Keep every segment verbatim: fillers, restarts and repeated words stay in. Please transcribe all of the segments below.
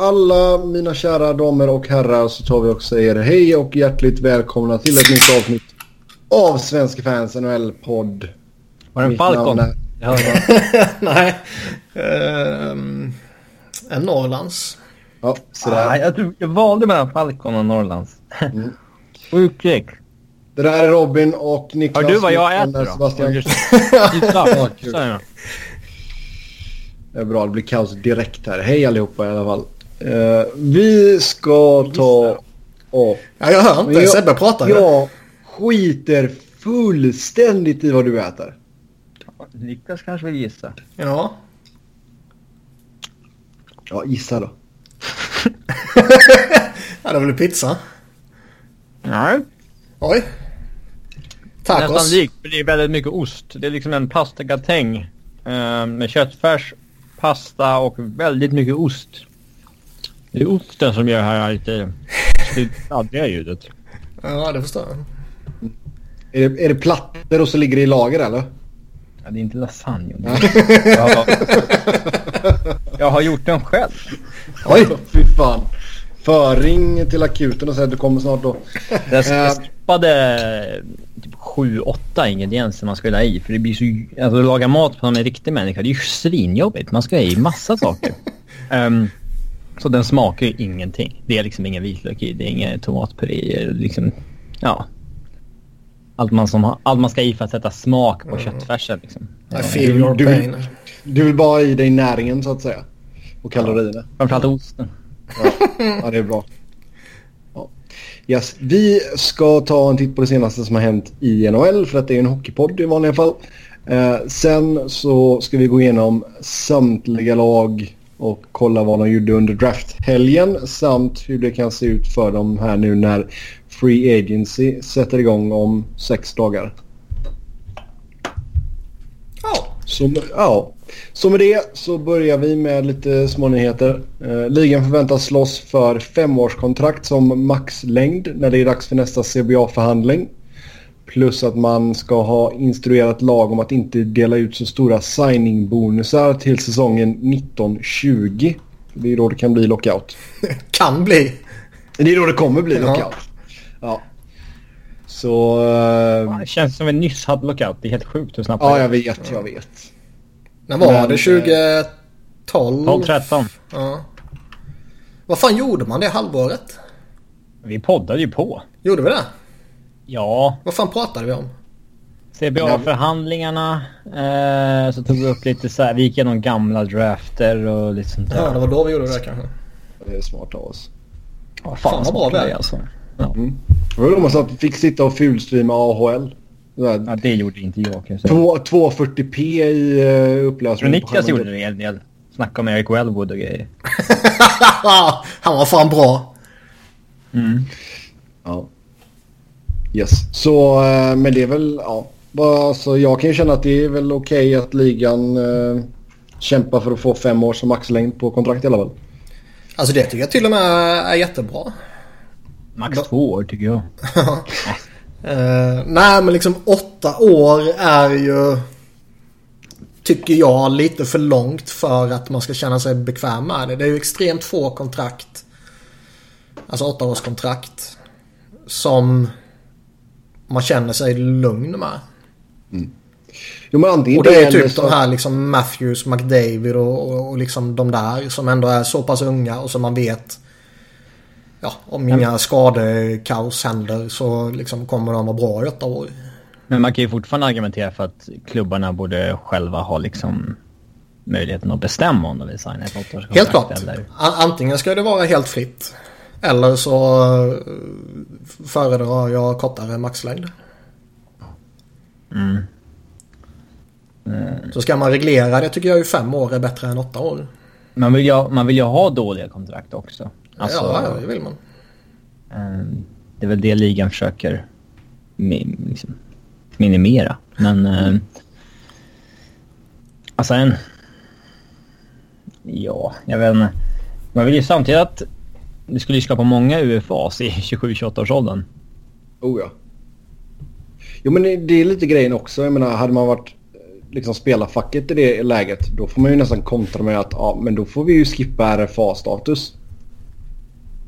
alla mina kära damer och herrar så tar vi också säger hej och hjärtligt välkomna till ett nytt avsnitt av Svenska Fans N H L-podd. Var det en Falcon? Är... Ja, nej. Uh, en Norrlands. Ja, sådär. Ah, jag, jag valde mellan Falcon och Norrlands. Mm. Sjukt. Det där är Robin och Niklas. Har du vad jag äter då? Sebastian. Ja, ja. Det är bra, det blir kaos direkt här. Hej allihopa i alla fall. Uh, vi ska ta... Oh. Ja, jag hör inte. Sebbe pratar. Jag skiter fullständigt i vad du äter. Niklas kanske vill gissa. Ja. Ja, gissa då. Ja, det var väl pizza. Nej. Oj. Tacos. Nästan likt, för det är väldigt mycket ost. Det är liksom en pasta gratäng eh, med köttfärs, pasta och väldigt mycket ost. Det är osten som gör här lite addiga ljudet. Ja, det förstår jag. Är det, är det plattor och så ligger det i lager eller? Ja, det är inte lasagne. jag, har, jag har gjort den själv. Oj, fy fan. Förring till akuten och säg att du kommer snart då. Jag skippade typ sju åtta ingredienser man skulle ha i. För det blir så... Alltså att laga mat på en riktig människa, det är ju svinjobbigt. Man ska ha i massa saker. um, så den smakar ju ingenting. Det är liksom ingen vitlök i, det är ingen tomatpuré. Liksom, ja. Allt man, som, allt man ska i för att sätta smak på mm. köttfärsen. Liksom. I feel your du, pain. Du, du vill bara i dig näringen så att säga. Och kalorierna. Framförallt osten. Ja, ja, det är bra. Ja. Yes. Vi ska ta en titt på det senaste som har hänt i N H L. För att det är en hockeypodd i vanliga fall. Eh, sen så ska vi gå igenom samtliga lag och kolla vad de gjorde under drafthelgen. Samt hur det kan se ut för dem här nu när Free Agency sätter igång om sex dagar. Ja. Så, ja. Så med det så börjar vi med lite små nyheter. Eh, ligan förväntas slåss för femårskontrakt som maxlängd när det är dags för nästa C B A-förhandling. Plus att man ska ha instruerat lag om att inte dela ut så stora signing-bonusar till säsongen nitton tjugo. Det är då det kan bli lockout. Kan bli. Det är då det kommer bli lockout. Ja. Ja. Så... Uh... Det känns som en nyss hade lockout. Det är helt sjukt hur snabbt. Ja, jag vet, jag vet. När var Men, det? tjugo tolv? tolv tretton. Ja. Vad fan gjorde man det halvåret? Vi poddade ju på. Gjorde vi det? Ja. Vad fan pratade vi om? C B A-förhandlingarna. Eh, så tog vi upp lite så här. Vi gick igenom gamla drafter och lite sånt där. Ja, det var då vi gjorde det kanske. Det är smart av oss. Ja, fan, fan vad bra det är alltså. Ja. Mm. Det var de som fick sitta och fulstreama A H L. Ja, det gjorde inte jag. Kan jag säga. tvåhundrafyrtio p i uh, upplösning. Niklas gjorde det en del. Snacka om Eric Wellwood och grejer. Han var fan bra. Mm. Ja. Yes. Så, uh, men det är väl, ja. Alltså, jag kan ju känna att det är väl okej okay att ligan uh, kämpar för att få fem år som maxlängd på kontrakt i alla fall. Alltså det tycker jag till och med är jättebra. Max två år tycker jag. Uh, nej men liksom åtta år är ju, tycker jag, lite för långt för att man ska känna sig bekväm med det. Det är ju extremt få kontrakt, alltså åtta års kontrakt som man känner sig lugn med. Mm. Jo, men och det är typ så... de här liksom Matthews, McDavid och, och, och liksom de där som ändå är så pass unga och som man vet, ja, om inga mm. skadekaos händer så liksom kommer de vara bra i åtta år. Men man kan ju fortfarande argumentera för att klubbarna borde själva ha liksom möjligheten att bestämma om de vill signa ett åttaårskontrakt. Helt klart. Eller... Antingen ska det vara helt fritt eller så föredrar jag kortare maxlängd. Mm. Mm. Så ska man reglera det tycker jag ju fem år är bättre än åtta år. Man vill ju, man vill ju ha dåliga kontrakt också. Alltså, ja, det vill man. Um, det är väl det ligan försöker mi, liksom, minimera. Men um, alltså en ja, jag vet inte. Man vill ju samtidigt att det skulle skapa många U F As i tjugosju tjugoåtta års åldern. Oh ja. Jo, men det är lite grejen också. Jag menar, hade man varit liksom spelarfacket i det läget, då får man ju nästan kontra med att ja, men då får vi ju skippa R F A-status.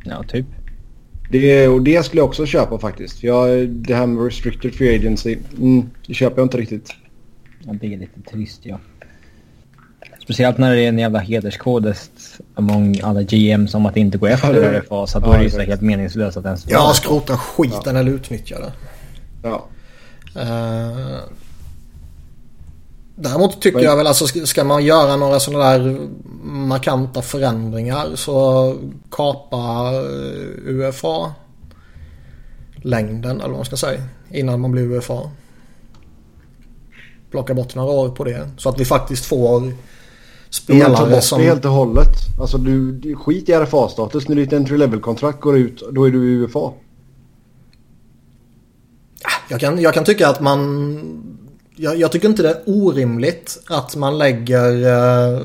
Ja, typ. Det, och det skulle jag också köpa faktiskt. För jag, det här med restricted free agency, mm, det köper jag inte riktigt. Ja, det är lite trist, ja. Speciellt när det är en jävla hederskodes among alla G M's om att inte gå efter R F A. Så att då ja, är det ju så helt meningslöst att ens... Ja, skrota skiten ja. Eller utnyttja det. Ja. Uh, däremot tycker Men... jag väl, alltså ska man göra några sådana där markanta förändringar så kapa U F A-längden, eller vad man ska säga, innan man blir U F A. Plocka bort några år på det. Så att vi faktiskt får spelare som... helt och hållet. Alltså du, du skit i R F A-status. När ditt entry level-kontrakt går ut, då är du i U F A. Jag kan, jag kan tycka att man... Jag, jag tycker inte det är orimligt att man lägger... Eh,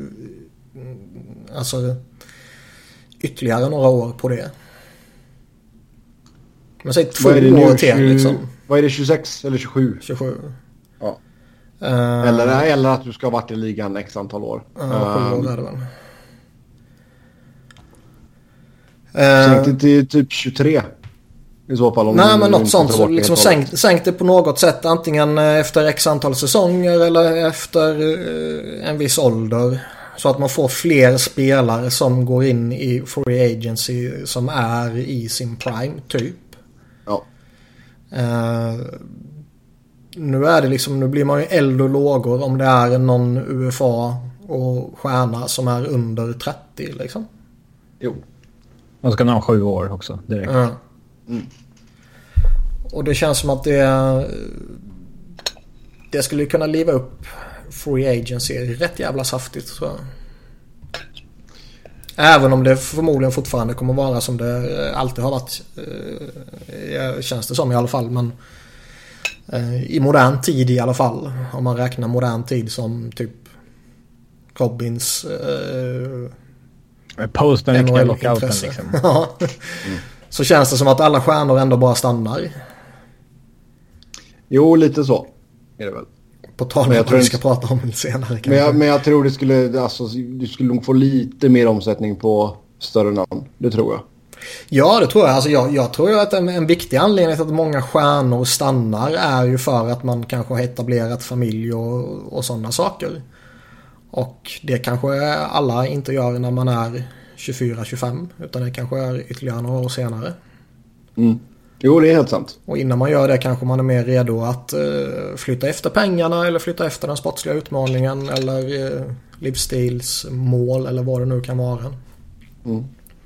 alltså ytterligare några år på det. Men säg två år till liksom. Vad är det, tjugosex eller tjugosju? tjugosju. Ja. Uh, eller, eller att du ska ha varit i ligan x antal år. Ja, uh, sju år är det väl. Sänk det till typ tjugotre. I så fall. Om nej, men något sånt. Så liksom sänk, sänk det på något sätt. Antingen efter x antal säsonger eller efter uh, en viss ålder. Så att man får fler spelare som går in i free agency som är i sin prime typ. Ja. Uh, nu är det liksom, nu blir man ju eld och lågor om det är någon U F A och stjärna som är under trettio liksom. Jo. Och så kan man ha sju år också direkt. Ja. Mm. Och det känns som att det det skulle kunna liva upp free agency rätt jävla saftigt så. Även om det förmodligen fortfarande kommer vara som det alltid har varit, eh, känns det som i alla fall, men eh, i modern tid i alla fall, om man räknar modern tid som typ Robins eh, post N H L-lockouten liksom. Ja. Mm. Så känns det som att alla stjärnor ändå bara stannar. Jo, lite så är det väl. På tal om att vi ska prata om det senare. Men jag, men jag tror det skulle, alltså, du skulle nog få lite mer omsättning på större namn. Det tror jag. Ja, det tror jag. Alltså, jag, jag tror att en, en viktig anledning till att många stjärnor stannar är ju för att man kanske har etablerat familj och, och sådana saker. Och det kanske alla inte gör när man är tjugofyra tjugofem, utan det kanske är ytterligare några år senare. Mm. Jo, det är helt sant. Och innan man gör det kanske man är mer redo att uh, flytta efter pengarna eller flytta efter den sportsliga utmaningen eller uh, livsstilsmål eller vad det nu kan vara. Mm.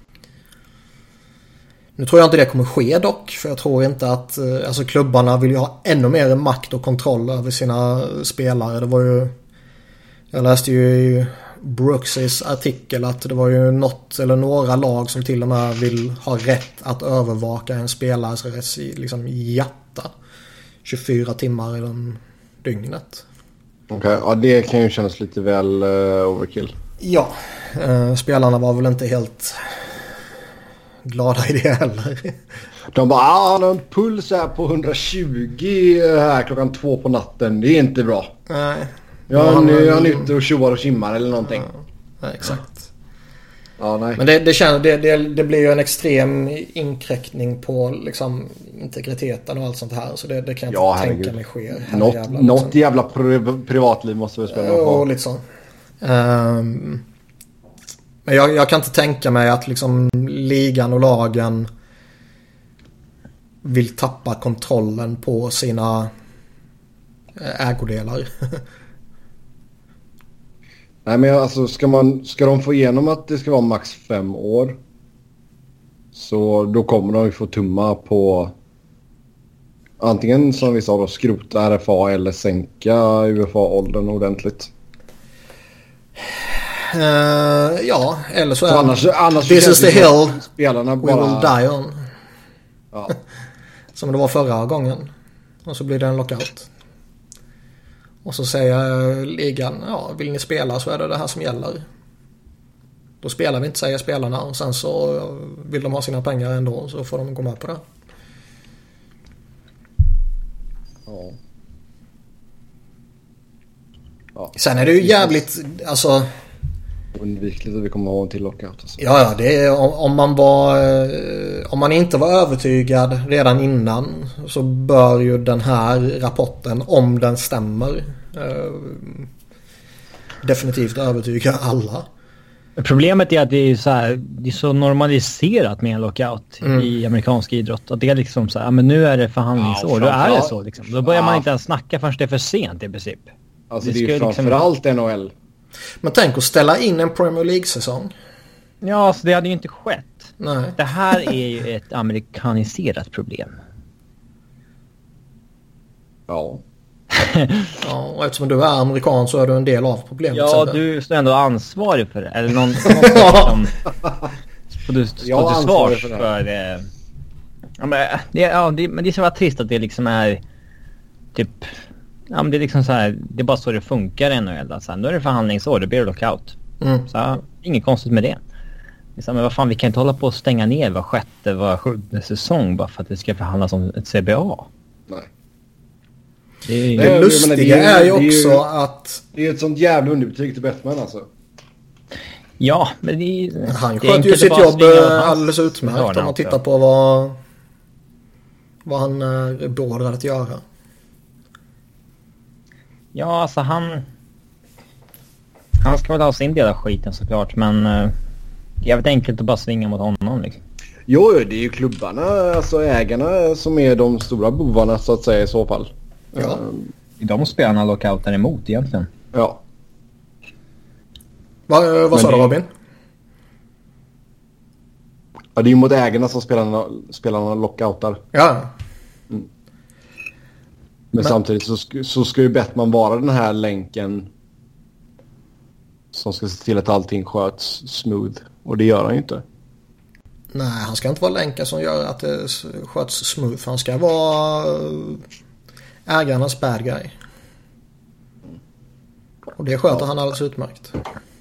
Nu tror jag inte det kommer ske dock, för jag tror inte att uh, alltså klubbarna vill ju ha ännu mer makt och kontroll över sina spelare. Det var ju, jag läste ju i Brookses artikel att det var ju något eller några lag som till och med vill ha rätt att övervaka en spelares liksom hjärta tjugofyra timmar i den dygnet. Okej, okay, ja det kan ju kännas lite väl uh, overkill. Ja, uh, spelarna var väl inte helt glada i det heller. De bara, ah, han har en puls här på hundratjugo här klockan två på natten. Det är inte bra. Nej. Ja, ja, nu är han ute och tjoar och kimmar eller någonting. Ja, nej, exakt. Ja, nej. Men det, det, känns, det, det, det blir ju en extrem inkräktning på liksom, integriteten och allt sånt här. Så det, det kan jag ja, inte herregud. tänka mig sker. Något jävla, något liksom. jävla pri- privatliv måste vi spela på. Ja, lite så. Um, men jag, jag kan inte tänka mig att liksom, ligan och lagen vill tappa kontrollen på sina ägodelar. Nej, men alltså ska man ska de få igenom att det ska vara max fem år, så då kommer de ju få tumma på antingen som vi sa då skrota R F A eller sänka U F A-åldern ordentligt. Uh, ja, eller så är så annars, annars this is the hill spelarna bara... we will die on. Ja. Som det var förra gången. Och så blir det en lockout. Och så säger ligan, ja, vill ni spela så är det det här som gäller. Då spelar vi inte, säger spelarna. Och sen så vill de ha sina pengar ändå, så får de gå med på det. Ja. Ja. Sen är det ju jävligt, alltså Undvikligt att vi kommer ha en till lockout. Alltså. Ja, ja, det är om, om man var om man inte var övertygad redan innan så bör ju den här rapporten, om den stämmer, eh, definitivt övertyga alla. Problemet är att det är så här, det är så normaliserat med en lockout mm. i amerikansk idrott. Att det är liksom så här, ja, men nu är det förhandlingsår, ja, då är det så liksom. Då börjar ja. man inte ens snacka förrän det är för sent i princip. Alltså det, det är ju framförallt liksom... N H L. Men tänk att ställa in en Premier League-säsong. Ja, alltså det hade ju inte skett. Nej. Det här är ju ett amerikaniserat problem. Ja. Ja, och eftersom du är amerikan så är du en del av problemet. Ja, du står ändå ansvarig för det. Eller någon, någon som får du stå till svars för, för, för det. Ja, men det, ja, det, men det är så vara trist att det liksom är typ... Ja, men det är liksom så här, det är bara så det funkar ännu. Alltså, nu är det förhandlingsår, det blir lockout. Mm. Så ja, inget konstigt med det. Så, men vad fan, vi kan inte hålla på att stänga ner var sjätte, var sjunde säsong bara för att det ska förhandlas om ett C B A. Nej. Det, är, det, det lustiga det är, är ju också det är ju, att... Det är ett sånt jävla underbetyg till Bettman alltså. Ja, men det är... Han sköter ju sitt jobb alldeles utmärkt om man tittar på vad, vad han är beordrad att göra. Ja, alltså han... Han ska väl ha sin del av skiten såklart, men... Uh, det är väldigt enkelt att bara svinga mot honom liksom. Jo, det är ju klubbarna, alltså ägarna som är de stora bovarna så att säga i så fall. Ja. Um, de spelarna lockoutar emot egentligen. Ja. Va, vad sa du, Robin? Ja, det är ju mot ägarna som spelarna, spelarna lockoutar. Ja. Mm. Men, Men samtidigt så, så ska ju Bettman vara den här länken som ska se till att allting sköts smooth. Och det gör han ju inte. Nej, han ska inte vara länken som gör att det sköts smooth. Han ska vara ägarnas bad guy. Och det sköter ja. han alldeles utmärkt.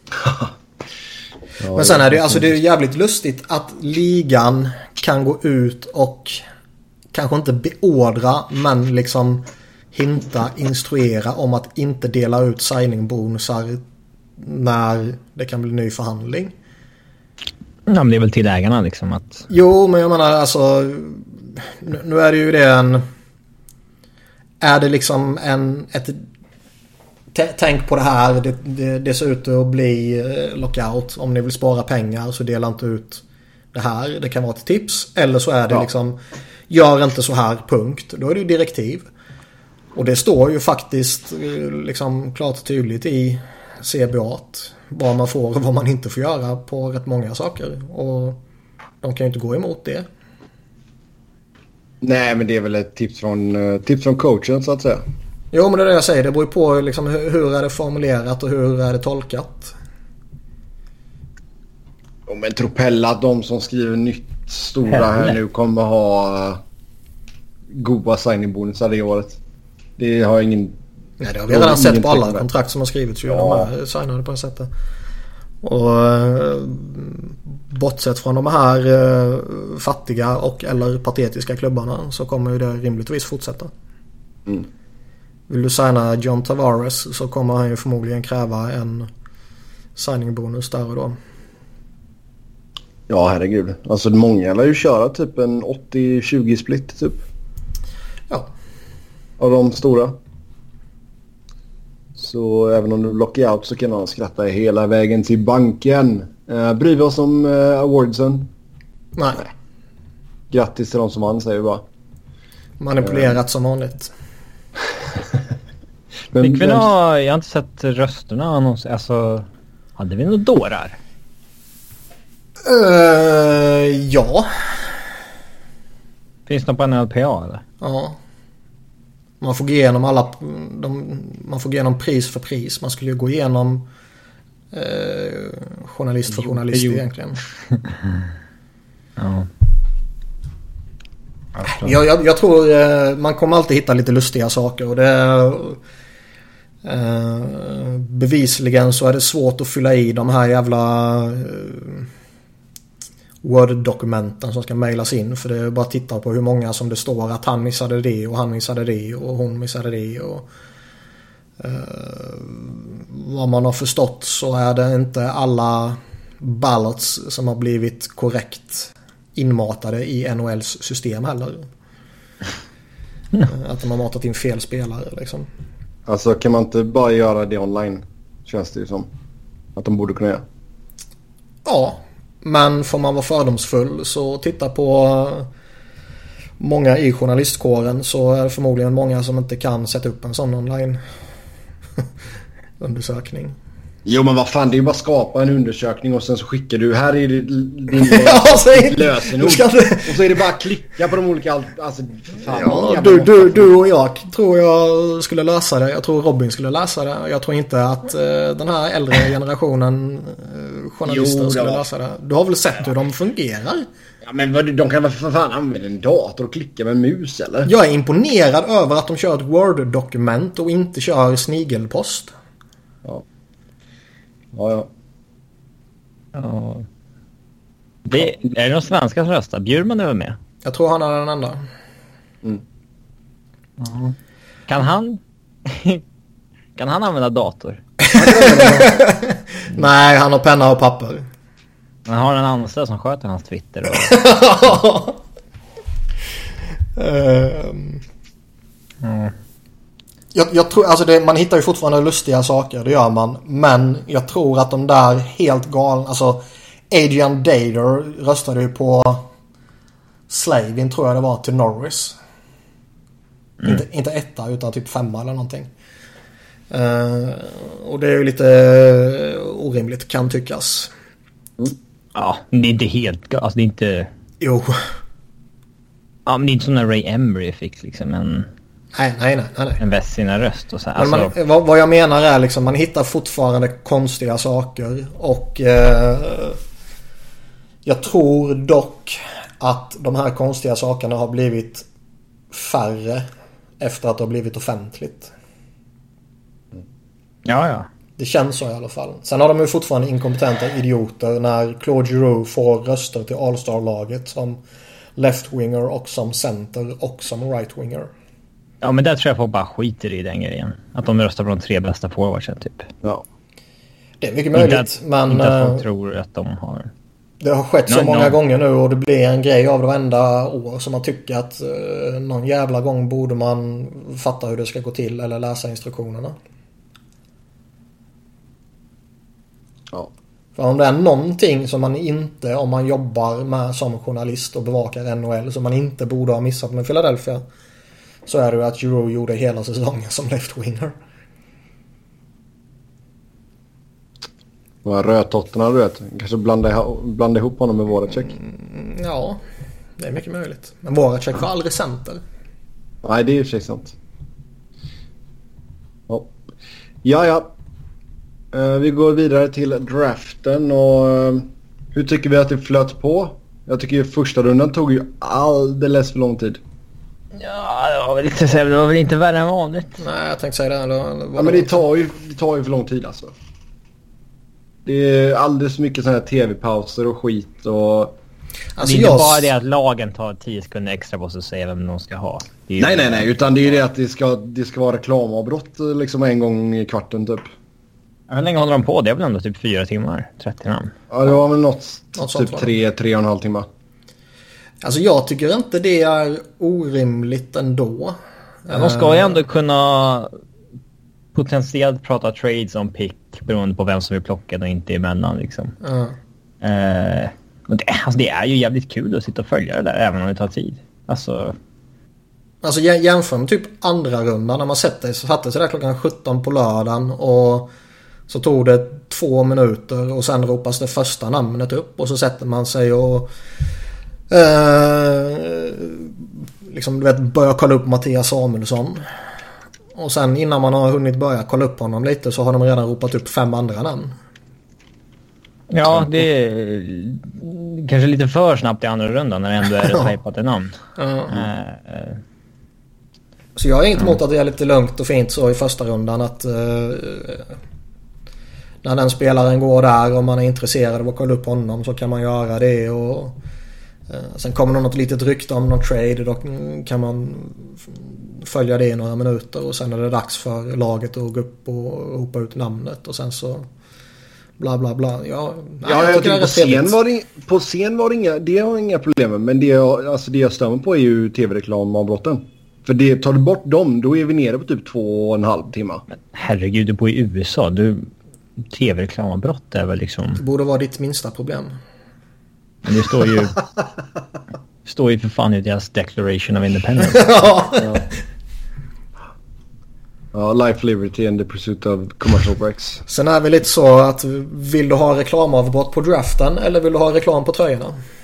Ja, men sen är det, alltså det är jävligt lustigt att ligan kan gå ut och kanske inte beordra, men liksom hinta, instruera om att inte dela ut signingbonusar när det kan bli ny förhandling. Ja, men det är väl till ägarna liksom att... Jo, men jag menar alltså nu är det ju det en... Är det liksom en... Ett, t- tänk på det här, det, det, det ser ut att bli lockout. Om ni vill spara pengar så dela inte ut det här. Det kan vara ett tips. Eller så är det ja. liksom... Gör inte så här, punkt. Då är det ju direktiv. Och det står ju faktiskt liksom klart och tydligt i C B A vad man får och vad man inte får göra på rätt många saker. Och de kan ju inte gå emot det. Nej, men det är väl ett tips från, tips från coachen så att säga. Jo, men det är det jag säger. Det beror ju på liksom, hur, hur är det formulerat och hur är det tolkat. Jo, men Tropella, de som skriver nytt stora här nu kommer ha goda signingbonusar det året. Det har ingen... Nej, det har vi redan sett på alla kontrakt som har skrivits. Ja. De är signade på det sättet. Och bortsett från de här uh, fattiga och eller patetiska klubbarna så kommer ju det rimligtvis fortsätta. Mm. Vill du signa John Tavares så kommer han ju förmodligen kräva en signingbonus där och då. Ja, herregud. Alltså många lär ju köra typ en åttio tjugo split typ. Ja. Av de stora. Så även om du blockar out så kan man skratta hela vägen till banken. Uh, bryr vi oss om uh, awardsen? Nej. Nej. Grattis till de som vann, säger vi bara. Manipulerat uh. som vanligt. Men, Fick vi vem... nå, jag har inte sett rösterna. Alltså, hade vi några dårar? Uh, ja. Finns det något på N L P A eller? Ja. Man får gå igenom alla de, man får gå igenom pris för pris. Man skulle ju gå igenom eh, journalist för journalist jo, jo. egentligen. Ja. Jag, jag, jag tror eh, man kommer alltid hitta lite lustiga saker och det eh, bevisligen så är det svårt att fylla i de här jävla eh, Word-dokumenten som ska mejlas in, för det är bara att titta på hur många som det står att han missade det och han missade det och hon missade det och uh, vad man har förstått så är det inte alla ballots som har blivit korrekt inmatade i N H L:s system heller. Mm. Att de har matat in fel spelare liksom. Alltså kan man inte bara göra det online? Känns det ju som att de borde kunna göra. Ja, men får man vara fördomsfull så titta på många i journalistkåren så är det förmodligen många som inte kan sätta upp en sån online undersökning. Jo men vad fan, det är ju bara att skapa en undersökning och sen så skickar du, här är det din ja, lösenord och så är det bara att klicka på de olika, alltså fan, ja, du, du, du och jag tror jag skulle lösa det. Jag tror Robin skulle lösa det. Jag tror inte att uh, den här äldre generationen uh, journalister jo, skulle lösa det. Du har väl sett hur de fungerar? Ja men vad, de kan väl för fan använda en dator och klicka med en mus eller? Jag är imponerad över att de kör ett Word-dokument och inte kör snigelpost. Ja. Ja, ja. Ja. Det, är det någon svenska som röstar? Bjurman är väl med? Jag tror han är den enda. Mm. Ja. Kan han kan han använda dator? Nej, han har penna och papper. Han har en anställd som sköter hans Twitter och... um... mm. Jag, jag tror, alltså det, man hittar ju fortfarande lustiga saker, det gör man. Men jag tror att de där helt galna, alltså Adrian Dader röstade ju på Slavin tror jag det var till Norris. Mm. Inte, inte etta utan typ femma eller någonting. Uh, och det är ju lite orimligt kan tyckas. Mm. Ja, det är inte helt, alltså det är inte... Jo. Ja, men det är inte som när Ray Emery fick liksom en... Nej, nej, nej, nej. En väst sina röst och så här. Men man, vad, vad jag menar är liksom man hittar fortfarande konstiga saker och eh, jag tror dock att de här konstiga sakerna har blivit färre efter att det har blivit offentligt. Ja, ja. Det känns så i alla fall. Sen har de ju fortfarande inkompetenta idioter när Claude Giroux får röster till All-Star-laget som left-winger och som center och som right-winger. Ja, men där tror jag folk bara skiter i den grejen. Att de röstar på de tre bästa forwardsen typ. Ja. Det är mycket möjligt. Inte att, men, inte att folk tror att de har... Det har skett no, så många no. gånger nu och det blir en grej av det varenda år som man tycker att uh, någon jävla gång borde man fatta hur det ska gå till eller läsa instruktionerna. Ja. För om det är någonting som man inte, om man jobbar med som journalist och bevakar N H L som man inte borde ha missat med Philadelphia, så är det ju att Giroux gjorde hela säsongen som left-winger. Och rödtotterna, du vet. Kanske blanda, blanda ihop honom med Voracek. Mm, ja, det är mycket möjligt. Men Voracek var aldrig center. Nej, det är ju sig sant. Ja, ja. ja. Uh, vi går vidare till draften och uh, hur tycker vi att det flöt på? Jag tycker ju första rundan tog ju alldeles för lång tid. Ja, det var väl inte, så, det var väl inte värre än vanligt. Nej, jag tänkte säga det. Eller, eller ja, men det tar, ju, det tar ju för lång tid alltså. Det är alldeles för mycket sådana här tv-pauser och skit och... Alltså det är inte jag... bara det att lagen tar tio sekunder extra på sig att säga vem de ska ha. Nej, nej, nej. Utan det är ju det att det ska, det ska vara reklamavbrott liksom en gång i kvarten typ. Hur länge håller de på? Det är väl ändå typ fyra timmar? trettio namn? Ja, det var väl något, något typ tre, tre och en halv timme. Alltså jag tycker inte det är orimligt ändå. Ja, de ska ju ändå kunna potentiellt prata trades om pick beroende på vem som vill plocka och inte emellan liksom. Mm. Eh, men det, alltså det är ju jävligt kul att sitta och följa det där även om det tar tid. Alltså... Alltså jämför med typ andra rundan när man sätter så satte sig där klockan sjutton på lördagen och så tog det två minuter och sen ropas det första namnet upp och så sätter man sig och eh, liksom du vet börjar kolla upp Mattias Samuelsson och sen innan man har hunnit börja kolla upp honom lite så har de redan ropat upp fem andra namn. Ja, det är kanske lite för snabbt i andra rundan när det ändå är ett hypat namn. Ja. Uh, uh. Så jag är inte emot att det är lite lugnt och fint så i första rundan att uh, när den spelaren går där och man är intresserad av att kolla upp honom så kan man göra det och Sen kommer det något litet rykte om någon trade. Då kan man följa det i några minuter. Och sen är det dags för laget att gå upp och ropa ut namnet. Och sen så bla bla bla. Ja, nej, ja jag, jag tycker på scen, var det, på scen var det inga, det har inga problem med. Men det jag, alltså det jag stämmer på är ju tv-reklamavbrotten. För det, tar du bort dem, då är vi nere på typ två och en halv timme. Men herregud, du bor i U S A. Du, tv-reklamavbrott är väl liksom... Det borde vara ditt minsta problem. Men det står ju... står ju för fan i deras Declaration of Independence. Ja. Ja. Ja, life, liberty and the pursuit of commercial breaks. Sen är vi lite så att vill du ha reklamavbrott på draften eller vill du ha reklam på tröjorna?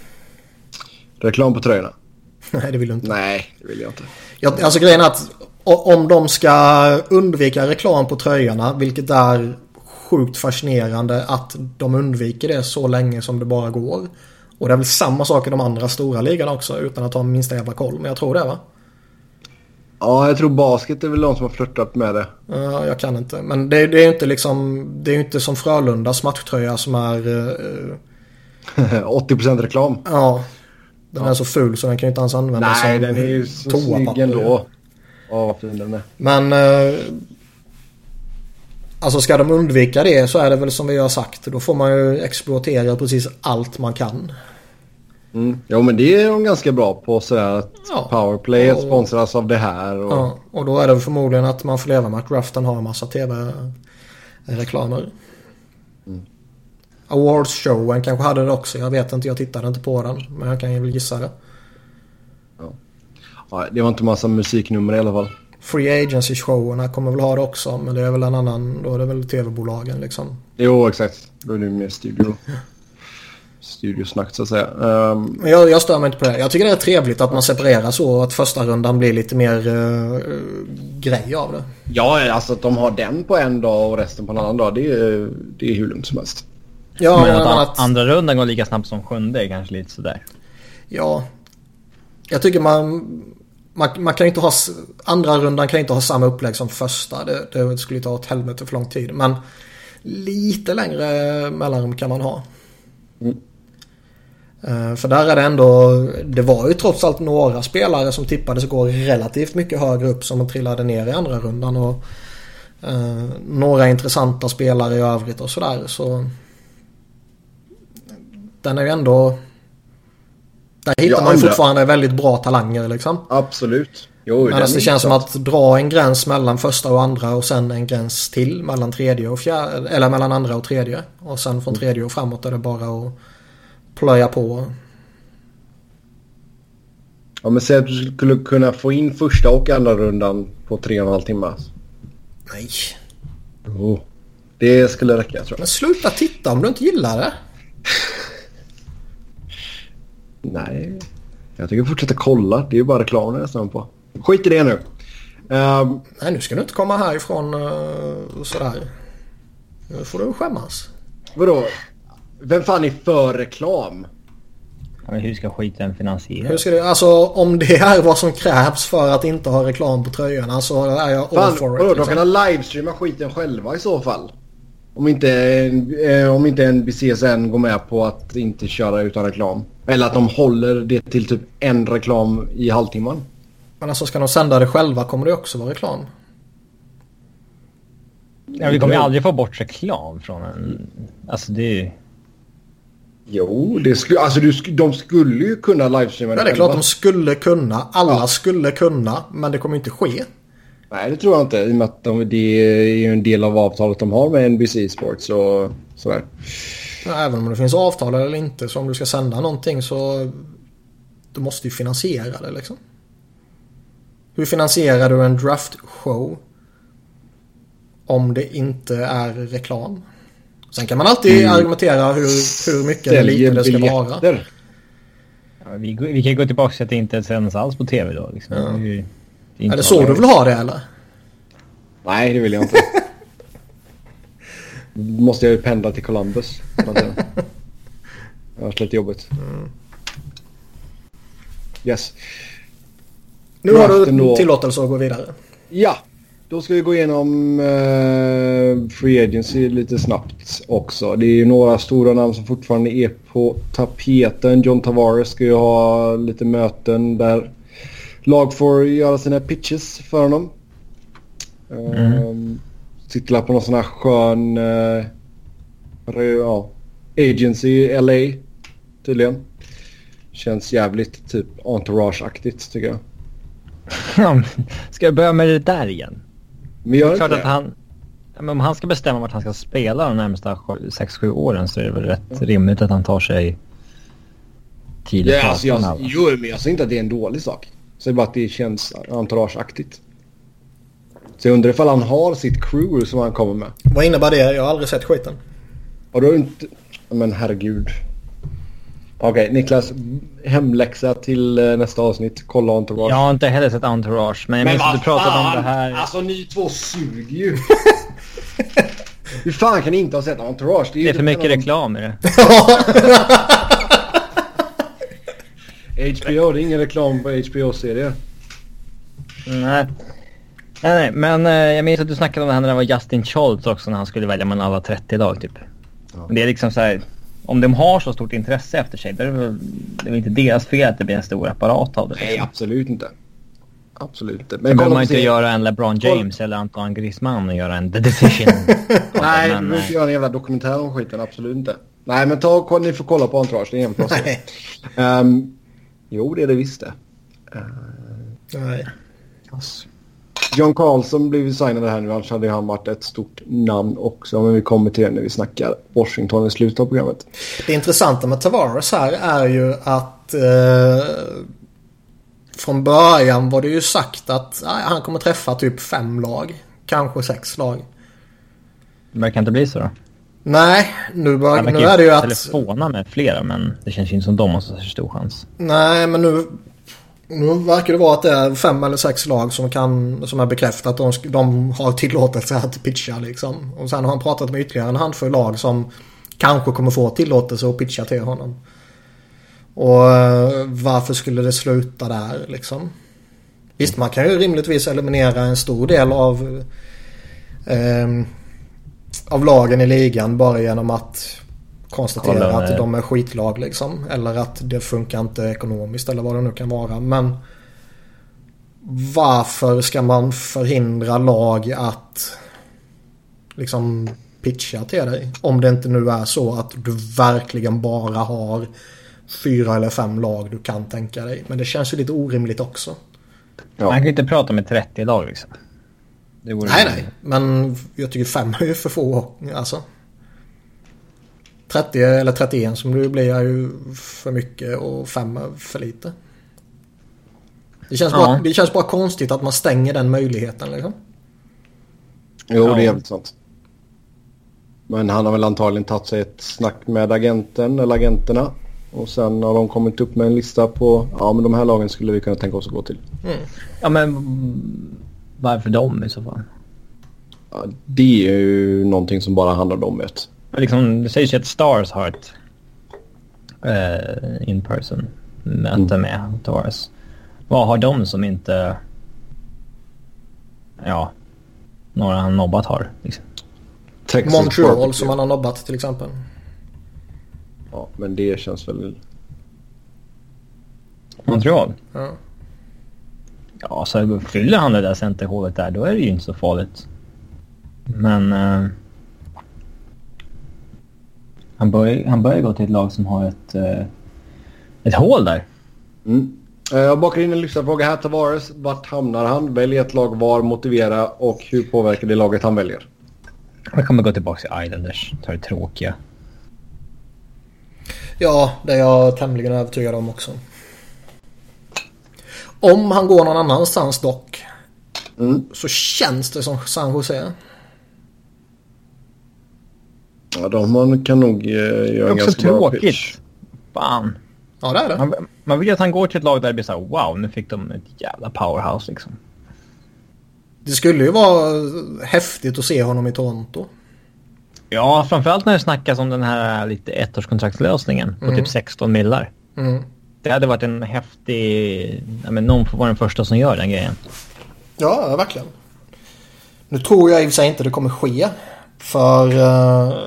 Reklam på tröjorna? Nej, det vill du inte. Nej, det vill jag inte. Jag, alltså grejen är att om de ska undvika reklam på tröjorna, vilket är sjukt fascinerande att de undviker det så länge som det bara går. Och det är väl samma sak i de andra stora ligorna också utan att ha minsta jävla koll. Men jag tror det, va? Ja, jag tror basket är väl de som har flörtat med det. Ja, jag kan inte. Men det, det är ju inte liksom... Det är ju inte som Frölundas matchtröja som är... Uh, åttio procent reklam. Ja. Den ja. är så ful så den kan ju inte ens användas som Nej, den är ju så snygg ändå. Ja, vad fin den är. Men... Uh, alltså ska de undvika det så är det väl som vi har sagt. Då får man ju exploatera precis allt man kan. Mm. Ja, men det är de ganska bra på sådär att ja. Powerplay och, sponsras av det här. Och... Ja, och då är det förmodligen att man får leva med att draften har en massa tv-reklamer. Mm. Awards-showen kanske hade det också. Jag vet inte, jag tittade inte på den. Men jag kan ju väl gissa det. Ja. Ja, det var inte massa musiknummer i alla fall. Free agency-showerna kommer väl ha det också. Men det är väl en annan, då är det väl tv-bolagen liksom. Jo, exakt. Då är det mer studio. Studiosnack så att säga. Um, Men jag, jag stör mig inte på det. Jag tycker det är trevligt att man separerar så att första rundan blir lite mer uh, grej av det. Ja, alltså att de har den på en dag och resten på en annan dag, det är, det är hur lugnt som helst. Ja, men att, att andra rundan går lika snabbt som sjunde är kanske lite sådär. Ja, jag tycker man, man, man kan inte ha, andra rundan kan inte ha samma upplägg som första. Det, det skulle ta åt helvete för lång tid. Men lite längre mellanrum kan man ha. Mm. Uh, för där är det ändå, det var ju trots allt några spelare som tippades gå relativt mycket högre upp som trillade ner i andra rundan och uh, några intressanta spelare i övrigt och sådär, så den är ju ändå, där hittar ja, man ju fortfarande väldigt bra talanger liksom. Absolut. Jo, men alltså det känns som att dra en gräns mellan första och andra och sen en gräns till mellan tredje och fjärde, eller mellan andra och tredje och sen från tredje och framåt är det bara att plöja på. Ja, men säg att du skulle kunna få in första och andra rundan på tre och en halv timme. Nej. Oh. Det skulle räcka, tror jag. Men sluta titta om du inte gillar det. Nej. Jag tycker fortsätta kolla. Det är ju bara reklamen jag stämmer på. Skit i det nu. Um, Nej, nu ska du inte komma härifrån uh, sådär. Nu får du skämmas. Vadå? Vem fan är för reklam? Ja, men hur ska skiten finansieras? Hur ska det, alltså om det är vad som krävs för att inte ha reklam på tröjorna så är jag all fan, for it. Vadå, liksom. de kan ha livestreama skiten själva i så fall. Om inte, eh, om inte N B C S N går med på att inte köra utan reklam. Eller att de håller det till typ en reklam i halvtimman. Men alltså ska de sända det själva kommer det också vara reklam. Ja, vi kommer ju aldrig få bort reklam från en... Alltså det är ju... Jo, det skulle, alltså du, de skulle ju kunna livestreama det. Ja, det är klart de skulle kunna. Alla ja. skulle kunna, men det kommer inte ske. Nej, det tror jag inte. I och med att de, det är ju en del av avtalet de har med N B C Sports och sådär. Ja, även om det finns avtal eller inte, så om du ska sända någonting så du måste ju finansiera det liksom. Hur finansierar du en draftshow om det inte är reklam? Sen kan man alltid mm. argumentera hur, hur mycket eller lite det ska vara. Ja, vi, vi kan gå tillbaka till att det inte sänds alls på tv då. Liksom. Ja. Det är, det är, är det så du vill ha det eller? Nej, det vill jag inte. Måste jag ju pendla till Columbus. Det har varit lite jobbigt. Mm. Yes. Nu har du tillåtelse att gå vidare. Ja. Då då ska vi gå igenom uh, Free Agency lite snabbt också. Det är ju några stora namn som fortfarande är på tapeten. John Tavares ska ju ha lite möten där lag får göra sina pitches för honom. Mm. Uh, sitter på någon sån här skön uh, ja, agency i L A tydligen. Känns jävligt typ entourage-aktigt tycker jag. Ska jag börja med det där igen? Men gör klart inte att det. han, om han ska bestämma vart han ska spela de närmsta sex sju åren så är det väl rätt ja. rimligt att han tar sig tidigt. Ja, alltså jag, jo, men jag säger inte att det är en dålig sak. Jag säger bara att det känns entourage-aktigt. Så jag undrar ifall han har sitt crew som han kommer med. Vad innebär det? Jag har aldrig sett skiten. Och då inte... Men herregud. Okej, okay, Niklas, hemläxa till uh, nästa avsnitt. Kolla Entourage. Jag har inte heller sett Entourage, men jag minns att du pratade fan? om det här. Alltså, ni två suger ju. Hur fan kan ni inte ha sett Entourage? Det är, det är för mycket reklam i det. H B O, det är ingen reklam på H B O-serier. Nej. Nej, nej, men eh, jag minns att du snackade om det här när det var Justin Schultz också när han skulle välja mellan alla trettio lag typ. Ja. Det är liksom så här, om de har så stort intresse efter sig, då är det väl, det är väl inte deras fel att det blir en stor apparat av det. Nej, absolut inte. Absolut inte. Men behöver man inte se... göra en LeBron James eller Antoine Griezmann och göra en The Decision. Nej, men, du behöver inte göra en jävla dokumentär om skiten, absolut inte. Nej, men ta, ni får kolla på Entourage, det är jävligt bra. um, Jo, det är det visst det. Uh, Nej. Yes. John Carlson blev signad här nu, annars hade han varit ett stort namn också. Men vi kommer till det när vi snackar Washington i slutet av programmet. Det intressanta med Tavares här är ju att eh, från början var det ju sagt att nej, han kommer träffa typ fem lag. Kanske sex lag. Det verkar inte bli så då. Nej, nu, bör, nu är det ju att... telefona med flera, men det känns ju inte som de har så stor chans. Nej, men nu... Nu verkar det vara att det är fem eller sex lag som, kan, som är bekräftat att de, de har tillåtelse att pitcha liksom. Och sen har han pratat med ytterligare en handfull lag som kanske kommer få tillåtelse att pitcha till honom. Och varför skulle det sluta där liksom? Visst, man kan ju rimligtvis eliminera en stor del av eh, av lagen i ligan bara genom att konstatera Kolla, att de är skitlag liksom. Eller att det funkar inte ekonomiskt eller vad det nu kan vara. Men varför ska man förhindra lag att liksom pitcha till dig? Om det inte nu är så att du verkligen bara har fyra eller fem lag du kan tänka dig. Men det känns ju lite orimligt också. Ja. Man kan ju inte prata med trettio lag liksom. Det vore nej, nej. Men jag tycker fem är ju för få. Alltså. trettio eller trettioen som det blir är ju för mycket och fem är för lite. Det känns, ja. bara, det känns bara konstigt att man stänger den möjligheten liksom. Jo, ja. Det är jävligt sant. Men han har väl antagligen tagit sig ett snack med agenten eller agenterna. Och sen har de kommit upp med en lista på ja, men de här lagen skulle vi kunna tänka oss att gå till. Mm. Ja, men varför de i så fall? Ja, det är ju någonting som bara handlar om dem vet. Liksom, det sägs ju att Stars har ett uh, in-person möte mm. med Tavares. Vad har de som inte ja några han nobbat har liksom? Montreal som han har nobbat till exempel. Ja, men det känns väl Montreal? Ja. Ja, så fyller han det där centerhålet där, då är det ju inte så farligt. Men uh, han börjar han börjar gå till ett lag som har ett uh, ett hål där. Mm. Jag bakar in en lyssnarfråga här. Tavares, vart hamnar han? Välj ett lag, var, motivera och hur påverkar det laget han väljer? Jag kommer gå tillbaka till Islanders. Ta det tråkiga. Ja, det är jag tämligen övertygad om också. Om han går någon annanstans dock mm. så känns det som San Jose. Ja, de kan nog eh, göra en ganska bra pitch. Det är också tråkigt. Fan. Ja, det är det. Man, man vill att han går till ett lag där det blir så här, wow, nu fick de ett jävla powerhouse liksom. Det skulle ju vara häftigt att se honom i Toronto. Ja, framförallt när det snackas om den här lite ettårskontraktslösningen på mm. typ sexton millar. Mm. Det hade varit en häftig... Ja, men någon får vara den första som gör den grejen. Ja, verkligen. Nu tror jag i och för sig inte det kommer ske. För uh,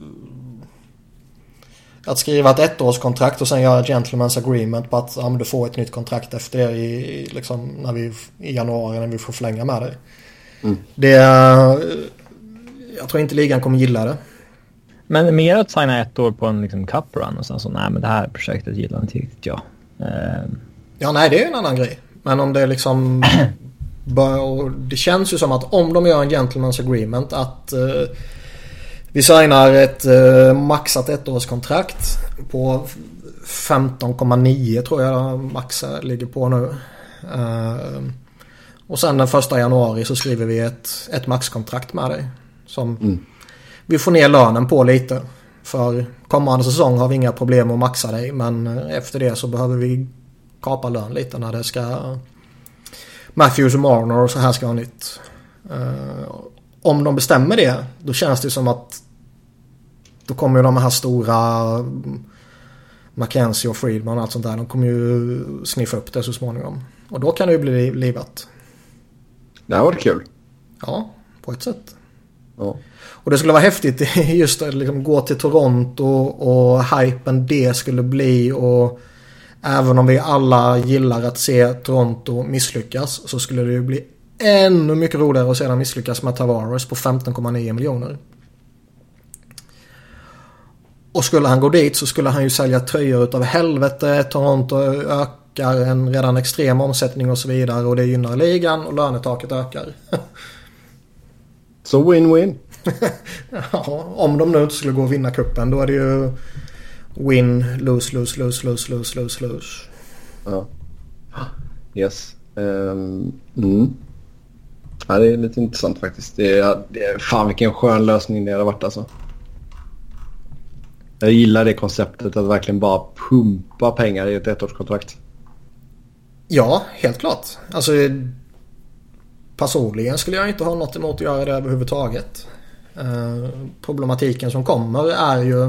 att skriva ett ettårskontrakt och sen göra gentleman's agreement på att ja, men du får ett nytt kontrakt efter det i, liksom, när vi, i januari när vi får förlänga med dig. Mm. Det, uh, jag tror inte ligan kommer gilla det. Men mer att signa ett år på en liksom, cup run och sen så, nej men det här projektet gillar inte riktigt jag. Uh. Ja, nej det är en annan grej. Men om det är liksom... och det känns ju som att om de gör en gentleman's agreement att uh, vi signar ett uh, maxat ettårskontrakt på femton komma nio tror jag max ligger på nu. Uh, och sen den första januari så skriver vi ett, ett maxkontrakt med dig. Som mm. vi får ner lönen på lite. För kommande säsong har vi inga problem att maxa dig. Men efter det så behöver vi kapa lön lite när det ska... Matthews och Marner och så här ska ha nytt. Uh, om de bestämmer det, då känns det som att då kommer ju de här stora Mackenzie och Friedman och allt sånt där, de kommer ju sniffa upp det så småningom. Och då kan det ju bli livat. Det här var kul. Ja, på ett sätt. Ja. Och det skulle vara häftigt just att liksom gå till Toronto och hypen det skulle bli, och även om vi alla gillar att se Toronto misslyckas så skulle det ju bli ännu mycket roligare att se dem misslyckas med Tavares på femton komma nio miljoner. Och skulle han gå dit så skulle han ju sälja tröjor utav helvete. Toronto ökar en redan extrem omsättning och så vidare, och det gynnar ligan och lönetaket ökar. Så win-win. Ja, om de nu inte skulle gå och vinna kuppen, då är det ju win, lose, lose, lose, lose, lose, lose, lose. Ja. Yes. Um, mm. Ja, det är lite intressant faktiskt. Det är, det är, fan vilken skön lösning det hade varit alltså. Jag gillar det konceptet att verkligen bara pumpa pengar i ett ettårskontrakt. Ja, helt klart. Alltså personligen skulle jag inte ha något emot att göra det överhuvudtaget. Uh, problematiken som kommer är ju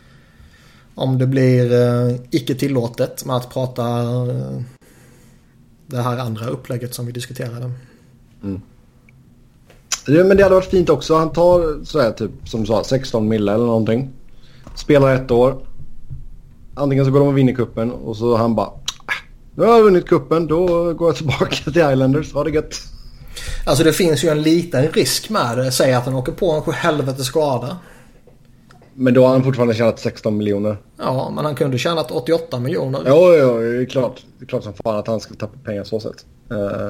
om det blir uh, icke tillåtet med att prata uh, det här andra upplägget som vi diskuterade. Mm. Ja, men det hade varit fint också. Han tar sådär typ som du sa sexton mille eller någonting. Spelar ett år. Antingen så går de och vinner kuppen och så han bara nu har jag vunnit kuppen, då går jag tillbaka till Islanders. Ha det gött. Alltså det finns ju en liten risk med det. Säg att han åker på en sjuhelvete skada. Men då har han fortfarande tjänat sexton miljoner. Ja, men han kunde tjänat åttioåtta miljoner. Ja, ja, det är klart. Det är klart som fan att han ska tappa pengar så sätt. Uh,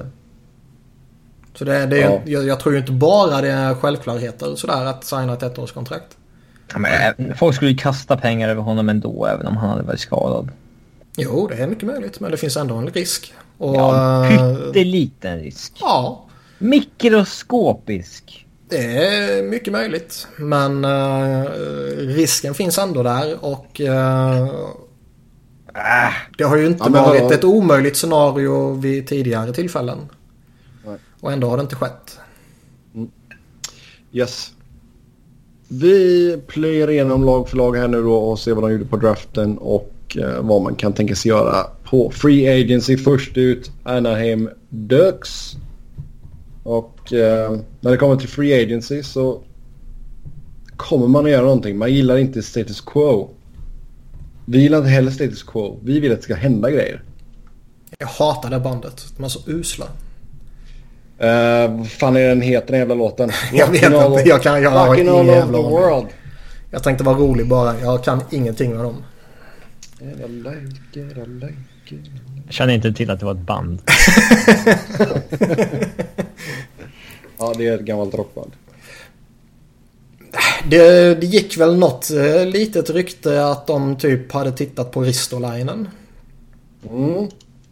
så det, det är, ja. jag, jag tror ju inte bara det är självklarheter sådär att signa ett ettårskontrakt. Ja, men folk skulle ju kasta pengar över honom ändå även om han hade varit skadad. Jo, det är mycket möjligt, men det finns ändå en risk. Och, ja, pytteliten risk. Ja. Mikroskopisk. Det är mycket möjligt, men uh, risken finns ändå där och uh, äh, det har ju inte ja, varit var... ett omöjligt scenario vid tidigare tillfällen. Nej. Och ändå har det inte skett. Mm. Yes. Vi plöjer igenom lag för lag här nu då och ser vad de gjorde på draften och eh, vad man kan tänka sig göra på Free Agency. Först ut Anaheim Ducks. Och eh, när det kommer till Free Agency så kommer man att göra någonting. Man gillar inte status quo. Vi gillar inte heller status quo. Vi vill att det ska hända grejer. Jag hatar det bandet. De är så usla. Uh, vad fan är den heter den jävla låten? Jag vet inte, all, jag kan jag har ingen all jävla over the world. Jag tänkte vara rolig bara. Jag kan ingenting med dem. Jag känner inte till att det var ett band. Ja, det är ett gammalt rockband. Det, det gick väl något eh, litet rykte att de typ hade tittat på Ristolainen. Mm.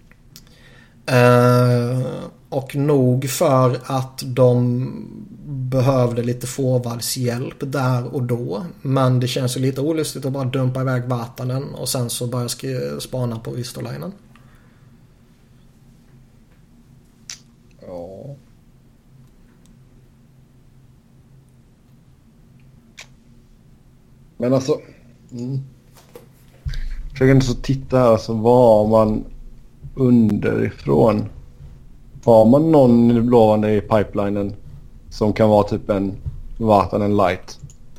Uh, och nog för att de behövde lite forwardshjälp där och då. Men det känns ju lite olustigt att bara dumpa iväg Vatanen och sen så börja sk- spana på Ristolainen. Ja. Men alltså mm. försöker inte så titta här, alltså var man underifrån. Har man någon lovande i pipelinen som kan vara typ en Vatanen light?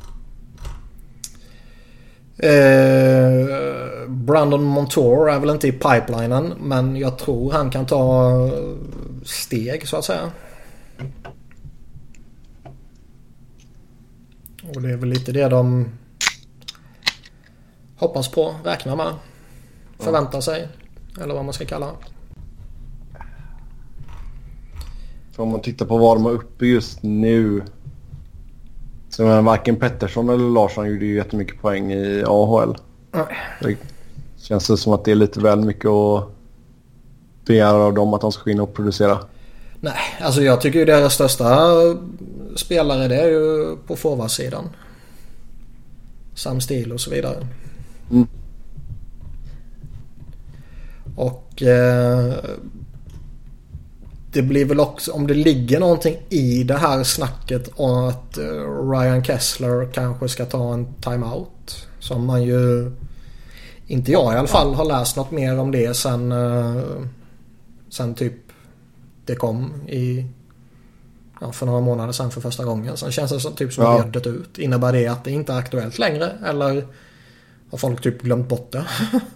Eh, Brandon Montour är väl inte i pipelinen, men jag tror han kan ta steg så att säga. Och det är väl lite det de hoppas på, räknar med, förväntar sig, eller vad man ska kalla. För om man tittar på vad de har uppe just nu, så men varken Pettersson eller Larsson gjorde ju jättemycket poäng i A H L. Nej. Det känns det som att det är lite väl mycket att begära av dem att de ska in och producera. Nej, alltså jag tycker ju deras största spelare det är ju på forwardsidan. Sam Steele och så vidare. Mm. Och eh, det blir väl också, om det ligger någonting i det här snacket om att eh, Ryan Kessler kanske ska ta en timeout, som man ju, inte jag i alla fall, har läst något mer om det sen, eh, sen typ det kom i, ja, för några månader sedan för första gången. Sen känns det som, typ som ja. det har dött ut. Innebär det att det inte är aktuellt längre, eller har folk typ glömt bort det?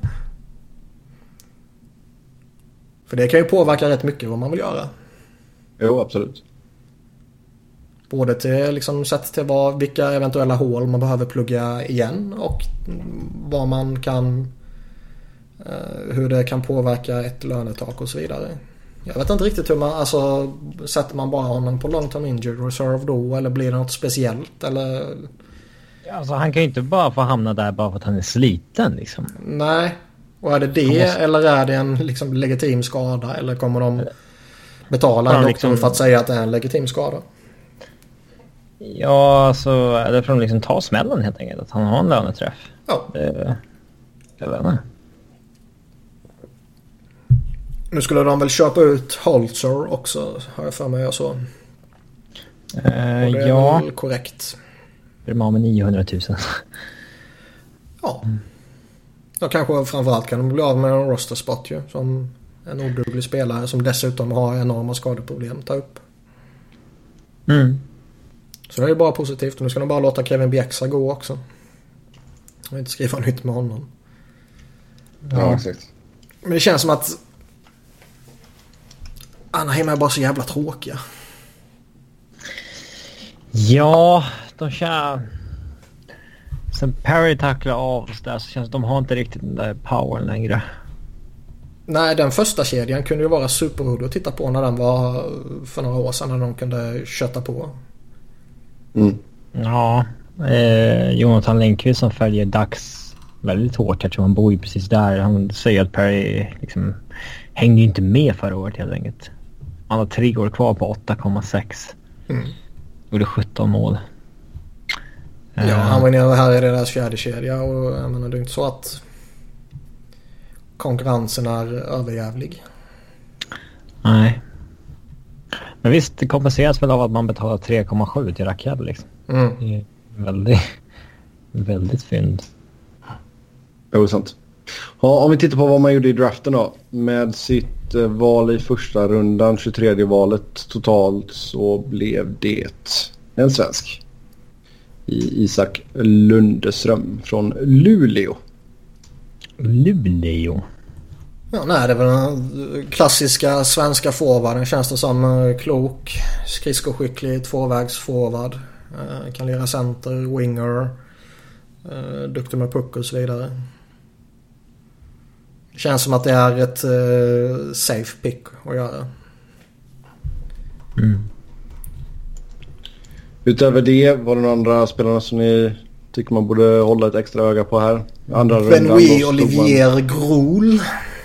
För det kan ju påverka rätt mycket vad man vill göra. Jo, absolut. Både till liksom sett till vad, vilka eventuella hål man behöver plugga igen, och vad man kan, hur det kan påverka ett lönetak och så vidare. Jag vet inte riktigt hur man, alltså sätter man bara honom på long term injured reserve då, eller blir det något speciellt, eller? Alltså han kan ju inte bara få hamna där bara för att han är sliten liksom. Nej. Och är det det måste... eller är det en liksom legitim skada, eller kommer de betala en doktor liksom... för att säga att det är en legitim skada? Ja, alltså är det för att liksom ta smällen helt enkelt, att han har en löneträff. Ja. Det... Jag vet inte. Nu skulle de väl köpa ut Holzer också, har jag för mig jag så. Uh, och det är ja. väl korrekt. Det är med niohundratusen. Ja. Mm. Ja, kanske framförallt kan de bli av med en roster spot ju, som en oduglig spelare som dessutom har enorma skadeproblem ta upp. Mm. Så det är ju bara positivt. Nu ska de bara låta Kevin Bieksa gå också. Och inte skriva nytt med honom. Ja, ja, exakt. Men det känns som att Anaheim är bara så jävla tråkiga. Ja, de kör... Sen Perry tacklar av så där, så känns det som att de har inte riktigt den där power längre. Nej, den första kedjan kunde ju vara superrolig att titta på när den var för några år sedan, när de kunde kötta på. Mm. Ja, eh, Jonathan Lindqvist som följer Dax väldigt hårt. Jag tror han bor ju precis där. Han säger att Perry liksom hängde ju inte med förra året helt enkelt. Han har tre år kvar på åtta komma sex. Mm. Gjorde sjutton mål. Ja, han var nere här i deras fjärde kedja, och jag menar, det är inte så att konkurrensen är överjävlig. Nej. Men visst, det kompenseras väl av att man betalar tre komma sju till Rakell liksom. Mm. Det är väldigt, väldigt fynd. Jo, sant. Ja, om vi tittar på vad man gjorde i draften då. Med sitt eh, val i första rundan, tjugotredje valet totalt, så blev det en svensk. I Isak Lundeström från Luleå. Luleå? Ja, nej, det är väl den klassiska svenska forwarden, känns det som. Klok, skridskoskicklig, tvåvägsforward. Eh, kan lira center, winger. Eh, duktig med puck och så vidare. Känns som att det är ett eh, safe pick att göra. Mm. Utöver det, var det några andra spelarna som ni tycker man borde hålla ett extra öga på här? Andra Benoit Olivier Grohl.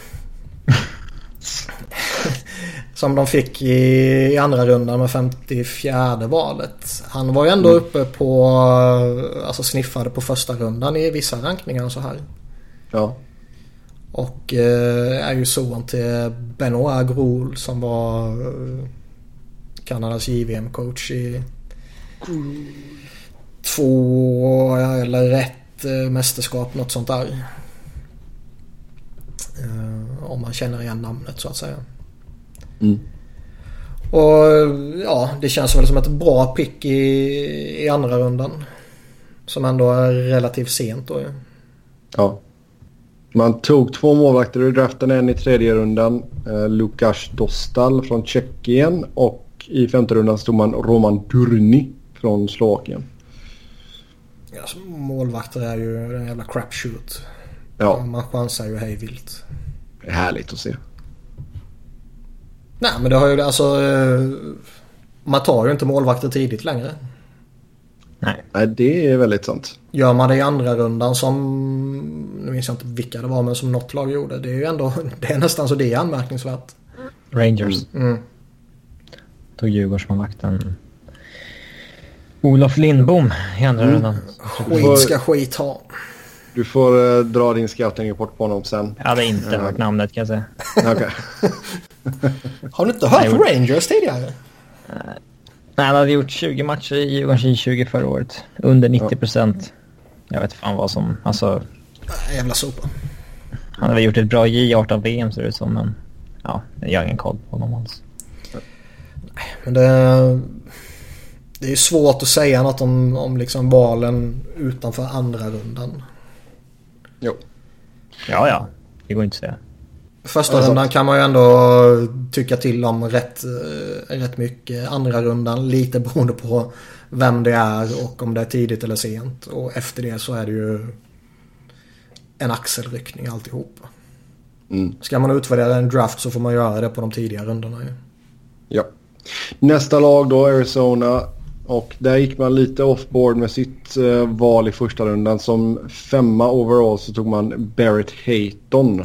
Som de fick i andra rundan med femtiofjärde valet. Han var ju ändå mm. uppe på, alltså sniffade på första rundan i vissa rankningar och så här. Ja. Och eh, är ju son till Benoit Grohl som var eh, Kanadas J V M-coach i mm. två eller ett eh, mästerskap, något sånt där. Eh, om man känner igen namnet så att säga. Mm. Och ja, det känns väl som ett bra pick i, i andra rundan. Som ändå är relativt sent då ju. Ja. Man tog två målvakter i draften, en i tredje rundan. Eh, Lukas Dostal från Tjeckien. Och i femte rundan stod man Roman Durni från Slovakien. Ja, så målvakter är ju en jävla crapshoot. Ja. Man chansar ju hej vilt. Det är härligt att se. Nej, men det har ju alltså... Man tar ju inte målvakter tidigt längre. Nej. Nej, det är väldigt sant. Gör man det i andra rundan som... Nu minns jag inte vilka det var, men som något lag gjorde. Det är ju ändå... Det är nästan så det är anmärkningsvärt. Rangers. Mm. Tog Djurgårdsmålvakten Olof Lindbom i andra mm. rundan. Skit ska skit ha. Du får uh, dra din scouting-rapport på honom sen. Jag hade inte hört namnet, kan jag säga. Okej. Har du inte hört gjorde... Rangers tidigare? Uh, nej, han hade gjort tjugo matcher i Djurgårdens J tjugo förra året. Under nittio procent. Ja. Jag vet fan vad som... Alltså... Nej, jävla sopa. Han hade gjort ett bra J arton V M, ser det som. Men ja, jag har ingen koll på honom alls. Nej, men det... Det är svårt att säga något om, om liksom valen utanför andra rundan. Jo. Ja, ja. Det går inte att säga. Första alltså, rundan kan man ju ändå tycka till om rätt, rätt mycket. Andra rundan lite beroende på vem det är och om det är tidigt eller sent. Och efter det så är det ju en axelryckning alltihop. Mm. Ska man utvärdera en draft så får man göra det på de tidiga rundorna ju. Ja. Nästa lag då, Arizona. Och där gick man lite off-board med sitt uh, val i första rundan. Som femma overall så tog man Barrett Hayton.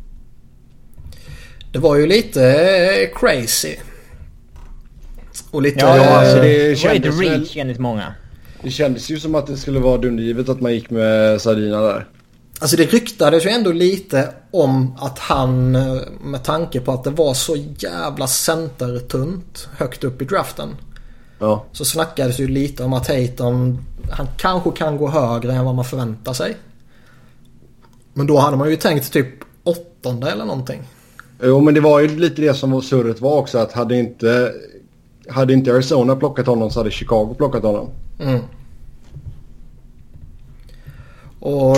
Det var ju lite crazy. Och lite... Ja, Ja, alltså det, det kändes kändes reach väl, enligt många. det kändes ju som att det skulle vara dundergivet att man gick med Sardina där. Alltså det ryktades ju ändå lite om att han, med tanke på att det var så jävla centertunt högt upp i draften. Ja. Så snackades ju lite om att Hayton, han kanske kan gå högre än vad man förväntar sig. Men då hade man ju tänkt typ åttonde eller någonting. Jo, men det var ju lite det som surret var också. Att hade inte, hade inte Arizona plockat honom så hade Chicago plockat honom. Mm. Och...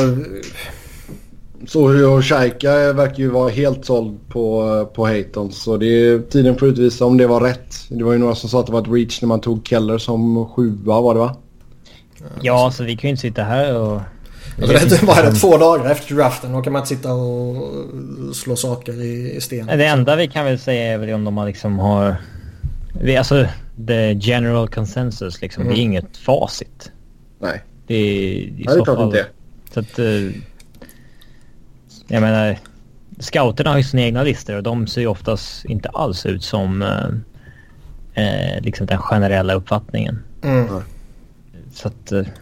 Så och Shaika verkar ju vara helt såld på, på Hayton. Så det är tiden för att utvisa om det var rätt. Det var ju några som sa att det var ett reach när man tog Keller som sjua, var det va? Ja, så vi kan ju inte sitta här och... Alltså det var det två dagar efter draften. Då kan man inte sitta och slå saker i, i sten. Det enda vi kan väl säga är väl om de har liksom har... Vi, alltså, the general consensus liksom. Mm. Det är inget facit. Nej. Det är, i Nej, det är klart fall, inte. Så att... Uh, jag menar... Scouterna har ju sina egna listor och de ser ju oftast inte alls ut som uh, uh, liksom den generella uppfattningen. Mm. Så att... Uh,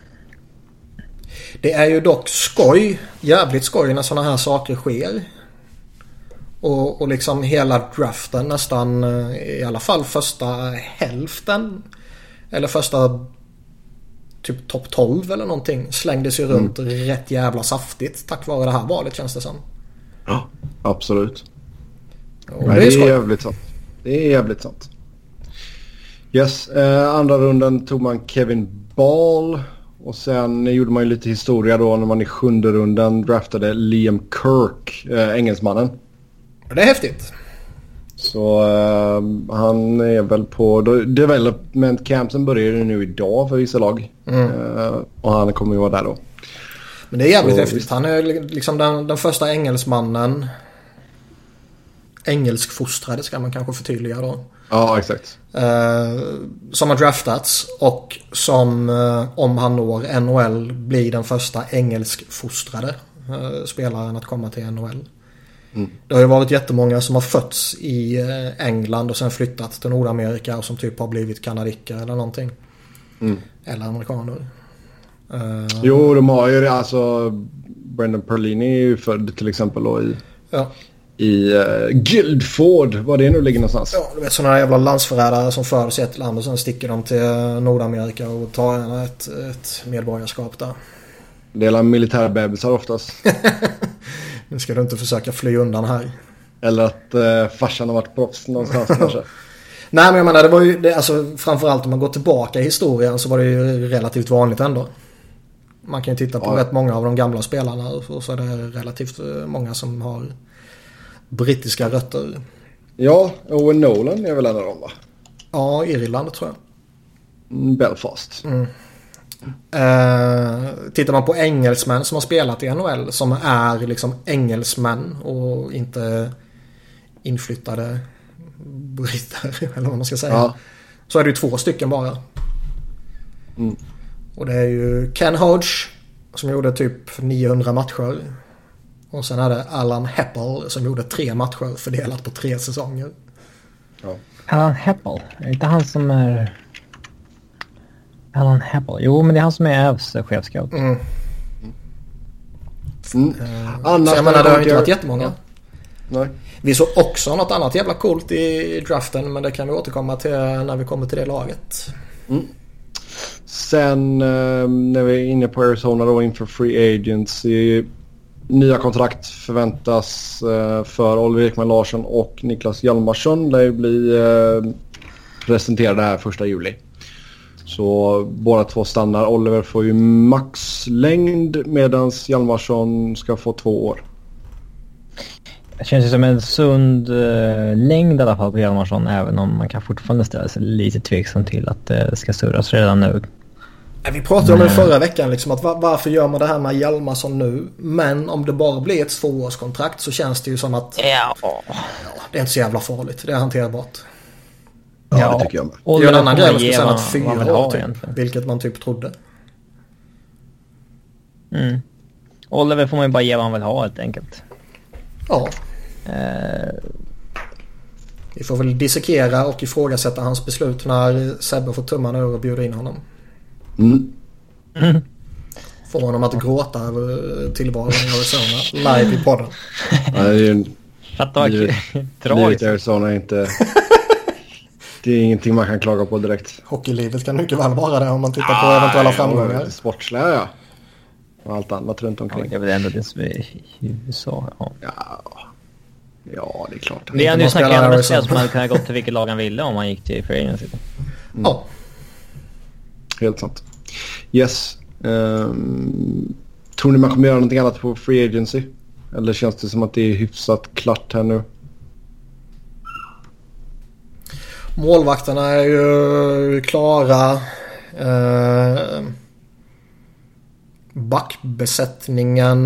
det är ju dock skoj, jävligt skoj när sådana här saker sker. Och, och liksom hela draften nästan, i alla fall första hälften eller första typ topp tolv eller någonting slängdes ju mm. runt rätt jävla saftigt tack vare det här valet, känns det som. Ja, absolut. Och Nej, det är, det är jävligt sant. Det är jävligt sant. Yes, eh, andra rundan tog man Kevin Ball. Och sen gjorde man ju lite historia då när man i sjunde rundan draftade Liam Kirk, äh, engelsmannen. Det är häftigt. Så äh, han är väl på... Development campsen börjar ju nu idag för vissa lag. Mm. Äh, och han kommer ju vara där då. Men det är jävligt Så, häftigt. visst. Han är liksom den, den första engelsmannen. Engelskfostrade ska man kanske förtydliga då. Ja, exakt. Uh, som har draftats och som uh, om han når N H L blir den första engelskfostrade uh, spelaren att komma till N H L. Mm. Det har ju varit jättemånga som har fötts i uh, England och sen flyttat till Nordamerika och som typ har blivit kanadiker eller någonting. Mm. Eller amerikaner. Uh, jo, de har ju det. Alltså Brendan Perlini är ju född till exempel då i... Ja. I uh, Guildford, var det nu ligger någonstans. Ja, du vet sådana här jävla landsförrädare som föds i ett land och sen sticker de till Nordamerika och tar ett, ett medborgarskap där. Det är militärbebisar oftast. Nu ska du inte försöka fly undan här. Eller att uh, farsan har varit proffs någonstans kanske. Nej, men jag menar, det var ju det, alltså, framförallt om man går tillbaka i historien så var det ju relativt vanligt ändå. Man kan ju titta på ja. rätt många av de gamla spelarna och så är det relativt många som har brittiska rötter. Ja, Owen Nolan är väl en av dem, va? Ja, Irland tror jag. Belfast. Mm. Uh, tittar man på engelsmän som har spelat i N H L som är liksom engelsmän och inte inflyttade britter eller vad man ska säga, ja. Så är det ju två stycken bara. Mm. Och det är ju Ken Hodge som gjorde typ niohundra matcher. Och sen är det Alan Heppel som gjorde tre matcher fördelat på tre säsonger. Ja. Alan Heppel? Är inte han som är... Alan Heppel? Jo, men det är han som är Avs chefscout. Mm. Mm. Uh, Annars så jag menar, det har inte varit jättemånga. Ja. Nej. Vi såg också något annat jävla coolt i draften, men det kan vi återkomma till när vi kommer till det laget. Mm. Sen eh, när vi är inne på Arizona då inför Free Agency, nya kontrakt förväntas eh, för Oliver Ekman Larsson och Niklas Hjalmarsson. Det blir eh, presenterade här första juli. Så båda två stannar. Oliver får ju maxlängd medan Hjalmarsson ska få två år. Det känns ju som en sund uh, längd i alla fall på Hjalmarsson, även om man kan fortfarande ställa sig lite tveksam till att det uh, ska surras redan nu. Vi pratade om det förra veckan liksom, att var, varför gör man det här med Hjalmarsson nu? Men om det bara blir ett tvåårskontrakt så känns det ju som att ja. Ja, det är inte så jävla farligt. Det är hanterbart. Ja, ja, det tycker jag. Och det är en annan grej att säga att fyra år typ, vilket man typ trodde. Mm. Oliver får man ju bara ge vad han vill ha helt enkelt. Ja. Uh... Vi får väl dissekera och ifrågasätta hans beslut när Sebbe får tummarna ur och bjuda in honom. Mm. Mm. Får honom att gråta över tillvaron i Arizona live i podden. Ja, det är ju en... Livet, livet i Arizona är inte... Det är ingenting man kan klaga på direkt. Hockeylivet kan mycket väl vara det om man tittar på ah, eventuella framgångar. Sportsliga, ja. Och allt annat runt omkring. Ja, det är väl ändå det som är i U S A. Ja, ja. Ja, det är klart. Det är ju snackat om att som hade kunnat gått till vilket lag han ville om han gick till Free Agency. Mm. Ja. Helt sant. Yes. Um, tror ni man kommer göra någonting annat på Free Agency? Eller känns det som att det är hyfsat klart här nu? Målvakterna är ju klara. Uh, backbesättningen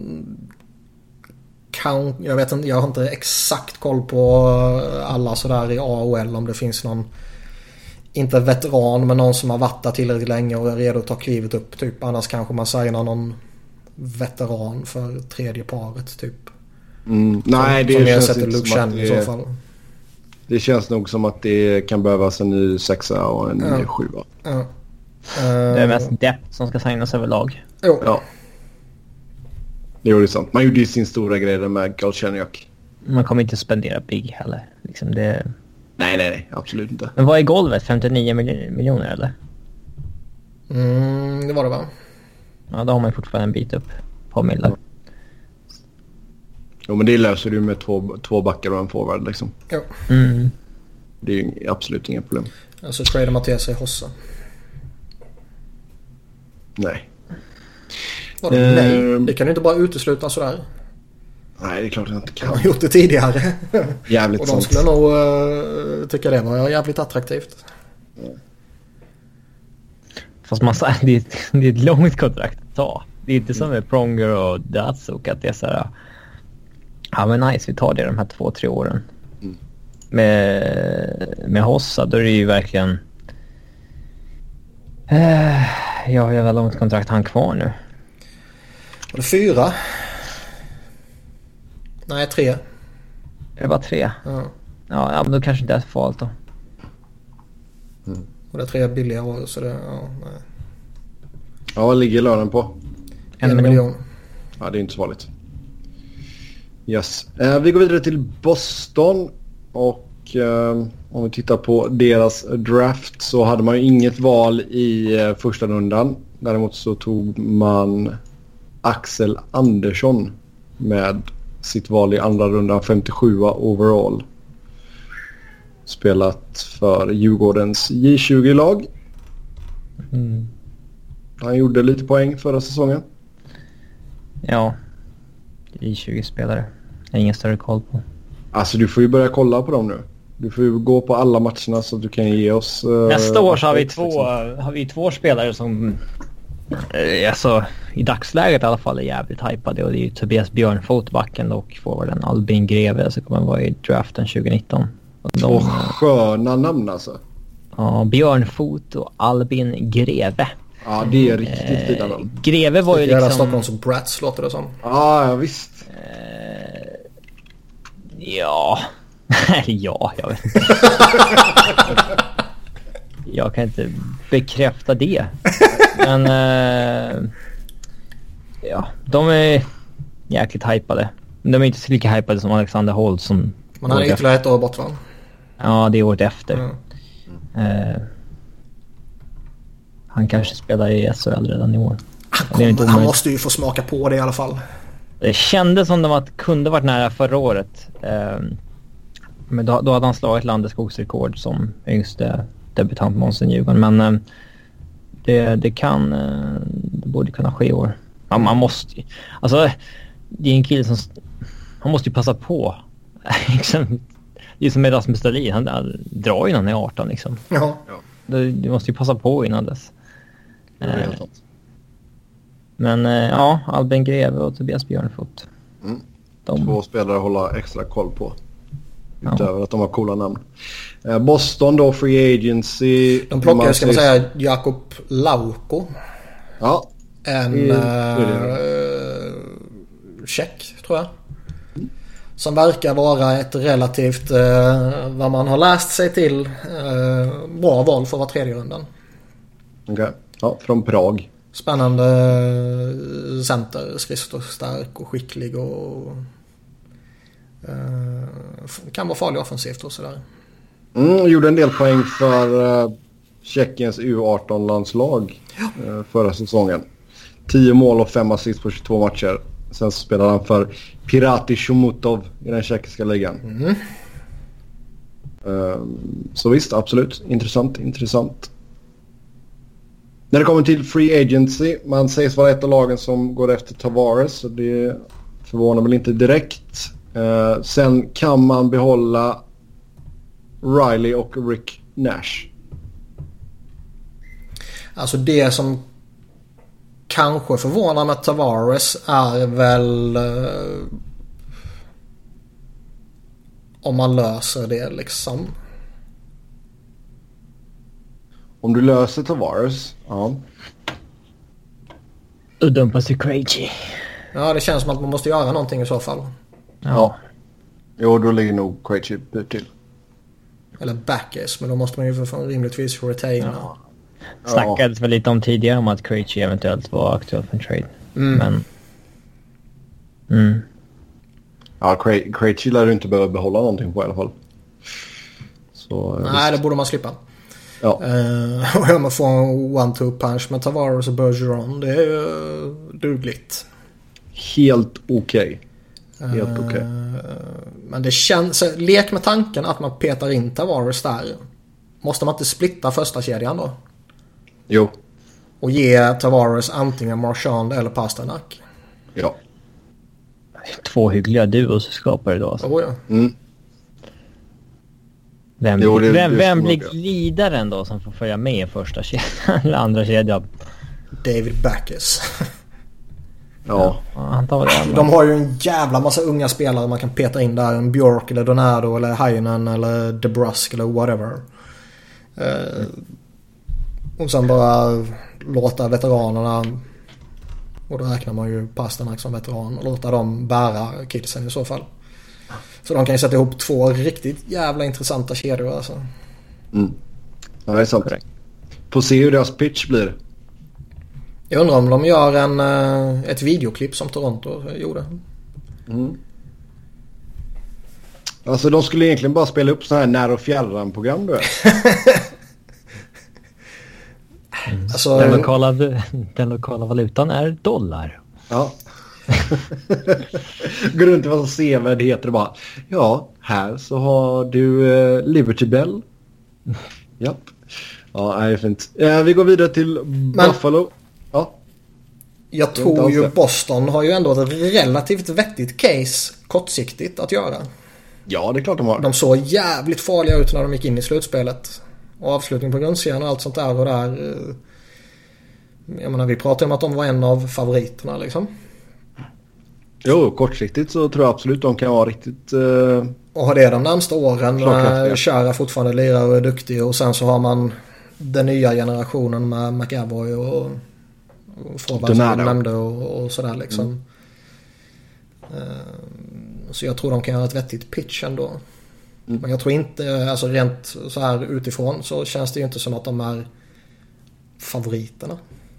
kan, jag vet inte, jag har inte exakt koll på alla sådär i A O L om det finns någon, inte veteran men någon som har varit där tillräckligt länge och är redo att ta klivet upp typ. Annars kanske man signar någon veteran för tredje paret typ. Mm, nej, som, det som känns inte som att det, i så fall. Det känns nog som att det kan behövas en ny sexa och en ja. ny sjua. Ja. Uh, det är mest depth som ska signas överlag. Jo. Ja. Det är ju sant. Man gjorde ju sin stora grej med Galchenyuk. Man kommer inte spendera big heller. Liksom det... Nej, nej, nej. Absolut inte. Men vad är golvet? femtionio miljoner eller? Mm, det var det va? Ja, då har man fortfarande en bit upp på millar. Ja. Jo, men det löser du med två, två backar och en forward liksom. Jo. Mm. Det är ju absolut inga problem. Alltså trader Mattias i Hossa. Nej. Vadå, uh, nej? Det kan du inte bara utesluta sådär. Nej, det är klart att jag inte kan. Jag har gjort det tidigare. Jävligt och de sant. skulle nog uh, tycka det var jävligt attraktivt. Mm. Fast man säger, det, det är ett långt kontrakt att ta. Det är inte som med Pronger och Datsuk att det är så här. Ja men nice, vi tar det de här två, tre åren. Mm. Med, med Hossa, då är det ju verkligen... Uh, jag har ju väl långt kontrakt han kvar nu. Var det fyra? Nej, tre. Det var tre? Ja. Ja, ja men då kanske inte är så farligt då. Mm. Och det är tre billiga år så det... Ja, nej. Ja, vad ligger lönen på? En, en miljon. miljon. Ja, det är inte så farligt. Yes. Eh, vi går vidare till Boston och eh, om vi tittar på deras draft så hade man ju inget val i eh, första rundan. Däremot så tog man Axel Andersson med sitt val i andra rundan, femtiosju overall. spelat för Djurgårdens J tjugo-lag. Mm. Han gjorde lite poäng förra säsongen. Ja, J tjugo-spelare. Jag har ingen större koll på. Alltså du får ju börja kolla på dem nu. Du får ju gå på alla matcherna så att du kan ge oss... Uh, Nästa år så har vi två, liksom. har vi två spelare som eh, alltså, i dagsläget i alla fall är jävligt hypade. Och det är ju Tobias Björnfot, backen, och forwarden Albin Greve som kommer vara i draften tjugonitton. Och två de, sköna namn alltså. Ja, Björnfot och Albin Greve. Ja, det är riktigt eh, fina namn. Greve var ju liksom... Stockholm som Brats låter det som. Ah, ja, visst. Eh, ja... ja, jag vet inte. Jag kan inte bekräfta det. Men uh, ja, de är jäkligt hypade. De är inte så lika hypade som Alexander Holt som... Man hade ytterligare ett år bort, va? Ja, det är året efter. Mm. Uh, han kanske spelar i S H L redan i år. Han, kom, han måste ju få smaka på det i alla fall. Det kändes som de att kunde varit nära förra året. Uh, Men då, då hade han slagit Landeskogsrekord som yngste debutant någonsin i Djurgården. Men eh, det, det kan... Eh, det borde kunna ske i år. Ja, man måste ju... Alltså, det är en kille som... Han måste ju passa på. Det är som med Rasmus Dahlin. Han, han drar ju när han är arton liksom. Ja. Du, du måste ju passa på innan dess. Eh, men eh, ja, Albin Greve och Tobias Björnfot. Mm. De... Två spelare att hålla extra koll på. Utöver ja. Att de har coola namn. Eh, Boston då, Free Agency. De plockar, ska man säga, Jakob Lauko. Ja. En I, uh, check, tror jag. Mm. Som verkar vara ett relativt, uh, vad man har läst sig till, uh, bra val för att vara tredje rundan. Okej. Okay. Ja, från Prag. Spännande center, skridskostark och skicklig och... Uh, kan vara farlig offensivt och sådär. Mm, gjorde en del poäng för uh, Tjeckiens U arton-landslag ja. uh, förra säsongen. tio mål och fem assist på tjugotvå matcher. Sen spelade han för Pirati Chomutov i den tjeckiska ligan. Mm. Uh, så visst, absolut. Intressant, intressant. När det kommer till Free Agency, man sägs vara ett av lagen som går efter Tavares, så det förvånar väl inte direkt. Uh, sen kan man behålla Riley och Rick Nash. Alltså det som kanske förvånar med Tavares är väl uh, om man löser det liksom. Om du löser Tavares, ja. Och dumpas till Krejci. Ja, det känns som att man måste göra någonting i så fall. Ja. ja. Jo, då ligger nog Krejci till. Eller Backes, men då måste man ju för rimligtvis retaina. Ja. Snackades väl lite om tidigare om att Krejci eventuellt var aktuell för en trade. Mm. Men... Mm. Ja, Krejci lär du inte behöva behålla någonting på i alla fall. Så, nej, visst. Det borde man slippa. Ja. Uh, och om man får en one-two punch med Tavares och Bergeron, det är ju uh, dugligt. Helt okej. Okay. Helt okej. Okay. Uh, men det känns... Lek med tanken att man petar in Tavares där. Måste man inte splitta första kedjan då? Jo. Och ge Tavares antingen Marchand eller Pasternak? Ja. Två hyggliga duos skapar det då. Alltså. Oh, ja. Mm. Vem, jo, det, vem, det vem blir glidaren då som får följa med i första kedjan eller andra kedjan? David Backes. Ja. Ja, han tar det. De har ju en jävla massa unga spelare man kan peta in där. En Björk eller Donato eller Heinen eller DeBrusk eller whatever. Uh, och sen bara låta veteranerna, och då räknar man ju Pasternak som veteran, och låta dem bära kidsen i så fall. Så de kan ju sätta ihop två riktigt jävla intressanta kedjor alltså. Mm. Ja, det är sant. Få se hur deras pitch blir. Jag undrar om de gör en, ett videoklipp som Toronto gjorde. Mm. Alltså de skulle egentligen bara spela upp så här när- och fjärran-program då. Mm. Alltså, den, lokala, den lokala valutan är dollar. Ja. Går runt i vad sevärdheter och bara, ja, här så har du eh, Liberty Bell. Japp. Ja, det är fint. Eh, vi går vidare till Men, Buffalo. Ja. Jag tror ju Boston har ju ändå ett relativt vettigt case kortsiktigt att göra. Ja, det är klart de har. De såg jävligt farliga ut när de gick in i slutspelet. Och avslutning på grundserien och allt sånt där och där. Jag menar, vi pratade om att de var en av favoriterna liksom. Jo, kortsiktigt så tror jag absolut de kan vara riktigt... Uh... Och har det de närmsta åren. Kära fortfarande lirar och är duktig. Och sen så har man den nya generationen med McAvoy och, och forwards som du nämnde och, och sådär liksom. Mm. Uh, så jag tror de kan göra ett vettigt pitch ändå. Mm. Men jag tror inte, alltså rent så här utifrån så känns det ju inte som att de är favoriterna.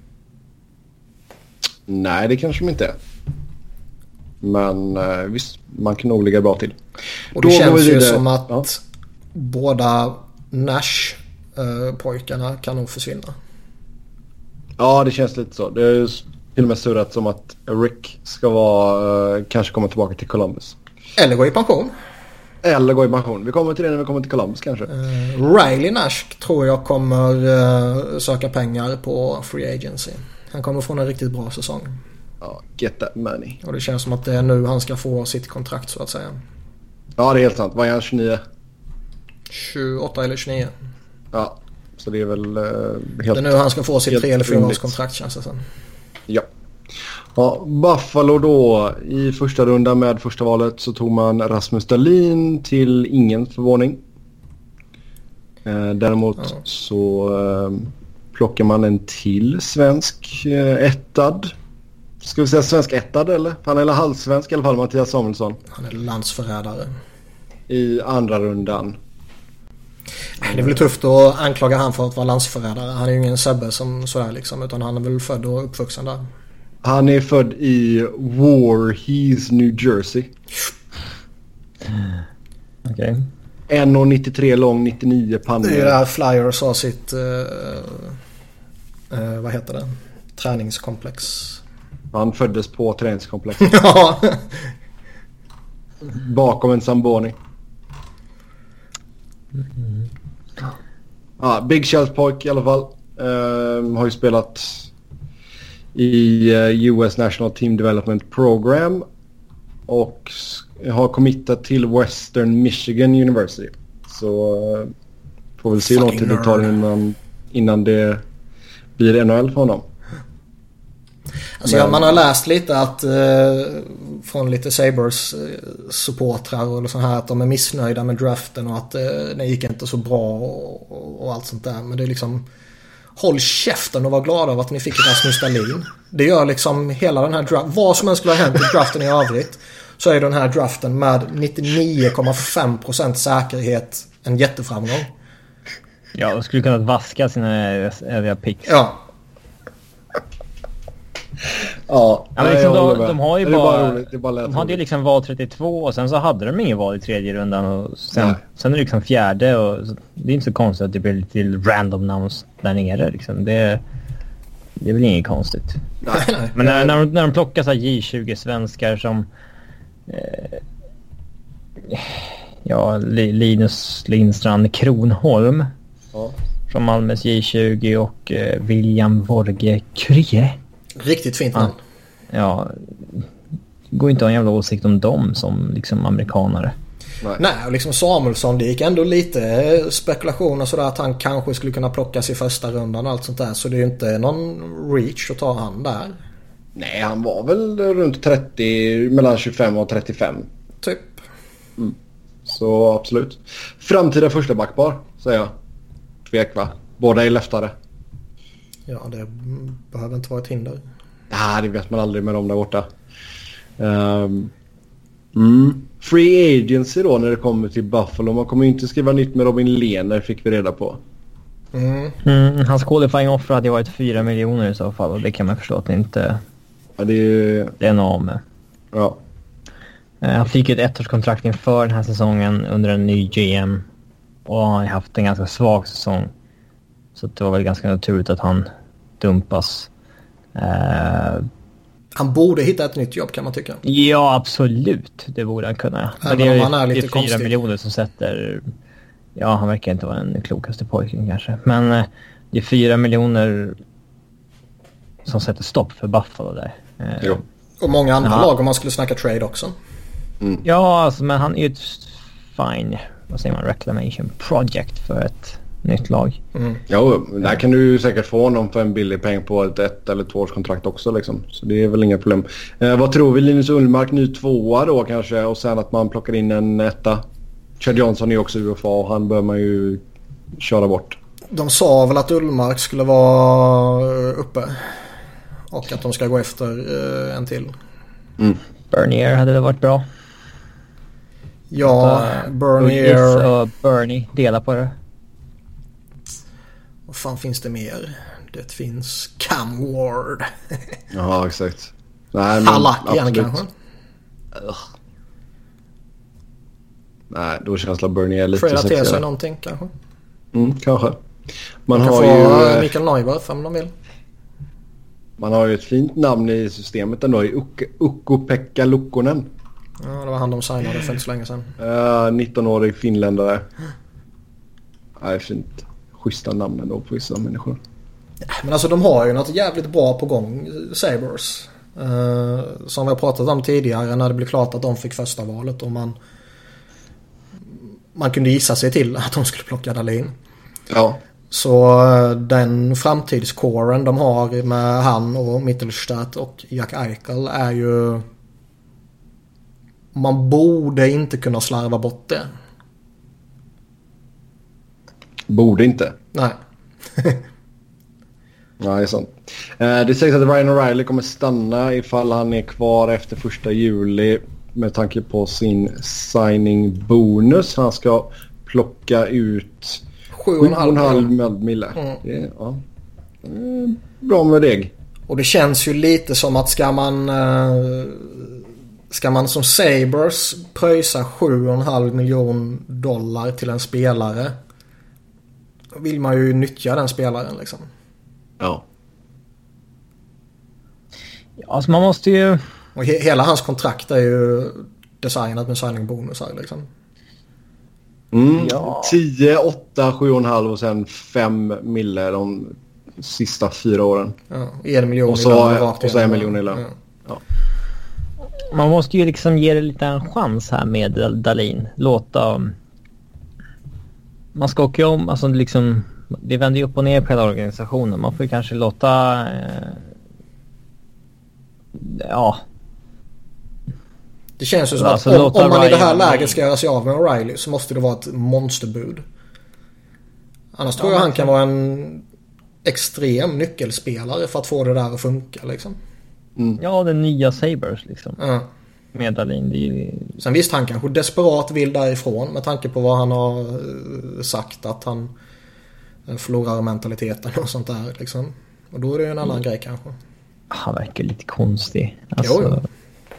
Nej, det kanske de inte är. Men eh, visst, man kan nog ligga bra till. Och det Då känns ju som att ja. båda Nash-pojkarna eh, kan nog försvinna. Ja, det känns lite så. Det är till och med surrat som att Rick ska vara, eh, kanske komma tillbaka till Columbus. Eller gå i pension. Eller gå i pension. Vi kommer till det när vi kommer till Columbus kanske. Uh, Riley Nash tror jag kommer uh, söka pengar på free agency. Han kommer få en riktigt bra säsong. Ja, get that money. Och det känns som att det är nu han ska få sitt kontrakt så att säga. Ja, det är helt sant. Vad är han, tjugonio? tjugoåtta eller tjugonio. Ja, så det är väl uh, helt... Det är nu han ska få sitt tre eller fyra års kontrakt känns det sen. Ja. Ja, Buffalo då i första rundan med första valet så tog man Rasmus Dahlin till ingen förvåning. Eh, däremot ja. så eh, plockar man en till svensk eh, ettad. Ska vi säga svensk ettad eller? Han är halvsvensk i alla fall, Mattias Samuelsson. Han är landsförrädare. I andra rundan. Det är väl tufft att anklaga han för att vara landsförrädare. Han är ju ingen Sebbe som sådär liksom, utan han är väl född och uppvuxen där. Han är född i Voorhees, New Jersey. Okej. Okay. en komma nittiotre lång, nittionio pannor. Det är där Flyers har sitt... Uh, uh, vad heter det? Träningskomplex. Han föddes på träningskomplexet. Ja. Bakom en Zamboni. Mm. Ja, Big Shells pojk i alla fall. Uh, har ju spelat... i U S National Team Development Program och har committat till Western Michigan University. Så uh, får väl se hur lång tid det tar innan, innan det blir N H L för honom. Alltså Men, ja, man har läst lite att uh, från lite Sabres uh, supportrar och så här att de är missnöjda med draften och att uh, det gick inte så bra och, och, och allt sånt där. Men det är liksom håll käften och var glada av att ni fick Rasmus Dahlin. Det gör liksom hela den här draften. Vad som än skulle ha hänt i draften i övrigt så är den här draften med nittionio komma fem procent säkerhet en jätteframgång. Ja, de skulle kunna vaska sina övriga picks. Ja. Ja, ja men liksom de, de har ju bara, bara, bara de hade ju liksom val trettiotvå och sen så hade de ingen val i tredje rundan och sen, sen är det liksom fjärde och det är inte så konstigt att det blir lite random namns där nere liksom. Det, det är väl inget konstigt. Nej, nej. Men när, när, de, när de plockar så här J tjugo svenskar som eh, ja, Linus Lindstrand Kronholm ja. Från Malmös J tjugo och eh, William Borge Krye. Riktigt fint namn. Ja, det går inte att ha en jävla åsikt om dem som liksom amerikanare. Nej, Nej och liksom Samuelsson, det gick ändå lite spekulation och sådär att han kanske skulle kunna plockas i första rundan och allt sånt där. Så det är ju inte någon reach att ta han där. Nej, han var väl runt trettio, mellan tjugofem och trettiofem. Typ. Mm. Så absolut. Framtida första backbar, säger jag. Tvek va? Båda är leftare. Ja, det behöver inte vara ett hinder. Ja, det vet man aldrig med dem där borta. Um, mm. Free agency då när det kommer till Buffalo. Man kommer ju inte skriva nytt med Robin Lehner, fick vi reda på. Mm. Mm, hans qualifying offer hade varit fyra miljoner i så fall. Och det kan man förstå att det inte ja, det är... det är någon med. Ja. Uh, han fick ett ettårskontrakt inför den här säsongen under en ny G M. Och han har haft en ganska svag säsong. Så det var väl ganska naturligt att han dumpas. Uh, Han borde hitta ett nytt jobb kan man tycka. Ja, absolut. Det borde han kunna. Även det är, om han är lite det är fyra konstig. miljoner som sätter... Ja, han verkar inte vara den klokaste pojken kanske. Men eh, det är fyra miljoner som sätter stopp för Buffalo där. Eh, Jo. Och många andra Ja. lag om man skulle snacka trade också. Ja, alltså, men han är ju ett fine, vad säger man, reclamation project för ett nytt lag. Mm. Jo, där kan du ju säkert få honom för en billig peng på ett ett eller två års kontrakt också liksom. Så det är väl inga problem. Eh, vad tror vi? Linus Ullmark ny tvåa då kanske och sen att man plockar in en etta. Chad Johnson är ju också U F A och han bör man ju köra bort. De sa väl att Ullmark skulle vara uppe. Och att de ska gå efter uh, en till. Mm. Bernier hade väl varit bra. Ja, Uh, Bernier. och Bernie dela på det. Vad fan finns det mer? Det finns Cam Ward. Ja, exakt. Nej, men Halak igen absolut. kanske. Nej, då känns la Bernier lite Freda till sig sexigare. någonting kanske. Mm, kanske. Man Man kan har få ju uh, eh, Mikael Neuwirth om de vill. man har ju ett fint namn i systemet ändå i Uk- Ukko-Pekka Lukkonen. Ja, det var han de signade för inte så länge sedan. Uh, nitton-årig finländare. Nej, fint. Schyssta namn ändå på vissa människor. Men alltså de har ju något jävligt bra på gång, Sabres. Uh, som vi har pratat om tidigare när det blev klart att de fick första valet och man man kunde gissa sig till att de skulle plocka Dahlin. Ja. Så uh, den framtidskåren de har med han och Mittelstadt och Jack Eichel är ju, man borde inte kunna slarva bort det. Borde inte. Nej. Ja, det är sant. Eh, det sägs att Ryan O'Reilly kommer stanna ifall han är kvar efter första juli med tanke på sin signing bonus. Han ska plocka ut sju sju och en halv och en halv miljon. mille. Mm. Det är, ja. Eh, bra med deg. Och det känns ju lite som att ska man uh, ska man som Sabres pröjsa sju och en halv miljon dollar till en spelare, då vill man ju nyttja den spelaren liksom. Ja. Ja, alltså man måste ju... Och he- hela hans kontrakt är ju designat med signing-bonusar liksom. Mm. Ja. tio, åtta, sju och en halv och sen fem mille de sista fyra åren. Ja, en miljon Och i så, lön rakt och så igenom. en miljon i lön. Ja. Ja. Man måste ju liksom ge det lite en chans här med Dal- Dahlin. Låta... Man ska åka om, alltså liksom... Det vänder ju upp och ner på hela organisationen. Man får ju kanske låta... Eh, ja... Det känns ju som Alltså, att om, låta om man i det här Ryan- läget ska göra sig av med O'Reilly så måste det vara ett monsterbud. Annars tror Ja, jag han men- kan vara en extrem nyckelspelare för att få det där att funka liksom. Ja, den nya Sabres liksom. Ja. Med Dahlin, det är ju... Sen visst, han kanske desperat vill därifrån med tanke på vad han har eh, sagt, att han eh, förlorar mentaliteten och sånt där liksom. Och då är det ju en annan grej kanske. Han verkar lite konstig. Alltså... Jo, jo.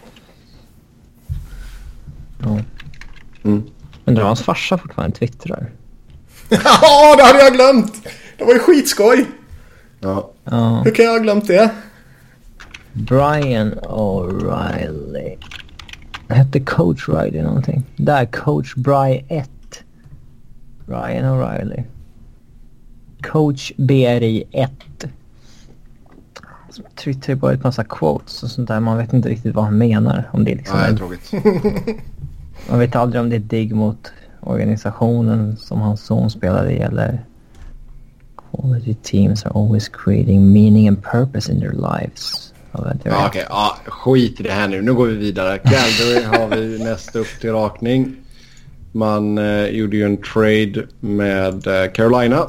Ja. Mm. Undrar om hans farsa fortfarande twittrar. Ja, det hade jag glömt! Det var ju skitskoj! Ja. Ja. Hur kan jag ha glömt det? Brian O'Reilly. Hette Coach Riley någonting? Där, Coach Bry ett. Brian O'Reilly. Coach B R I ett. Twitter bara ett massa quotes och sånt där. Man vet inte riktigt vad han menar. Om det är liksom Nej, en, tråkigt. man vet aldrig om det är digg mot organisationen som hans son spelar i eller... Quality teams are always creating meaning and purpose in their lives. Ja, vet jag. Ja, okej. Ja, skit i det här nu. Nu går vi vidare. Calgary har vi nästa upp till rakning. Man eh, gjorde ju en trade med eh, Carolina.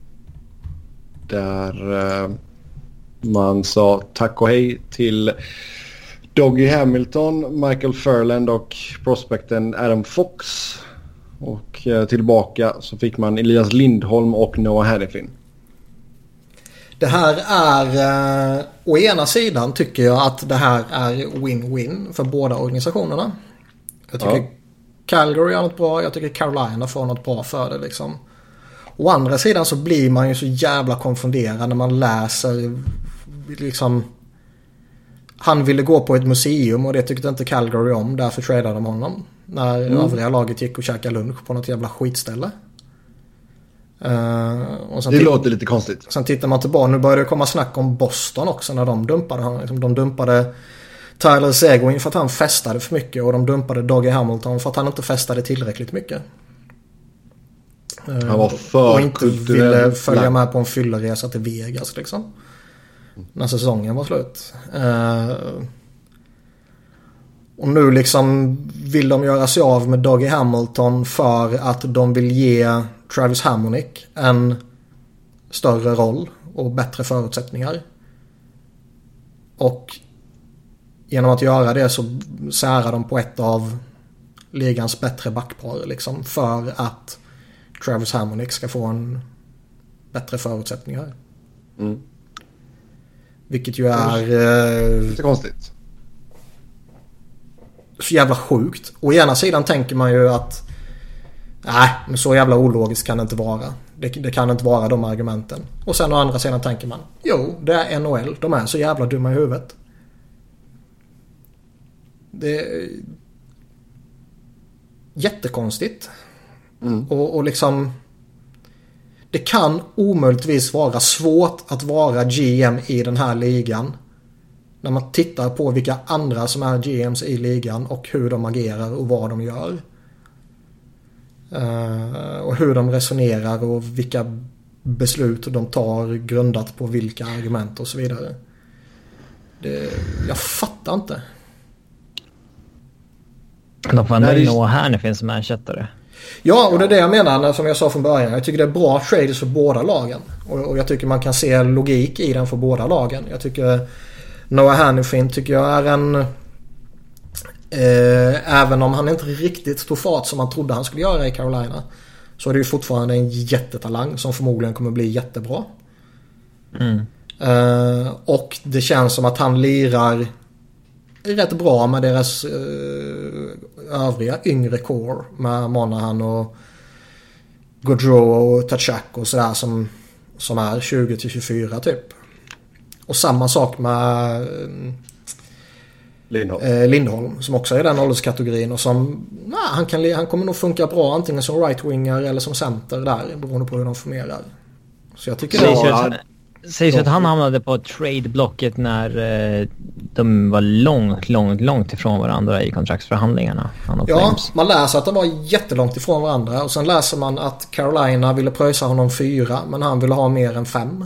Där eh, man sa tack och hej till Dougie Hamilton, Michael Furland och prospecten Adam Fox. Och eh, tillbaka så fick man Elias Lindholm och Noah Hannifin. Det här är, eh, å ena sidan tycker jag att det här är win-win för båda organisationerna. Jag tycker Ja. Calgary har något bra, jag tycker Carolina får något bra för det liksom. Å andra sidan så blir man ju så jävla konfunderad när man läser liksom han ville gå på ett museum och det tyckte inte Calgary om. Därför tradade de honom. När mm. övriga laget gick och käkade lunch på något jävla skitställe. Uh, och sen det titt- låter lite konstigt. Sen tittar man tillbaka. Nu började det komma snack om Boston också när de dumpade honom. De dumpade Tyler Seguin för att han festade för mycket. Och de dumpade Dougie Hamilton för att han inte festade tillräckligt mycket. Uh, han var för och inte ville följa med på en fylleresa till Vegas liksom. När säsongen var slut. Uh, och nu liksom vill de göra sig av med Dougie Hamilton för att de vill ge Travis Hamonic en större roll och bättre förutsättningar. Och genom att göra det så särar de på ett av ligans bättre backpar liksom, för att Travis Hamonic ska få en bättre förutsättningar. Mm. Vilket ju är eh, lite konstigt. Så jävla sjukt. Och å ena sidan tänker man ju att nej, men så jävla ologiskt kan det inte vara. Det, det kan inte vara de argumenten. Och sen å andra sidan tänker man, jo, det är N H L. De är så jävla dumma i huvudet. Det är jättekonstigt. Mm. Och, och liksom det kan omöjligtvis vara svårt att vara G M i den här ligan när man tittar på vilka andra som är G Ms i ligan och hur de agerar och vad de gör. Uh, och hur de resonerar och vilka beslut de tar grundat på vilka argument och så vidare. Det, jag fattar inte. De får ändå in Noah Hanifin som ersättare. Ja, och det är det jag menar som jag sa från början. Jag tycker det är bra trades för båda lagen. Och, och jag tycker man kan se logik i den för båda lagen. Jag tycker Noah Hanifin tycker jag är en eh, även om han inte riktigt tog fart som man trodde han skulle göra i Carolina, så är det ju fortfarande en jättetalang som förmodligen kommer bli jättebra. Mm. Eh, och det känns som att han lirar rätt bra med deras eh, övriga yngre core med Monahan och Gaudreau och Tkachuk och sådär som, som är tjugo till tjugofyra typ. Och samma sak med eh, Lindholm. Eh, Lindholm som också är den ålderskategorin och som nah, han, kan, han kommer nog funka bra antingen som right-winger eller som center där beroende på hur de fungerar. Så jag tycker sägs det var... Sägs att han hamnade på trade-blocket när eh, de var långt, långt, långt ifrån varandra i kontraktsförhandlingarna. Ja, Flames. Man läser att de var jättelångt ifrån varandra och sen läser man att Carolina ville pröjsa honom fyra men han ville ha mer än fem.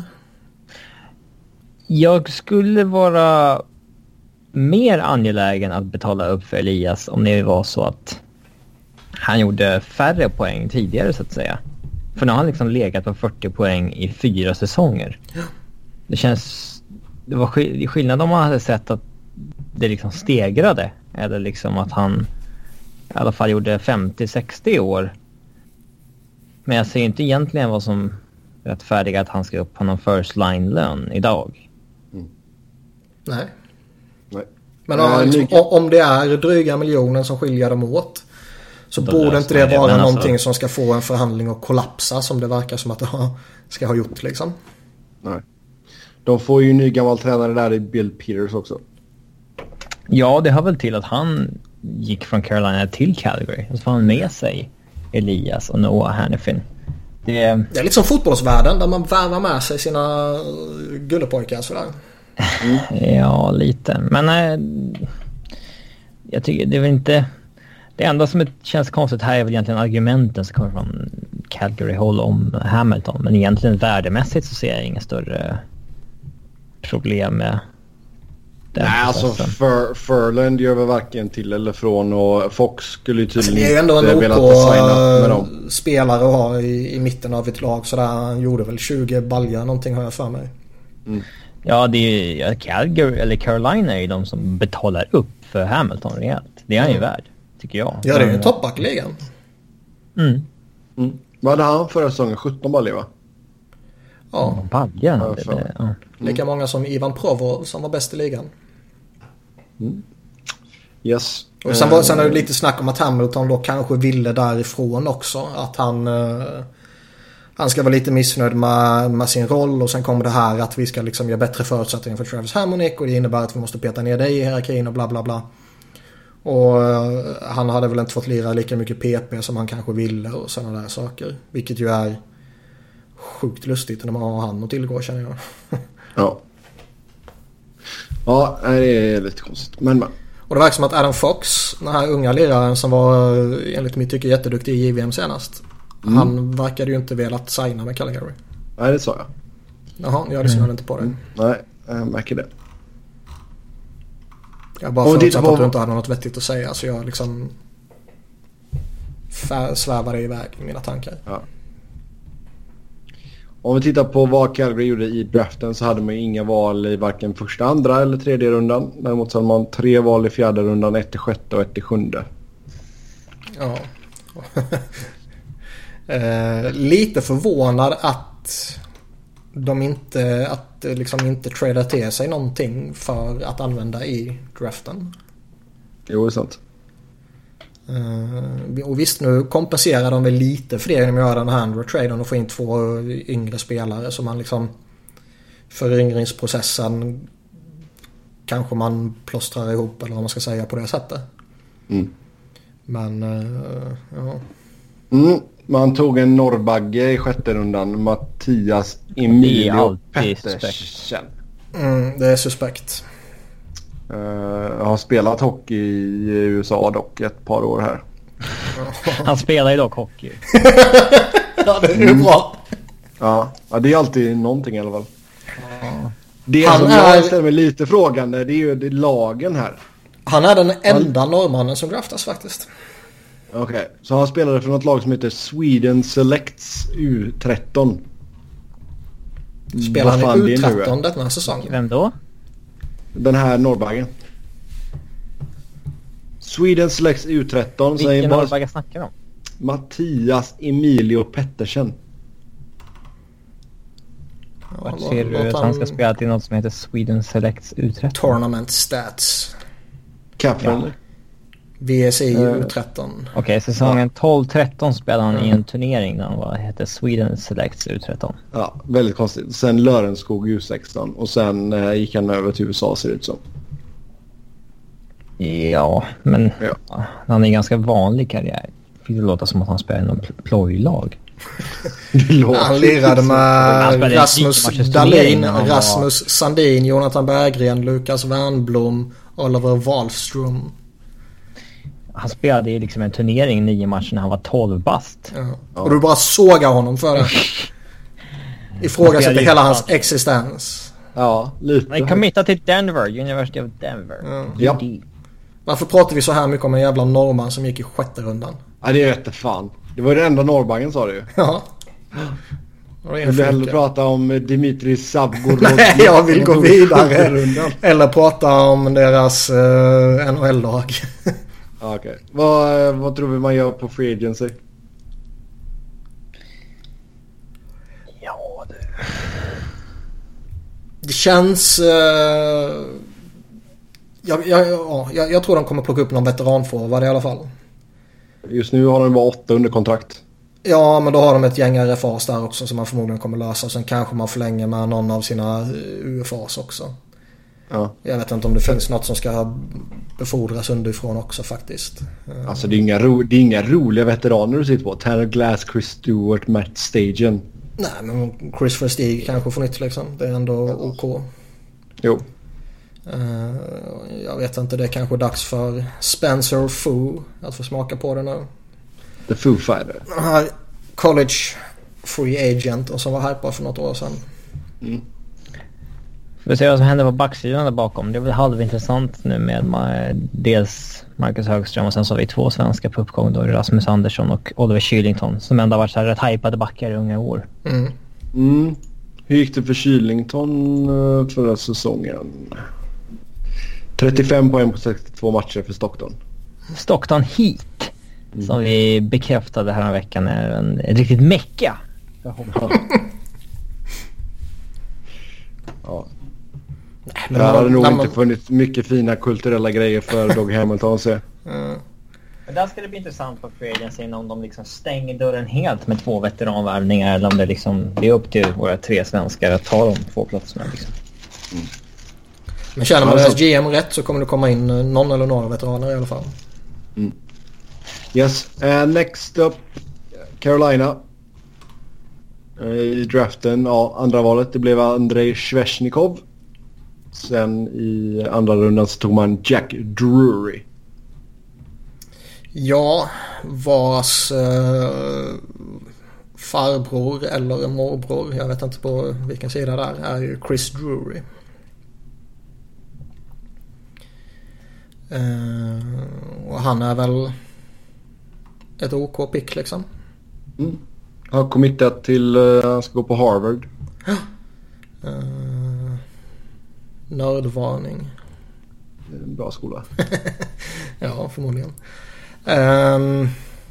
Jag skulle vara mer angelägen att betala upp för Elias om det var så att han gjorde färre poäng tidigare så att säga. För nu har han liksom legat på fyrtio poäng i fyra säsonger. Ja. Det känns... Det var skill- skillnad om man hade sett att det liksom stegrade. Eller liksom att han i alla fall gjorde femtio sextio år. Men jag ser inte egentligen vad som rättfärdigar att han ska upp på någon first line-lön idag. Mm. Nej. Nej. Men om, liksom, om det är dryga miljoner som skiljer dem åt så då borde inte det vara någonting alltså... som ska få en förhandling att kollapsa som det verkar som att det ska ha gjort liksom. Nej. De får ju ny gammal tränare där i Bill Peters också. Ja, det har väl till att han gick från Carolina till Calgary. Och så får han med sig Elias och Noah Hanifin. Det är, det är lite som fotbollsvärlden där man värvar med sig sina gullepojkar sådär. Mm. Ja, lite. Men äh, jag tycker det är väl inte... Det enda som känns konstigt här är väl egentligen argumenten som kommer från Calgary Hall om Hamilton. Men egentligen värdemässigt så ser jag inga större problem med den Nej, processen. Alltså för, Furland gör väl varken till eller från och Fox skulle ju tydligen alltså, inte velat signa med dem. Spelare att ha i, i mitten av ett lag sådär. Han gjorde väl tjugo baljar någonting har jag för mig. Mm. Ja, det är ja, Calgary eller Carolina är ju de som betalar upp för Hamilton rejält. Det är han ju mm. värd. Tycker jag. Ja, det är ju toppbackligan. Mm. Mm. Vad hade han förra säsongen? sjutton baljor va? Ja. Baljan hade det. det. Ja. Lika många som Ivan Provorov som var bäst i ligan. Mm. Yes. Och sen, var, sen är det lite snack om att Hamilton då kanske ville därifrån också. Att han, han ska vara lite missnöjd med, med sin roll och sen kommer det här att vi ska liksom ge bättre förutsättningar för Travis Hamonic och det innebär att vi måste peta ner dig i hierarkin och bla bla bla. Och uh, han hade väl inte fått lira lika mycket P P som han kanske ville och sådana där saker. Vilket ju är sjukt lustigt när man har han att tillgå, känner jag. Ja. Ja, det är lite konstigt. Men, men. Och det verkar som att Adam Fox, den här unga liraren som var enligt mitt tycke jätteduktig i J V M senast. Mm. Han verkade ju inte velat signa med Calgary. Nej, det sa jag. Jaha, jag lyssnade mm. inte på det. Mm. Nej, jag märker det. Jag bara förutsatt på... att du inte hade något vettigt att säga, så jag liksom svävade iväg i mina tankar. Ja. Om vi tittar på vad Calgary gjorde i draften så hade man inga val i varken första, andra eller tredje rundan. Däremot så hade man tre val i fjärde rundan, ett i sjätte och ett i sjunde. Ja. eh, lite förvånad att de inte att liksom inte tradar till sig någonting för att använda i draften. Jo, det är sant. Uh, och visst, nu kompenserar de väl lite för det genom att göra den här andra traden och få in två yngre spelare som man liksom föryngringsprocessen kanske man plåstrar ihop, eller vad man ska säga, på det sättet. Mm. Men uh, ja. Mm. Man tog en norrbagge i sjätte rundan, Mattias Emilio Pettersson. Mm, det är suspekt. Uh, jag har spelat hockey i U S A dock ett par år här. Han spelar ju dock hockey. Ja, det är ju mm. bra. Ja. Ja, det är alltid någonting i alla fall. Ja. Det han som är... jag ställer mig lite frågande, det är ju det är lagen här. Han är den enda han... norrmannen som draftas faktiskt. Okej, okay. Så han spelade för något lag som heter Sweden Selects U tretton. Spelar han i U tretton den här säsongen? Vem då? Den här norrbaggen. Sweden Selects U tretton. Vilken norrbagge snackar de om? Mattias Emilio Pettersson. Vart ser du att han ska spela till något som heter Sweden Selects U tretton? Tournament Stats. Capfriendly. V S I U tretton. Okej, okay, säsongen tolv tretton spelade han mm. i en turnering där han var, hette Sweden Selects U tretton. Ja, väldigt konstigt. Sen Lörenskog U sexton och sen eh, gick han över till U S A, ser det ut som. Ja, men ja. Han är en ganska vanlig karriär. Det låter som att han spelar i någon pl- plojlag. Han lirade med Rasmus Dahlin, Rasmus Sandin, Jonathan Berggren, Lukas Wernblom, Oliver Wahlström. Han spelade i liksom en turnering nio matcher när han var tolv bast. Ja. Och du bara sågar honom för det. Ifrågasätter hela hans existens. Ja, lite. Han är committad till Denver, University of Denver. Ja. Ja. Varför pratar vi så här mycket om en jävla norrman som gick i sjätte rundan? Ja, det är rätt fan. Det var ju den enda norrbaggen, sa du ju. Ja. Jag vill hellre prata om Dimitri Savgorod. Nej, jag vill gå vidare. Eller prata om deras uh, N H L-lag. Okej. Okay. Vad, vad tror vi man gör på free agency? Ja, det... Det känns... Uh... Jag, jag, ja, jag, jag tror de kommer plocka upp någon veteranforward i alla fall. Just nu har de bara åtta under kontrakt. Ja, men då har de ett gäng R F As där också som man förmodligen kommer lösa. Sen kanske man förlänger med någon av sina U F As också. Ja. Jag vet inte om det finns något som ska befordras underifrån också faktiskt. Alltså det är inga, ro- det är inga roliga veteraner du sitter på. Tanner Glass, Chris Stewart, Matt Stagen. Nej, men Chris Versteeg kanske får nytt liksom. Det är ändå ja. OK. Jo. Uh, jag vet inte, det är kanske dags för Spencer Foo att få smaka på det nu. The Foo Fighter. Den här college free agent och som var hypad för något år sedan. Mm. Får vi se vad som händer på backsidan där bakom. Det är väl halvintressant nu med ma- dels Marcus Högström och sen så har vi två svenska på uppgång då, Rasmus Andersson och Oliver Kylington som ändå har varit så här rätt hypade backar i unga år. Mm. Mm. Hur gick det för Kylington förra säsongen? trettiofem poäng på sextiotvå matcher för Stockton. Stockton Heat mm. som vi bekräftade här en veckan är en, en riktigt mecka. Ja. Ja. Men det hade nog man, inte man... funnits mycket fina kulturella grejer för Doug Hamilton att se. Mm. Men där ska det bli intressant på free agency om de liksom stänger dörren helt med två veteranvärvningar eller om det liksom det är upp till våra tre svenskar att ta de två platserna liksom. Mm. Men känner man deras G M rätt så kommer det komma in någon eller några veteraner i alla fall. Mm. Yes, uh, next up Carolina. Uh, I draften, ja, andra valet det blev Andrei Svechnikov. Sen i andra rundan så tog man Jack Drury. Ja, vars uh, farbror eller morbror, jag vet inte på vilken sida där, är ju Chris Drury. Uh, och han är väl ett OK-pick liksom. Mm. Har committat till uh, han ska gå på Harvard. Uh, nördvarning. Det är en bra skola. Ja, förmodligen. Um,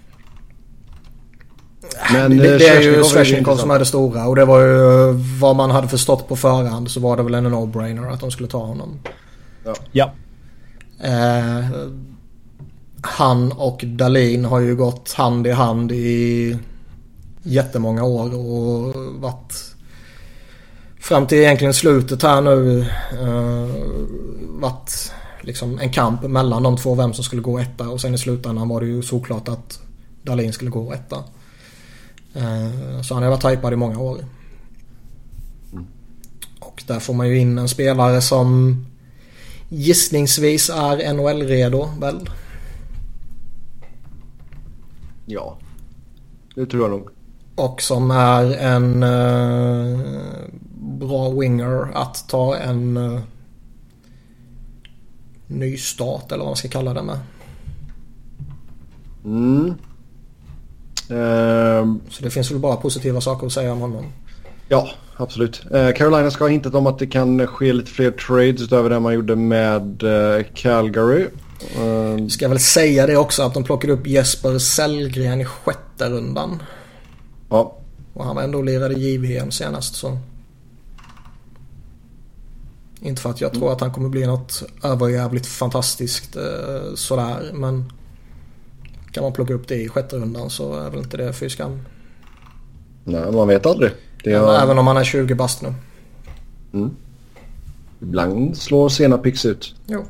Men det, det är ju Svechnikov som är det stora. Och det var ju vad man hade förstått på förhand, så var det väl en no-brainer att de skulle ta honom. Ja. Ja. Uh, han och Dahlin har ju gått hand i hand i jättemånga år och varit fram till egentligen slutet här nu uh, varit liksom en kamp mellan de två vem som skulle gå etta, och sen i slutändan var det ju såklart att Dahlin skulle gå etta. Uh, så han har varit hypad i många år. Mm. Och där får man ju in en spelare som gissningsvis är N H L-redo väl? Ja, det tror jag nog. Och som är en uh, bra winger att ta en uh, ny start eller vad man ska kalla det med. Mm. Um, Så det finns väl bara positiva saker att säga om honom. Ja, absolut. Uh, Carolina ska ha hintat om att det kan ske lite fler trades utöver det man gjorde med uh, Calgary. Uh, Ska väl säga det också att de plockade upp Jesper Sellgren i sjätte rundan. Ja. Och han var ändå lirade J V M senast så. Inte för att jag tror mm. att han kommer bli något överjävligt fantastiskt eh, sådär, men kan man plocka upp det i sjätte rundan så är väl inte det för skam. Nej, man vet aldrig. Det är... Även om man är tjugo bast nu. Mm. Ibland slår sena picks ut. Jo.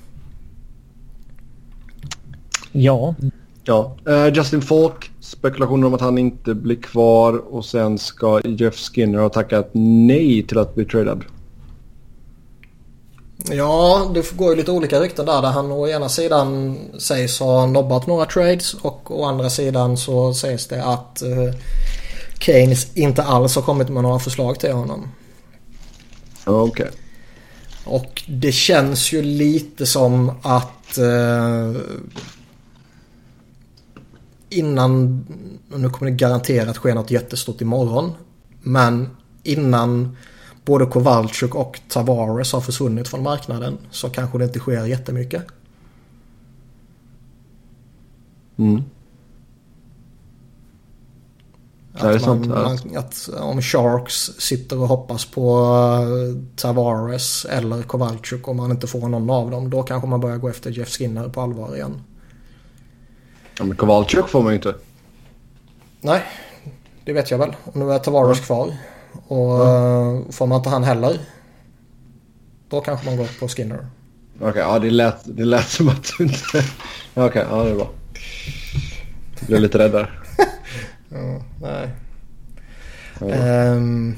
Ja. Ja. Uh, Justin Falk, spekulationer om att han inte blir kvar, och sen ska Jeff Skinner ha tackat nej till att bli tradad. Ja, det går ju lite olika rykten där, där han å ena sidan sägs ha nobbat några trades och å andra sidan så sägs det att uh, Keynes inte alls har kommit med några förslag till honom. Okej. Okay. Och det känns ju lite som att uh, innan, nu kommer det garanterat ske något jättestort imorgon, men innan både Kowalczyk och Tavares har försvunnit från marknaden så kanske det inte sker jättemycket. Mm. Att, det är man, sant, man, att om Sharks sitter och hoppas på Tavares eller Kowalczyk, om man inte får någon av dem, då kanske man börjar gå efter Jeff Skinner på allvar igen. Ja, men Kowalczyk får man ju inte. Nej, det vet jag väl. Och nu är Tavares ja. kvar. Och mm. får man inte han heller, då kanske man går på Skinner. Okej, okay, ja det lät, det lät som att du inte... Okej, okay, ja det är bra. Jag blev lite rädd där. ja, nej. Ja. Um,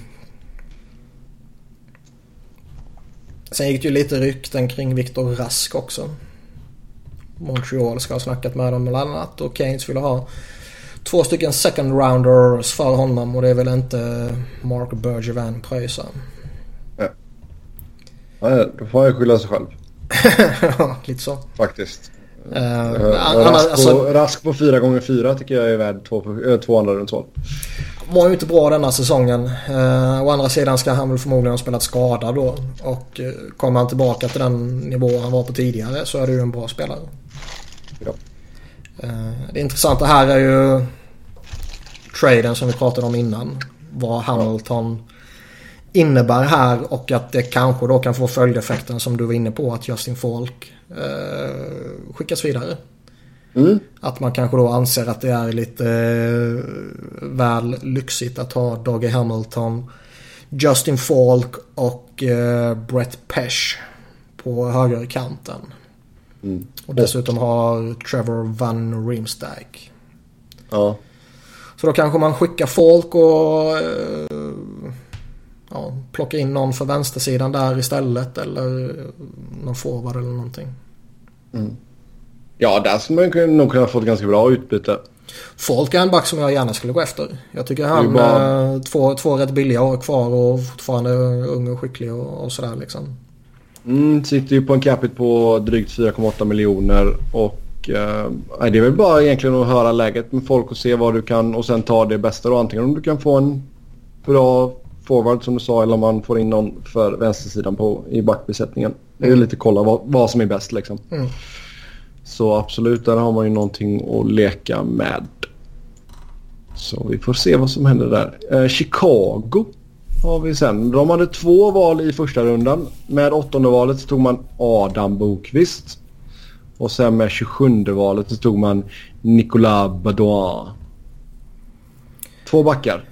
sen gick det ju lite rykten kring Viktor Rask också. Montreal ska ha snackat med dem bland annat, och Keynes ville ha två stycken second rounders för honom, och det är väl inte Mark Bergevin pröjsa. Ja. Ja, då får jag skylla sig själv. Ja, lite så. Faktiskt. Uh, uh, rask, på, alltså, rask på fyra gånger fyra tycker jag är värd två, äh, två andra runt två. Var ju inte bra denna säsongen. Uh, å andra sidan ska han väl förmodligen ha spelat skada då. Och uh, kommer han tillbaka till den nivå han var på tidigare så är det ju en bra spelare. Ja. Uh, det intressanta här är ju traden som vi pratade om innan. Vad Hamilton innebär här, och att det kanske då kan få följdeffekten som du var inne på, att Justin Falk uh, skickas vidare. Mm. Att man kanske då anser att det är lite eh, väl lyxigt att ha Dougie Hamilton, Justin Falk och eh, Brett Pesce på högerkanten. Mm. Och dessutom har Trevor Van Riemsdyk. Ja. Så då kanske man skickar Falk och eh, ja, plocka in någon för vänstersidan där istället. Eller någon forward eller någonting. Mm. Ja, där skulle man nog kunna få ett ganska bra utbyte. Falk är en back som jag gärna skulle gå efter. Jag tycker han bara... eh, två, två rätt billiga år kvar och fortfarande ung och skicklig och, och sådär liksom. Mm, sitter ju på en capita på drygt fyra komma åtta miljoner och eh, det är väl bara egentligen att höra läget med folk och se vad du kan och sen ta det bästa då. Antingen om du kan få en bra forward som du sa eller om man får in någon för vänstersidan på, i backbesättningen. Det är ju lite kolla vad, vad som är bäst liksom. Mm. Så absolut, där har man ju någonting att leka med. Så vi får se vad som händer där. Eh, Chicago har vi sen. De hade två val i första rundan. Med åttonde valet så tog man Adam Bokvist. Och sen med tjugosjunde valet så tog man Nicolas Baudouin. Två backar.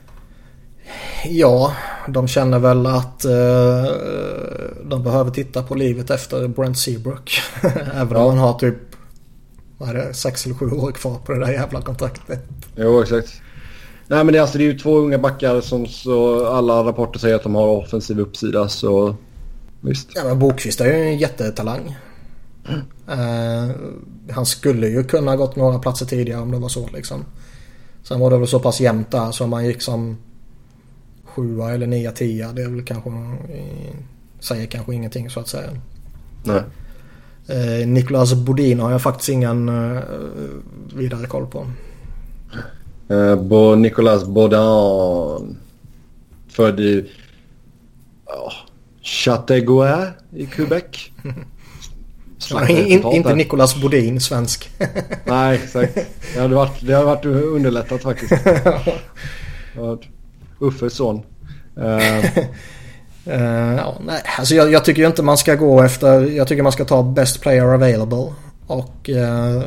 Ja, de känner väl att eh, de behöver titta på livet efter Brent Seabrook. Även om ja. man har typ vad är det, sex eller sju år kvar på det där jävla kontraktet. Jo, exakt. Nej, men det är, alltså, det är ju två unga backar som så alla rapporter säger att de har offensiv uppsida, så visst. Ja, men Bokvist är ju en jättetalang. Mm. Uh, han skulle ju kunna ha gått några platser tidigare om det var så liksom. Sen var det väl så pass jämnt där så man gick som sjua eller nia, tia. Det är väl kanske säger kanske ingenting så att säga. Nej. Uh, Nicolas Bodin har jag faktiskt ingen uh, vidare koll på. Uh, Bo Nicolas Baudin född i oh, Châteauguay i Quebec. Ja, in, inte Nicolas Bodin, svensk. Nej, exakt. Det hade varit, det hade varit underlättat faktiskt. Uffes son. Uh. uh, ja, nej. Alltså jag, jag tycker ju inte man ska gå efter. Jag tycker man ska ta best player available. Och uh,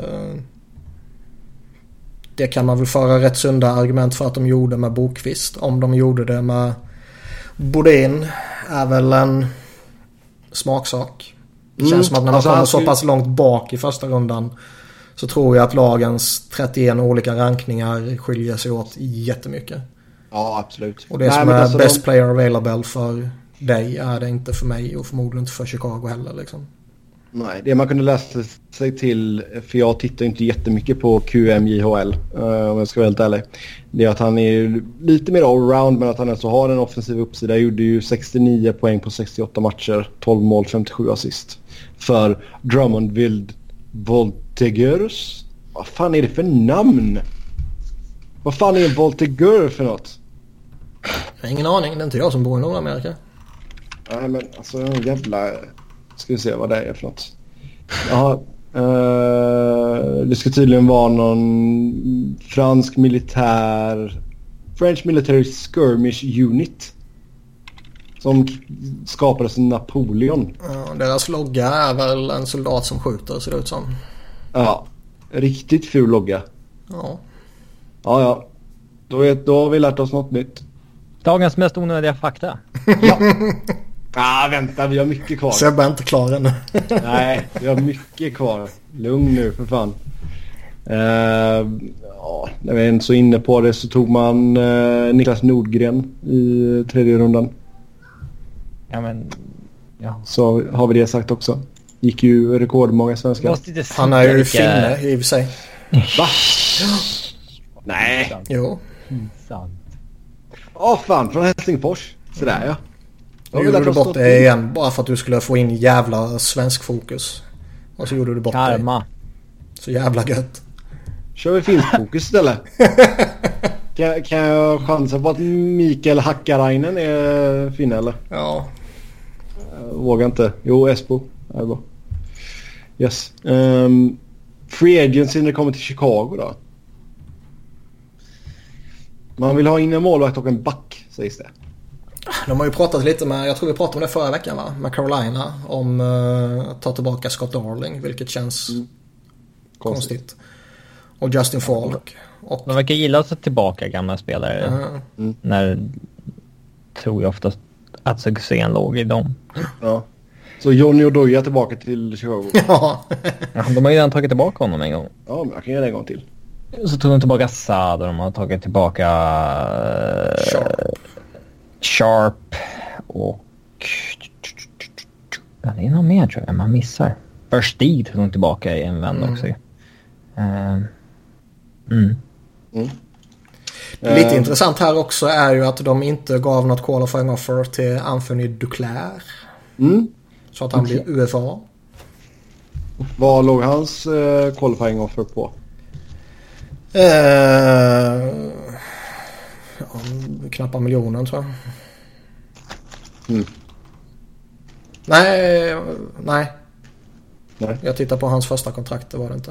det kan man väl föra rätt sunda argument för att de gjorde med Bokvist. Om de gjorde det med Bodin är väl en smaksak. Det känns mm. som att när man alltså, kommer så pass långt bak i första rundan så tror jag att lagens trettioen olika rankningar skiljer sig åt jättemycket. Ja, absolut. Och det Nej, som är alltså best de... player available för dig är det inte för mig och förmodligen inte för Chicago heller liksom. Nej, det man kunde läsa sig till, för jag tittar inte jättemycket på Q M J H L uh, om jag ska vara helt ärlig. Det är att han är lite mer allround, men att han alltså har en offensiv uppsida. Gjorde ju sextionio poäng på sextioåtta matcher, tolv mål, femtiosju assist. För Drummondville Voltigeurs. Vad fan är det för namn? Vad fan är en Voltigeur för något? Jag har ingen aning, det är inte jag som bor i Nordamerika. Nej, men alltså en jävla... Ska vi se vad det är för något. Jaha, uh, det ska tydligen vara någon fransk militär... French Military Skirmish Unit. Som skapades av Napoleon. Ja, deras logga är väl en soldat som skjuter, ser det ut som. Ja, riktigt ful logga. Ja. Ja, ja. Då, vet, då har vi lärt oss något nytt. Dagens mest onödiga fakta. Ja. Ah, vänta, vi har mycket kvar. Så jag är inte klar ännu. Nej, vi har mycket kvar. Lugn nu, för fan. Uh, ja, när vi är så inne på det så tog man uh, Niklas Nordgren i tredje rundan. Ja, men... Ja. Så har vi det sagt också. Gick ju rekordmånga svenskar. Han är ju vilka... finne i och för sig. Va? Nej. Jo. Sant. Åh, oh, fan, från Helsingfors. Sådär, ja. Nu gjorde du bort det igen bara för att du skulle få in jävla svensk fokus. Och så gjorde du bort Karma. det. Så jävla gött. Kör vi finsk fokus istället. kan, kan jag chansa på att Mikael Hakkarainen är finne eller? Ja. Jag vågar inte. Jo, Espo. Är bra. Yes. Um, free agency när det kommer till Chicago då. Man vill ha in en målvakt och en back, sägs det. De har ju pratat lite med, jag tror vi pratade om det förra veckan va? Med Carolina om uh, att ta tillbaka Scott Darling, vilket känns mm. konstigt. konstigt. Och Justin Falk. Och... De verkar gilla att ta tillbaka gamla spelare. Mm. Mm. När tror jag oftast att succén låg i dem. Ja. Så Johnny Oduya tillbaka till Chicago. Ja. Ja, de har ju redan tagit tillbaka honom en gång. Ja, men jag kan göra det en gång till. Så tog de tillbaka Saad och de har tagit tillbaka Sharp. Sharp och... Ja, det är något mer tror jag man missar. Bursteed tog de tillbaka i en vända mm. också. Uh, mm. Mm. Lite uh, intressant här också är ju att de inte gav något qualifying offer till Anthony Duclair. Mm. Så att han blir U F A. Vad låg hans uh, qualifying offer på? Uh, ja, knappt miljonen tror jag. Mm. Nej, nej. Nej. Jag tittar på hans första kontrakt, det var det inte.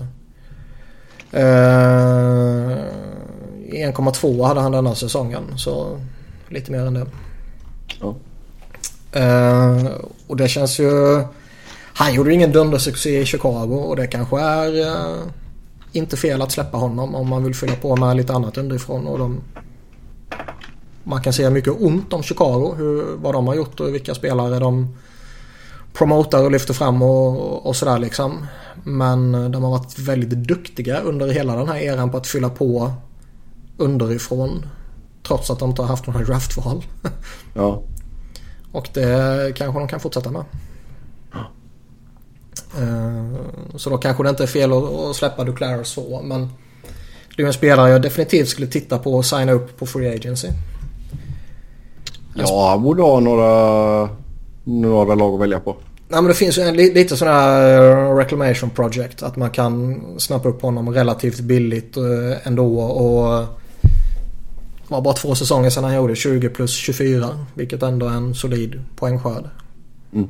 Uh, en komma två hade han denna säsongen, så lite mer än det. Ja. Uh, och det känns ju... Han gjorde ingen dundersuccé i Chicago och det kanske är uh, inte fel att släppa honom om man vill fylla på med lite annat underifrån. Och de, man kan säga mycket ont om Chicago, hur, vad de har gjort och vilka spelare de promotar och lyfter fram och, och sådär liksom. Men de har varit väldigt duktiga under hela den här eran på att fylla på underifrån trots att de inte har haft några draftval. Ja. Och det kanske de kan fortsätta med. Uh, så då kanske det inte är fel att, att släppa Duclair så, men det är en spelare jag definitivt skulle titta på och signa upp på free agency. Ja, han borde ha några några lag att välja på. Nej, men det finns ju en, lite sån här reclamation project att man kan snappa upp honom relativt billigt uh, ändå och det var bara två säsonger sedan han gjorde tjugo plus tjugofyra, vilket ändå är en solid poängskörd. Mm.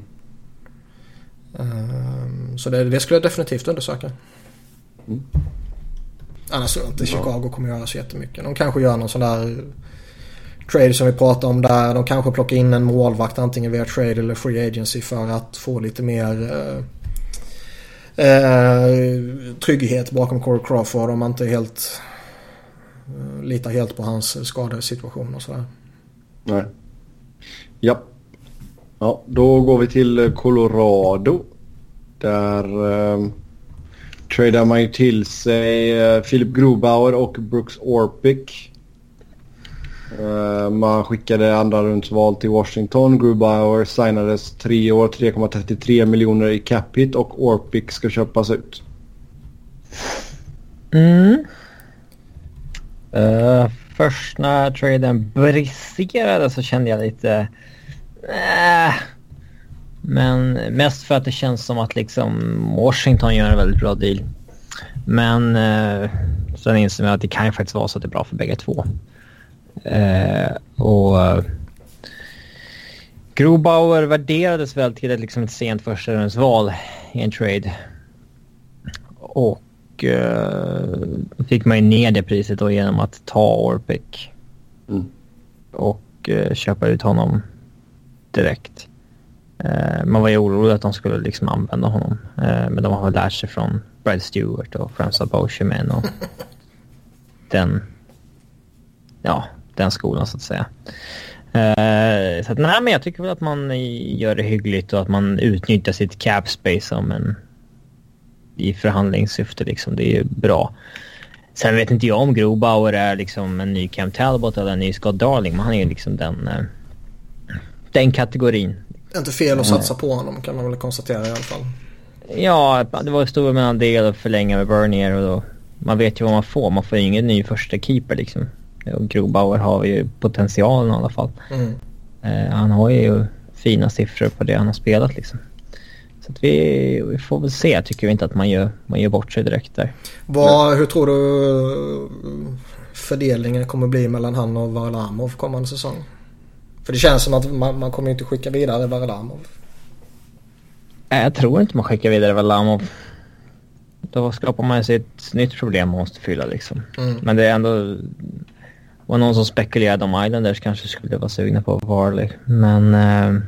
Um, så det, det skulle jag definitivt undersöka. Mm. Annars tror jag inte Chicago kommer göra så jättemycket. De kanske gör någon sån där trade som vi pratade om där. De kanske plockar in en målvakt antingen via trade eller free agency för att få lite mer uh, uh, trygghet bakom Corey Crawford om man inte helt uh, litar helt på hans skadesituation och sådär. Nej. Ja. Ja, då går vi till Colorado. Där eh, tradar man ju till sig eh, Philip Grubauer och Brooks Orpik. Eh, man skickade andra rundsval till Washington. Grubauer signades tre år, tre komma trettiotre miljoner i cap hit och Orpik ska köpas ut. Mm. Uh, först när traden briserade så kände jag lite... Äh, men mest för att det känns som att liksom Washington gör en väldigt bra deal. Men eh, sen inser jag att det kan ju faktiskt vara så att det är bra för bägge två. Eh, och eh, Grubauer värderades väl till ett, liksom ett sent första rundsval i en trade. Och eh, fick man ju ner det priset då genom att ta Orpik. Mm. Och eh, köpa ut honom direkt. Eh, man var ju orolig att de skulle liksom använda honom. Eh, men de har väl lärt sig från Brad Stewart och Francois Beauchemin och den ja, den skolan så att säga. Eh, så att, nej, men jag tycker väl att man gör det hyggligt och att man utnyttjar sitt cap space som en i förhandlingssyfte liksom. Det är ju bra. Sen vet inte jag om Grubauer är liksom en ny Cam Talbot eller en ny Scott Darling, men han är ju liksom den eh, den kategorin. Det är inte fel att satsa på honom, kan man väl konstatera i alla fall. Ja, det var stor mellan del att förlänga med Bernier och då, man vet ju vad man får. Man får ju ingen ny första keeper liksom. Och Grubauer har ju potentialen i alla fall. Mm. Eh, han har ju fina siffror på det han har spelat liksom. Så att vi, vi får väl se. Jag tycker inte att man gör, man gör bort sig direkt där. Vad, hur tror du fördelningen kommer bli mellan han och Varlamov kommande säsong? För det känns som att man, man kommer inte skicka vidare Varlamov. Nej, jag tror inte man skickar vidare Varlamov. Då skapar man sig ett nytt problem man måste fylla liksom. Mm. Men det är ändå... var någon som spekulerade om Islanders kanske skulle vara sugna på Varley. Men... Eh,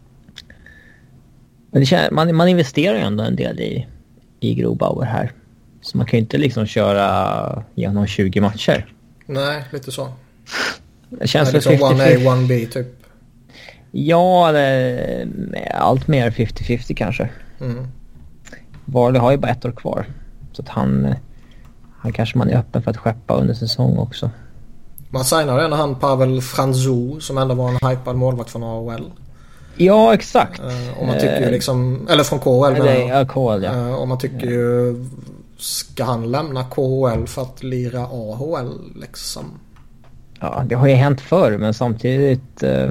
men det känns, man, man investerar ju ändå en del i, i Grubauer här. Så man kan ju inte liksom köra genom tjugo matcher. Nej, lite så. Det känns ja, som liksom one A, one B typ. Ja, det, allt mer femtio femtio kanske. Mm. Varley har ju bara ett år kvar. Så att han, han kanske man är öppen för att skeppa under säsong också. Man signade den när han Pavel Franzou som ändå var en hypad målvakt från A H L. Ja, exakt. Uh, och man tycker ju liksom, eller från K H L. Eller, ja, K H L, ja. Uh, och man tycker ju, ska han lämna K H L för att lira A H L liksom? Ja, det har ju hänt förr, men samtidigt... Uh...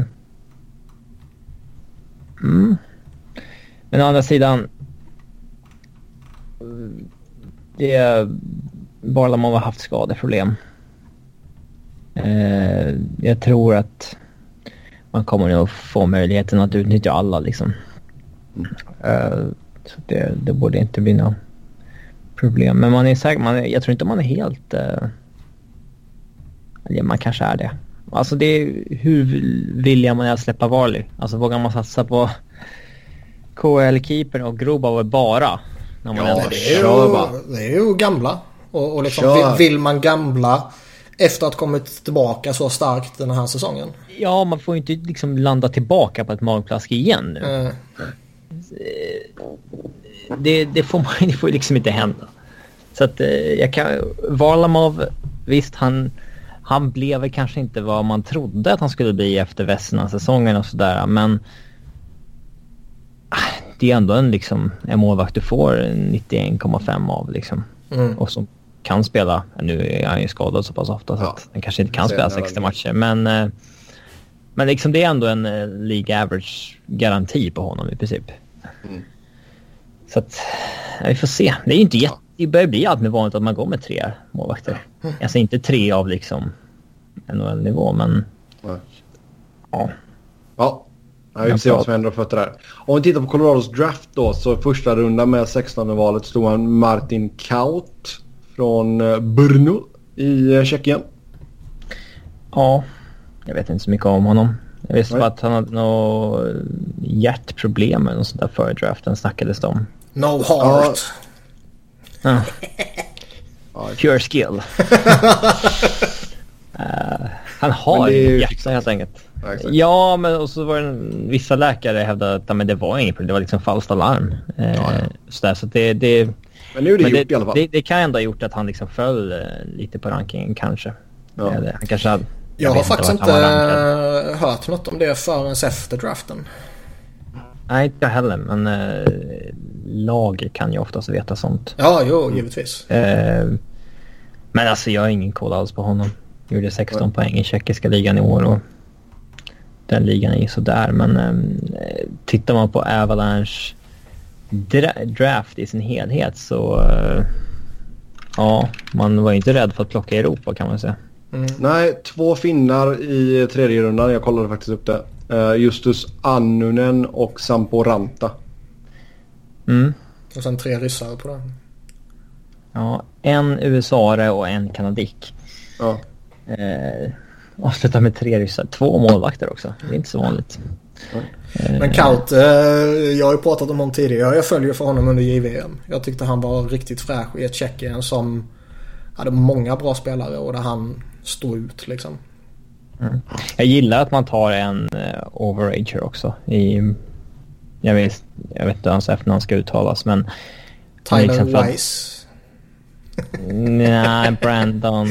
Mm. Men å andra sidan... Det är bara man har haft skadeproblem. Uh, jag tror att man kommer nog få möjligheten att utnyttja alla liksom. Uh, så det, det borde inte bli något problem. Men man är säker, man är, jag tror inte man är helt... Uh, eller man kanske är det. Alltså det är, hur vill jag man är att släppa Varley? Alltså vågar man satsa på K H L-keepern och Grobauer bara? När man ja, är det är, ju, det är ju gamla. Och, och liksom vill, vill man gamla efter att ha kommit tillbaka så starkt den här säsongen? Ja, man får ju inte liksom landa tillbaka på ett magplask igen nu. Mm. Det, det får man det får liksom inte hända. Så att jag kan... Varlamov, visst han... Han blev kanske inte vad man trodde att han skulle bli efter Vesna-säsongen och sådär. Men det är ändå en, liksom, en målvakt du får nittioen komma fem av. Liksom. Mm. Och som kan spela. Nu är han ju skadad så pass ofta så ja. att han kanske inte kan spela sextio matcher. Men, men liksom det är ändå en league average-garanti på honom i princip. Mm. Så att vi får se. Det är ju inte jätte... Det börjar bli allt med vanligt att man går med tre målvakter. Mm. Alltså inte tre av liksom N H L-nivå, men... Nej. Ja. Ja, vi får se vad som händer och fötter där. Om vi tittar på Colorados draft då, så första rundan med sextonde valet stod han Martin Kaut från Brno i Tjeckien. Ja, jag vet inte så mycket om honom. Jag visste bara att han hade något hjärtproblem eller något sånt där före draften snackades det om. No heart. Ja. Pure skill. uh, han har ju hjärta helt enkelt. Ja, ja, men och så var det en, vissa läkare hävdade att men det var inget problem. Det var liksom falskt alarm. Uh, ja, ja. Så, där, så det, det, men nu är det men gjort det, i alla fall. Det, det kan ändå ha gjort att han liksom föll uh, lite på rankingen kanske. Ja. Eller, han kanske hade, jag, jag har faktiskt inte hört något om det förrän efter draften. Nej, inte jag heller, men äh, lag kan ju oftast veta sånt. Ja, jo, givetvis. Äh, men alltså, jag har ingen koll alls på honom. Gjorde sexton mm. poäng i tjeckiska ligan i år och den ligan är ju sådär. Men äh, tittar man på Avalanche dra- draft i sin helhet så äh, ja, man var ju inte rädd för att plocka Europa kan man säga. Mm. Nej, två finnar i tredje rundan. Jag kollade faktiskt upp det. Uh, Justus Annunen och Sampo Ranta. Mm. Och sen tre ryssare på den. Ja, en U S A-are och en kanadick. Ja. Uh, avslutar med tre ryssar. Två målvakter också. Det är inte så vanligt. Mm. Men Kaut, uh, jag har ju pratat om honom tidigare. Jag följer för honom under J V M. Jag tyckte han var riktigt fräsch i ett Tjeckien som hade många bra spelare och där han stod ut liksom. Mm. Jag gillar att man tar en uh, overager också i, jag vet jag vet inte ens efter när han ska uttalas men Tyler liksom för, Weiss. Nej, Brandon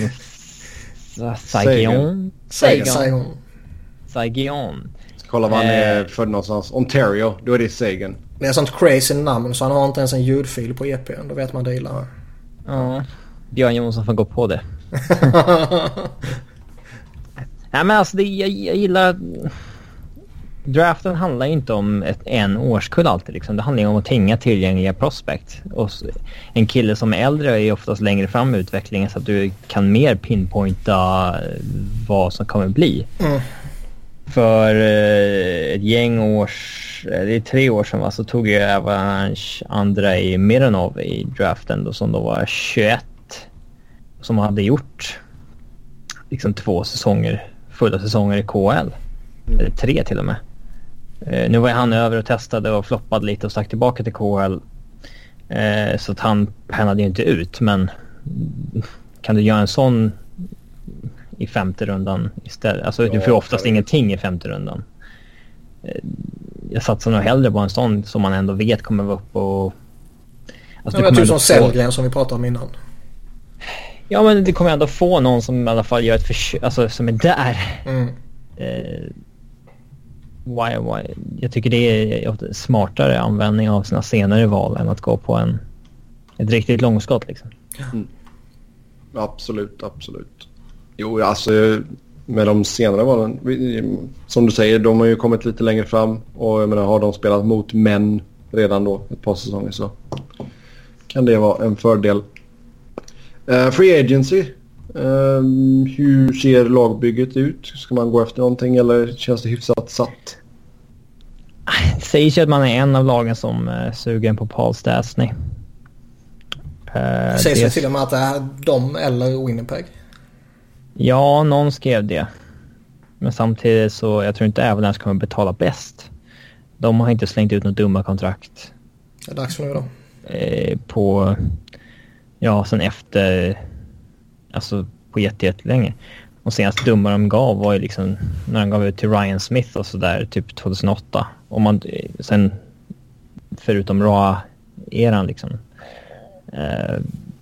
Saigon Saigon Saigon. Ska kolla var han är eh. född någonstans. Ontario, då är det Sagan. Det är sånt crazy namn så han har inte ens en ljudfil på E P. Då vet man det illa. Ja, Björn Jonsson får gå på det. Nej, men alltså det, jag, jag gillar draften handlar inte om ett, en årskull alltid liksom. Det handlar ju om att hänga tillgängliga prospect. Och en kille som är äldre är oftast längre fram i utvecklingen så att du kan mer pinpointa vad som kommer bli. Mm. För eh, ett gäng års, det är tre år sedan va, så tog jag Avalanche Andrei Mironov i draften då, som då var tjugoett, som hade gjort liksom två säsonger, fulla säsonger i K H L. Mm. Eller tre till och med. Uh, nu var han över och testade och floppade lite och stack tillbaka till K H L. Eh, så att han pennade ju inte ut. Men kan du göra en sån i femte rundan istället? Alltså ja, du får oftast det. Ingenting i femte rundan. Eh, jag satsar nog hellre på en sån som man ändå vet kommer vara upp och... Alltså, ja, det är typ som Sellgren som vi pratade om innan. Ja, men det kommer ändå få någon som i alla fall gör ett försök, alltså som är där. Mm. Eh, why, why? Jag tycker det är smartare användning av sina senare val än att gå på en ett riktigt långskott liksom. Mm. Absolut, absolut. Jo, alltså med de senare valen, som du säger, de har ju kommit lite längre fram och jag menar, har de spelat mot män redan då ett par säsonger så kan det vara en fördel. Uh, free agency. Uh, hur ser lagbygget ut? Ska man gå efter någonting eller känns det hyfsat satt? Det sägs ju att man är en av lagen som uh, suger på Paul Stastny. Uh, det sägs det till och med att det är de eller Winnipeg. Ja, någon skrev det. Men samtidigt så jag tror inte Avalanche kommer betala bäst. De har inte slängt ut något dumma kontrakt. Det är dags för nu då. Uh, på... Ja, sen efter... Alltså på jätte, jättelänge. Och senast dumma de gav var ju liksom... När de gav ut till Ryan Smith och sådär, typ tjugohundraåtta. Och man... Sen... Förutom Raw-eran liksom. Uh,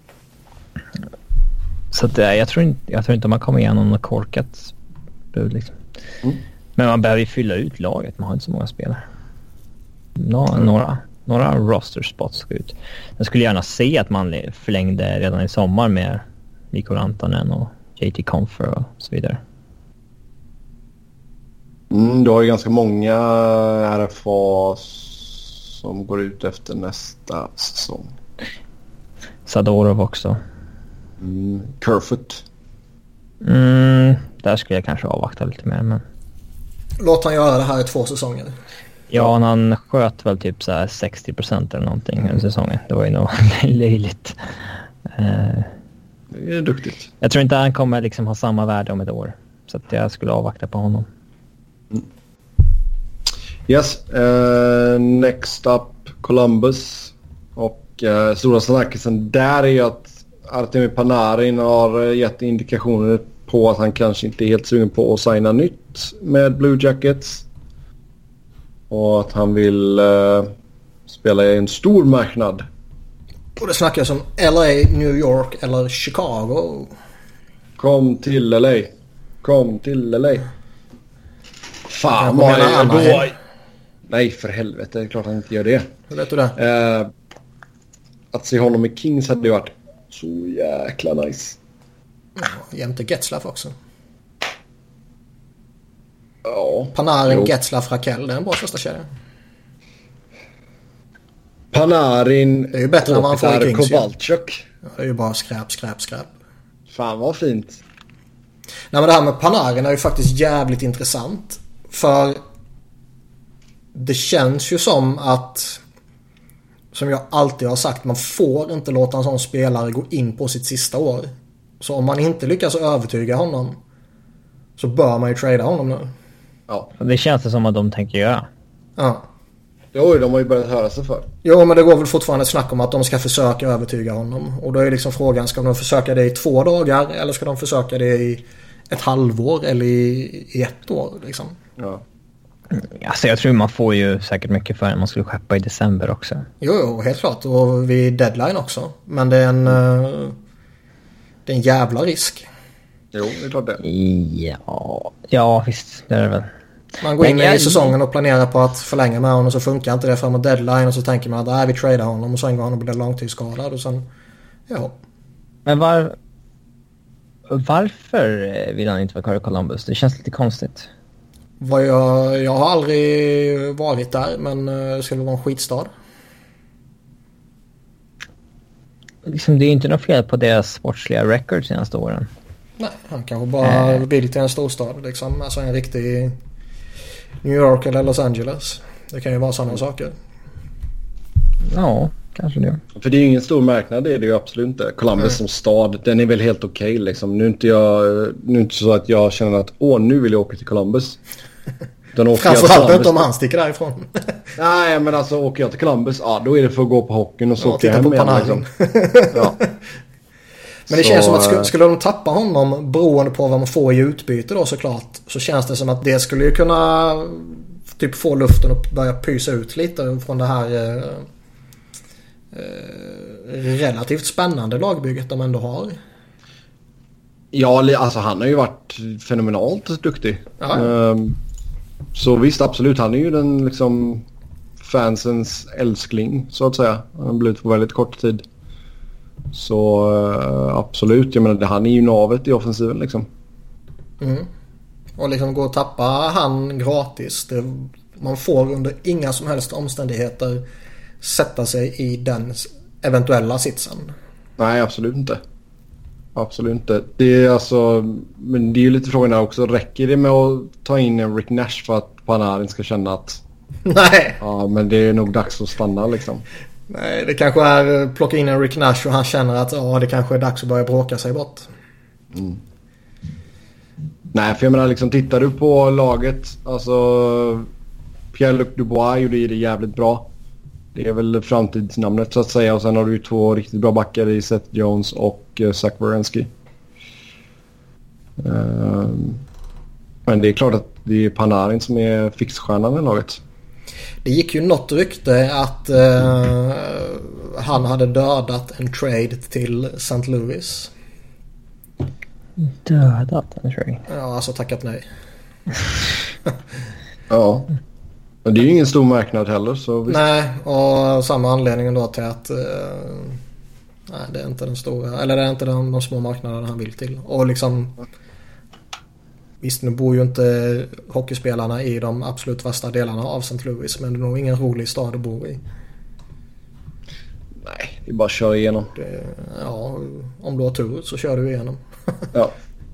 så att jag tror inte... Jag tror inte man kommer igenom något korkat bud liksom. Mm. Men man behöver ju fylla ut laget. Man har inte så många spelare. Nå, mm. Några... Några roster spots ska ut. Jag skulle gärna se att man förlängde redan i sommar med Mikko Rantanen och J T Compher och så vidare. Mm, du har ju ganska många R F A som går ut efter nästa säsong. Sadorov också. Mm, Kerfoot. Mm, där skulle jag kanske avvakta lite mer. Men... Låt han göra det här i två säsonger. Ja, han sköt väl typ så här sextio procent eller någonting under säsongen. Det var ju nog löjligt. Uh, det är duktigt. Jag tror inte han kommer liksom ha samma värde om ett år. Så att jag skulle avvakta på honom. Mm. Yes. Uh, next up Columbus. Och uh, stora snackisen där är ju att Artemi Panarin har gett indikationer på att han kanske inte är helt sugen på att signa nytt med Blue Jackets. Och att han vill uh, spela i en stor marknad. Och det snackas om L A, New York eller Chicago. Kom till L A. Kom till L A. Fan vad är då... Nej, för helvete. Det är klart han inte gör det. Hur vet du det? Uh, att se honom i Kings hade ju varit så jäkla nice. Ja, jämte Getzlaff också. Ja. Panarin, Getzlaff, Rakell. Det är en bra första kedja. Panarin, det är ju bättre än man får i Kings. Kovalchuk. Ja, det är ju bara skräp, skräp, skräp. Fan vad fint. Nej, men det här med Panarin är ju faktiskt jävligt intressant. För det känns ju som att, som jag alltid har sagt, man får inte låta en sån spelare gå in på sitt sista år. Så om man inte lyckas övertyga honom så bör man ju trada honom nu. Ja. Det känns det som att de tänker göra. Ja. Jo, de har ju börjat höra sig för. Jo, men det går väl fortfarande snack om att de ska försöka övertyga honom. Och då är liksom frågan, ska de försöka det i två dagar eller ska de försöka det i ett halvår eller i, i ett år liksom? Ja. Alltså jag tror man får ju säkert mycket för att man skulle skeppa i december också. Jo, jo, helt klart. Och vid deadline också. Men det är en, uh, det är en jävla risk. Jo, det är klart det. Ja, ja visst, det är det väl. Man går in i säsongen och planerar på att förlänga med honom och så funkar inte det framåt deadline och så tänker man att nej, vi tradar honom och sen går han och blir långtidsskadad och sen, ja. Men var, varför vill han inte vara kvar i Columbus? Det känns lite konstigt. Vad jag, jag har aldrig varit där, men det skulle vara en skitstad. Liksom, det är inte något fel på deras sportsliga record senaste åren. Nej, han kanske bara äh. vill till en storstad liksom. Alltså en riktig New York eller Los Angeles. Det kan ju vara sådana saker. Ja, kanske det. För det är ju ingen stor marknad, det är det ju absolut inte. Columbus mm. som stad, den är väl helt okej okay, liksom. Nu är inte jag nu är inte så att jag känner att åh, nu vill jag åka till Columbus. Framförallt inte om han sticker därifrån. Nej, men alltså åker jag till Columbus, ja då är det för att gå på hockeyn och så ja, åker jag hem igen. Liksom. Ja. Men det så, känns som att skulle, skulle de tappa honom beroende på vad man får i utbyte då såklart, så känns det som att det skulle ju kunna typ få luften att börja pysa ut lite från det här eh, eh, relativt spännande lagbygget de ändå har. Ja, alltså han har ju varit fenomenalt duktig. Um, så visst, absolut. Han är ju den liksom fansens älskling så att säga. Han har blivit på väldigt kort tid. Så uh, absolut, jag menar han är ju navet i offensiven liksom. Mm. Och liksom gå och tappa han gratis. Det, man får under inga som helst omständigheter sätta sig i den eventuella sitsen. Nej, absolut inte. Absolut inte. Det är alltså, men det är ju lite frågan där också. Räcker det med att ta in en Rick Nash för att Panarin ska känna att nej. Ja, men det är nog dags att stanna liksom. Nej, det kanske är plocka in en Rick Nash och han känner att ja, det kanske är dags att börja bråka sig bort. Mm. Nej, för jag menar liksom, tittar du på laget, alltså Pierre-Luc Dubois gjorde det jävligt bra. Det är väl framtidsnamnet så att säga. Och sen har du ju två riktigt bra backar i Seth Jones och uh, Zach Werenski. Uh, men det är klart att det är Panarin som är fixstjärnan i laget. Det gick ju något rykte att uh, han hade dödat en trade till Saint Louis. Dödat en trade? Ja, alltså tackat nej. Ja. Men det är ju ingen stor marknad heller så visst. Nej, och samma anledning då till att uh, nej, det är inte den stora, eller det är inte de, de små marknaderna han vill till. Och liksom visst, nu bor ju inte hockeyspelarna i de absolut värsta delarna av Saint Louis, men det är nog ingen rolig stad att bo i. Nej, det är bara att köra igenom. Det, ja, om du har tur så kör du igenom. Ja.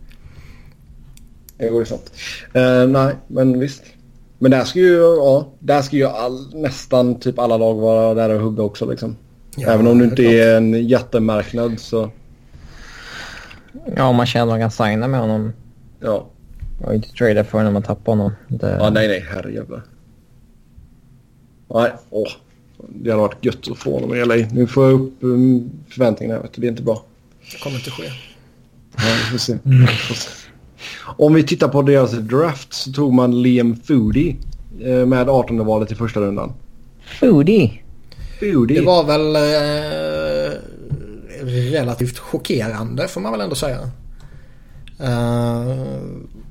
Det går ju sånt. Uh, nej, men visst. Men där ska ju, ja, där ska ju all, nästan typ alla lag vara där och hugga också liksom. Ja, även om det inte är, är en jättemarknad så... Ja, om man känner att man kan signa med honom. Ja. Och inte trada för när man tappar honom. Det... Ja, nej, nej, herrejävlar. Nej, åh. Det hade varit gött att få honom i L A. Nu får jag upp um, förväntningarna, vet du. Det är inte bra. Det kommer inte ske. Ja, vi får se. Vi får se. Om vi tittar på deras draft så tog man Liam Foudy eh, med artonde valet i första rundan. Foudy? Foudy. Det var väl eh, relativt chockerande får man väl ändå säga. Eh,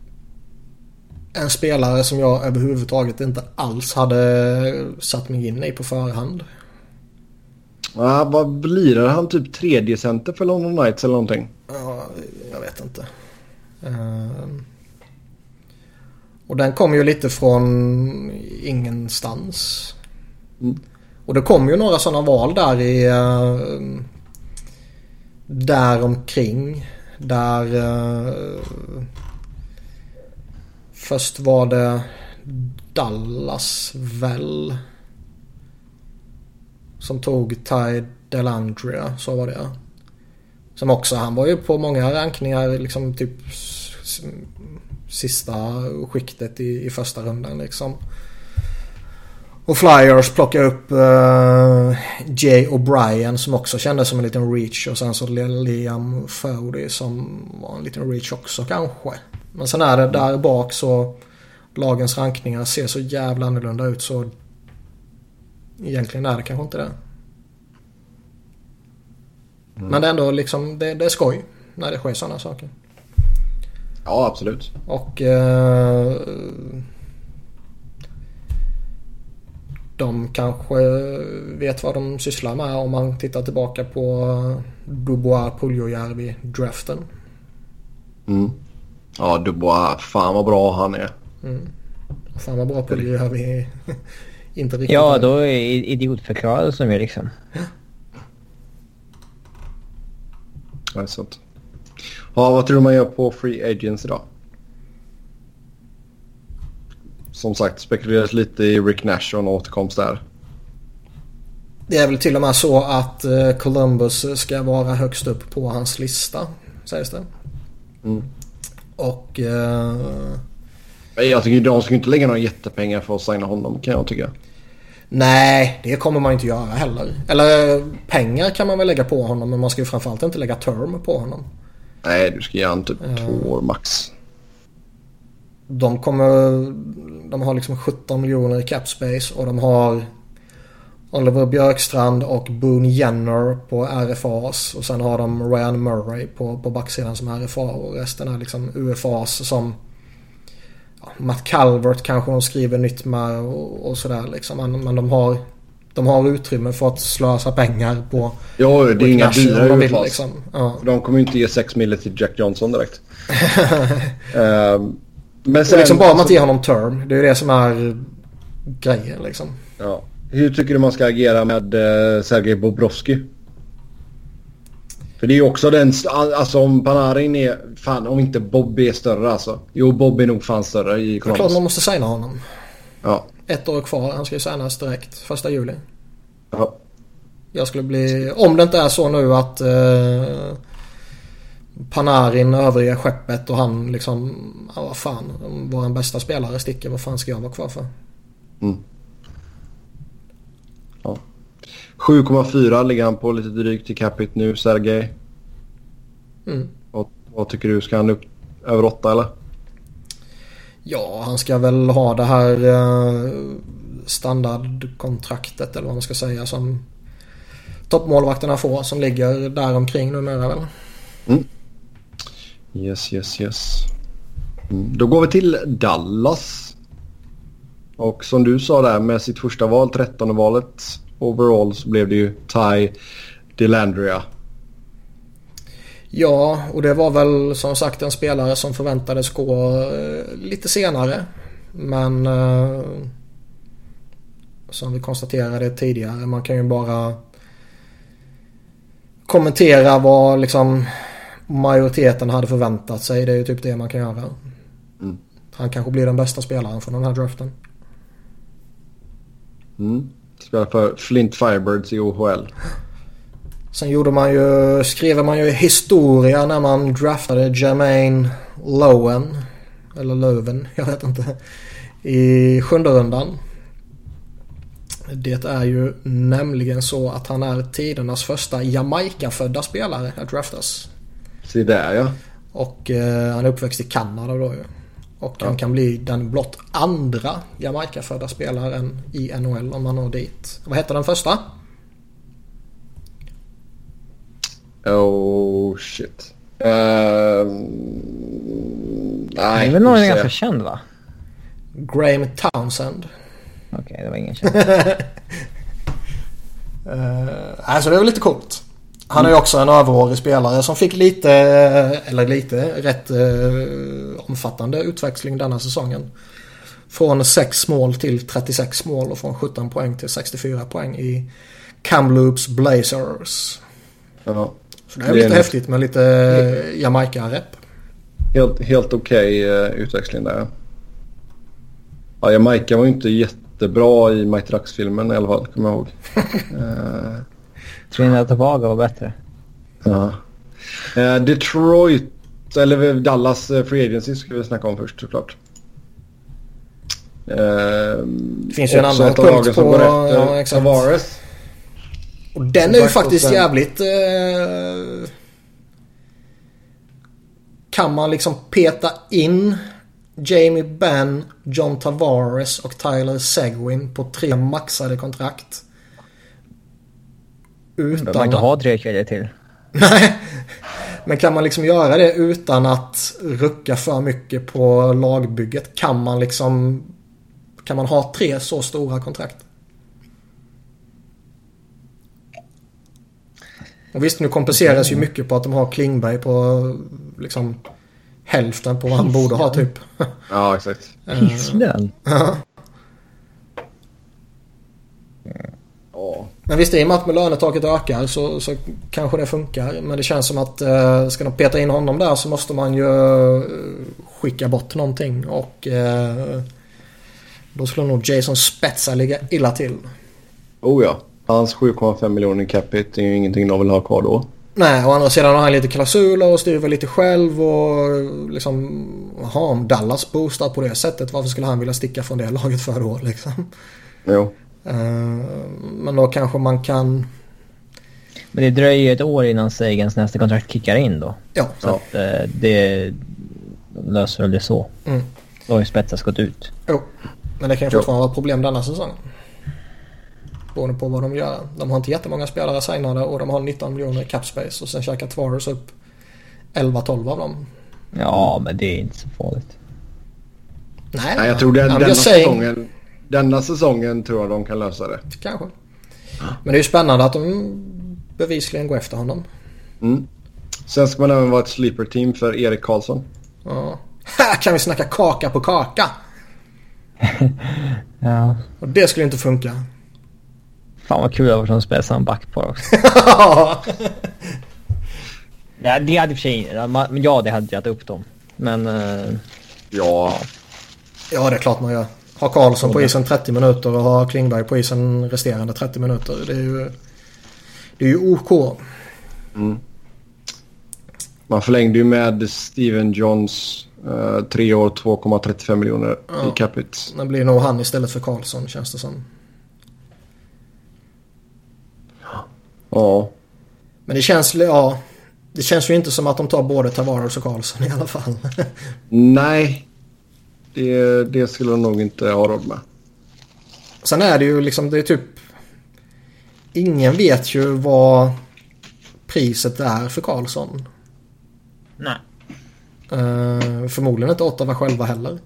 en spelare som jag överhuvudtaget inte alls hade satt mig in i på förhand. Ja, vad blir det? Han typ tredje center för London Knights eller någonting? Ja, jag vet inte. Uh, och den kom ju lite från ingenstans. Mm. Och det kom ju några sådana val där i uh, där omkring där uh, först var det Dallas väl som tog Ty Dellandrea, så var det. Som också, han var ju på många rankningar liksom typ sista skiktet i, i första rundan liksom. Och Flyers plockade upp uh, Jay O'Brien som också kändes som en liten reach, och sen så Liam Foudy som var en liten reach också kanske. Men sen är det där bak så lagens rankningar ser så jävla annorlunda ut så egentligen är det kanske inte det. Mm. Men det är ändå liksom, det, det är skoj när det sker sådana saker. Ja, absolut. Och eh, de kanske vet vad de sysslar med om man tittar tillbaka på Dubois Puljujärvi draften. Mm. Ja, Dubois, fan vad bra han är. Mm. Fan vad bra Puljujärvi inte riktigt. Ja, då är idiotförklarad som är liksom. Ja, sånt. Ja, vad tror du man gör på Free Agents idag? Som sagt, spekuleras lite i Rick Nash och en återkomst där. Det är väl till och med så att Columbus ska vara högst upp på hans lista, sägs det. Mm. Och... Uh... Jag tycker de ska inte lägga några jättepengar för att signa honom, kan jag tycka. Nej, det kommer man inte göra heller. Eller pengar kan man väl lägga på honom, men man ska ju framförallt inte lägga term på honom. Nej, du ska ge han typ uh, två år max. De kommer... De har liksom sjutton miljoner i cap space och de har Oliver Björkstrand och Boone Jenner på R F As. Och sen har de Ryan Murray på, på backsidan som R F A. Och resten är liksom U F As som... Ja, Matt Calvert kanske de skriver nytt med och, och sådär liksom. Men, men de har... De har utrymme för att slösa pengar på... Ja, det är inga dyra de vill, liksom. Ja. De kommer inte ge sex mille till Jack Johnson direkt. um, men sen, och liksom bara man inte ger honom term. Det är det som är grejen liksom. Ja. Hur tycker du man ska agera med uh, Sergej Bobrovsky? För det är ju också den... Alltså om Panarin är... Fan, om inte Bob är större alltså. Jo, Bob är nog fan större i Columbus. Det är klart man måste signa honom. Ja. Ett år kvar. Han ska ju signas direkt. Första juli. Ja. Jag skulle bli... Om det inte är så nu att... Uh, Panarin överger skeppet och han liksom... Ja, vad fan. Vår bästa spelare sticker. Vad fan ska jag vara kvar för? Mm. Ja. sju komma fyra ligger han på lite drygt i capita nu, Sergej. Mm. Och, vad tycker du? Ska han upp över åtta eller? Ja, han ska väl ha det här uh, standardkontraktet eller vad man ska säga som toppmålvakterna får som ligger där omkring numera väl. Mm. Yes, yes, yes. Mm. Då går vi till Dallas. Och som du sa där med sitt första val, trettonde valet overall, så blev det ju Ty Dellandrea. Ja, och det var väl som sagt en spelare som förväntades gå eh, lite senare. Men eh, som vi konstaterade tidigare, man kan ju bara kommentera vad liksom majoriteten hade förväntat sig. Det är ju typ det man kan göra. Mm. Han kanske blir den bästa spelaren från den här draften. Mm. Spelar för Flint Firebirds i O H L. Sen gjorde man ju, skriver man ju historia när man draftade Jermaine Lowen. Eller Löwen, jag vet inte. I sjunde rundan. Det är ju nämligen så att han är tidernas första Jamaica-födda spelare att draftas. Se där ja. Och eh, han är uppväxt i Kanada då ju. Och ja. Han kan bli den blott andra Jamaica-födda spelaren i N H L om man når dit. Vad heter den första? Oh shit. Uh, nej, det är väl någon ganska känd va? Graham Townsend. Okej, okay, det var ingen känd. uh, alltså det är väl lite coolt. Han är ju också en överårig spelare som fick lite, eller lite, rätt uh, omfattande utväxling denna säsongen. Från sex mål till trettiosex mål och från sjutton poäng till sextiofyra poäng i Kamloops Blazers. Ja. Så det är det lite är häftigt med lite Jamaica-rep. Helt, helt okej okay, uh, utväxling där. Ja, Jamaica var ju inte jättebra i Mike Trucks-filmen i alla fall, kommer jag ihåg. uh, Trinidad och Tobago var bättre. Ja. Uh, Detroit, eller Dallas uh, Free Agency ska vi snacka om först såklart. Uh, det finns ju en annan punkt på ja, Tavares. Och den är ju faktiskt sen... jävligt eh, kan man liksom peta in Jamie Benn, John Tavares och Tyler Seguin på tre maxade kontrakt utan man inte ha tre kedjor till. Nej. Men kan man liksom göra det utan att rucka för mycket på lagbygget? Kan man liksom kan man ha tre så stora kontrakt? Och visst, nu kompenseras ju mycket på att de har Klingberg på liksom hälften på vad han borde ha typ. Ja, exakt. Pisslön. Ja. Ja. Men visst, i och med att med lönetaket ökar så, så kanske det funkar. Men det känns som att eh, ska de peta in honom där så måste man ju eh, skicka bort någonting. Och eh, då skulle nog Jason Spezza ligga illa till. Oh ja. Hans sju komma fem miljoner capita är ju ingenting de vill ha kvar då. Nej, å andra sidan har han lite klausuler och styr väl lite själv och liksom, aha, om Dallas boostar på det sättet, varför skulle han vilja sticka från det laget för då liksom? Jo. Uh, men då kanske man kan... Men det dröjer ju ett år innan Sagans nästa kontrakt kickar in då. Ja. Så ja. att uh, det löser väl det så. Mm. Då har ju Spetsas gått ut. Jo, men det kan ju fortfarande vara problem denna säsongen. Beroende på vad de gör. De har inte jättemånga spelare signade och de har nitton miljoner cap space och sen käkar Tavares upp elva tolv av dem. Ja, men det är inte så farligt. Nej, Nej jag tror den, denna, säsongen, denna säsongen tror jag de kan lösa det. Kanske. Men det är ju spännande att de bevisligen går efter honom. Mm. Sen ska man även vara ett sleeper team för Erik Karlsson. Ja. Här kan vi snacka kaka på kaka. Ja. Och det skulle inte funka. Fan vad kul det var som spelar samma back på också. Ja, det hade i och för sig... Ja, det hade jag upp dem. Men... Uh, ja. Ja, det är klart man gör. Ha Karlsson på isen trettio minuter och ha Klingberg på isen resterande trettio minuter. Det är ju... Det är ju OK. Mm. Man förlängde ju med Steven Johns uh, tre år två komma trettiofem miljoner ja. i capita. Det blir nog han istället för Karlsson, känns det som. Ja. Men det känns, ja, det känns ju inte som att de tar både Tavares och Karlsson i alla fall. Nej, det, det skulle de nog inte ha råd med. Sen är det ju liksom, det är typ... Ingen vet ju vad priset är för Karlsson. Nej. Uh, förmodligen inte Ottawa själva heller.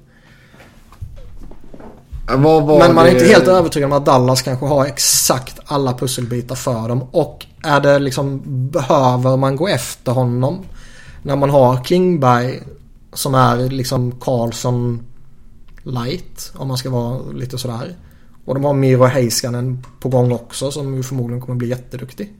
Vad var Men man är det... inte helt övertygad om att Dallas kanske har exakt alla pusselbitar för dem. Och är det liksom, behöver man gå efter honom när man har Klingberg som är liksom Karlsson light, om man ska vara lite sådär. Och de har Miro Heiskanen på gång också, som ju förmodligen kommer bli jätteduktig.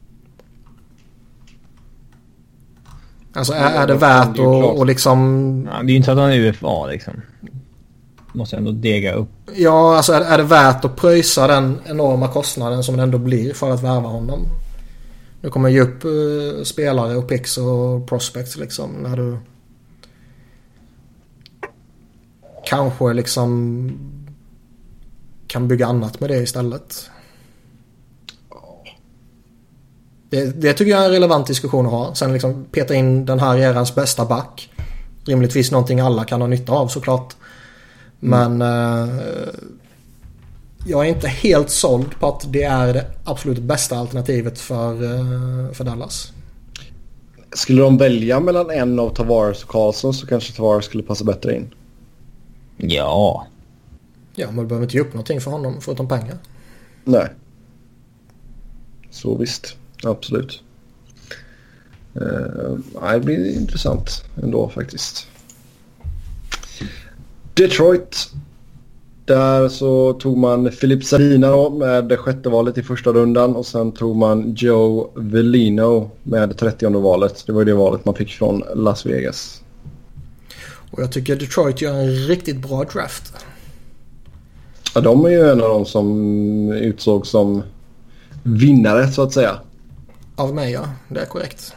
Alltså är, är det värt att och liksom... Ja, det är ju inte att han är U F A liksom. Måste ändå dega upp. Ja, alltså är, är det värt att pröjsa den enorma kostnaden som det ändå blir för att värva honom? Nu kommer ju upp uh, spelare och picks och prospects liksom, när du kanske liksom kan bygga annat med det istället. Det, det tycker jag är en relevant diskussion att ha. Sen liksom peta in den här erans bästa back. Rimligtvis någonting alla kan ha nytta av såklart. Men mm. eh, jag är inte helt såld på att det är det absolut bästa alternativet för, eh, för Dallas. Skulle de välja mellan en av Tavares och Karlsson så kanske Tavares skulle passa bättre in. Ja. Ja, men du behöver inte ge upp någonting för honom förutom pengar. Nej. Så visst. Absolut. Uh, det blir intressant ändå faktiskt. Detroit. Där så tog man Filip Zadina då med det sjätte valet i första rundan. Och sen tog man Joe Velino med det trettionde valet. Det var det valet man fick från Las Vegas. Och jag tycker Detroit gör en riktigt bra draft. Ja, de är ju en av de som utsåg som vinnare så att säga. Av mig, ja. Det är korrekt.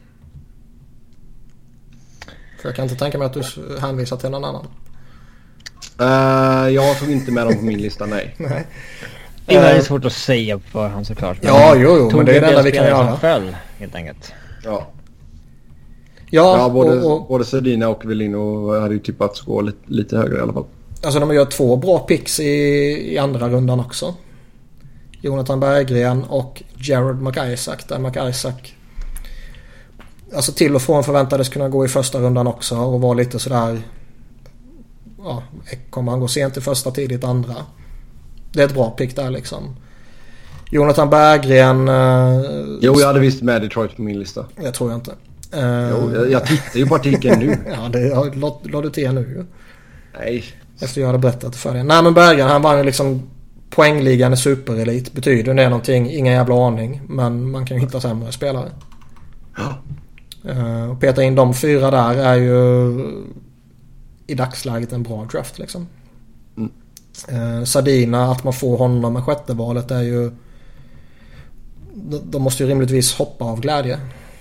För jag kan inte tänka mig att du hänvisar till någon annan. Uh, jag tog inte med dem på min lista, nej. nej. Det är väldigt svårt att säga på förhand såklart. Ja, jo, jo. Men det är det enda vi kan göra. Föll, helt enkelt. Ja. Ja, ja både, och, och, både Sedina och Velino hade ju tippats gå lite, lite högre i alla fall. Alltså de gör två bra picks i, i andra rundan också. Jonathan Berggren och Jared McIsaac. Där McIsaac alltså till och från förväntades kunna gå i första rundan också och vara lite sådär, ja, kommer han gå sent i första, tidigt andra. Det är ett bra pick där liksom. Jonathan Berggren eh, Jo, jag hade visst med Detroit på min lista. Jag tror jag inte. eh, Jo, jag, jag tittar ju på artikeln nu. Ja, det lade du till nu. Nej. Efter jag hade berättat för dig. Nej, men Berggren, han var ju liksom poängligan i superelit. Betyder det någonting? Ingen jävla aning. Men man kan ju hitta sämre spelare. Ja. Uh, och peta in de fyra där är ju i dagsläget en bra draft liksom. Mm. Uh, Zadina, att man får honom med sjätte valet är ju, de, de måste ju rimligtvis hoppa av glädje.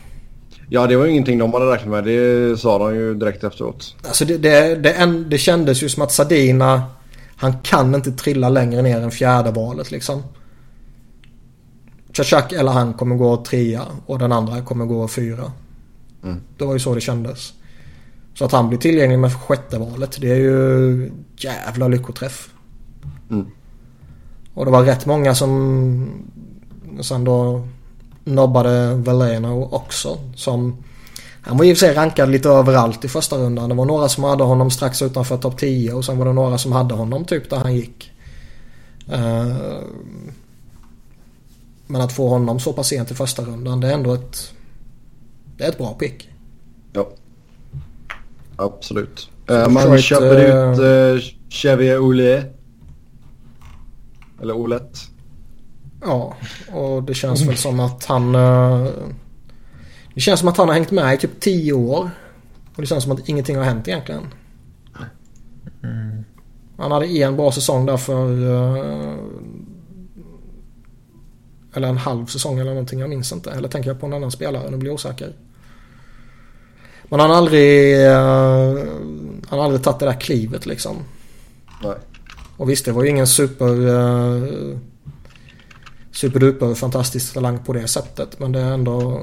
Ja, det var ju ingenting de hade räknat med. Det sa de ju direkt efteråt. Alltså det, det, det, en, det kändes ju som att Zadina, han kan inte trilla längre ner än fjärde valet liksom. Chachak eller han kommer gå trea och den andra kommer gå fyra. Mm. Det var ju så det kändes. Så att han blir tillgänglig med sjätte valet, det är ju jävla lyckoträff. Mm. Och det var rätt många som sen då nobbade Veleno också. Som, han var ju i och för sig rankad lite överallt i första rundan. Det var några som hade honom strax utanför topp tio och sen var det några som hade honom typ där han gick. Uh, men att få honom så pass sent i första rundan, det är ändå ett det är ett bra pick. Ja. Absolut. Uh, man Detroit, köper uh, ut uh, Xavier Oulier. Eller Olet. Ja, och det känns väl som att han uh, det känns som att han har hängt med i typ tio år. Och det känns som att ingenting har hänt egentligen. Mm. Han hade en bra säsong där för uh, eller en halv säsong eller någonting, jag minns inte. Eller tänker jag på en annan spelare, nu blir jag osäker. Men han har aldrig uh, han har aldrig tagit det där klivet liksom. Nej. Och visst, det var ju ingen super uh, superduper fantastisk talang på det sättet, men det är ändå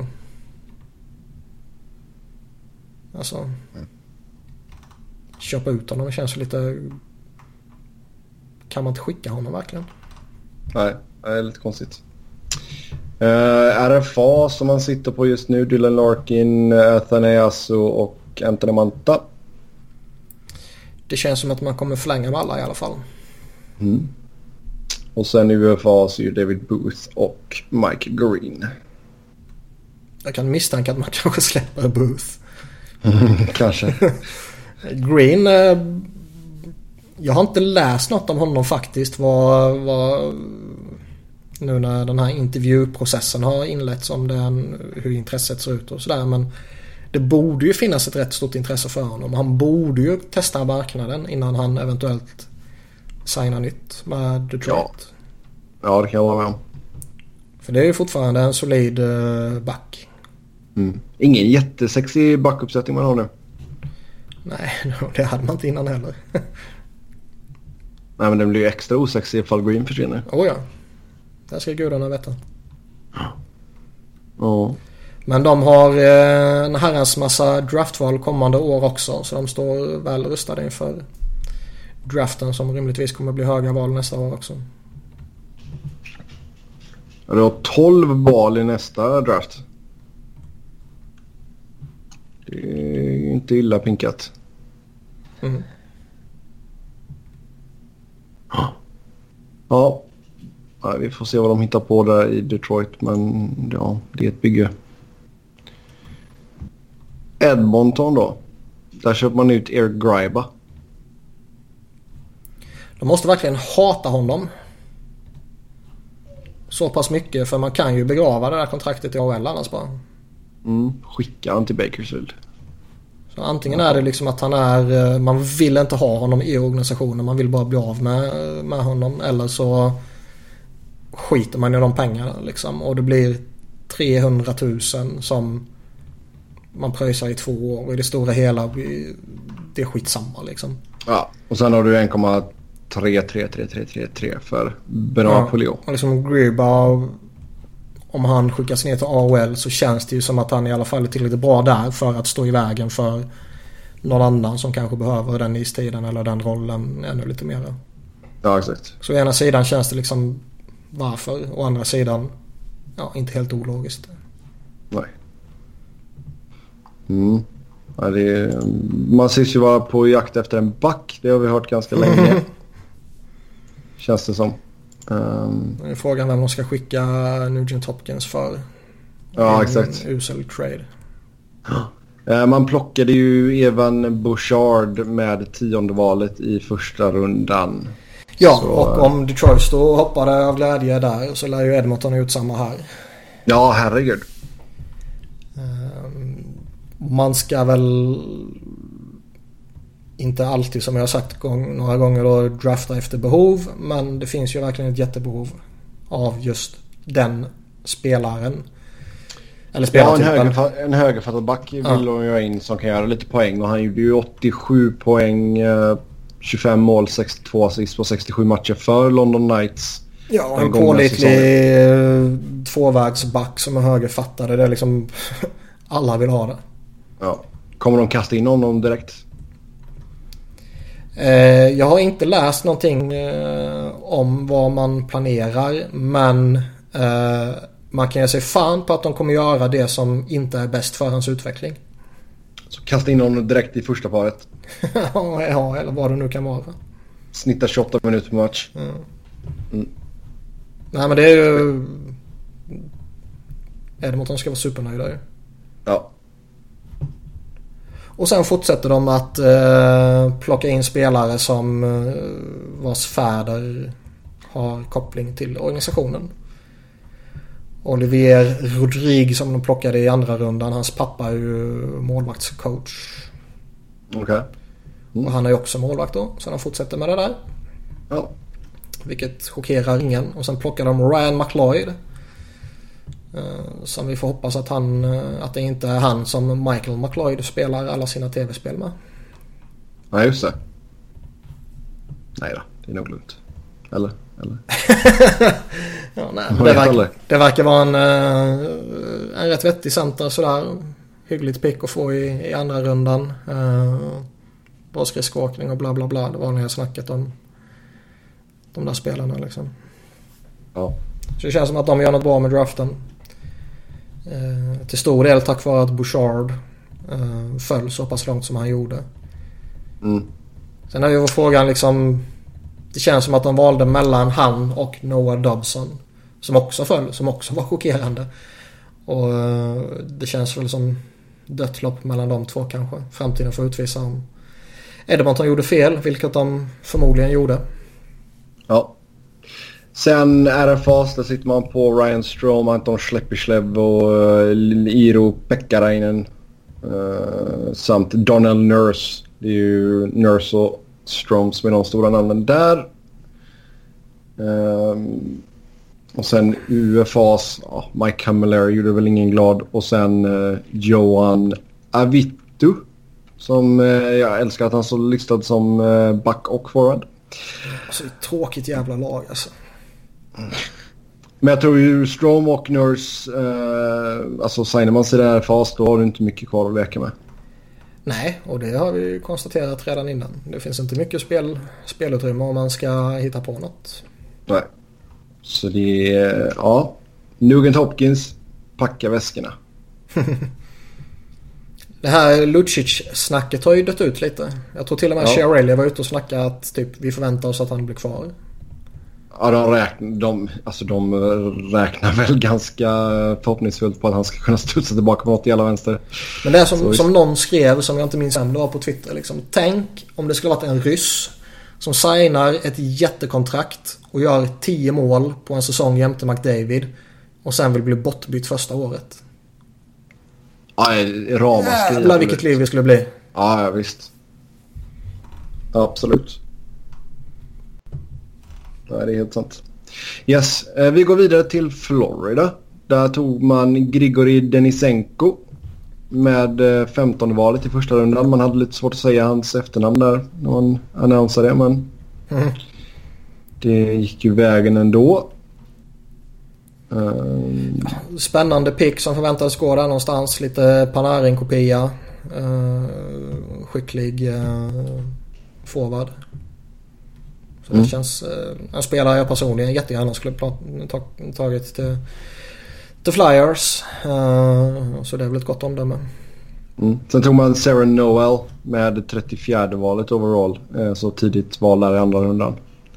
alltså mm. köpa ut honom, det känns lite, kan man inte skicka honom verkligen? Nej, det är lite konstigt. Uh, R F A som man sitter på just nu, Dylan Larkin, Athanayasu och Anthony Manta. Det känns som att man kommer förlänga med alla i alla fall. Mm. Och sen i U F A så är David Booth och Mike Green. Jag kan misstänka att man kanske släpper Booth. Kanske. Green, eh, jag har inte läst något om honom faktiskt. Vad, vad, nu när den här intervjuprocessen har inletts, om den, hur intresset ser ut och sådär. Men det borde ju finnas ett rätt stort intresse för honom. Han borde ju testa marknaden innan han eventuellt signar nytt med Detroit. Ja, ja det kan jag vara med om. För det är ju fortfarande en solid uh, back. Mm. Ingen jättesexig backuppsättning man har nu. Nej, det hade man inte innan heller. Nej, men den blir ju extra osexig ifall Green försvinner. Åh ja, det ska gudarna veta. Ja. Oh. Men de har eh, en herrans massa draftval kommande år också, så de står väl rustade inför draften som rimligtvis kommer bli höga val nästa år också. Ja, du har tolv val i nästa draft. Det är inte illa pinkat. Mm. Ja. Ja, vi får se vad de hittar på där i Detroit, men ja, det är ett bygge. Edmonton då. Där köper man ut Eric Gryba. De måste verkligen hata honom så pass mycket, för man kan ju begrava det där kontraktet i A H L annars bara. Mm, skicka han till Bakersfield. Så antingen är det liksom att han är, man vill inte ha honom i organisationen, man vill bara bli av med, med honom, eller så skiter man i de pengarna liksom, och det blir trehundratusen som man pröjsar i två år, och i det stora hela det är skitsamma liksom. Ja, och sen har du en komma tre tre tre tre tre tre för Benoit Pouliot. Ja, och liksom Gryba, om han skickas ner till A H L så känns det ju som att han i alla fall är tillräckligt bra där för att stå i vägen för någon annan som kanske behöver den istiden eller den rollen ännu lite mer. Ja, exakt. Så å ena sidan känns det liksom varför, å andra sidan ja, inte helt ologiskt. Nej. Mm. Ja, det är, man syns ju vara på jakt efter en back. Det har vi hört ganska länge. Känns det som. Um, det är frågan vem de ska skicka Nugent Hopkins för. Ja, exakt. En usel trade. Uh, man plockade ju Evan Bouchard med tionde valet i första rundan. Ja, så, och om Detroit då hoppade av glädje där, så lär ju Edmonton ut samma här. Ja, herregud. Um, man ska väl inte alltid, som jag har sagt gång, några gånger då, drafta efter behov, men det finns ju verkligen ett jättebehov av just den spelaren. Eller Ja, en, spelartypen. högerfa- en högerfattad back vill Ja. de göra in som kan göra lite poäng. Och han gjorde ju åttiosju poäng, eh, tjugofem mål, sextiotvå assist på sextiosju matcher för London Knights. Ja, Den en gångna pålitlig eh, tvåvägsback som är högerfattade. Det är liksom alla vill ha det. Ja. Kommer de kasta in honom direkt? Eh, jag har inte läst någonting eh, om vad man planerar, men eh, man kan ju se fan på att de kommer göra det som inte är bäst för hans utveckling. Så kasta in honom direkt i första paret. Ja, eller vad det nu kan vara. Snittar tjugoåtta minuter per match. Mm. Mm. Nej, men det är ju... Edmonton ska vara supernöjda ju. Ja. Och sen fortsätter de att eh, plocka in spelare som eh, vars fäder har koppling till organisationen. Olivier Rodrigue som de plockade i andra rundan. Hans pappa är ju målvaktscoach. Okej. Okay. Mm. Och han är ju också målvakt då. Så de fortsätter med det där. Ja. Vilket chockerar ingen. Och sen plockar de Ryan McLeod. Uh, som vi får hoppas att han uh, att det inte är han som Michael McLeod spelar alla sina tv-spel med. Ja, just det. Nej då, det är nog lugnt. Eller? Eller? Ja, nej, det, verkar, det verkar vara en, uh, en rätt vettig center sådär. Hyggligt pick att få i, i andra rundan. Uh, bra skridskoåkning och bla bla bla. Det vanliga snacket om de där spelarna liksom. Ja. Så det känns som att de gör något bra med draften. Eh, till stor del tack vare att Bouchard eh, föll så pass långt som han gjorde. Mm. Sen är ju frågan liksom... Det känns som att de valde mellan han och Noah Dobson. Som också föll, som också var chockerande. Och eh, det känns väl som dött lopp mellan de två kanske. Framtiden får utvisa om Edmonton gjorde fel, vilket de förmodligen gjorde. Ja. Sen R F A, där sitter man på Ryan Strome, Anton Schleppislev och uh, Iro Pekkarainen uh, samt Donald Nurse. Det är ju Nurse och Strome som är de stora namnen där. Um, och sen U F A's oh, Mike Camilleri gjorde väl ingen glad. Och sen uh, Johan Avitu som uh, jag älskar att han så listad som uh, back och forward. Alltså det är ett tråkigt jävla lag alltså. Mm. Men jag tror ju Strome och Nurse eh, alltså signar man sig där fast då har du inte mycket kvar att leka med. Nej, och det har vi ju konstaterat redan innan. Det finns inte mycket spel, spelutrymme om man ska hitta på något. Nej. Så det är, ja. Nugent Hopkins, packa väskorna. Det här Lucic-snacket har ju dött ut lite. Jag tror till och med ja. Chiarelli var ute och snackade att typ, vi förväntar oss att han blir kvar. Ja, de räknar, de, alltså de räknar väl ganska förhoppningsfullt på att han ska kunna studsa tillbaka på något i alla vänster. Men det är som, som någon skrev, som jag inte minns ändå var på Twitter. Liksom. Tänk om det skulle varit en ryss som signar ett jättekontrakt och gör tio mål på en säsong jämte McDavid och sen vill bli bortbytt första året. Ja, ramaskri. Jävlar vilket liv det skulle bli. Ja, ja visst. Ja, absolut. Ja, det är helt sant. Yes, vi går vidare till Florida. Där tog man Grigori Denisenko med femtonde valet i första rundan. Man hade lite svårt att säga hans efternamn där när man annonsade det, men mm. det gick ju vägen ändå. Um... Spännande pick som förväntades gå där någonstans. Lite Panarin-kopia. Uh, skicklig uh, forward. Så mm. det känns uh, en spelare jag personligen jättegärna skulle ha tagit till, till Flyers. Uh, så det är väl ett gott omdöme. Mm. Sen tog man Sarah Noel med trettiofjärde valet overall. Uh, så tidigt val där i andra rundan.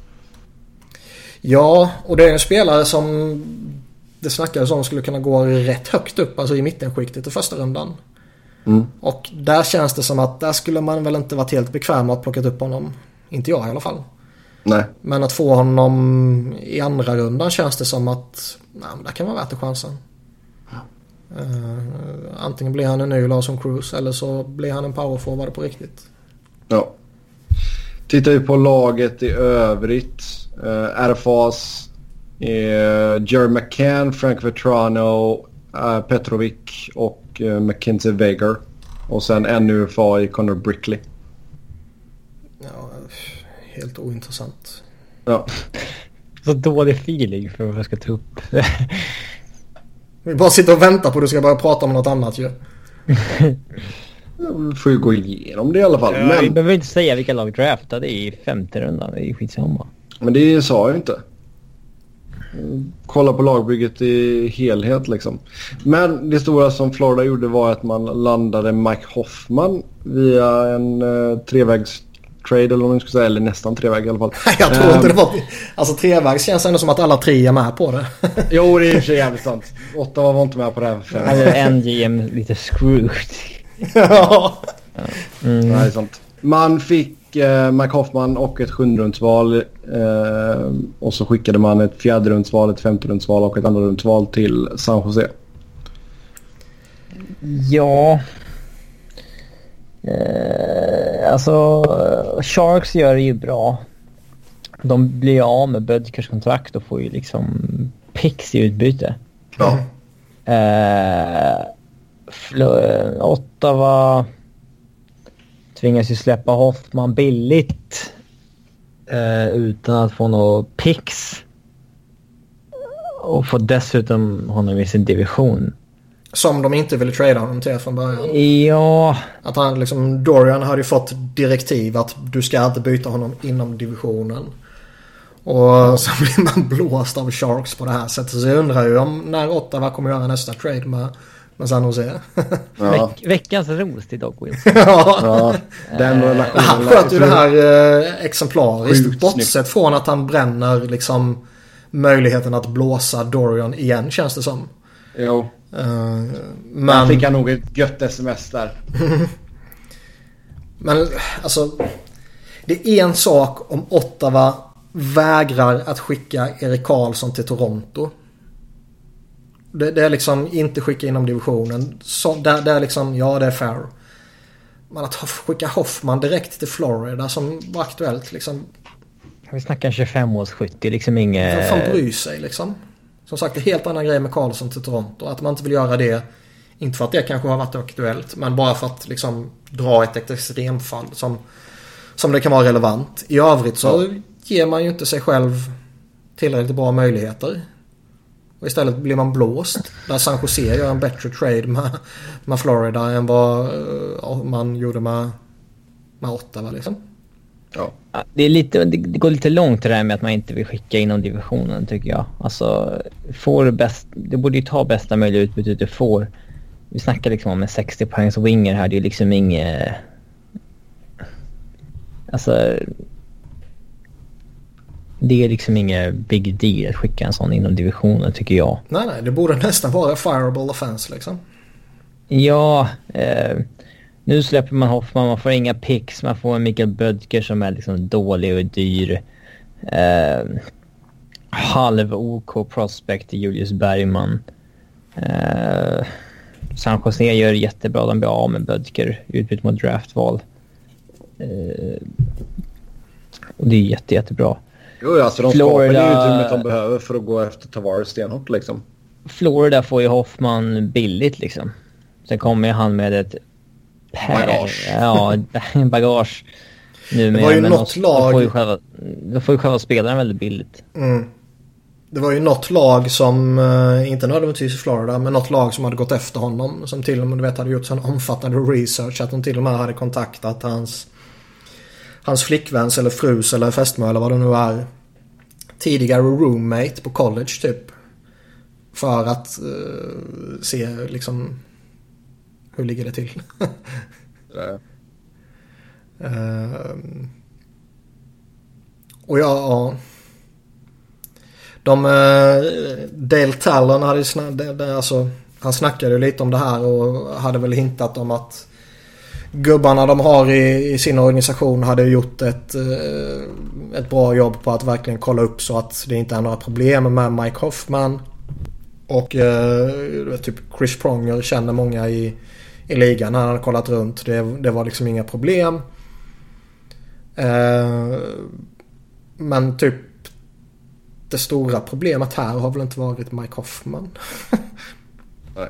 Ja, och det är en spelare som det snackades om skulle kunna gå rätt högt upp, alltså i mittenskiktet i första rundan. Mm. Och där känns det som att där skulle man väl inte varit helt bekväm med att plocka upp honom. Inte jag i alla fall. Nej. Men att få honom i andra rundan känns det som att nej, men där kan vara värt att chansen. Uh, antingen blir han en ny Lawson Cruz eller så blir han en powerforward på riktigt. Ja. Tittar vi på laget i övrigt. Uh, R F A's uh, Jerry McCann, Frank Vetrano, uh, Petrovic och uh, Mackenzie Weger. Och sen en U F A i Connor Brickley. Ja, helt ointressant. Ja. Så dålig feeling för vad jag ska ta upp. Vi bara sitter och väntar på att du ska börja prata om något annat ju. Vi får ju gå igenom det i alla fall. Ja, men... Vi behöver inte säga vilka lag draftade i femte rundan. Det är skitsamma. Men det sa jag inte. Kolla på lagbygget i helhet liksom. Men det stora som Florida gjorde var att man landade Mike Hoffman via en uh, trevägs trade eller vad man ska säga, eller nästan treväg i alla fall. Jag tror um, inte det var... Alltså trevägs känns ändå som att alla tre är med på det. Jo, det är ju så jävligt sant. Ottawa var inte med på det här. Fem. Alltså en G M lite screwed. Ja. Mm. Nej, sant. Man fick eh, Mike Hoffman och ett sjunderumsval eh, och så skickade man ett fjärderumsval, ett femterumsval och ett andrarumsval till San Jose. Ja. Eh, alltså Sharks gör det ju bra. De blir av med Bödkers kontrakt och får ju liksom picks i utbyte. Ja. Eh, Fl- Ottawa tvingas ju släppa Hoffman billigt eh, utan att få några picks och får dessutom honom i sin division. Som de inte ville trada honom till från början. Ja. Att han liksom, Dorian hade ju fått direktiv att du ska inte byta honom inom divisionen. Och så blir man blåst av Sharks på det här sättet. Så jag undrar ju om när Ottawa kommer göra nästa trade med, med San Jose. Ja. Veck, veckans ros till Doug Wilson. Ja. Ja. Den äh, han sköt ju det här eh, exemplariskt. Bortsett från att han bränner liksom möjligheten att blåsa Dorian igen, känns det som. Jo. Uh, men han fick han nog ett gött sms där. Men alltså, det är en sak om Ottawa vägrar att skicka Erik Karlsson till Toronto. Det, det är liksom inte skicka inom divisionen. Så, där, det är liksom, ja det är fair. Men att skicka Hoffman direkt till Florida som var aktuellt liksom. Vi snackar tjugofem års sjuttio, liksom inget... Vem fan bryr sig liksom. Som sagt, det är helt annan grej med Karlsson till Toronto. Att man inte vill göra det. Inte för att det kanske har varit aktuellt. Men bara för att liksom dra ett extremfall som, som det kan vara relevant. I övrigt så ja. ger man ju inte sig själv tillräckligt bra möjligheter. Och istället blir man blåst. Där San Jose gör en bättre trade med, med Florida än vad uh, man gjorde med, med Ottawa liksom. Ja. Det, är lite, det går lite långt det där med att man inte vill skicka inom divisionen, tycker jag. Alltså, får bäst, det borde ju ta bästa möjliga utbyte du får. Vi snackar liksom om en sextio poängs winger här. Det är liksom inget... Alltså... Det är liksom inget big deal att skicka en sån inom divisionen, tycker jag. Nej, nej. Det borde nästan vara fireable offense liksom. Ja... Eh, Nu släpper man Hoffman, man får inga picks, man får en Mikael Bödker som är liksom dålig och dyr. Eh, halv OK prospect till Julius Bergman. Eh, San Jose gör jättebra, de blir av med Bödker utbytt mot draftval. Eh, och det är jätte, jättebra. Jo, alltså de Florida, skapar ju utrymmet de behöver för att gå efter Tavares stenhårt liksom. Florida får ju Hoffman billigt liksom. Sen kommer han med ett bagage. Ja, bagage. Nu det var ju men något de, lag... De får ju själva, de får ju själva spelaren väldigt billigt. Mm. Det var ju något lag som, inte nödvändigtvis Florida, men något lag som hade gått efter honom. Som till och med, du vet, hade gjort sån omfattande research att de till och med hade kontaktat hans hans flickväns eller frus eller fästmö eller vad det nu är. Tidigare roommate på college typ. För att uh, se liksom hur ligger det till. Ja. uh, och ja, ja. De uh, Dale Talon hade sna- det, det, alltså, han snackade ju lite om det här och hade väl hintat om att gubbarna de har i, i sin organisation hade gjort ett, uh, ett bra jobb på att verkligen kolla upp så att det inte är några problem med Mike Hoffman. Och uh, typ Chris Pronger känner många i, i ligan när han har kollat runt. Det, det var liksom inga problem. Uh, men typ det stora problemet här har väl inte varit Mike Hoffman. Nej.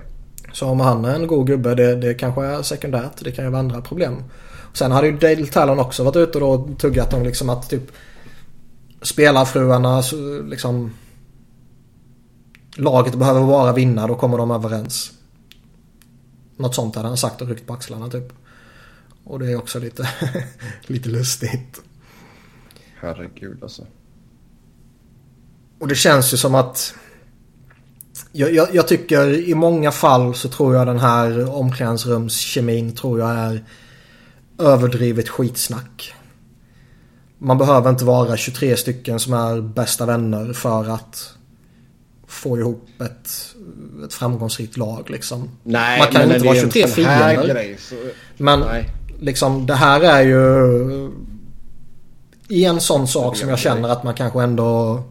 Så om han är en god gubbe, det, det kanske är sekundärt. Det kan ju vara andra problem. Sen hade ju Dale Talon också varit ute och då tuggat om liksom att typ spelarfruarna liksom laget behöver vara vinna, då kommer de överens. Något sånt hade han sagt och ryckt på axlarna typ. Och det är också lite lite lustigt. Herregud alltså. Och det känns ju som att jag, jag, jag tycker i många fall så tror jag den här omklädningsrumskemin tror jag är överdrivet skitsnack. Man behöver inte vara tjugotre stycken som är bästa vänner för att få ihop ett, ett framgångsrikt lag liksom. Nej, man kan ju inte vara tjugotre fiender. Så... Men Nej. liksom det här är ju en sån sak som jag känner att man kanske ändå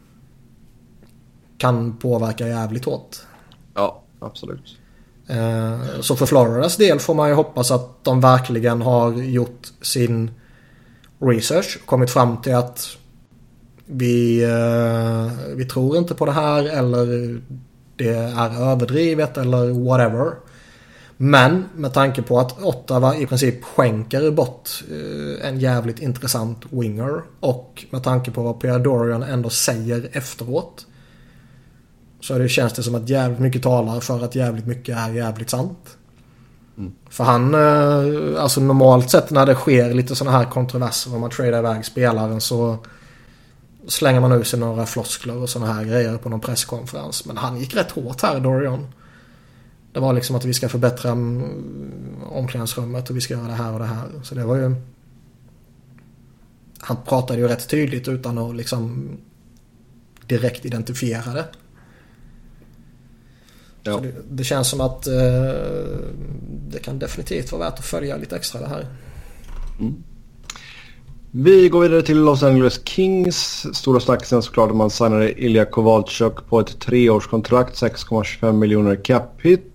kan påverka jävligt hårt. Ja, absolut. Så för Floridas del får man ju hoppas att de verkligen har gjort sin research och kommit fram till att vi, vi tror inte på det här eller det är överdrivet eller whatever. Men med tanke på att Ottawa i princip skänker bort en jävligt intressant winger och med tanke på vad Pierre Dorion ändå säger efteråt, så det känns det som att jävligt mycket talar för att jävligt mycket är jävligt sant. Mm. För han, alltså normalt sett när det sker lite sådana här kontroverser om man tradar iväg spelaren så slänger man ut sig några floskler och sådana här grejer på någon presskonferens. Men han gick rätt hårt här, Dorion. Det var liksom att vi ska förbättra omklädningsrummet och vi ska göra det här och det här. Så det var ju... Han pratade ju rätt tydligt utan att liksom direkt identifiera det. Ja. Så det, det känns som att eh, det kan definitivt vara värt att följa lite extra det här. Mm. Vi går vidare till Los Angeles Kings. Stora snacksen såklart man signade Ilya Kovalchuk på ett treårskontrakt, sex komma tjugofem miljoner cap hit.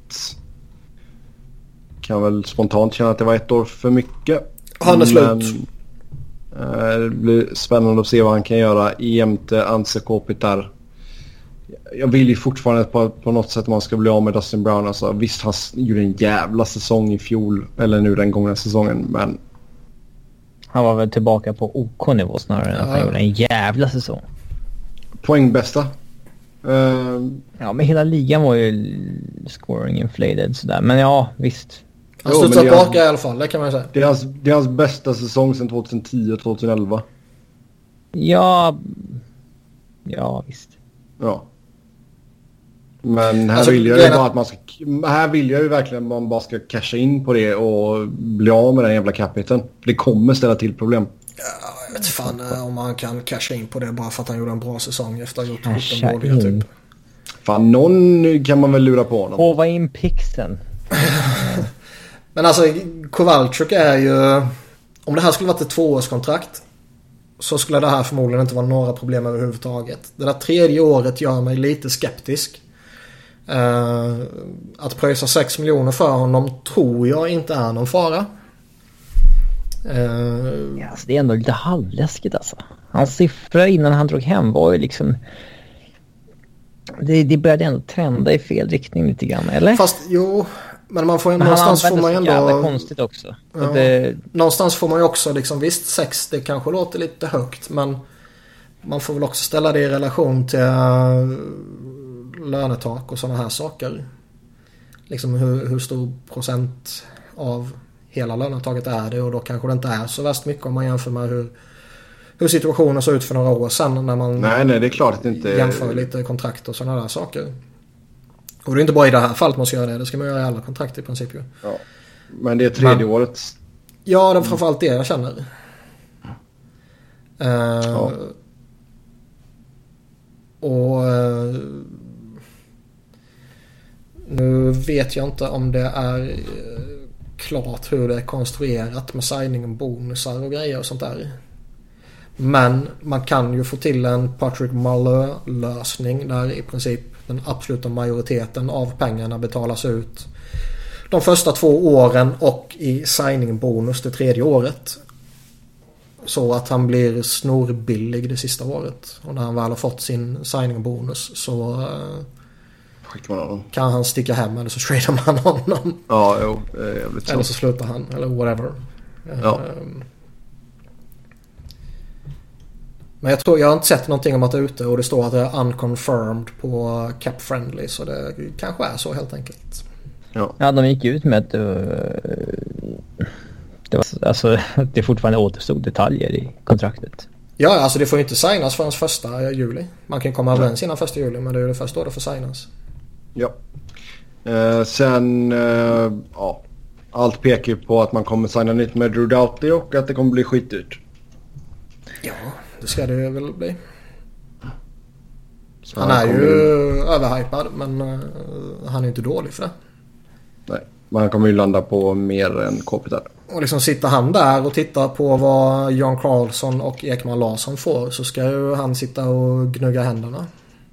Kan väl spontant känna att det var ett år för mycket. Han är slut. Eh, det blir spännande att se vad han kan göra jämte Anse Kopitar. Jag vill ju fortfarande på, på något sätt man ska bli av med Dustin Brown. Alltså, visst, han gjorde en jävla säsong i fjol. Eller nu den gångna säsongen. Men han var väl tillbaka på OK-nivå snarare än att han gjorde en jävla säsong. Poängbästa. Uh, ja, men hela ligan var ju scoring inflated sådär. Men ja, visst. Han stod tillbaka i alla fall, det kan man säga. Det är hans, det är hans bästa säsong sedan tjugohundratio tjugoelva. Ja, ja visst. Ja. Men här alltså, vill jag ju bara att man ska, här vill jag ju verkligen att man bara ska casha in på det och bli av med den jävla capiten. Det kommer ställa till problem. Ja, jag vet fan om man kan casha in på det bara för att han gjorde en bra säsong efter att ha gjort sjutton dåliga typ. Fan, någon kan man väl lura på honom. Hova in pixen. Men alltså, Kovalchuk är ju... Om det här skulle varit ett tvåårskontrakt så skulle det här förmodligen inte vara några problem överhuvudtaget. Det där tredje året gör mig lite skeptisk. Uh, att pröjsa sex miljoner för honom tror jag inte är någon fara. Uh, ja, alltså det är ändå lite halvläskigt alltså. Hans siffror innan han drog hem var ju liksom... Det, det började ändå trenda i fel riktning lite grann, eller? Fast jo, men man får men någonstans får man ju ändå... jävla konstigt också. Ja, det... Någonstans får man ju också liksom, visst sex det kanske låter lite högt, men man får väl också ställa det i relation till uh, lönetak och sådana här saker. Liksom hur, hur stor procent av hela lönetaget är det, och då kanske det inte är så värst mycket om man jämför med hur, hur situationen såg ut för några år sedan när man nej, nej, det är klart att inte... jämför lite kontrakt och sådana där saker. Och det är inte bara i det här fallet man ska göra det, det ska man göra i alla kontrakt i princip ju. Ja. Men det är tredje men, året. Ja, det är framförallt det jag känner. Uh, ja. Och uh, nu vet jag inte om det är uh, klart hur det är konstruerat med signing, bonusar och grejer och sånt där. Men man kan ju få till en Patrick Muller-lösning där i princip den absoluta majoriteten av pengarna betalas ut de första två åren och i signing-bonus det tredje året. Så att han blir snorbillig det sista året. Och när han väl har fått sin signing-bonus så, skickar man honom. Kan han sticka hem eller så tradar man honom. Ja, jo. Det är jävligt eller sant. så slutar han. Eller whatever. Ja. Um, men jag tror jag har inte sett någonting om att det är ute. Och det står att det är unconfirmed på Cap Friendly. Så det kanske är så helt enkelt. Ja, ja de gick ut med att uh, det, var, alltså, det fortfarande återstod detaljer i kontraktet. Ja, alltså det får ju inte signas förrän första juli. Man kan komma överens innan första juli, men det är det första då det får signas. Ja. Eh, sen, eh, ja. Allt pekar ju på att man kommer signa nytt med Drew Doughty och att det kommer bli skitdyrt. Ja, det ska det väl bli. Så Han är kommer... ju överhypad, men uh, han är ju inte dålig för det. Nej, men han kommer ju landa på mer än Kopitar. Och liksom sitter han där och tittar på vad John Carlson och Ekman Larsson får, så ska ju han sitta och gnugga händerna.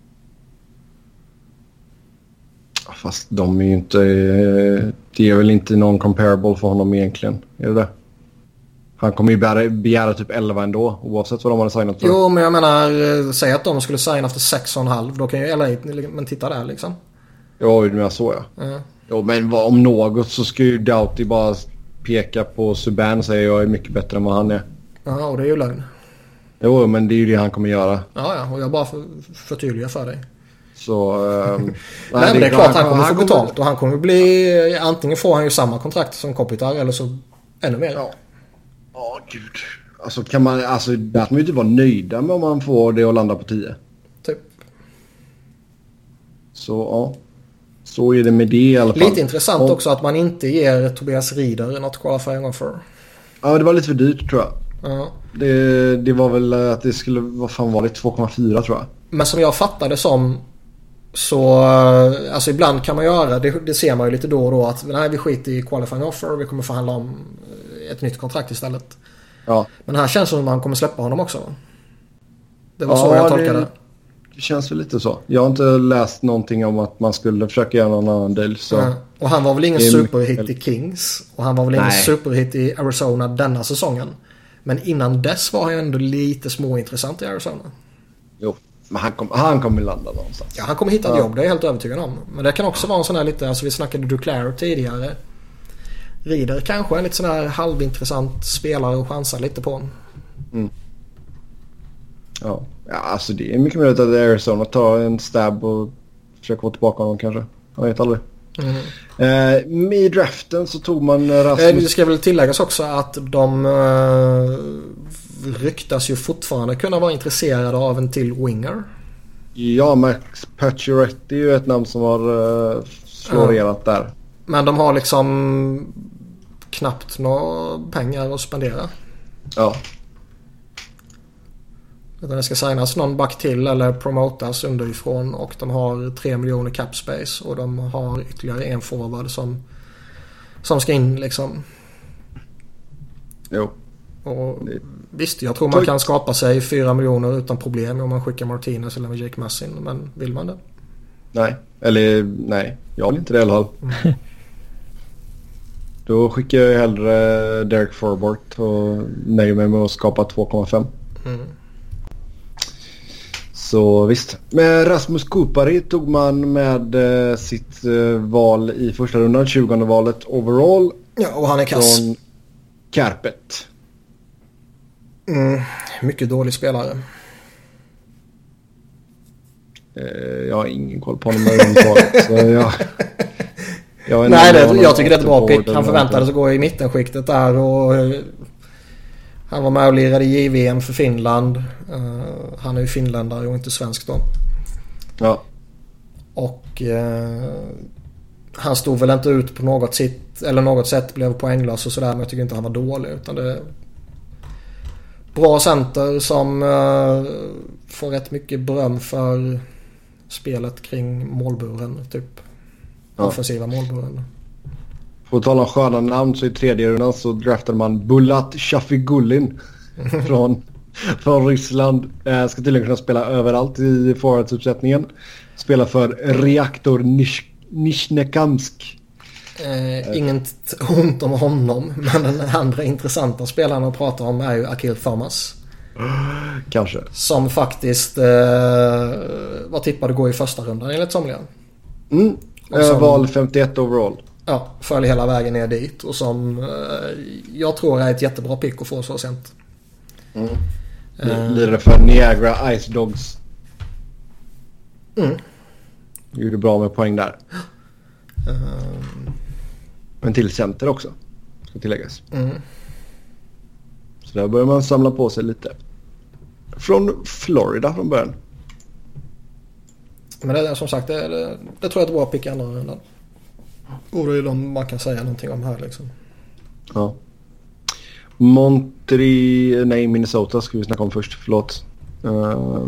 Fast de är ju inte... Det är väl inte någon comparable för honom egentligen. Är det det? Han kommer ju begära, begära typ elva ändå, oavsett vad de hade signat för. Jo, men jag menar, säg att de skulle signa efter sex och en halv. Då kan ju L A, men titta där liksom. Ja, du menar så ja. Mm. Jo, men vad, om något så ska ju Doughty bara peka på Subban och säga jag är mycket bättre än vad han är. Ja, och det är ju lögn. Jo, men det är ju det han kommer göra. Ja, ja, och jag bara för, förtydligar för dig. Så... Um, nej, nej, men det är klart han kommer få betalt. Och han kommer bli... Antingen får han ju samma kontrakt som Kopitar eller så ännu mer. Ja. Ja, gud. Alltså kan man... Alltså där kan man ju inte vara nöjda med om man får det att landa på tio. Typ. Så, ja. Så är det med det i alla fall. Lite intressant och, också att man inte ger Tobias Rieder något qualifying offer. Ja, det var lite för dyrt tror jag. Ja. Det, det var väl att det skulle... Vad fan var det? två komma fyra tror jag. Men som jag fattade som så, alltså ibland kan man göra, det, det ser man ju lite då och då att nej, vi skiter i qualifying offer och vi kommer förhandla om ett nytt kontrakt istället. Ja. Men här känns det som att man kommer släppa honom också. Det var ja, så jag tolkade det. Det känns väl lite så. Jag har inte läst någonting om att man skulle försöka göra någon annan deal. Så. Ja. Och han var väl ingen är superhit mycket... i Kings. Och han var väl ingen nej. superhit i Arizona denna säsongen. Men innan dess var han ändå lite småintressant i Arizona. Jo, men han, kom, han kommer landa någonstans. Ja, han kommer hitta ett ja. jobb, det är jag helt övertygad om. Men det kan också vara en sån här lite, alltså vi snackade Duclair tidigare. Rieder kanske en lite sån här halvintressant spelare och chansar lite på honom. Mm. Ja. ja, alltså det är mycket möjligt att Arizona tar en stab och försöker få tillbaka honom kanske. Jag vet aldrig. Mm. Eh, I draften så tog man Rasmus... Eh, det ska väl tilläggas också att de eh, ryktas ju fortfarande kunna vara intresserade av en till winger. Ja, Max Pacioretty är ju ett namn som har uh, florerat ja. där. Men de har liksom knappt några pengar att spendera. Ja. Utan det ska signas någon back till eller promotas underifrån och de har tre miljoner cap space och de har ytterligare en forward som, som ska in liksom. Jo. Och visst, jag tror man kan skapa sig fyra miljoner utan problem om man skickar Martinez eller Jake Massin, men vill man det? Nej, eller nej, jag vill inte det i alla fall. Mm. Då skickar jag hellre Derek Forbort och nöjer mig med att skapa två komma fem. Mm. Så visst. Med Rasmus Kupari tog man med eh, sitt eh, val i första rundan, tjugonde valet overall. Ja, och han är kass. Från Kärpet. Mm, mycket dålig spelare. Eh, jag har ingen koll på honom överhuvudtaget. så jag, jag Nej, det, jag tycker det är ett bra pick. Han förväntades att gå i mittenskiktet där och uh, han var med och lirade i J V M för Finland. Uh, han är ju finländare och inte svensk då. Ja. Och uh, han stod väl inte ut på något sätt eller något sätt blev poänglös och sådär, men jag tycker inte han var dålig utan det bra center som uh, får rätt mycket beröm för spelet kring målburen typ. Ja. Offensiva målburen. På tal om sköna namn så i tredje rundan så draftade man Bulat Shafigullin från, från Ryssland. Eh, ska tydligen kunna spela överallt i forwardsuppsättningen. Spela för Reaktor Nish, Nizhnekamsk. Eh, inget ont om honom, men den andra intressanta spelaren att prata om är ju Akil Thomas. Kanske. Som faktiskt eh, var tippad att gå i första rundan enligt somliga. Mm. Som, val femtioett overall. Ja, följer hela vägen ner dit. Och som eh, jag tror är ett jättebra pick att få så sent. Mm. Uh, Lirar för Niagara Ice Dogs. Mm. Gjorde bra med poäng där. Uh, Men till center också, ska tilläggas. Mm. Så där börjar man samla på sig lite. Från Florida från början. Men det är som sagt, det, det, det tror jag är ett bra pick i andra rundan. Och det är de man kan säga någonting om här liksom. Ja. Montreal, nej Minnesota ska vi snacka om först, förlåt. Uh,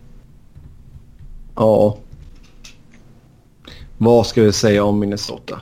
ja. Vad ska vi säga om Minnesota?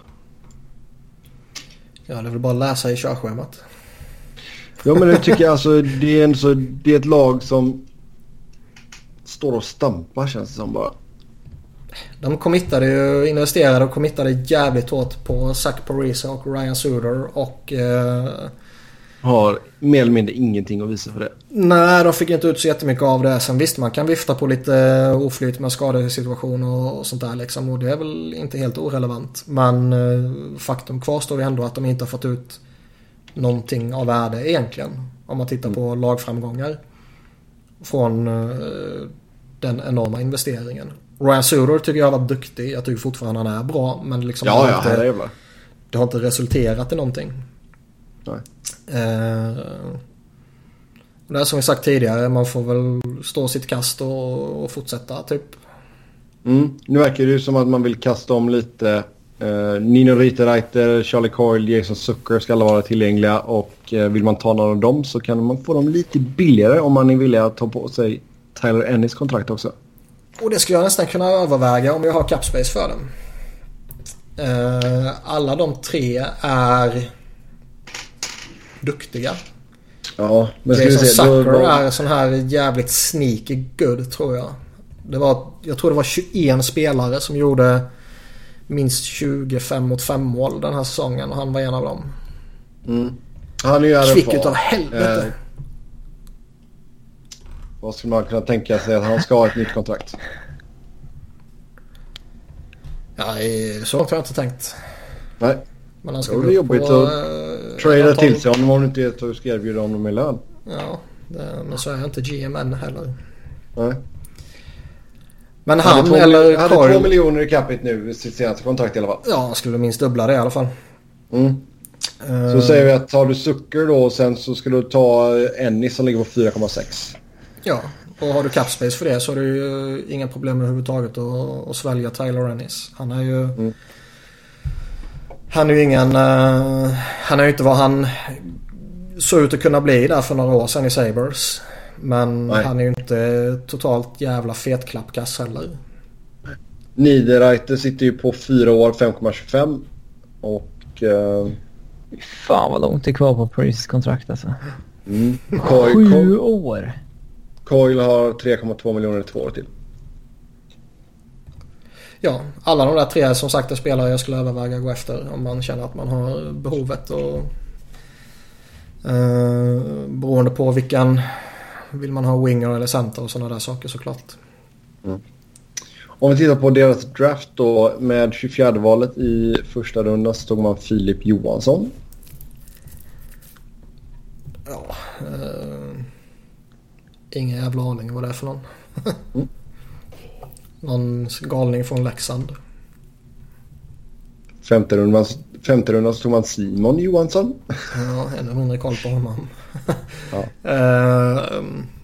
Ja, det är väl bara att läsa i körschemat. Ja, men det tycker jag alltså, det är, en så, det är ett lag som står och stampar, känns det som bara. De committade ju, investerade och committade jävligt hårt på Zach Parise och Ryan Suter och eh, har mer eller mindre ingenting att visa för det. Nej, de fick inte ut så jättemycket av det. Sen visst, man kan vifta på lite oflyt med skadesituation och, och sånt där liksom, och det är väl inte helt orelevant. Men eh, faktum kvarstår ju ändå att de inte har fått ut någonting av värde egentligen, om man tittar på mm. lagframgångar från eh, den enorma investeringen. Ryan Suter tycker jag har varit duktig. Jag tycker fortfarande han är bra, men liksom ja, har ja, inte, det, är bra. det har inte resulterat i någonting. Nej. Eh, och det är som vi sagt tidigare, man får väl stå sitt kast och, och fortsätta typ. Mm. Nu verkar det ju som att man vill kasta om lite. Uh, Nino Rieterreiter, Charlie Coyle, Jason Zucker ska alla vara tillgängliga, och uh, vill man ta någon av dem så kan man få dem lite billigare om man är villig att ta på sig Tyler Ennis kontrakt också. Och det skulle jag nästan kunna överväga om jag har cap space för den. Uh, alla de tre är duktiga. Ja, men ska Jason vi se, Zucker då, då... är sån här jävligt sneaky good, tror jag. Det var, jag tror det var tjugoen spelare som gjorde minst tjugofem mot fem mål den här säsongen, och han var en av dem. Mm. Han är ju kvick utav helvete. Eh, vad skulle man kunna tänka sig att han ska ha ett nytt kontrakt? Ja, så långt har jag inte tänkt. Nej. Men han ska det är jobbigt på, att äh, trada till sig honom om du inte vet hur du ska erbjuda honom med lön. Ja, det, men så är jag inte G M än heller. Nej. Men han hade eller hade Coyle, två miljoner i capita nu i sitt senaste kontrakt i alla fall. Ja, han skulle minst dubbla det i alla fall. Mm. Uh, så säger vi att tar du Zucker då, och sen så ska du ta Ennis som ligger på fyra komma sex. Ja, och har du cap space för det så har du ju inga problem överhuvudtaget att, att svälja Tyler Ennis. Han är ju mm. han är ju ingen uh, han är ju inte vad han såg ut att kunna bli där för några år sedan i Sabres. Men nej, han är ju inte totalt jävla fetklappkass heller. Niederreiter sitter ju på fyra år, fem komma tjugofem. Och uh... fan vad långt det är kvar på Paris kontrakt alltså. Mm. Coyle, Sju Coyle, år. Coyle har tre komma två miljoner två år till. Ja, alla de där tre som sagt är spelare jag skulle överväga gå efter om man känner att man har behovet, och uh, beroende på vilken vill man ha winger eller center och sådana där saker såklart. Mm. Om vi tittar på deras draft då, med tjugofjärde valet i första rundan så tog man Filip Johansson. Ja, uh, ingen jävla aning vad det är för någon. mm. Någon galning från Leksand. Femte rundan, femte rundan så tog man Simon Johansson. Ja, ännu mindre koll på honom. ja. uh,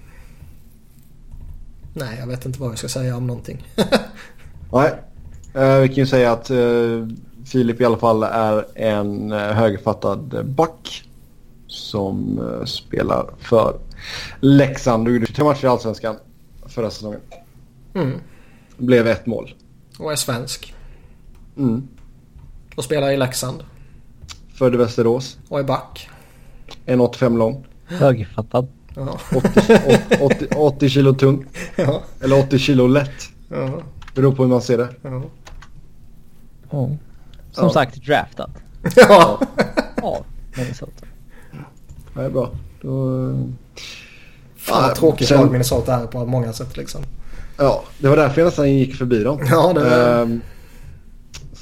nej, jag vet inte vad jag ska säga om någonting. Nej, uh, vi kan ju säga att uh, Filip i alla fall är en uh, högerfattad back som uh, spelar för Leksand. Du gjorde tre matcher i Allsvenskan förra säsongen. Mm. Blev ett mål. Och är svensk. Mm. Och spelar i Leksand. Född i Västerås. Och är back. en komma åttiofem lång. Högerfattad. Ja. åttio, åttio, åttio kilo tung. Ja. Eller åttio kilo lätt. Ja. Beror på hur man ser det. Ja. Oh. Som ja. sagt, draftad. Ja. Ja, Minnesota. Det är bra. Då... Fan vad tråkigt lag Minnesota är på många sätt liksom. Ja, det var därför jag nästan gick förbi dem. Ja, det... Um,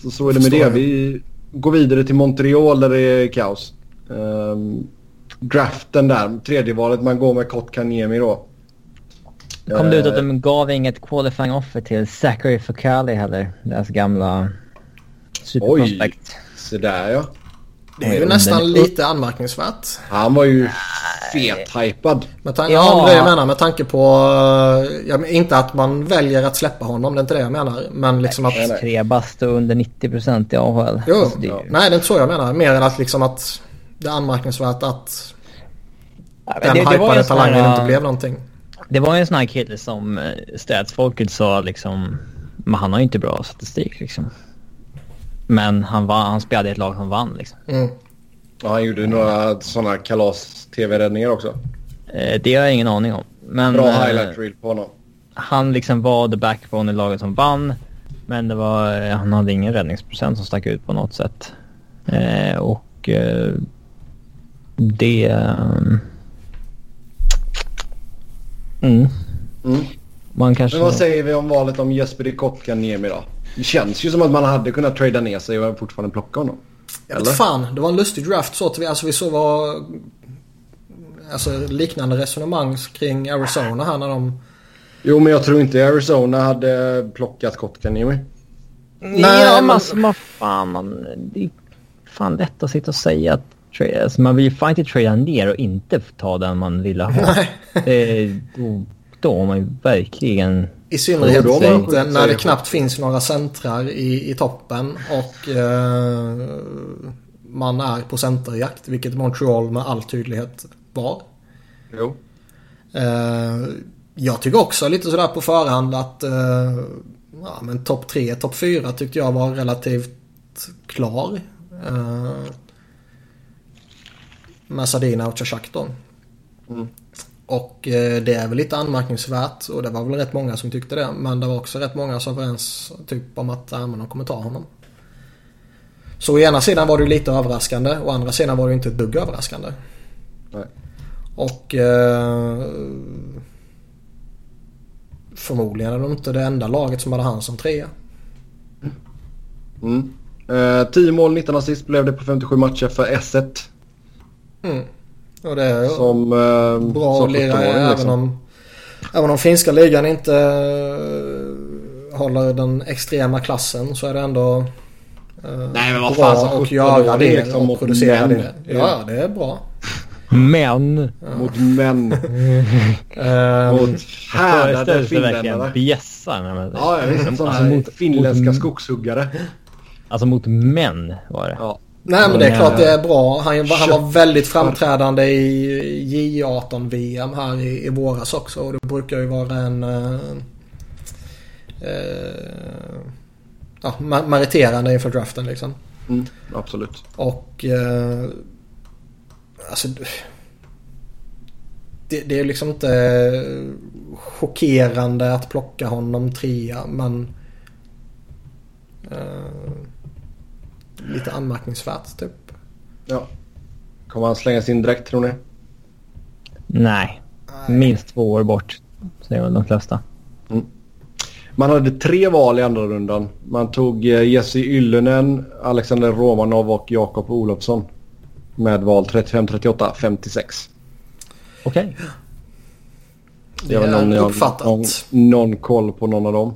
Så, så är det med det. Vi går vidare till Montreal där det är kaos. Um, draften där, tredje valet, man går med Kotkaniemi då. Kom det ut att de gav inget qualifying offer till Zachary Fucali heller, deras gamla superprospekt. Oj, så där ja. Det är ju nästan lite anmärkningsvärt. Han var ju fet-hypad. Med tan- ja, det jag menar med tanke på ja, inte att man väljer att släppa honom, det är inte det jag menar, men liksom att tre bastu under nittio procent i A H L. Jo, alltså, det ja. ju... Nej, det är inte så jag menar. Mer än att liksom att det är anmärkningsvärt att ja, den det, det hypade talangen här, inte blev någonting. Det var ju en sån här kille som statsfolket sa liksom, men han har ju inte bra statistik liksom. Men han, var, han spelade i ett lag som vann liksom. Mm. Ja, han gjorde några sådana kalas-tv-räddningar också. Eh, det har jag ingen aning om. Men, bra eh, highlight reel på honom. Han liksom var the backbone i laget som vann. Men det var, han hade ingen räddningsprocent som stack ut på något sätt. Eh, och eh, det... Um, mm. Mm. Man kanske... Men vad säger vi om valet om Jesper Kotkaniemi då? Det känns ju som att man hade kunnat trada ner sig och fortfarande plocka honom. Jag vet fan, det var en lustig draft så att vi, alltså vi så var alltså liknande resonemang kring Arizona här när de... Jo, men jag tror inte Arizona hade plockat Kotkaniemi. Nej, ja, men alltså, man, fan, man, det är fan lätt att sitta och säga att alltså, man vill ju fan inte trada ner och inte ta den man vill ha. det, då, då har man ju verkligen... I synnerhet inte när det knappt finns några centrar i, i toppen och eh, man är på centerjakt, vilket Montreal med all tydlighet var. Jo. Eh, jag tycker också lite sådär på förhand att eh, ja, men topp tre, topp fyra tyckte jag var relativt klar. Eh, med Zadina och Chachak då. Mm. Och eh, det är väl lite anmärkningsvärt och det var väl rätt många som tyckte det, men det var också rätt många som var ens typ om att ja, men de kommer ta honom. Så å ena sidan var det lite överraskande och å andra sidan var det inte ett dugg överraskande. Nej. Och eh, förmodligen är de inte det enda laget som hade han som trea. Mm. Eh, tio mål, nitton assist blev det på femtiosju matcher för S ett. Mm. Och det är som eh, bra som att lira liksom. även om även om finska ligan inte uh, håller den extrema klassen, så är det ändå uh, Nej, men vad bra fan, så att göra det liksom och producera män. det. Ja, det är bra. Men Ja. Mot män. uh, mot härdade finländare. Bjässar. Ja, jag visste. Sådana alltså, mot, finländska mot, skogshuggare. Alltså mot män var det. Ja. Nej, men det är klart det är bra. Han, han var väldigt framträdande i J arton V M här i, i våras också. Och det brukar ju vara en uh, uh, ja, meriterande inför draften liksom. Mm, absolut. Och uh, alltså det, det är liksom inte chockerande att plocka honom trea, men uh, lite anmärkningsvärt typ. Ja. Kommer han slänga sin direkt, tror ni? Nej. Nej. Minst två år bort, säger väl de flesta. Mm. Man hade tre val i andra rundan. Man tog Jesse Ylönen, Alexander Romanov och Jakob Olofsson. Med val trettiofem, trettioåtta, femtiosex. Okej. Okay. Det är någon, uppfattat. Någon, någon koll på någon av dem?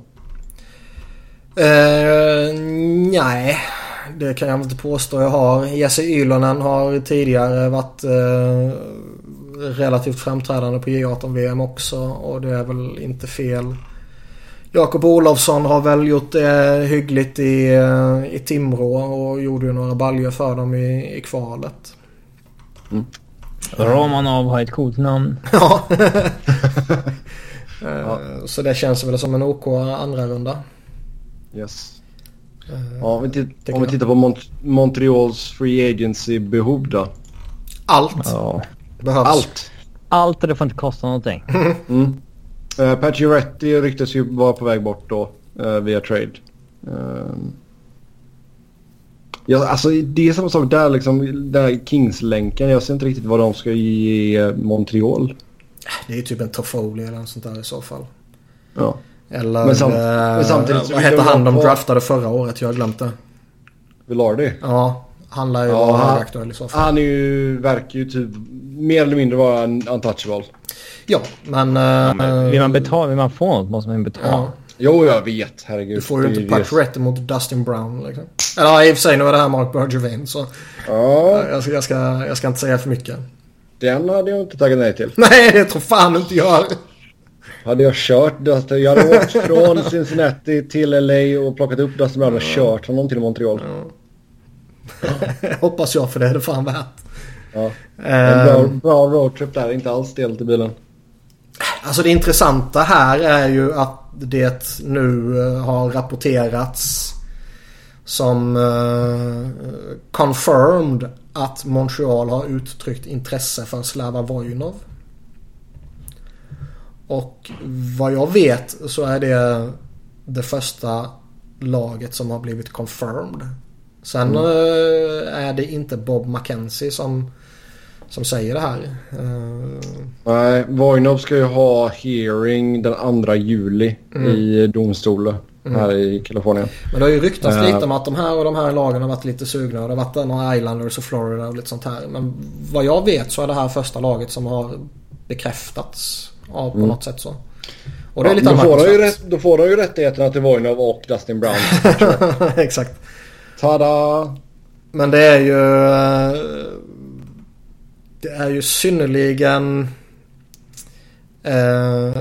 Uh, nej. Det kan jag inte påstå jag har. Jesse Ylönen har tidigare varit uh, relativt framträdande på J arton V M också. Och det är väl inte fel. Jakob Olofsson har väl gjort det hyggligt i, uh, i Timrå. Och gjorde ju några baljor för dem i, i kvalet. Mm. Romanov har ett coolt namn. Ja. uh, så det känns väl som en OK andra runda. Yes. Ja, om, vi titt- om vi tittar på Mont- Montreals free agency behov då. Allt. Ja. Behövs. Allt. Allt, och det får inte kosta någonting. Mm. Uh, Pacioretty ryktas ju vara på väg bort då uh, via trade. Uh, ja, alltså det är samma sak där liksom, där Kings-länken. Jag ser inte riktigt vad de ska ge Montreal. Det är ju typ en Toffoli eller något sånt där i så fall. Ja. Eller men, sam- äh, men samtidigt så vad hette hette han de på... draftade förra året? Jag har glömt det. Velarde. Ja, han lär ju ja, vara han, aktuell i så fall. Han är ju, verkar ju typ mer eller mindre vara en untouchable. Ja, men... Ja, men äh, vill man betala, vill man få något måste man betala. Ja. Jo, jag vet. Herregud. Du får ju inte Pacioretty mot Dustin Brown liksom. Eller i och för sig, nu är det här Mark Bergevin så... Ja. Jag ska, jag, ska, jag ska inte säga för mycket. Den hade jag inte tagit nej till. Nej, det tror fan inte jag. Hade jag kört Dustin, jag hade åkt från Cincinnati till L A och plockat upp Dustin Brown och kört honom till Montreal. Ja. Hoppas jag, för det är det fan värt. Ja. En bra, bra roadtrip där, inte alls stelt i bilen. Alltså det intressanta här är ju att det nu har rapporterats som uh, confirmed att Montreal har uttryckt intresse för Slava Vojnov. Och vad jag vet så är det det första laget som har blivit confirmed. Sen mm. uh, är det inte Bob McKenzie som som säger det här. Uh... Nej, Vojnov ska ju ha hearing den andra juli mm. i domstolen mm. här i Kalifornien. Men det har ju ryktats uh... lite om att de här och de här lagen har varit lite sugna. Och det har varit några Islanders och Florida och lite sånt här. Men vad jag vet så är det här första laget som har bekräftats av på mm. något sätt så. Och det är ja, lite då, får de ju rätt, då får de ju rättigheterna till Vojnov och Dustin Brown. Exakt. Tada! Men det är ju... Det är ju synnerligen eh,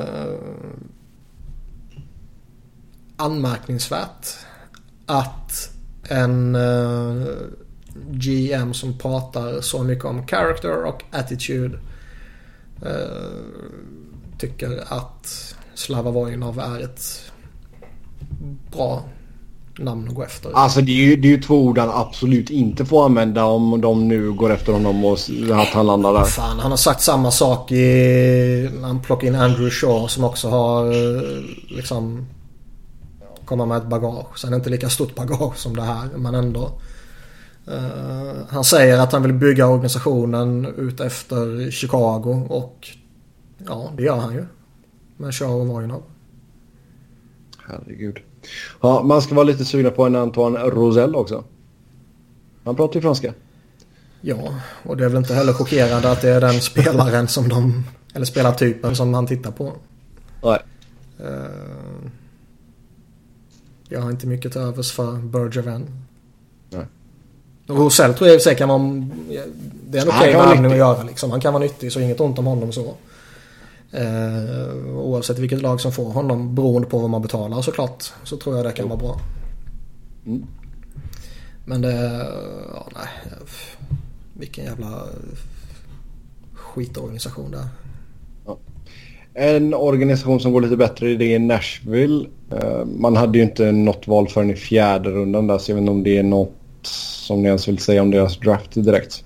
anmärkningsvärt att en eh, G M som pratar så mycket om character och attitude eh, tycker att Slava Vojnov är ett bra namn att gå efter. Alltså det är ju, det är ju två ord han absolut inte får använda om de nu går efter honom och att han landar där. Fan, han har sagt samma sak i... Han plockar in Andrew Shaw som också har liksom kommer med ett bagage. Sen är det inte lika stort bagage som det här, men ändå. Uh, han säger att han vill bygga organisationen ut efter Chicago och ja, det gör han ju. Med Shaw och Vojnov. Herregud. Ja, man ska vara lite sugen på en Antoine Rosell också. Han pratar ju franska. Ja, och det är väl inte heller chockerande att det är den spelaren som de... Eller spelartypen som han tittar på. Nej. Uh, jag har inte mycket till övers för Bergevin. Nej. Och Rosell tror jag säkert kan vara... Det är en okej värvning att göra liksom. Han kan vara nyttig, så inget ont om honom så. Uh, oavsett vilket lag som får honom, beroende på vad man betalar såklart, så tror jag det kan vara bra. Mm. Men det, ja, nej, vilken jävla skitorganisation det är. Ja. En organisation som går lite bättre, det är Nashville. Uh, man hade ju inte något val förrän i fjärde rundan där, så jag vet inte om det är något som ni ens vill säga om deras draft direkt.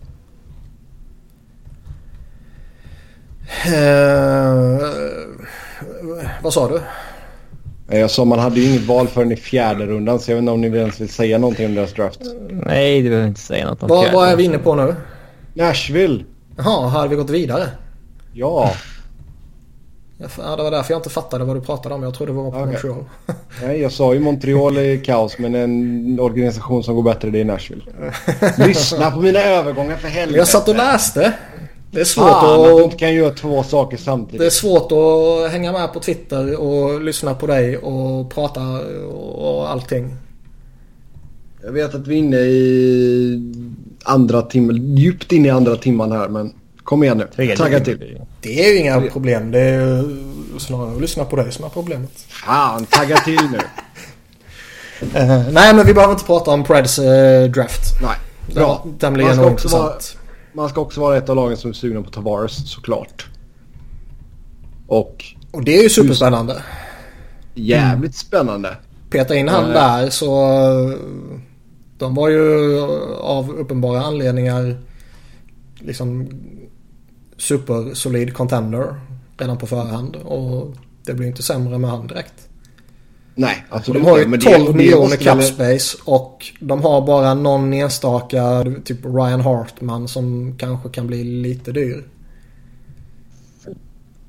Uh, vad sa du? Jag sa man hade ju inget val förrän i fjärde rundan, så jag vet inte om ni ens vill säga någonting om deras draft. Nej, det behöver inte säga något om vad, fjärde. Vad är vi inne på nu? Nashville. Jaha, hade vi gått vidare? Ja. Ja, det var därför jag inte fattade vad du pratade om. Jag trodde det var på okay. Montreal. Nej, jag sa ju Montreal är kaos, men en organisation som går bättre, det är Nashville. Lyssna på mina övergångar för helvete. Jag satt och läste. Det är svårt ah, att... att du inte kan göra två saker samtidigt. Det är svårt att hänga med på Twitter och lyssna på dig och prata och allting. Jag vet att vi är inne i andra timmen, djupt inne i andra timman här, men kom igen nu. Tagga till. Det är ju inga problem. Det är ju snarare att lyssna på dig som är problemet. Fan, tagga till nu. uh, nej, men vi behöver inte prata om Preds uh, draft. Nej, bra. Tämligen ointressant. Vara, man ska också vara ett av lagen som är sugna på Tavares, såklart. Och, och det är ju superspännande. Jävligt mm. spännande. Peta in han uh, där, så de var ju av uppenbara anledningar liksom supersolid contender redan på förhand, och det blir inte sämre med han direkt. Nej, absolut. De har ju tolv miljoner cap space och de har bara någon enstaka typ Ryan Hartman som kanske kan bli lite dyr.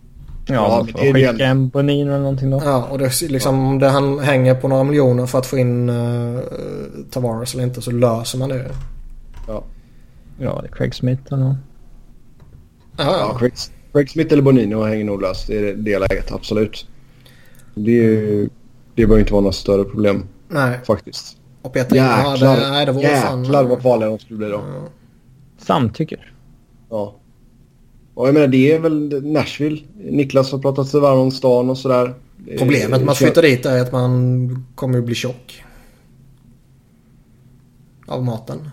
Ja, Ja, man men får det är skicka det. en Bonino eller någonting då. Ja, och det är liksom det han hänger på några miljoner för att få in uh, Tavares eller inte, så löser man det. Ja, Ja, det är Craig Smith eller någon. Ja, ja ja. Craig, Craig Smith eller Bonino hänger nog löst. Det är det läget, absolut. Det, är ju, det bör inte vara något större problem Nej. faktiskt. Och Peter in Jäklar, hade, nej, det var fan. jäklar vad farliga de skulle bli då. Ja. Samtycker. Ja. Och jag menar, det är väl Nashville. Niklas har pratat sig varm om stan och sådär. Problemet med att flytta dit är att man kommer att bli tjock. Av maten.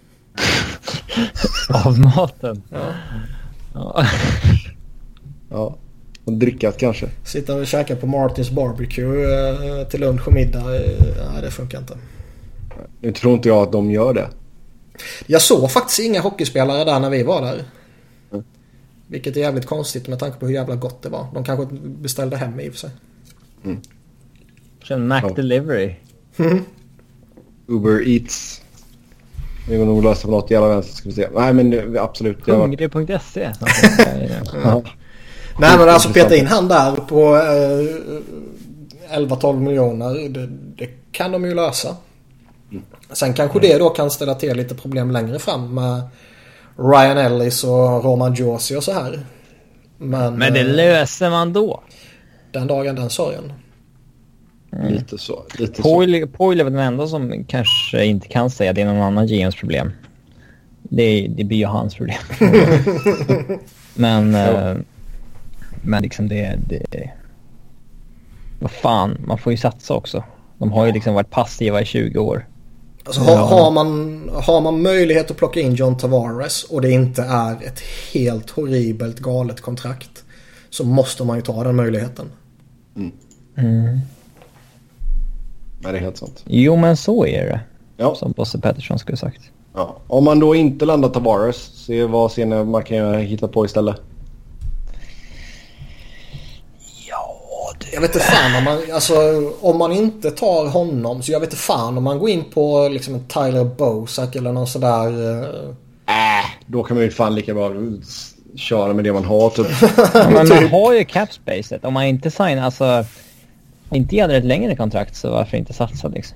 Av maten. Ja. Ja. Ja. Och drickat kanske. Sitta och käka på Martins Barbecue eh, till lunch och middag. Eh, nej, det funkar inte. Nu tror inte jag att de gör det. Jag såg faktiskt inga hockeyspelare där när vi var där. Mm. Vilket är jävligt konstigt med tanke på hur jävla gott det var. De kanske beställde hem i och för sig. Mm. Känner Mac Ja. Delivery. Mm. Uber Eats. Vi går nog lösa på något jävla vänster, ska vi se. Nej, men det, absolut. Det har varit... Hungrig punkt se. Ja. Nej, men alltså peta in han där på eh, elva tolv miljoner. Det, det kan de ju lösa. Mm. Sen kanske det då kan ställa till lite problem längre fram med Ryan Ellis och Roman Josi och så här. Men, Men det eh, löser man då. den dagen, den sorgen. Mm. Lite så. Lite så. Poyle, Poyle är väl den enda som kanske inte kan säga att det är någon annan G M:s problem. Det, det blir ju hans problem. men Ja. eh, men liksom det, det... Vad fan, man får ju satsa också. De har ju liksom varit passiva i tjugo år. Alltså, har, har, man, har man möjlighet att plocka in John Tavares och det inte är ett helt horribelt galet kontrakt, så måste man ju ta den möjligheten. Mm. Mm. Nej, det är helt sant. Jo, men så är det. Ja. Som Bosse Pettersson skulle sagt. Ja. Om man då inte landar Tavares, se vad ser ni man kan hitta på istället. Ja, Jag vet inte fan om man, alltså, om man inte tar honom, så jag vet inte fan om man går in på liksom en Tyler Bozak eller någon sådär. Äh, då kan man ju fan lika bra köra med det man har typ. ja, men man har ju capspacet. Om man inte signar, alltså inte gäller ett längre kontrakt, så varför inte satsa liksom?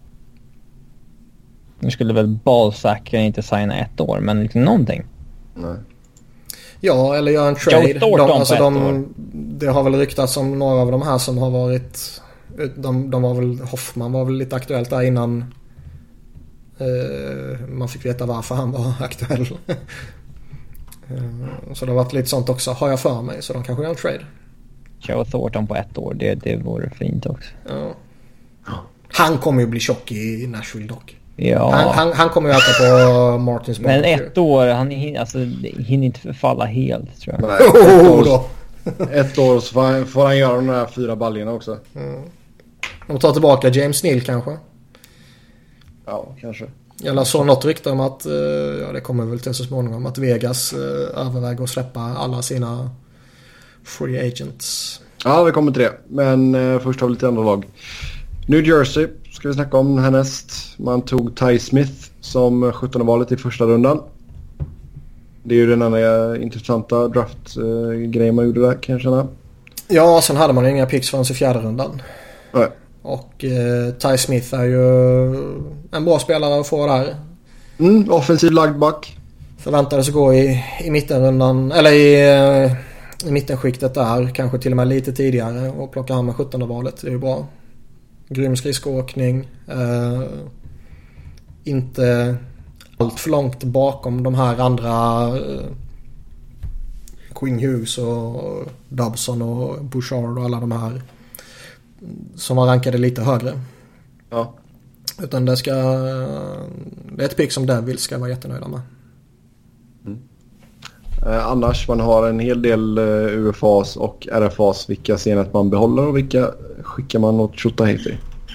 Nu skulle väl Balzac inte signa ett år, men liksom någonting. Nej. Ja, eller göra en trade. Joe Thornton De, alltså på ett de, år. det har väl ryktats om några av de här som har varit, de, de var väl, Hoffman var väl lite aktuellt där innan eh, man fick veta varför han var aktuell. eh, så det har varit lite sånt också, har jag för mig, så de kanske gör en trade. Joe Thornton på ett år, det, det vore fint också. Ja. Han kommer ju bli tjock i Nashville dock. Ja, Han, han, han kommer ju äta på Martins men Barbecue. ett år, han hinner, alltså, det hinner inte förfalla helt, tror jag. Nej. Oh, Ett, då. år, ett år så får han, får han göra de där fyra baljorna också. Mm. De tar tillbaka James Neal kanske. Ja, kanske. Jag såg något rykte om att, eh, ja det kommer väl till så småningom, att Vegas eh, överväger att släppa alla sina free agents. Ja, vi kommer till det. Men eh, först har vi lite andra lag. New Jersey ska vi snacka om härnäst. Man tog Ty Smith som sjuttonde valet i första rundan. Det är ju den enda intressanta draft-grejen eh, man gjorde där, kan jag känna. Ja, sen hade man inga picks förrän i fjärde rundan. Nej. Och eh, Ty Smith är ju en bra spelare att få där. Mm, offensiv lagd back. Förväntades gå i, i mittenrundan, eller i, eh, i mittenskiktet där, kanske till och med lite tidigare, och plocka han med sjuttonde valet. Det är ju bra. Grym skridskoåkning. Eh, inte allt för långt bakom de här andra eh, Quinn Hughes och Dobson och Bouchard och alla de här som var rankade lite högre. Ja. Utan det ska, det är ett pick som Devils ska vara jättenöjda med. Eh, annars man har en hel del eh, U F As och R F As. Vilka ser att man behåller och vilka skickar man åt Tjotahejti?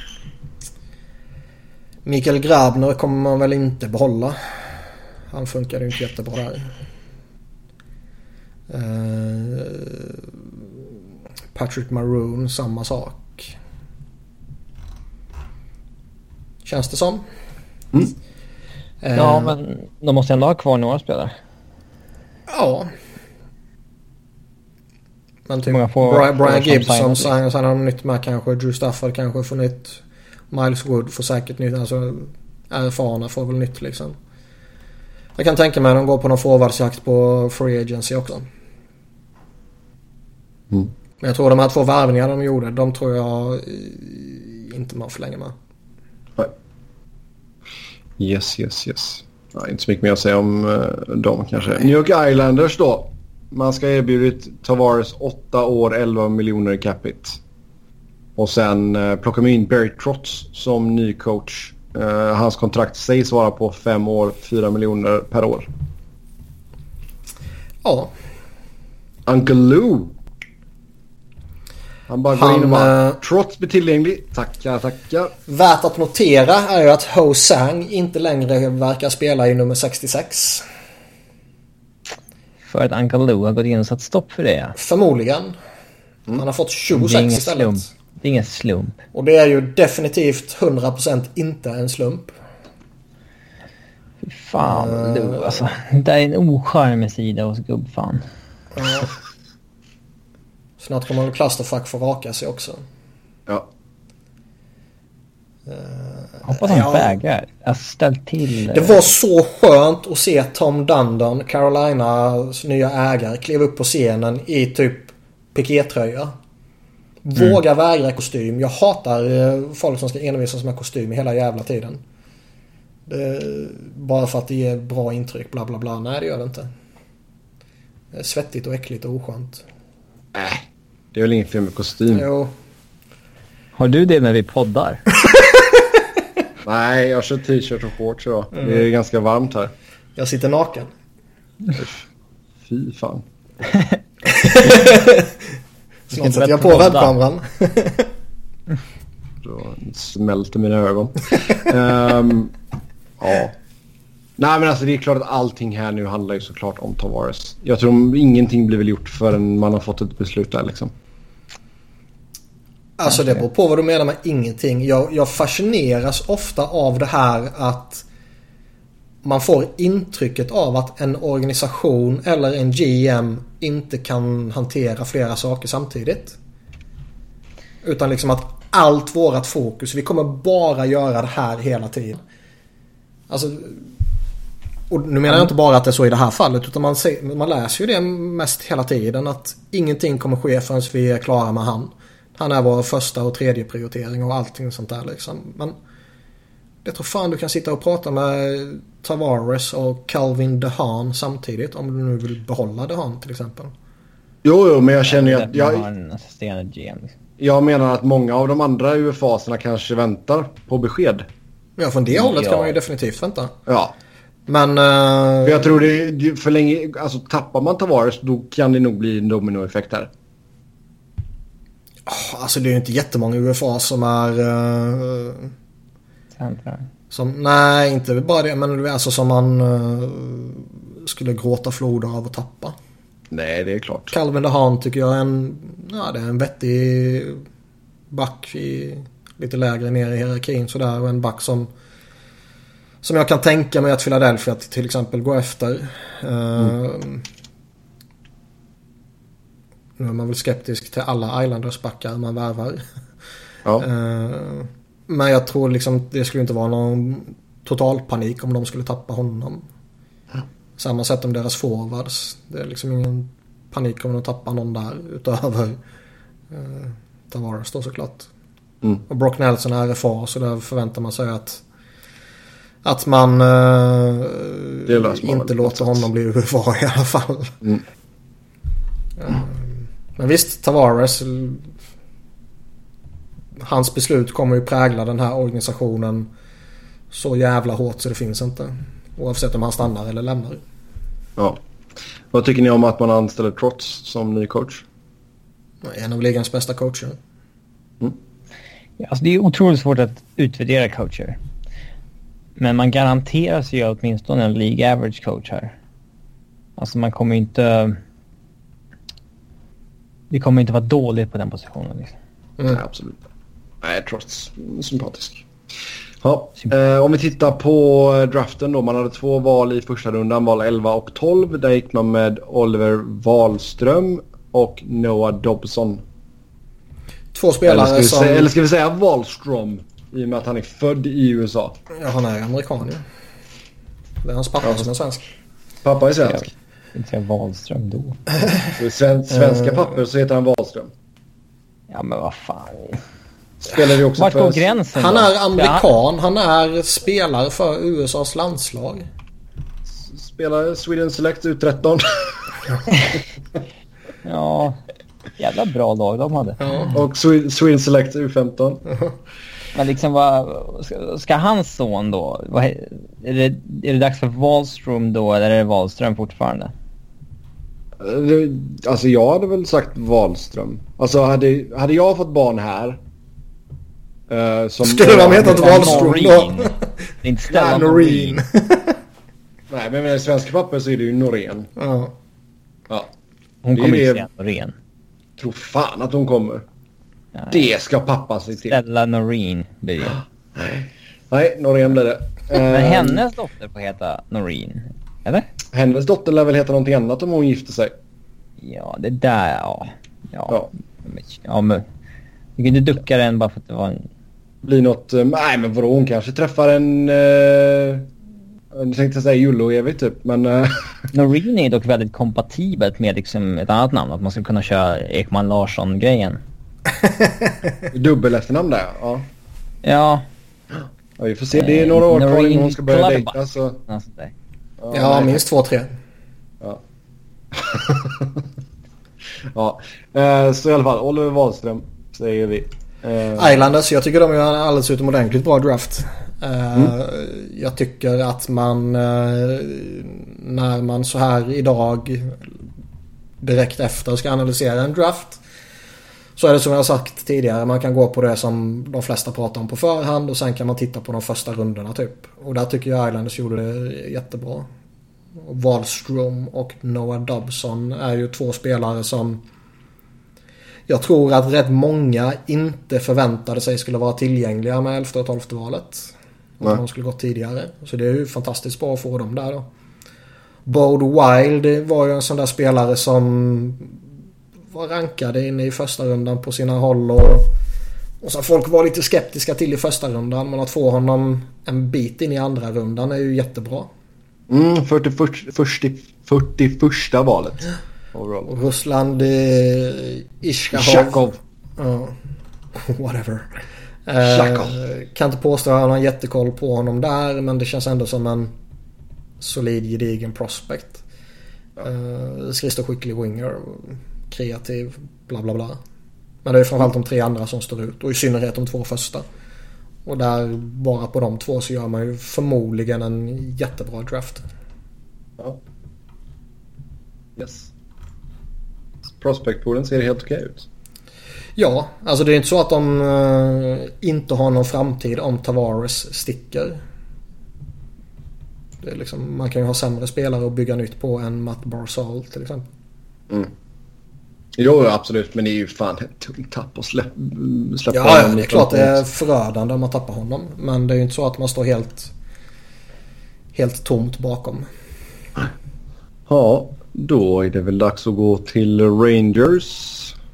Mikael Grabner kommer man väl inte behålla. Han funkar ju inte jättebra där. Eh, Patrick Maroon, samma sak. Känns det som. Mm. Eh, Ja, men de måste ändå ha kvar några spelare. Ja. Men typ får, Brian, Brian Gibson signar han nytt med kanske. Drew Stafford kanske får nytt. Miles Wood får säkert nytt. Alltså erfarna får väl nytt liksom. Jag kan tänka mig att de går på någon forwardsjakt på free agency också. Mm. Men jag tror de här två värvningar de gjorde, de tror jag inte man förlänger med. Nej. Yes, yes, yes. Ja, inte så mycket mer att säga om uh, dem kanske. New York Islanders då. Man ska erbjudit Tavares åtta år, elva miljoner i capita. Och sen uh, plockar man in Barry Trotz som ny coach. Uh, hans kontrakt sägs vara på fem år, fyra miljoner per år. Ja. Uncle Lou. Han bara Han, går in och bara, Trotz blir tillgänglig. Tackar, tackar. Värt att notera är ju att Ho Sang inte längre verkar spela i nummer sextiosex. För att Uncle Lou har gått in och satt stopp för det. Förmodligen. Mm. Han har fått tjugosex istället. Slump. Det är ingen slump. Och det är ju definitivt hundra procent inte en slump. Fy fan, uh, Lou. Alltså, det är en ocharmig sida hos gubbfan. Ja. Uh. Snart kommer väl Clusterfuck få raka sig också. Ja. Uh, Hoppas han ja. vägrar. Jag ställt till. Det var så skönt att se Tom Dundon, Carolinas nya ägare, kliva upp på scenen i typ pikétröja. Våga mm. vägra kostym. Jag hatar folk som ska envisas med kostym i hela jävla tiden. Det, bara för att det ger bra intryck, bla bla bla. Nej, det gör det inte. Det är svettigt och äckligt och oskönt. Nej, äh, det är väl ingen film med kostym. Jo. Har du det när vi poddar? Nej, jag kör t-shirt och shorts idag. Mm. Det är ganska varmt här. Jag sitter naken. Fy fan. Snart sätter jag på webbkameran. Då smälter mina ögon. um, ja. Nej, men alltså det är klart att allting här nu handlar ju såklart om Tavares. Jag tror ingenting blir väl gjort förrän man har fått ett beslut där liksom. Alltså det beror på vad du menar med ingenting. Jag, jag fascineras ofta av det här att man får intrycket av att en organisation eller en G M inte kan hantera flera saker samtidigt. Utan liksom att allt vårat fokus, vi kommer bara göra det här hela tiden. Alltså, och nu menar jag inte bara att det är så i det här fallet, utan man, ser, man läser ju det mest hela tiden, att ingenting kommer ske förrän vi är klara med han. Han är vår första och tredje prioritering och allting sånt där liksom. Men jag tror fan du kan sitta och prata med Tavares och Calvin DeHaan samtidigt, om du nu vill behålla DeHaan till exempel. Jo, jo, men jag känner ju att jag, jag, jag menar att många av de andra U F A-serna kanske väntar på besked. Ja, från det hållet ja. kan man ju definitivt vänta. Ja. Men uh... jag tror det för länge, alltså tappar man Tavares då kan det nog bli en dominoeffekt här. Oh, alltså det är ju inte jättemånga U F A som är uh... som, nej, inte bara det, men alltså som man uh, skulle gråta floder av att tappa. Nej, det är klart. Calvin DeHaan tycker jag är en, ja, det är en vettig back i lite lägre ner i hierarkin sådär, och en back som som jag kan tänka mig att Philadelphia till exempel går efter. Mm. Uh, nu är man väl skeptisk till alla Islanders backar man värvar. Ja. Uh, men jag tror liksom det skulle inte vara någon total panik om de skulle tappa honom. Mm. Samma sätt om deras forwards. Det är liksom ingen panik om de tappar någon där utöver uh, Tavares då såklart. Mm. Och Brock Nelson är R F A, så där förväntar man sig att att man uh, inte låter honom bli U F A i alla fall. Mm. Uh, men visst, Tavares, hans beslut kommer ju prägla den här organisationen så jävla hårt så det finns inte. Oavsett om han stannar eller lämnar. Ja. Vad tycker ni om att man anställer Trotz som ny coach? En av ligans bästa coacher. Mm. Ja, alltså det är otroligt svårt att utvärdera coacher. Men man garanterar sig ju åtminstone en league average coach här. Alltså man kommer inte... Det kommer inte vara dåligt på den positionen. Liksom. Mm. Nej, absolut. Nej, Trotz. Sympatisk. Ja, eh, om vi tittar på draften då. Man hade två val i första rundan, val elva och tolv. Där gick man med Oliver Wahlström och Noah Dobson. Två spelare eller ska, vi som... säga, eller ska vi säga Wahlstrom i och med att han är född i U S A. Ja, han är amerikan ju. Det är hans pappa ja. som är svensk. Pappa är svensk. Inte säga Wahlström då. Så sven, svenska papper så heter han Wahlström. Ja, men vad fan. Spelar ju också vart för... går gränsen Han då? är amerikan. Han är spelare för U S A:s landslag. Spelar Sweden Select U tretton. Ja, jävla bra lag de hade. Ja. Och Sweden Select U femton. Men liksom vad ska, ska hans son då? Vad, är, det, är det dags för Wahlström då eller är det Wahlström fortfarande? Alltså jag hade väl sagt Wahlström. Alltså hade, hade jag fått barn här uh, som skulle de hetat Wahlström då? Det är inte Stellan Noreen. Nej, men med svenska papper så är det ju Norén. Ja. Ja. Hon kommer ju säga Norén. Tror fan att hon kommer. Nej. Det ska pappa se till. Stella Noreen blir det. Nej. Nej, Norén blir det. Men hennes dotter får heta Noreen, eller? Hennes dotter lär väl heta någonting annat om hon gifter sig. Ja, det där, ja. Ja, ja. ja men du kan inte ducka den bara för att det var en... Blir något... Nej, men vadå? Hon kanske träffar en... Uh, jag tänkte säga Jullo evigt typ, men... Uh... Noreen är dock väldigt kompatibelt med liksom ett annat namn. Att man skulle kunna köra Ekman Larsson-grejen. Dubbel efternamn där, ja. Ja. Ja, vi får se. Det är några år kvar innan hon ska börja Clubba. dejta, så... Alltså, det. Ja, ja minst två, tre. Ja. Ja. Uh, så i alla fall, Oliver Wahlström säger vi. Uh... Islanders, jag tycker de är en alldeles utomordentligt bra draft. Uh, mm. Jag tycker att man uh, när man så här idag direkt efter ska analysera en draft, så är det som jag har sagt tidigare, man kan gå på det som de flesta pratar om på förhand och sen kan man titta på de första rundorna typ. Och där tycker jag Islanders gjorde det jättebra. Wahlström och Noah Dobson är ju två spelare som jag tror att rätt många inte förväntade sig skulle vara tillgängliga med elfte och tolfte valet. Om de skulle gått tidigare. Så det är ju fantastiskt bra att få dem där då. Bode Wild var ju en sån där spelare som var rankade inne i första rundan på sina håll och, och så folk var lite skeptiska till i första rundan, men att få honom en bit in i andra rundan är ju jättebra. Mm, fyrtioförsta valet. Och Rusland eh, Ishakov. Uh, whatever. Uh, kan inte påstå att han har jättekoll på honom där, men det känns ändå som en solid, gedigen prospect. Uh, Skristo skicklig winger, kreativ, bla bla bla. Men det är framförallt de tre andra som står ut, och i synnerhet de två första. Och där bara på de två så gör man ju förmodligen en jättebra draft. Ja. Yes. Prospectpoolen ser helt okej ut. Ja, alltså det är inte så att de uh, inte har någon framtid om Tavares sticker. Det är liksom, man kan ju ha sämre spelare att bygga nytt på än Matt Barzal till exempel. Mm. Jo, absolut, men det är ju fan ett tungt tapp att släppa släpp ja, honom. Ja, det är klart det är förödande om man tappar honom. Men det är ju inte så att man står helt helt tomt bakom. Ja, då är det väl dags att gå till Rangers.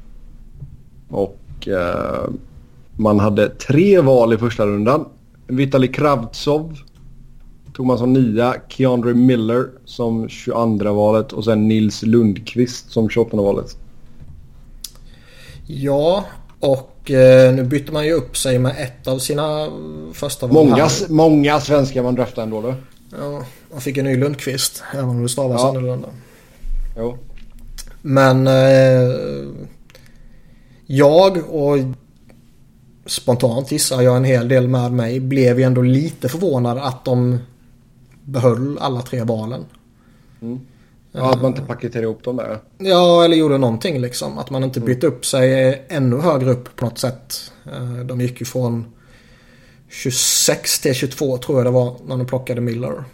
Och eh, man hade tre val i första rundan. Vitali Kravtsov tog man som nia, Keandre Miller som tjugoandra valet och sen Nils Lundqvist som tjugoåttonde valet. Ja, och eh, nu bytte man ju upp sig med ett av sina första val. Många, många svenskar man draftade ändå då. Ja, man fick en ny Lundqvist, även om det stavas ja. annorlunda. Jo. Men eh, jag och spontant gissar jag en hel del med mig blev ju ändå lite förvånad att de behöll alla tre valen. Mm. Ja, att man inte paketerade ihop dem där. Ja, eller gjorde någonting liksom. Att man inte bytte upp sig ännu högre upp på något sätt. De gick ju från tjugosex till tjugotvå tror jag det var när de plockade Miller.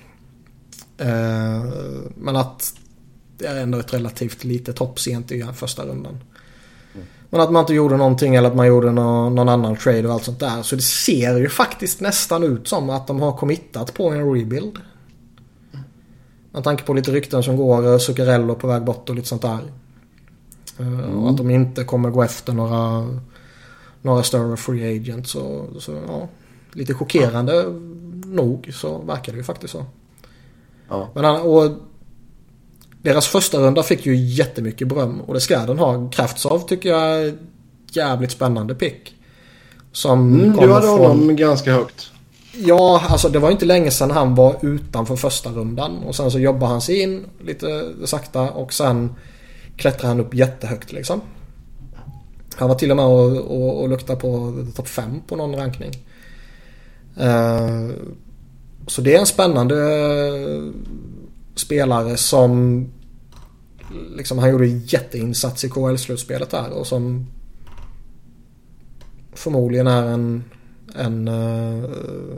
Men att det är ändå ett relativt litet hopp sent i första rundan. Mm. Men att man inte gjorde någonting eller att man gjorde någon, någon annan trade och allt sånt där. Så det ser ju faktiskt nästan ut som att de har committat på en rebuild. Med tanke på lite rykten som går, Zuccarello på väg bort och lite sånt där. Mm. Och att de inte kommer gå efter några, några större free agents. Så, så, ja, lite chockerande ja. nog så verkar det ju faktiskt så. Ja. Men, och deras första runda fick ju jättemycket beröm. Och det ska den ha. Kraftsov tycker jag är jävligt spännande pick. Som mm, du hade från... honom ganska högt. Ja, alltså det var inte länge sedan han var utanför första rundan. Och sen så jobbar han sig in lite sakta. Och sen klättrar han upp jättehögt liksom. Han var till och med och, och, och luktade på topp fem på någon rankning. Uh, så det är en spännande uh, spelare som liksom han gjorde jätteinsats i K H L-slutspelet där. Och som förmodligen är en en uh,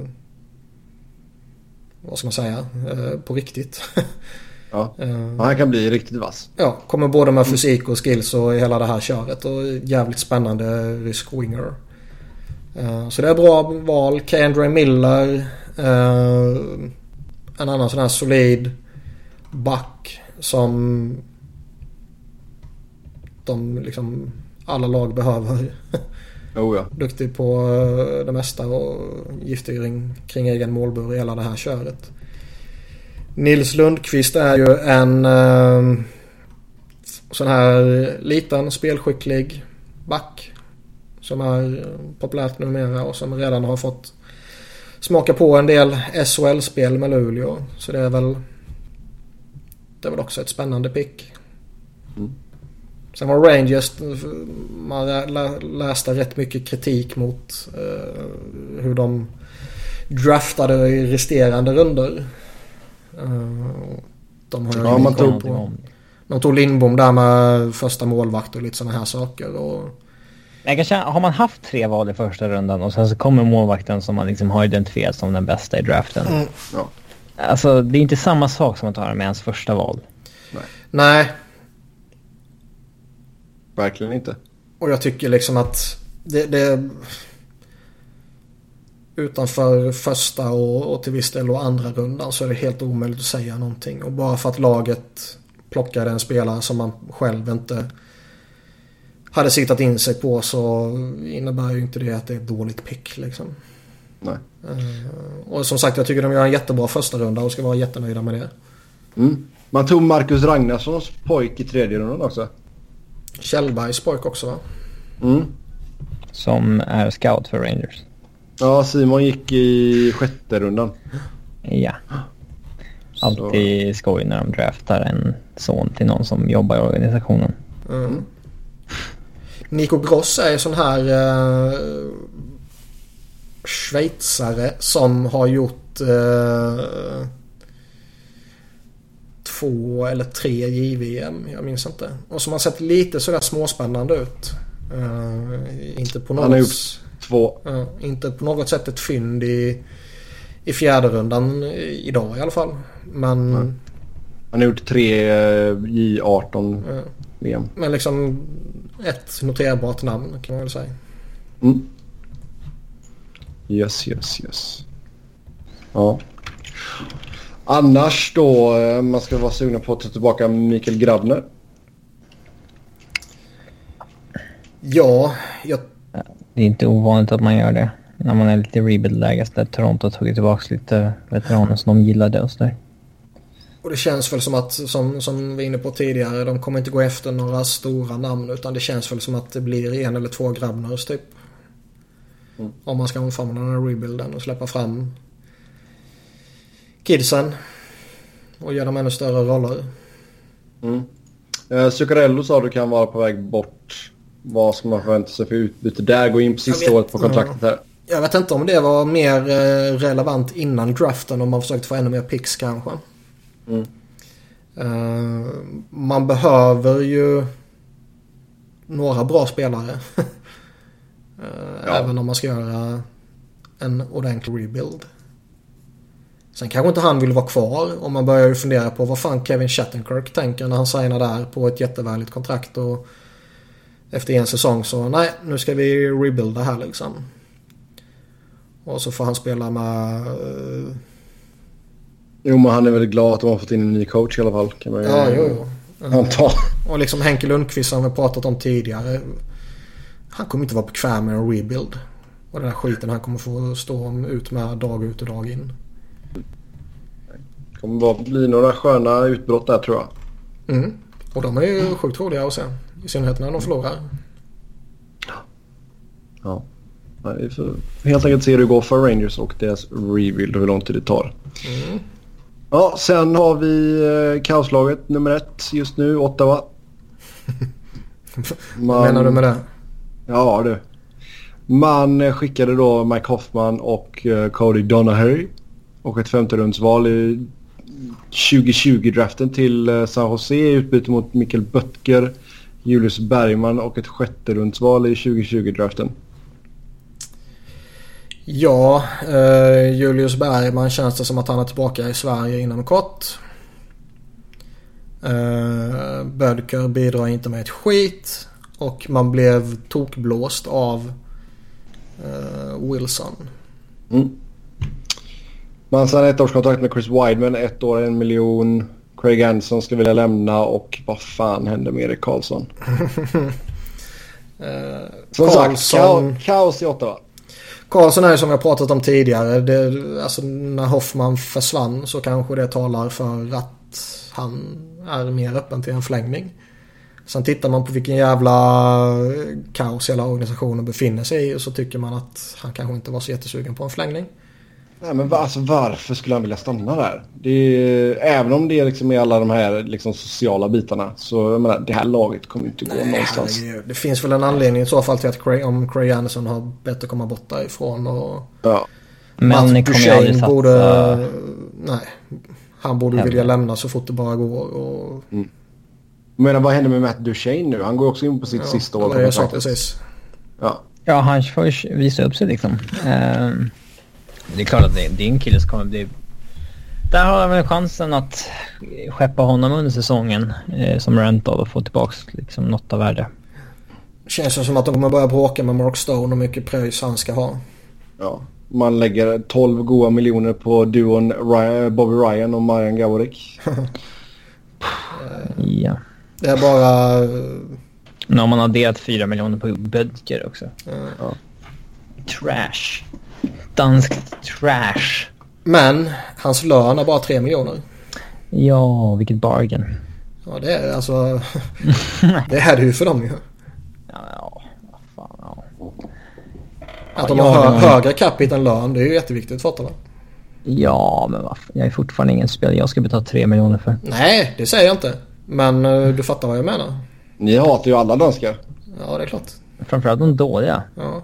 vad ska man säga uh, på riktigt. Ja. Uh, han kan bli riktigt vass. Ja, kommer både med fysik och skills och hela det här köret och jävligt spännande rysk winger. Uh, så det är bra val. K'Andre Miller, uh, en annan sån här solid back som de liksom alla lag behöver. Oh ja. Duktig på det mesta och giftig kring egen målbur i hela det här köret. Nils Lundqvist är ju en eh, sån här liten spelskicklig back som är populärt numera och som redan har fått smaka på en del S H L-spel med Luleå. Så det är väl det är väl också ett spännande pick. Mm. Sen var Rangers, man läste rätt mycket kritik mot uh, hur de draftade i resterande runder. Uh, de har ja, man tog på. De tog Lindbom där med första målvakt och lite sådana här saker. Och... Jag kan känna, har man haft tre val i första rundan och sen så kommer målvakten som man liksom har identifierat som den bästa i draften. Mm. Ja. Alltså det är inte samma sak som att ta med ens första val. Nej. Nej. Verkligen inte. Och jag tycker liksom att det, det utanför första och, och till viss del och andra rundan så är det helt omöjligt att säga någonting. Och bara för att laget plockar en spelare som man själv inte hade siktat in sig på så innebär ju inte det att det är ett dåligt pick liksom. Nej. Uh, och som sagt, jag tycker de gör en jättebra första runda och ska vara jättenöjda med det. Mm. Man tog Marcus Ragnarssons pojk i tredje rundan också. Kjellbergs pojk också va? Mm. Som är scout för Rangers. Ja, Simon gick i sjätte rundan. Ja. Alltid skoj när de draftar en son till någon som jobbar i organisationen. Mm. Nico Gross är en sån här uh, schweizare som har gjort uh, två eller tre J V M, jag minns inte. Och som har sett lite sådär småspännande ut. Uh, inte på något Han har gjort två. Uh, inte på något sätt ett fynd i, i fjärde rundan idag i alla fall. Men mm. han har gjort tre J arton uh, V M. Men liksom ett noterbart namn kan man väl säga. Mm. Yes, yes, yes. Ja. Annars då, man ska vara sugna på att ta tillbaka Mikael Grabner. Ja, jag... Det är inte ovanligt att man gör det. När man är lite rebuild-läge där Toronto har tagit tillbaka lite veteraner som de gillade och sådär. Och det känns väl som att, som, som vi var inne på tidigare, de kommer inte gå efter några stora namn utan det känns väl som att det blir en eller två Grabners typ. Mm. Om man ska omfamna den här rebuilden och släppa fram kidsen och ge dem ännu större roller. Mm. Eh, Zuccarello sa du kan vara på väg bort. Vad ska man förvänta sig för utbyte där? Gå in på sista året på kontraktet här. Jag vet inte om det var mer relevant innan draften om man försökte få ännu mer picks kanske. Mm. Uh, man behöver ju några bra spelare. uh, ja. Även om man ska göra en ordentlig rebuild. Sen kanske inte han vill vara kvar. Och man börjar ju fundera på vad fan Kevin Shattenkirk tänker när han signar där på ett jättevärligt kontrakt. Och efter en säsong så nej, nu ska vi rebuilda här liksom. Och så får han spela med... Uh... Jo, men han är väl glad att de har fått in en ny coach i alla fall. Kan man ju... Ja, jo, jo. Antal. Och liksom Henke Lundqvist som vi pratat om tidigare. Han kommer inte vara bekväm med en rebuild. Och den här skiten han kommer få stå ut med dag ut och dag in. Det kommer bara bli några sköna utbrott där, tror jag. Mm. Och de är ju sjukt roliga att se. I synnerhet när de förlorar. Ja. Vi får helt enkelt se hur det går för Rangers och deras rebuild och hur lång tid det tar. Mm. Ja, sen har vi eh, kaoslaget nummer ett just nu, Ottawa. Man, Vad menar du med det? Ja, du. Man eh, skickade då Mike Hoffman och eh, Cody Donaghey och ett femterumsval i tjugo tjugo-draften till eh, San Jose i utbyte mot Mikael Böttger, Julius Bergman och ett sjätterumsval i tjugo tjugo-draften. Ja, eh, Julius Bergman känns det som att han är tillbaka i Sverige inom kort. Eh, Bödker bidrar inte med ett skit. Och man blev tokblåst av eh, Wilson. Mm. Man sa ett års kontrakt med Chris Wideman, ett år, en miljon. Craig Anderson ska vilja lämna och vad fan hände med Erik Karlsson? eh, Som Karlsson... sagt, kaos, kaos i Ottawa. Karlsson är som jag pratat om tidigare. Det, alltså, när Hoffman försvann så kanske det talar för att han är mer öppen till en förlängning. Sen tittar man på vilken jävla kaos hela organisationen befinner sig i och så tycker man att han kanske inte var så jättesugen på en förlängning. Nej, men alltså, varför skulle han vilja stanna där? Det är, även om det liksom är alla de här liksom sociala bitarna så jag menar, det här laget kommer inte gå Nej, någonstans. herregud. Det finns väl en anledning i så fall till att Craig, om Craig Anderson har bett att komma bort därifrån och ja. Men ni kommer ju aldrig satsa... borde, nej, han borde Heller. vilja lämna så fort det bara går. Och... Mm. Jag menar, vad händer med Matt Duchene nu? Han går också in på sitt ja, sista år. Det är så precis. Ja. Ja, han får ju visa upp sig liksom. Um, det är klart att det, det är en kille som kommer bli... Där har jag väl chansen att skeppa honom under säsongen eh, som rental och få tillbaka liksom, något av värde. Känns det som att de kommer börja bråka med Mark Stone och mycket pröjs han ska ha. Ja. Man lägger tolv goda miljoner på duon Ryan, Bobby Ryan och Marian Gaborik. Ja. Det är bara... Nu har man adderat fyra miljoner på Bödker också. Mm. Ja. Trash. Danskt trash. Men hans lön är bara tre miljoner. Ja, vilket bargain. Ja, det är alltså... det är det ju för dem ju. Ja, ja. Vad fan, ja. Att de Ja, har hö- ja. högre capita än lön, det är ju jätteviktigt för Ottawa. Ja, men vad fan, jag är fortfarande ingen spelare. Jag ska betala tre miljoner för. Nej, det säger jag inte. Men uh, du fattar vad jag menar. Ni hatar ju alla danskar. Ja, det är klart. Framförallt de dåliga. Ja.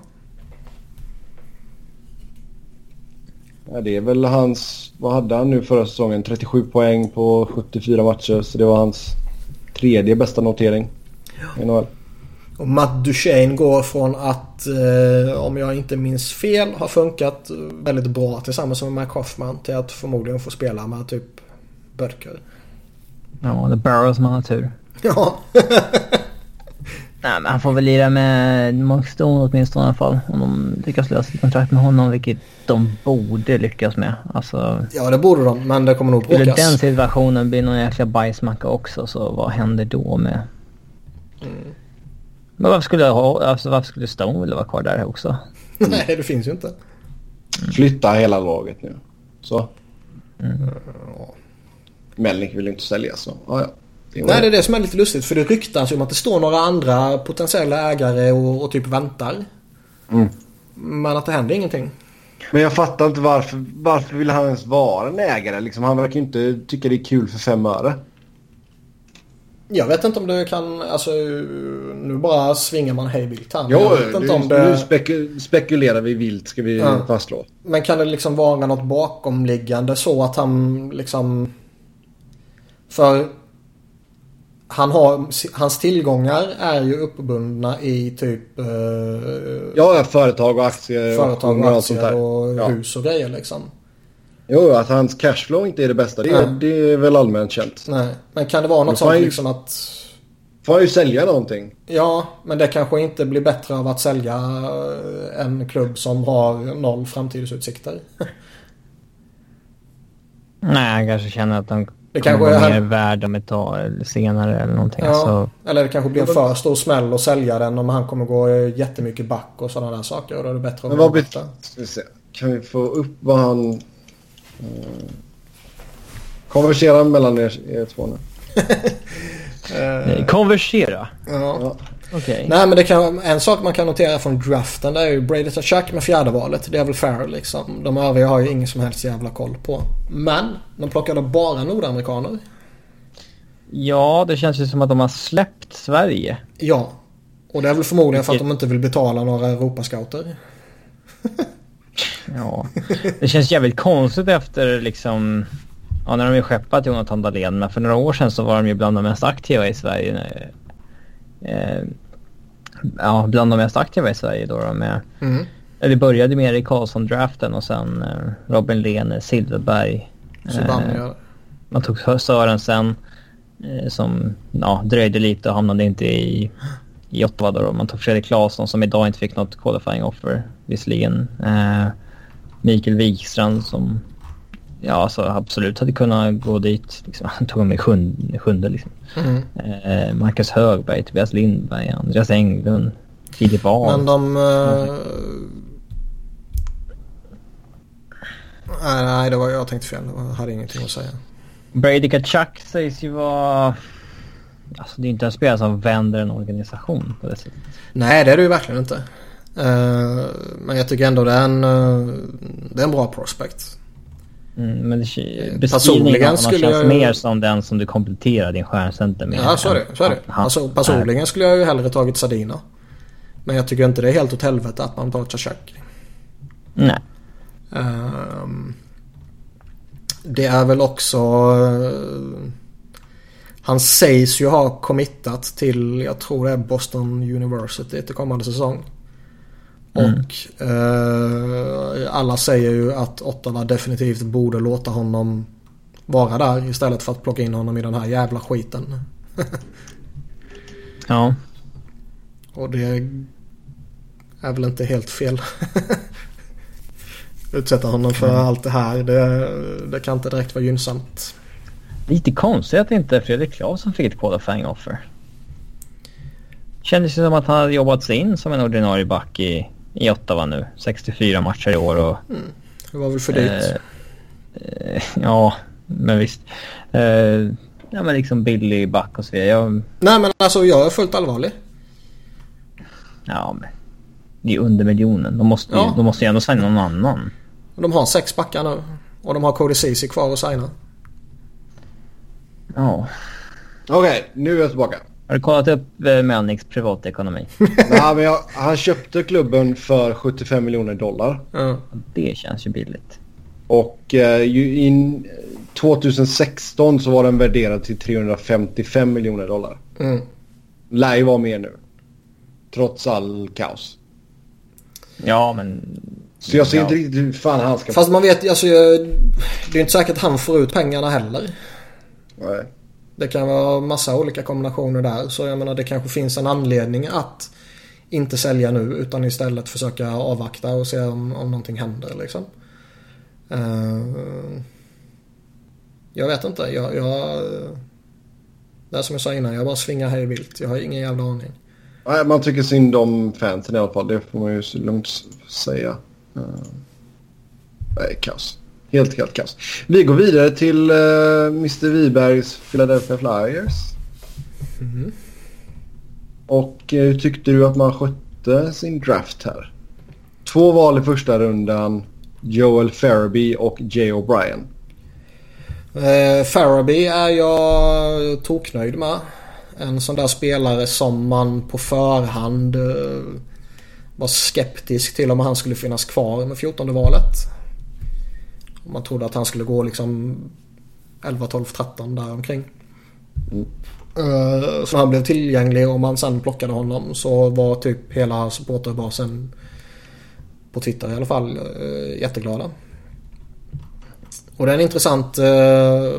Ja, det är väl hans... Vad hade han nu förra säsongen? trettiosju poäng på sjuttiofyra matcher. Så det var hans tredje bästa notering. Ja. Och Matt Duchene går från att, eh, om jag inte minns fel, har funkat väldigt bra tillsammans med Mike Hoffman till att förmodligen få spela med typ Bödker. Ja, det Burrows man har tur. Ja. Nej, men han får väl lira med Mark Stone åtminstone i alla fall. Om de lyckas lösa ett kontrakt med honom, vilket de borde lyckas med. Alltså, Ja, det borde de, men det kommer nog skulle bråkas. den situationen blir någon jäkla bajsmacka också, så vad händer då med... Mm. Men varför skulle, jag ha, alltså, varför skulle Stone vilja vara kvar där också? Nej, det finns ju inte. Flytta hela laget nu. Så. Mm. Melnick vill inte sälja så. Ja, ja. Det Nej, det är det som är lite lustigt. För det ryktas ju om att det står några andra potentiella ägare och, och typ väntar. Mm. Men att det händer ingenting. Men jag fattar inte varför, varför vill han ens vara en ägare? Liksom, han verkar inte tycka det är kul för fem öre. Jag vet inte om det kan... Alltså, nu bara svingar man hejvilt här. Jo, Jag vet inte nu, om det... nu speku- spekulerar vi vilt, ska vi Ja. fastslå. Men kan det liksom vara något bakomliggande så att han liksom... För... Han har, hans tillgångar är ju uppbundna i typ... Eh, Ja, företag och aktier. företag och allt sånt aktier där. och Ja. hus och grejer liksom. Jo, att hans cashflow inte är det bästa, det, Ja. är, det är väl allmänt känt. Nej, men kan det vara något Men får sånt han ju- liksom att... Får han ju sälja någonting. Ja, men det kanske inte blir bättre av att sälja en klubb som har noll framtidsutsikter. Nej, jag kanske känner att de... Det Det kanske kanske är är mer värd om ett tag eller senare eller någonting. Ja, alltså. Eller det kanske blir en för stor smäll att sälja den om han kommer gå jättemycket back och sådana där saker. Och då är det bättre att Men vad bet- ska vi se. Kan vi få upp vad han... Mm, konversera mellan er, er två nu. uh, Konversera? Ja. ja. Okay. Nej, men det kan, en sak man kan notera från draften, det är ju Brady Tkachuk med fjärde valet. Det är väl fair liksom. De övriga har ju ingen som helst jävla koll på. Men de plockade bara nordamerikaner. Ja, det känns ju som att de har släppt Sverige. Ja. Och det är väl förmodligen för att de inte vill betala några Europascouter. Ja, det känns jävligt konstigt efter liksom... Ja, när de ju skeppat Jonathan Dahlén. Men för några år sedan så var de ju bland de mest aktiva i Sverige. Eh, ja, bland de mest aktiva i Sverige då. då med, mm. Det började med Erik Karlsson-draften och sen eh, Robin Lehner, Silverberg. Eh, man tog Sörensen eh, som ja, dröjde lite och hamnade inte i, i Ottawa då. Man tog Fredrik Claesson som idag inte fick något qualifying offer visserligen. Eh, Mikael Wikstrand som ja, alltså absolut hade kunnat gå dit. Liksom. Han tog med sjunde, sjunde liksom. Mm. Eh, Marcus Högberg, Tobias Lindberg, Andreas Englund, Filip Ahl. Men de... Uh... Nej, nej, det var jag tänkte fel. Jag hade ingenting att säga. Brady Tkachuk sägs ju vara... Alltså det är inte en spelare som vänder en organisation på det sättet. Nej, det är det ju verkligen inte. Uh, men jag tycker ändå det är en, uh, det är en bra prospect. Mm, men det, personligen skulle känns jag... mer som den som du kompletterar din stjärncenter med. Ja, så är det. Så är det. Alltså, personligen skulle jag ju hellre tagit Zadina. Men jag tycker inte det är helt åt helvete att man tar Tkachuk. Nej. Um, det är väl också... Uh, han sägs ju ha committat till, jag tror det är Boston University till kommande säsong. Mm. Och eh, alla säger ju att Ottawa definitivt borde låta honom vara där istället för att plocka in honom i den här jävla skiten. Ja. Och det är väl inte helt fel. Utsätta honom för mm. allt det här, det, det kan inte direkt vara gynnsamt. Lite konstigt att inte Fredrik Claesson fick ett qualifying offer. Kändes det som att han hade jobbat sig in som en ordinarie back i, i Ottawa nu. sextiofyra matcher i år och... Mm. Det var väl för dit. Eh, eh, ja, men visst. Eh, ja, men liksom billig back och så vidare. Jag... Nej, men alltså jag är fullt allvarlig. Ja, men... Det är under miljonen. De måste, ja. de måste ju ändå signa någon annan. De har sex backar nu. Och de har Cody Ceci kvar att signa. Ja. Okej, okay, nu är jag tillbaka. Har du kollat upp eh, Melniks privatekonomi? Nej, men jag, han köpte klubben för sjuttiofem miljoner dollar. Mm. Det känns ju billigt. Och eh, in, tjugohundrasexton så var den värderad till trehundrafemtiofem miljoner dollar. Mm. Lär ju vara mer nu. Trots all kaos. Ja, men... Så jag ser ja. inte riktigt hur fan han ska... Fast man vet, alltså, det är inte säkert att han får ut pengarna heller. Nej. Det kan vara massa olika kombinationer där. Så jag menar, det kanske finns en anledning att inte sälja nu utan istället försöka avvakta och se om, om någonting händer liksom. Uh, jag vet inte. Jag, jag, det är som jag sa innan, jag bara svingar hej vilt. Jag har ingen jävla aning. Nej, man tycker synd om fansen i alla fall. Det får man ju så lugnt säga. Uh, nej, kaos. Helt, helt kaos. Vi går vidare till uh, mister Wibergs Philadelphia Flyers. Mm. Och hur uh, tyckte du att man skötte sin draft här? Två val i första rundan. Joel Farabee och Jay O'Brien. Uh, Farabee är jag toknöjd med. En sån där spelare som man på förhand uh, var skeptisk till om han skulle finnas kvar med fjortonde valet. Man trodde att han skulle gå liksom elva, tolv, tretton där omkring. Mm. Uh, så han blev tillgänglig och man sen plockade honom så var typ hela supporterbasen på Twitter i alla fall uh, jätteglada. Och det är en intressant uh,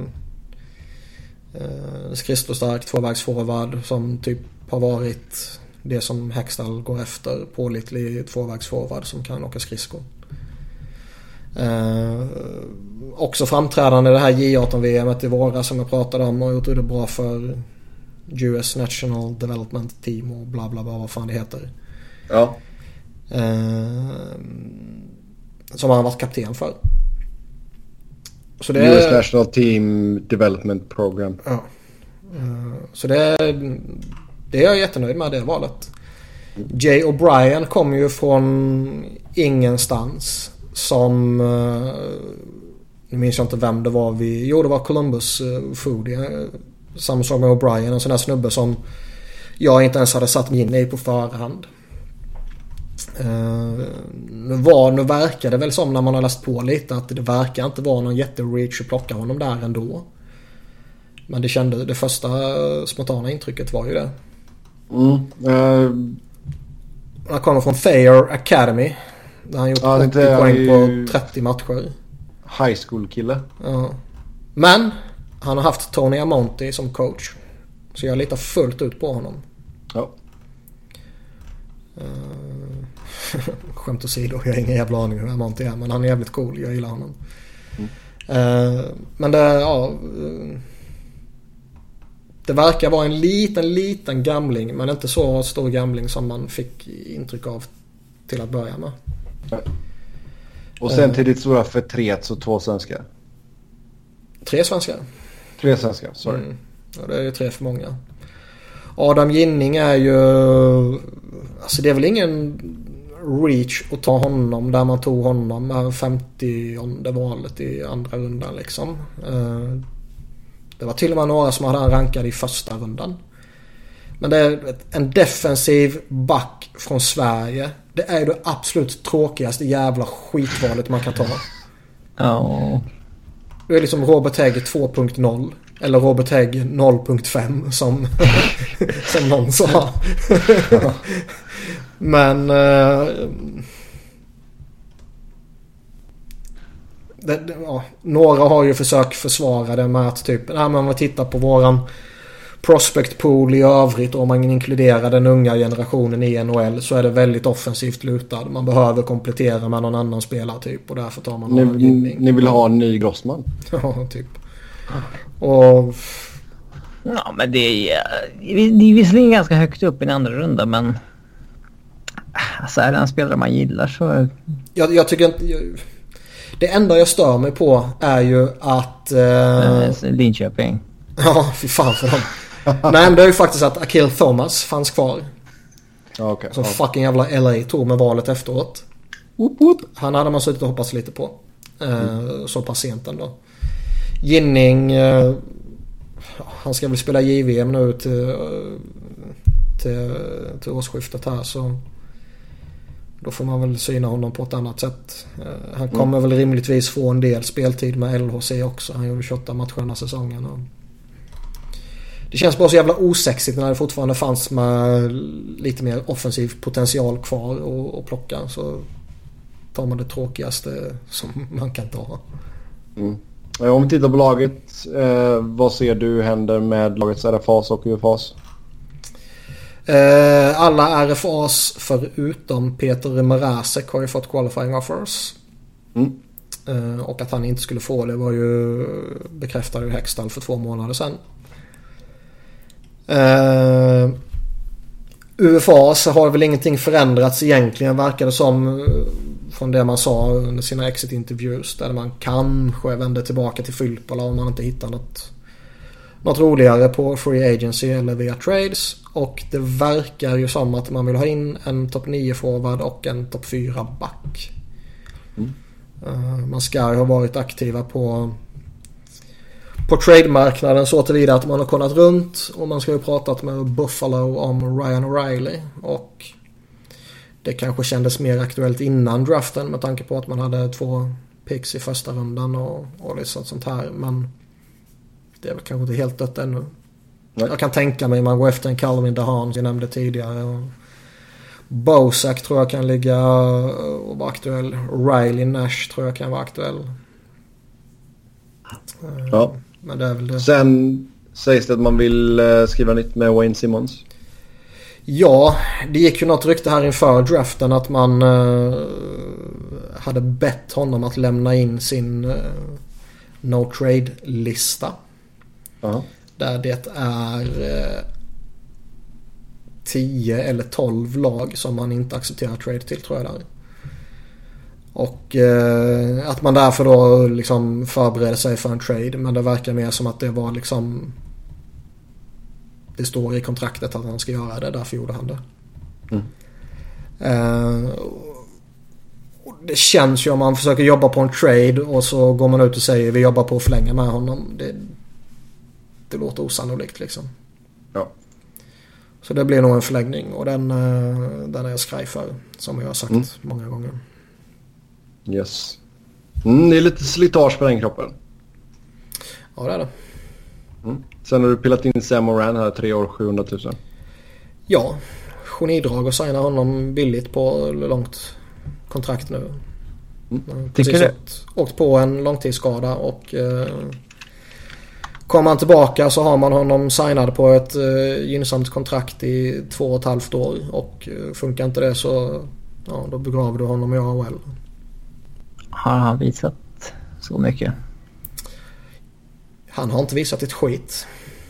uh, skridstark tvåvägsforward som typ har varit det som Hextall går efter, pålitlig tvåvägsforward som kan åka skridskor. Eh, också framträdande i det här J arton-V M:et i våras som jag pratade om och gjort det bra för U S National Development Team och bla bla bla vad fan det heter. Ja. Eh, som han har varit kapten för. Så det U S National Team Development Program. Ja. Uh, så det, det är jag jättenöjd med, det valet. Jay O'Brien kom ju från ingenstans som uh, nu minns jag inte vem det var vi, jo det var Columbus uh, Foodie, samma sak med O'Brien, en sån där snubbe som jag inte ens hade satt mig in i på förhand. Uh, nu, var, nu verkar det väl som när man har läst på lite att det verkar inte vara någon jätte-reach att plocka honom där ändå. Men det kände, det första spontana intrycket var ju det. Mm. Uh... Han kommer från Thayer Academy där han gjort ja, åttio poäng ju... på trettio matcher. High school kille. Ja. Men han har haft Tony Amonte som coach. Så jag litar fullt ut på honom. Ja. Uh... Skämt åsido, jag har ingen jävla aning hur Amonte är, men han är jävligt cool, jag gillar honom. Mm. Uh, men det, ja... Uh... Det verkar vara en liten, liten gamling, men inte så stor gamling som man fick intryck av till att börja med. Och sen till ditt stora förtret så två svenskar. Tre svenskar. Tre svenskar, sorry. Mm. Ja, det är ju tre för många. Adam Ginning är ju... Alltså det är väl ingen reach att ta honom där man tog honom med femtionde valet i andra rundan liksom. Det var till och med några som hade han rankad i första rundan. Men det är en defensiv back från Sverige. Det är ju det absolut tråkigaste jävla skitvalet man kan ta. Ja. Oh. Det är liksom Robert Hägg två punkt noll. Eller Robert Hägg noll punkt fem som, som någon sa. Men... Uh, Det, det, ja, några har ju försökt försvara det med att typ, nej, men om man tittar på våran prospect pool i övrigt och om man inkluderar den unga generationen i N H L så är det väldigt offensivt lutad. Man behöver komplettera med någon annan spelare typ och därför tar man någon ni, ni vill ha en ny Grossman? Ja, typ. Och... Ja, men det är, det är visserligen ganska högt upp i den andra rundan, men alltså är det en spelare man gillar så... Jag, jag tycker inte... Jag... Det enda jag stör mig på är ju att... Eh... Linköping. Ja, fy fan för dem. Nej, men det är ju faktiskt att Akil Thomas fanns kvar. Okay, som ja. fucking jävla L A tog med valet efteråt. Woop, woop. Han hade man suttit och hoppats lite på. Eh, mm. Så pass sent ändå. Ginning... Eh... Han ska väl spela J V M nu till, till, till årsskiftet här så... Då får man väl syna honom på ett annat sätt. Uh, han kommer mm. väl rimligtvis få en del speltid med L H C också. Han gjorde tjugoåtta matcher den här säsongen. Och det känns bara så jävla osexigt när det fortfarande fanns med lite mer offensiv potential kvar och, och plocka. Så tar man det tråkigaste som man kan ta. Mm. Om vi tittar på laget, eh, vad ser du händer med lagets R F As och U F As? Uh, alla R F As förutom Peter Mrazek har ju fått qualifying offers. Mm. Uh, och att han inte skulle få det var ju bekräftade ju Hextall för två månader sedan. Uh, U F As har väl ingenting förändrats egentligen, verkar det som, från det man sa under sina exit-interviews där man kanske vände tillbaka till Fylpola om man inte hittar något något roligare på free agency eller via trades. Och det verkar ju som att man vill ha in en topp nio forward och en topp fyra back. Mm. Uh, man ska ju ha varit aktiva på på trademarknaden så tillvida att man har kollat runt och man ska ju pratat med Buffalo om Ryan O'Reilly och det kanske kändes mer aktuellt innan draften med tanke på att man hade två picks i första rundan och, och lite sånt här, men det är väl kanske inte helt dött ännu. Nej. Jag kan tänka mig man går efter en Calvin DeHaan som jag nämnde tidigare. Och Bosak tror jag kan ligga och vara aktuell. Riley Nash tror jag kan vara aktuell. Ja. Men det är väl det. Sen sägs det att man vill skriva nytt med Wayne Simmons. Ja, det gick ju något rykte här inför draften att man uh, hade bett honom att lämna in sin uh, no trade-lista. Uh-huh. Där det är uh, tio eller tolv lag som man inte accepterar trade till, tror jag där. Och uh, att man därför då liksom förbereder sig för en trade, men det verkar mer som att det var liksom, det står i kontraktet att han ska göra det, därför gjorde han det. Mm. Uh, det känns ju, om man försöker jobba på en trade och så går man ut och säger vi jobbar på att förlänga med honom, det, det låter osannolikt liksom. Ja. Så det blir nog en förlängning, och den, uh, den är jag skraj för, som jag har sagt mm. många gånger. Yes. Mm, det är lite slitage på den kroppen. Ja, det är det. Mm. Sen har du pillat in Sam Moran här, tre år, sjuhundratusen. Ja, genidrag och signa honom billigt på långt kontrakt nu. Mm. Tycker du? Åkt, åkt på en långtidsskada och eh, kommer han tillbaka så har man honom signad på ett eh, gynnsamt kontrakt i två och ett halvt år, och eh, funkar inte det så ja, då begraver du honom i A H L. Har han visat så mycket? Han har inte visat ett skit.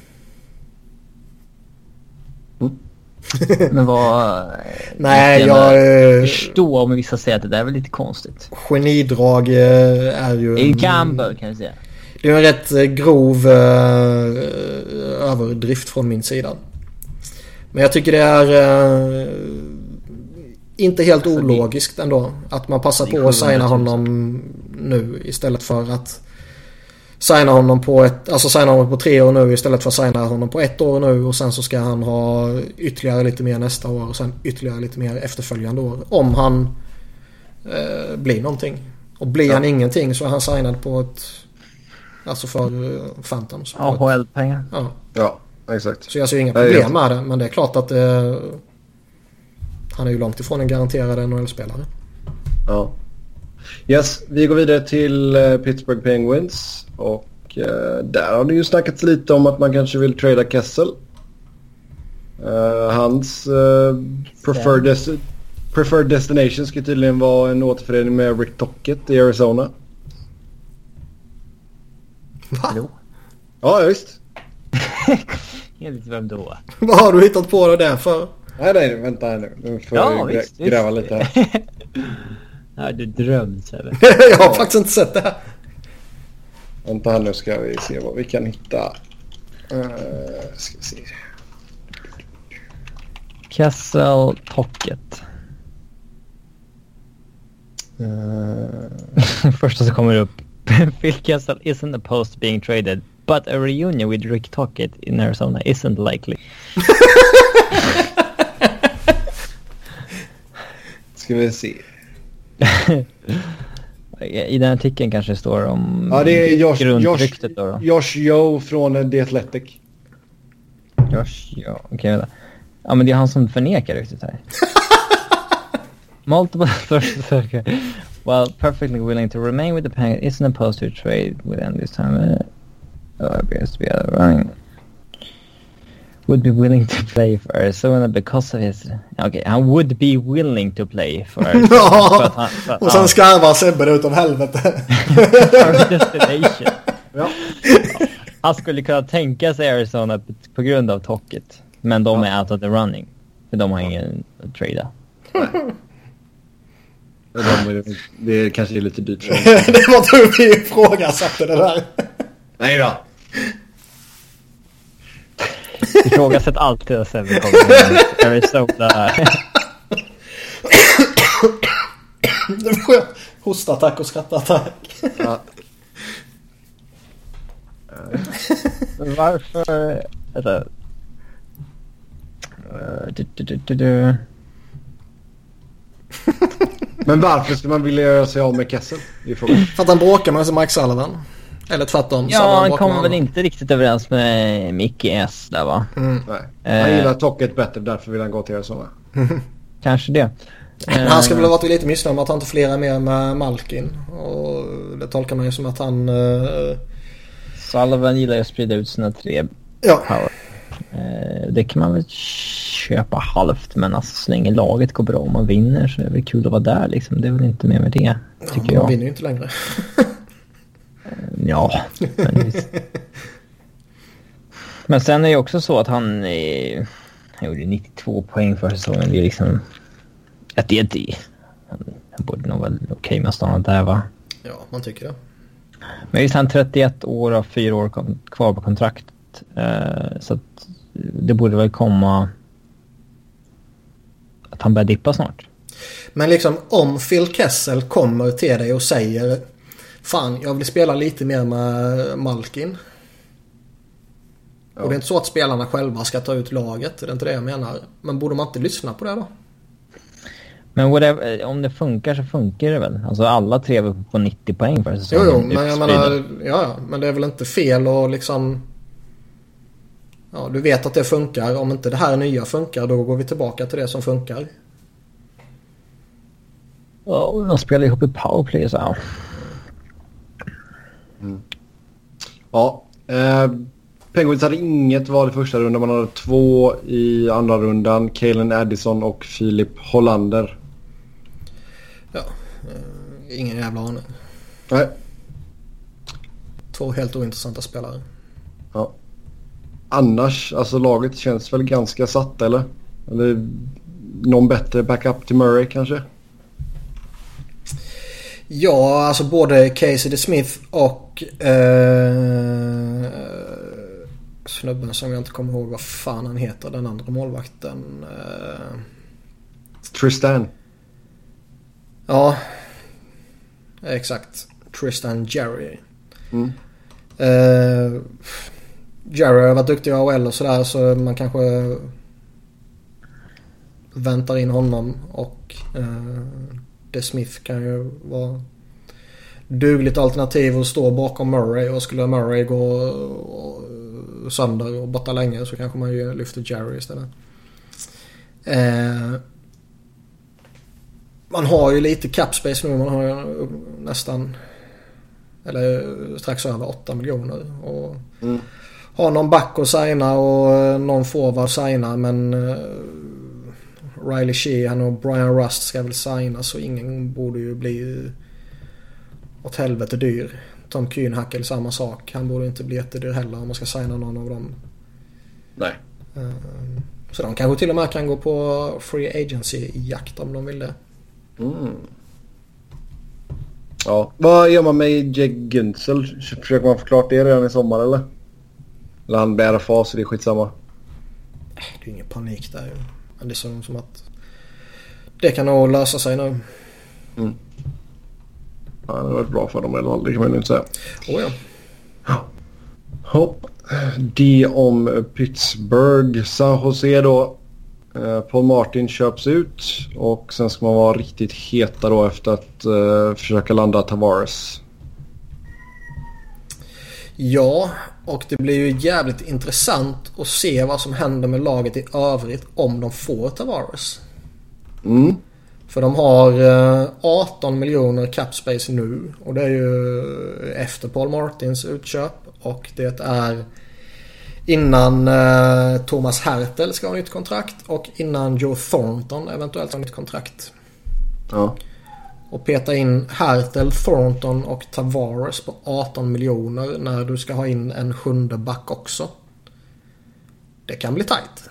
Mm. Men vad... Nej, jag... jag förstår om vissa säger att det där är väl lite konstigt. Genidrag är ju... Det är ju gamble, kan jag säga. Det är en rätt grov uh, överdrift från min sida. Men jag tycker det är uh, inte helt alltså, ologiskt ändå. Att man passar på att signa honom nu istället för att signa honom på ett, alltså signa honom på tre år nu istället för att signa honom på ett år nu, och sen så ska han ha ytterligare lite mer nästa år och sen ytterligare lite mer efterföljande år om han eh, blir någonting. Och blir ja. han ingenting så är han signad på ett, alltså för uh, Phantoms. A H L-pengar. Ja. Ja, exakt. Så jag ser inga problem med det, men det är klart att det, han är ju långt ifrån en garanterad N H L-spelare. Ja. Yes, vi går vidare till uh, Pittsburgh Penguins, och uh, där har det ju snackats lite om att man kanske vill trada Kessel. Uh, hans uh, preferred, des- preferred destination ska tydligen vara en återförening med Rick Tocchet i Arizona. Va? Ja, just. Helt vem då? Vad har du hittat på det där för? Nej, nej, vänta här nu. Nu får ja, jag visst, grä- gräva visst. lite här. Ja, du drömt eller? Jag har faktiskt inte sett det här. Vänta här nu, ska vi se vad vi kan hitta. Uh, ska vi se. Kessel Tocchet. Uh... Första så kommer det upp. Phil Kessel isn't opposed to being traded, but a reunion with Rick Tocchet in Arizona isn't likely. Ska vi se. I den artikeln kanske det står om ja, det är Josh, grundryktet Josh, då, då. Josh Yeo från The Athletic. Josh Yeo, okej okay, vänta. Ja, men det är han som förnekar ryktet här. Multiple sources well, perfectly willing to remain with the Penguins isn't opposed to a trade within this time. Uh, appears to be out of running. Would be willing to play for Arizona because of his... Okej, okay, han would be willing to play for Arizona. Ja, för att han, för att, och sen ja. Skarvar Sebbe ut av helvete. Destination. Ja. Han skulle kunna tänka sig Arizona på, på grund av Tocchet. Men de ja. är out of the running. För de har ingen att trada. De, det är kanske lite dyrt. Det var du vi ifrågasatte det där. Nej då. Ifrågasätt alltid att Sebbe kommer Arizona. Det får hostattack och skrattattack. Ja. Varför... Vänta. Du, du, du, du, du. Men varför ska man vilja göra sig av med Kessel? För att han bråkar med Mike Sullivan. Eller tvärtom. Ja, han kommer väl inte riktigt överens med Mickey S där, va? Mm. Nej. Han gillar Tocchet bättre, därför vill han gå till Arizona. Kanske det. Han ska väl ha varit lite missnöjd med att han inte flera mer med Malkin. Och det tolkar man ju som att han... Uh... Sullivan gillar ju att sprida ut sina tre ja. power. Eh, det kan man väl köpa halvt, men alltså, så länge laget går bra och man vinner så är det väl kul att vara där liksom. Det är väl inte mer med det, tycker ja, jag. Man vinner ju inte längre. Ja, men, men sen är det också så att han, eh, han gjorde nittiotvå poäng för säsongen. Det är liksom att det är det. Han, han borde nog väl okej okay med att stanna där, va? Ja, man tycker det. Men visst, han trettioett år och fyra år kom, kvar på kontrakt. Eh, så att det borde väl komma att han börjar dippa snart. Men liksom om Phil Kessel kommer till dig och säger fan, jag vill spela lite mer med Malkin. Ja. Och det är inte så att spelarna själva ska ta ut laget. Det är inte det jag menar. Men borde man inte lyssna på det då? Men whatever, om det funkar så funkar det väl. Alltså alla tre var på nittio poäng för säsongen. Jo, jo men jag menar, ja, men det är väl inte fel och liksom... Ja, du vet att det funkar. Om inte det här nya funkar, då går vi tillbaka till det som funkar. Ja, och de spelar ihop i powerplay så här. Mm. Ja, eh, Penguins hade inget val i första rundan. Man hade två i andra rundan. Calen Addison och Filip Hollander. Ja, eh, ingen jävla aning. Nej. Två helt ointressanta spelare. Ja. Annars, alltså laget känns väl ganska satt, eller? Eller någon bättre backup till Murray kanske? Ja, alltså både Casey DeSmith och eh, snubben som jag inte kommer ihåg vad fan han heter, den andra målvakten. Eh, Tristan. Ja, exakt. Tristan Jarry. Mm. Eh, Jarry har varit duktig i A H L och sådär, så man kanske väntar in honom och eh, DeSmith kan ju vara dugligt alternativ och stå bakom Murray, och skulle Murray gå sönder och borta länge så kanske man ju lyfter Jarry istället. Eh, man har ju lite cap space nu, man har ju nästan eller strax över åtta miljoner och mm. har någon back att signa och någon forward signa, men uh, Riley Sheehan och Brian Rust ska väl signa, så ingen borde ju bli åt helvete dyr. Tom Kühnhackl samma sak, han borde inte bli jättedyr heller om man ska signa någon av dem. Nej. Uh, så de kanske till och med kan gå på free agency jakt om de vill det. Mm. Ja, vad gör man med Jake Güntzel? Försöker man förklara det redan i sommar, eller? Eller han bär fas, så det är skitsamma. Det är ju ingen panik där. Men det är som, som att det kan nog lösa sig nu. Mm. Ja, det har varit bra för dem i alla fall, det kan man ju inte säga. Oh ja. Ja. Hopp. Det om Pittsburgh. San Jose då. Paul Martin köps ut och sen ska man vara riktigt heta då efter att uh, försöka landa Tavares. Ja, och det blir ju jävligt intressant att se vad som händer med laget i övrigt om de får Tavares. Mm. För de har uh, arton miljoner cap space nu, och det är ju efter Paul Martins utköp, och det är innan uh, Thomas Hertel ska ha nytt kontrakt och innan Joe Thornton eventuellt har nytt kontrakt. Ja. Och peta in Hertel, Thornton och Tavares på arton miljoner när du ska ha in en sjunde back också. Det kan bli tight.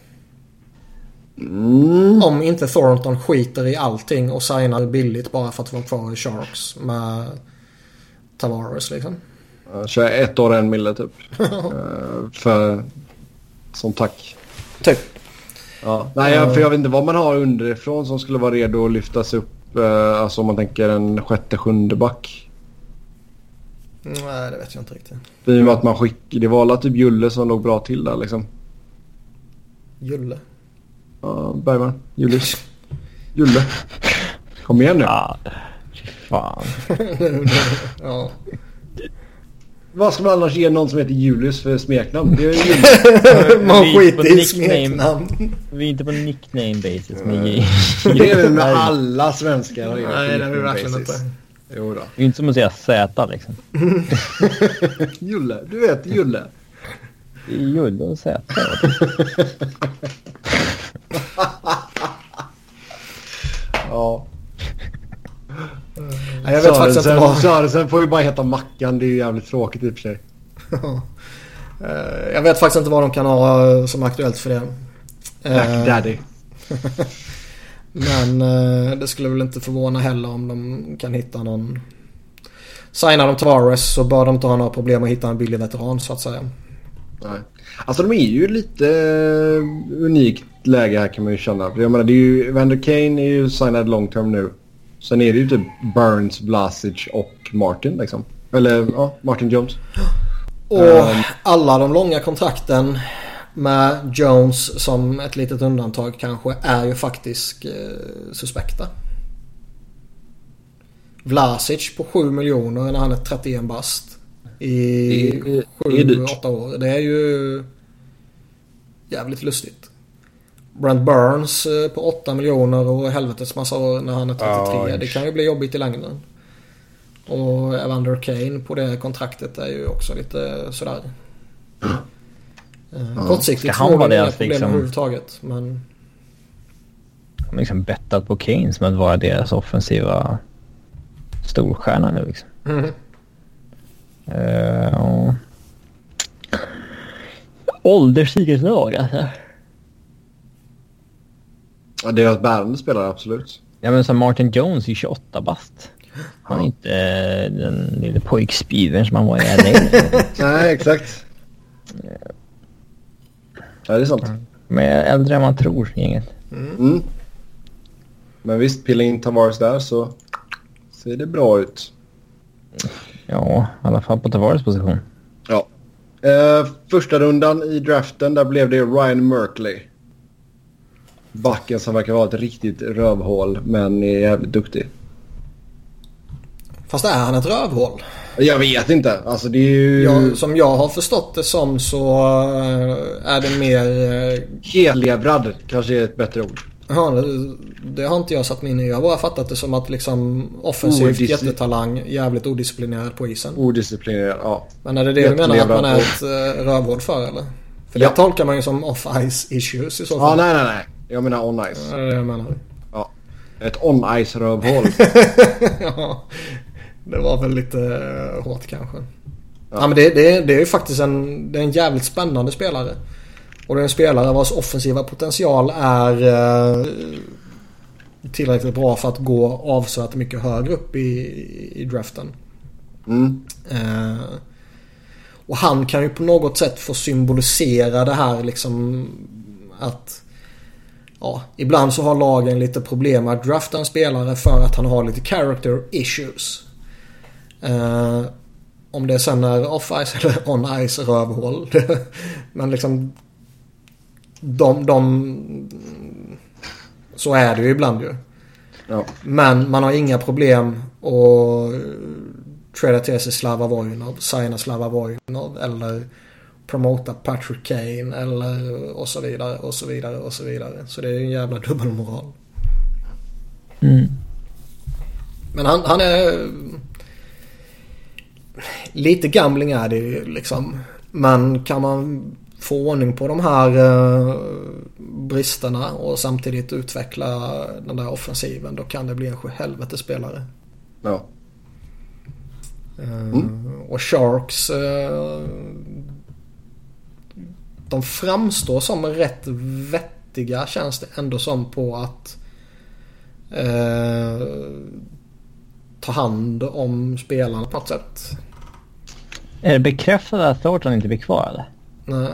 Mm. Om inte Thornton skiter i allting och signar billigt bara för att vara kvar i Sharks med Tavares liksom. Jag kör ett år en mille typ. uh, för som tack. Typ. Ja. Nej, jag, för jag vet inte vad man har underifrån som skulle vara redo att lyftas upp. Uh, alltså om man tänker en sjätte, sjunde back. Nej, det vet jag inte riktigt. Det är med att man skick, det var alla typ Julle som låg bra till där liksom. Julle? Ja, uh, Bergman. Julius. Julle. Kom igen nu. Ja, fan. Ja. Vad ska man annars ge någon som heter Julius för smeknamn? Det är ju man skiter i smeknamn. Vi är inte på nickname basis med J. Det är väl med alla svenskar. Nej, det är vi verkligen inte. Jo då. Det är inte som att säga Z liksom. Julle, du vet Julle. Judd och Z. Ja. Nej, jag vet faktiskt inte vad... Sörensen får ju bara heta Mackan. Det är ju jävligt tråkigt i och för sig. Jag vet faktiskt inte vad de kan ha som aktuellt för det. Back Daddy. Men det skulle väl inte förvåna heller om de kan hitta någon. Signar de Tavares så bör de inte ha några problem att hitta en billig veteran så att säga. Nej. Alltså de är ju lite unikt läge här kan man ju känna. Jag menar det är ju Vander Kane är ju signad long term nu. Sen är det ju typ Burns, Vlasic och Martin liksom. Eller ja, Martin Jones. Och um, alla de långa kontrakten med Jones som ett litet undantag kanske är ju faktiskt eh, suspekta. Vlasic på sju miljoner när han är trettioen bast i sju åtta år. Det är ju jävligt lustigt. Brent Burns på åtta miljoner och helvetes massa år när han är trettiotre. Oh, det kan ju bli jobbigt i längden. Och Evander Kane på det kontraktet är ju också lite sådär. Mm. Kortsiktigt ska han vara deras problem liksom, överhuvudtaget. Men... De har liksom bettat på Kane som att vara deras offensiva storstjärna nu liksom. Mm. Uh, och... Ålderstiget lag alltså. Ja, deras bärande spelare absolut. Ja men som Martin Jones är tjugoåtta bast. Han är ja. inte uh, den lilla pojkspivern som han var i L A. Nej, exakt. Ja, det är sant. Men äldre än man tror inget. Mm. Mm. Men visst, pilla in Tavares där så ser det bra ut. Ja, i alla fall på Tavares position. Ja. Uh, första rundan i draften där blev det Ryan Merkley. Backen som verkar vara ett riktigt rövhål men är jävligt duktig. Fast är han ett rövhål? Jag vet inte. Alltså det är ju... ja, som jag har förstått det som så är det mer... Hellevrad kanske är ett bättre ord. Ja, det, det har inte jag satt mig in i. Jag har bara fattat det som att liksom offensivt Odis- jättetalang, jävligt odisciplinerad på isen. Odisciplinerad, ja. Men är det det du menar att man är ett uh, rövhål för eller? För ja. Det tolkar man ju som off-ice issues i så fall. Ja, nej, nej, nej. Jag menar on-ice. Ja, det är det jag menar. Ja, ett on-ice rövhål. Ja, det var väl lite uh, hårt kanske. Ja, ja men det, det, det är ju faktiskt en, det är en jävligt spännande spelare. Och det är en spelare vars offensiva potential är uh, tillräckligt bra för att gå avsevärt mycket högre upp i, i draften. Mm. Uh, och han kan ju på något sätt få symbolisera det här liksom att ja, ibland så har lagen lite problem att drafta en spelare för att han har lite character issues. Uh, om det sen är off-ice eller on-ice rövhål. Men liksom de, de så är det ju ibland ju. Ja. Men man har inga problem att trada till sig Slava Vojnov, signa Slava Vojnov eller promota Patrick Kane eller och så vidare och så vidare och så vidare. Så det är ju en jävla dubbelmoral. Mm. Men han, han är lite gambling är det ju liksom. Men kan man få ordning på de här uh, bristerna och samtidigt utveckla den där offensiven, då kan det bli en sjuhelvete spelare. Ja. Uh, mm. Och Sharks uh, de framstår som rätt vettiga, känns det ändå som, på att uh, ta hand om spelarna på något sätt. Är det bekräftat att Thornton inte blir kvar eller? Nej.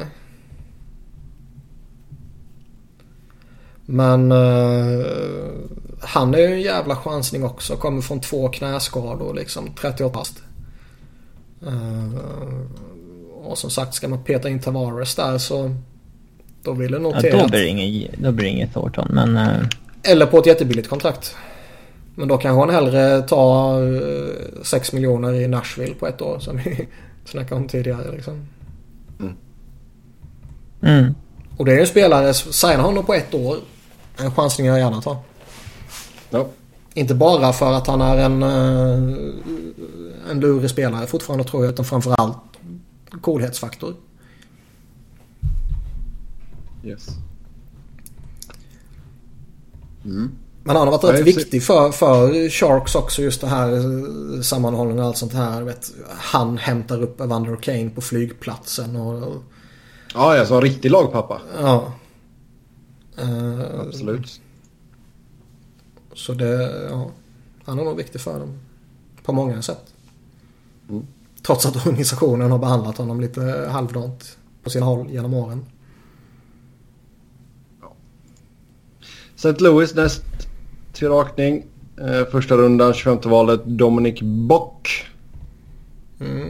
Men uh, han är ju en jävla chansning också. Kommer från två knäskador liksom. trettioåtta past. Uh, och som sagt, ska man peta in Tavares där så då vill det notera. Ja, då blir det ingen, då blir det inget Thornton. Men, uh... eller på ett jättebilligt kontrakt. Men då kanske han hellre tar uh, sex miljoner i Nashville på ett år som vi snackade om tidigare liksom. Mm. Mm. Och det är ju en spelare, signa honom på ett år, en chansning jag gärna tar. Ja. Inte bara för att han är en en lurig spelare fortfarande, tror jag, utan framförallt coolhetsfaktor. Yes. Mm. Men han har varit rätt viktig för, för Sharks också, just det här sammanhållningen och allt sånt här. Vet, han hämtar upp Evander Kane på flygplatsen. Och, och, ja, jag sa en riktig lagpappa. Ja. Uh, Absolut. Så det, ja, han är nog viktig för dem på många sätt. Mm. Trots att organisationen har behandlat honom lite halvdant på sina håll genom åren. Ja. Saint Louis näst till rakning. Eh, första rundan, tjugofemte valet, Dominic Bock. Mm.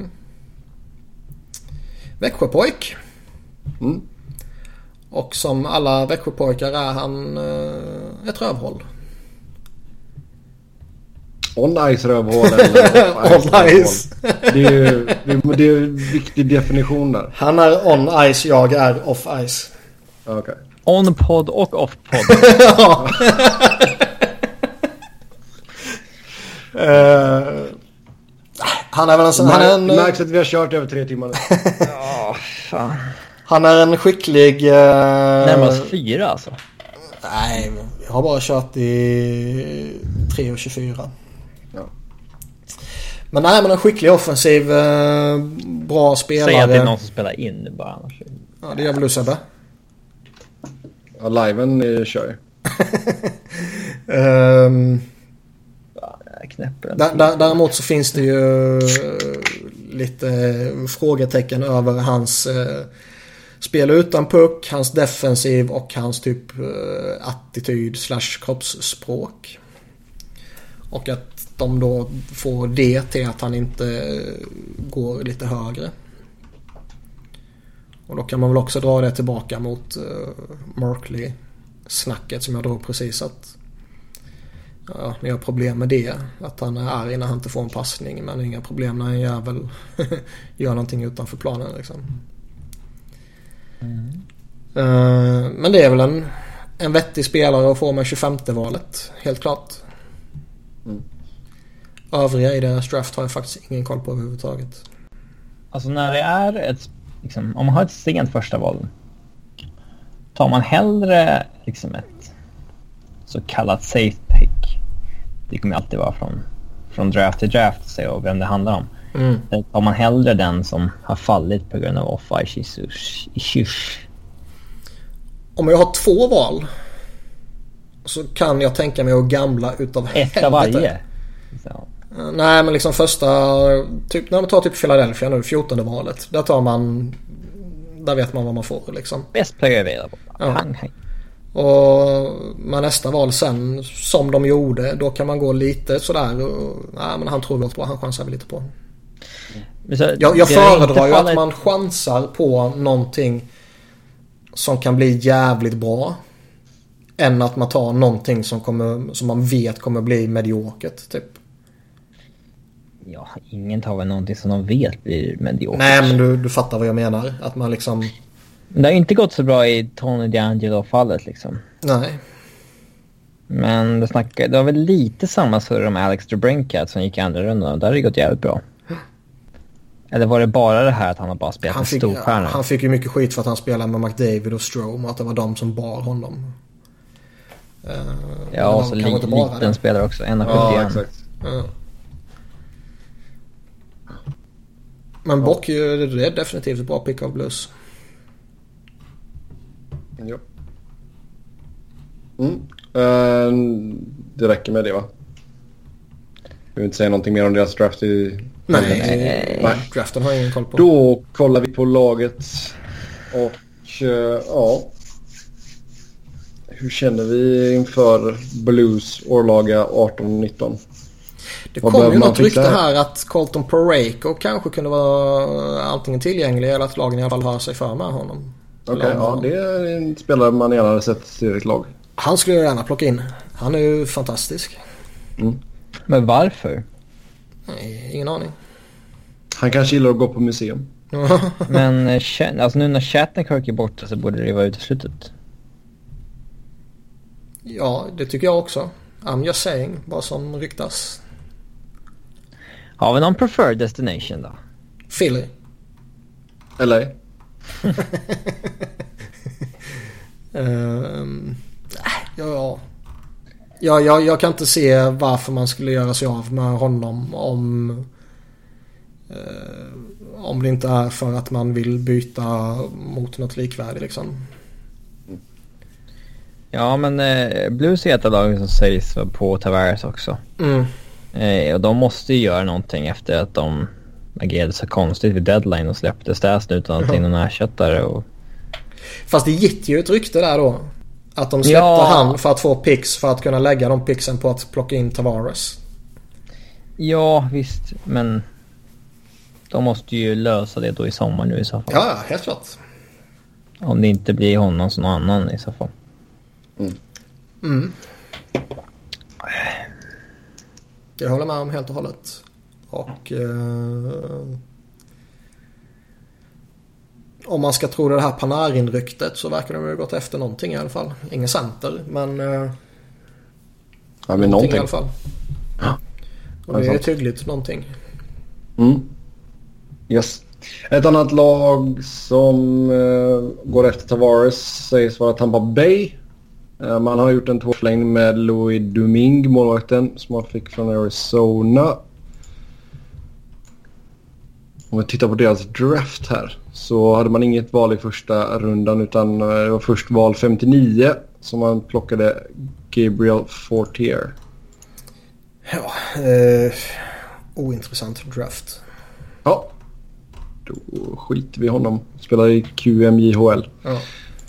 Växjöpojk. Mm. Och som alla Växjöpojkar är han eh, ett rövhåll. On-ice rövhål eller on-ice. Det är ju det är en viktig definition där. Han är on-ice, jag är off-ice. Okej. Okay. On-pod och off-pod. Ja. uh, han är väl en sån... Han är en, det märks att vi har kört över tre timmar. Ja, fan. Han är en skicklig... Uh, Närmast fyra alltså. Nej, jag har bara kört i tre och tjugofyra. Ja. Men nej, men en skicklig offensiv, uh, bra spelare. Säg att det är någon som spelar in bara annars. Ja, det gör väl du, Sebbe? Ja, liven kör ju. um, Knäppen. Däremot så finns det ju lite frågetecken över hans eh, spel utan puck, hans defensiv och hans typ eh, attityd slash kroppsspråk. Och att de då får det till att han inte går lite högre. Och då kan man väl också dra det tillbaka mot eh, Markley-snacket som jag drog precis, att ja, ni har problem med det. Att han är arg när han inte får en passning. Men inga problem när en jävel gör någonting utanför planen liksom. Mm. Uh, men det är väl en, en vettig spelare att få med tjugofemte valet. Helt klart. Mm. Övriga i deras draft har jag faktiskt ingen koll på överhuvudtaget. Alltså när det är ett liksom, om man har ett sent första val, tar man hellre liksom ett så kallat safe pick. Det kommer alltid vara från, från draft till draft, så och vem det handlar om. Mm. Tar man hellre den som har fallit på grund av off-ice issues? Om jag har två val så kan jag tänka mig att gamla utav ett av varje. Så. Nej, men liksom första typ, när man tar typ Philadelphia nu, fjortonde valet, där tar man, där vet man vad man får liksom. Bäst player available. Ja. Hang, hang. Och med nästa val sen, som de gjorde, då kan man gå lite sådär och, nej, men han tror väl på, han chansar väl lite på. Så, jag jag föredrar ju att man chansar på någonting som kan bli jävligt bra än att man tar någonting som, kommer, som man vet kommer bli mediokert typ. Ja, ingen tar väl någonting som de vet blir mediokert. Nej, men du, du fattar vad jag menar. Att man liksom... Det har inte gått så bra i Tony DeAngelo-fallet liksom. Nej. Men det, snackar, det var väl lite samma surr om Alex DeBrincat som gick i andra rundan, och där har det gått jävligt bra. Eller var det bara det här att han har bara spelat han en fick, stor stjärna? Han fick ju mycket skit för att han spelade med McDavid och Strome och att det var de som bar honom. Uh, ja, och så li- liten det. Spelare också. en komma sjuttioen. Ja, exakt. Ja. Men Bock, det är definitivt ett bra pick av Blues. Ja. Mm. Uh, det räcker med det, va? Jag vill inte säga någonting mer om deras draft i... Nej, nej. nej. Draften har jag ingen koll på. Då kollar vi på laget. Och uh, ja... Hur känner vi inför Blues årlaga arton nitton? Det kom ju något rykte här att Colton Parayko kanske kunde vara antingen tillgänglig eller att lagen i alla fall har sig för med honom. Okej, okay, ja, det är en spelare man gärna hade sett i ett lag. Han skulle jag gärna plocka in. Han är ju fantastisk. Mm. Men varför? Nej, ingen aning. Han kanske gillar att gå på museum. Men alltså nu när Shattenkirk är borta så borde det vara uteslutet. Ja, det tycker jag också. I'm just saying, vad som ryktas. Har vi någon preferred destination då? Philly. L A. Uh, ja, ja, ja, jag kan inte se varför man skulle göra sig av med honom om uh, om det inte är för att man vill byta mot något likvärdigt liksom. Ja, men eh, Blues är ett av lagen som sägs på Tavares också. Mm. Eh, och de måste ju göra någonting efter att de agerade så konstigt vid deadline och släppte Stas utan att mm. någon ersättare. Och... Fast det gick ju ett rykte där då. Att de släppte ja. han för att få picks för att kunna lägga de picksen på att plocka in Tavares. Ja, visst. Men de måste ju lösa det då i sommar nu i så fall. Ja, helt klart. Om det inte blir honom som någon annan i så fall. Mm. Mm. Jag håller med om helt och hållet. Och eh, om man ska tro det här Panarin-ryktet så verkar de ha gått efter någonting i alla fall. Ingen center, men, eh, ja, men någonting i alla fall. Ja. Och det är tydligt någonting. Mm. Yes. Ett annat lag som eh, går efter Tavares sägs vara Tampa Bay. Eh, man har gjort en tvåförlängning med Louis Domingue, målvakten som man fick från Arizona. Om vi tittar på deras draft här så hade man inget val i första rundan utan det var först val femtionio som man plockade Gabriel Fortier. Ja, eh, ointressant draft. Ja, då skiter vi honom. Spelar i Q M J H L. Ja.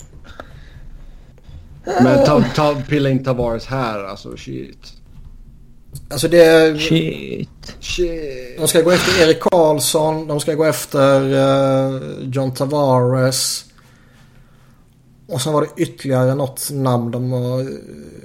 Men ta, ta, pilla in Tavares här, alltså shit. Alltså det... Shit. Shit. De ska gå efter Erik Karlsson. De ska gå efter uh, John Tavares. Och sen var det ytterligare något namn de har... Uh,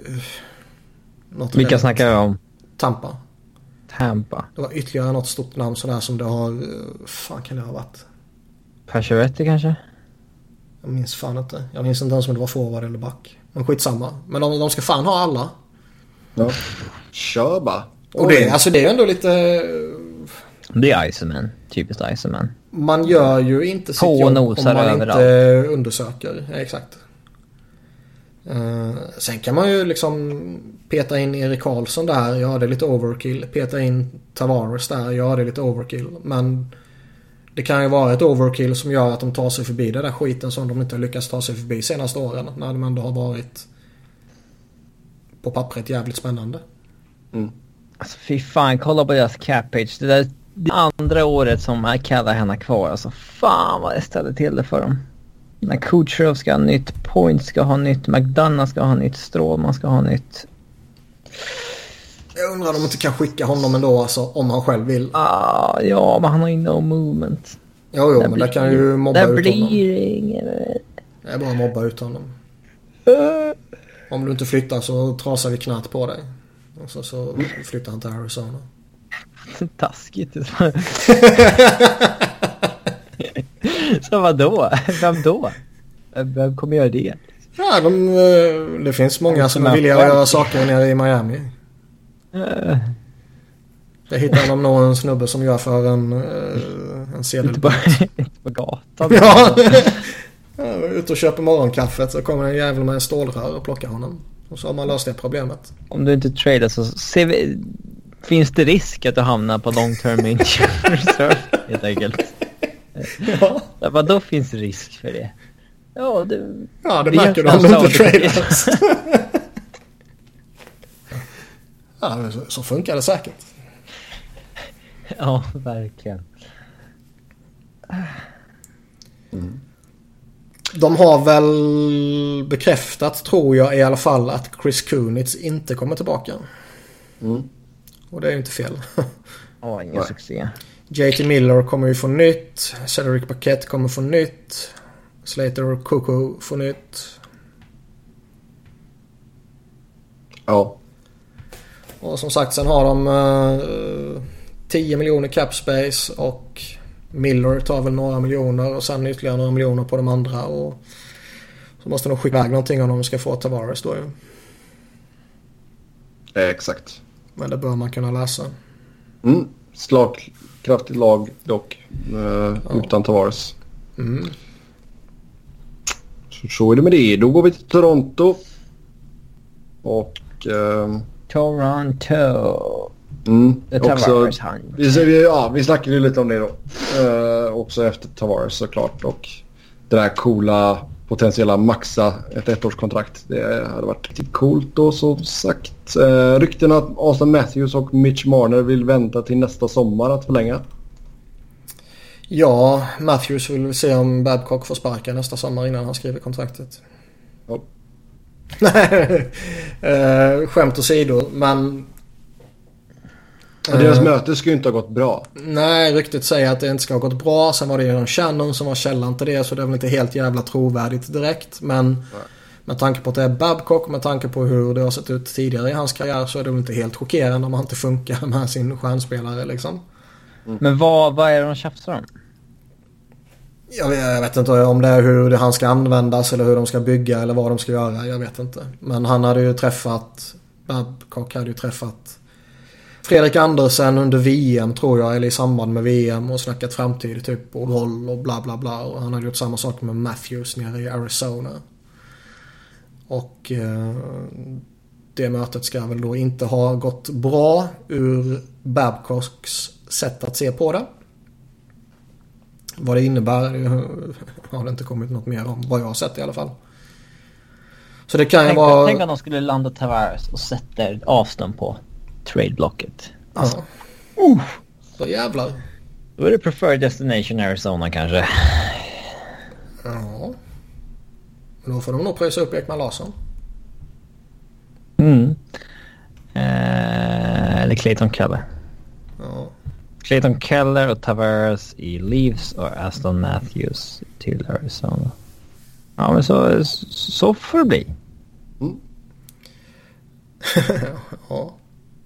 Vilka snackar vi om? Tampa. Tampa. Det var ytterligare något stort namn sådär som det har... Uh, fan kan det ha varit? Pacioretty kanske? Jag minns fan inte. Jag minns inte ens om det var forward eller back. Men skitsamma. Men de, de ska fan ha alla. Ja. Kör bara. Och det, alltså det är ändå lite... Det är Iceman. Typiskt Iceman. Man gör ju inte sitt på jobb om man överallt. Inte undersöker. Ja, exakt. Uh, sen kan man ju liksom peta in Erik Karlsson där. Ja, det är lite overkill. Peta in Tavares där. Ja, det är lite overkill. Men det kan ju vara ett overkill som gör att de tar sig förbi den där skiten som de inte lyckats ta sig förbi senaste åren. När de ändå har varit på pappret jävligt spännande. Mm. Alltså fy fan, kolla på deras cap page. Det där det andra året som kallar henne kvar. Alltså fan vad det ställde till det för dem. När Kucherov ska ha nytt, Point ska ha nytt, McDonough ska ha nytt, Strålman ska ha nytt. Jag undrar om de inte kan skicka honom ändå alltså, om han själv vill. Ah, ja, men han har ju no movement. Jo, jo, det men det kan ju mobba ut honom. Det blir ingen... Det är bara att mobba ut honom. Om du inte flyttar så trasar vi knät på dig. Och så, så flyttar han till Arizona. Taskigt. Så vadå? Vem då? Vem kommer göra det? Ja, de, det finns många som vill göra saker nere i Miami. Uh. Jag hittade de någon snubbe som gör för en, en sedel. Inte på, inte på gatan. Ja. Jag är ute och köper morgonkaffet så kommer en jävel med en stålrör och plockar honom. Och så har man löst det problemet. Om du inte tradar så ser vi, finns det risk att du hamnar på long term injury reserve helt enkelt. Ja. Ja, vad då finns det risk för det? Ja, det, ja, det märker du om du inte tradar. Ja, så, så funkar det säkert. Ja, verkligen. Mm. De har väl bekräftat, tror jag i alla fall, att Chris Kunitz inte kommer tillbaka. Mm. Och det är ju inte fel. Ja, ingen Nej. succé. J T Miller kommer ju få nytt. Cedric Paquette kommer få nytt. Slater och Kuku får nytt. Ja. Och som sagt, sen har de uh, tio miljoner cap space och Miller tar väl några miljoner och sen ytterligare några miljoner på de andra och så måste de skicka iväg någonting om de ska få Tavares då ju. Eh, exakt. Men det bör man kunna läsa. Mm. Slagkraftigt lag dock eh, ja. utan Tavares. Mm. Så, så är det med det. Då går vi till Toronto. Och... Um, Toronto. Mm, också, vi, ja, vi snackade ju lite om det då. Uh, också efter Tavares såklart. Och det där coola potentiella maxa ett ettårskontrakt. Det hade varit riktigt coolt då, så sagt. Uh, ryktena att Austin Matthews och Mitch Marner vill vänta till nästa sommar att förlänga. Ja, Matthews vill se om Babcock får sparka nästa sommar innan han skriver kontraktet. Ja. uh, skämt åsido, men... Och deras uh, möte skulle ju inte ha gått bra. Nej, ryktet säger att det inte ska ha gått bra. Sen var det ju någon Shannon som var källan till det, så det är väl inte helt jävla trovärdigt direkt. Men nej. Med tanke på att det är Babcock, med tanke på hur det har sett ut tidigare i hans karriär, så är det väl inte helt chockerande om han inte funkar med sin stjärnspelare liksom. Mm. Men vad, vad är det de tjafsar om? Jag vet, jag vet inte om det är hur det han ska användas eller hur de ska bygga eller vad de ska göra. Jag vet inte. Men han hade ju träffat, Babcock hade ju träffat Fredrik Andersen under V M tror jag, eller i samband med V M, och snackat framtid typ och roll och bla bla bla. Och han hade gjort samma sak med Matthews nere i Arizona. Och eh, det mötet ska väl då inte ha gått bra ur Babcocks sätt att se på det. Vad det innebär har det inte kommit något mer om, vad jag har sett i alla fall. Så det kan ju tänk, vara... Tänk att de skulle landa Tavares och sätter avstånd på trade-blocket. Alltså. Ja. Uh. Så jävlar. Då är det preferred destination Arizona kanske. Ja. Då får de nog pröjsa upp Ekman Larsson. Mm. Eh, eller Clayton Keller. Ja. Clayton Keller och Tavares i Leafs och Aston Matthews till Arizona. Ja, men så, så får det bli. Mm. Ja.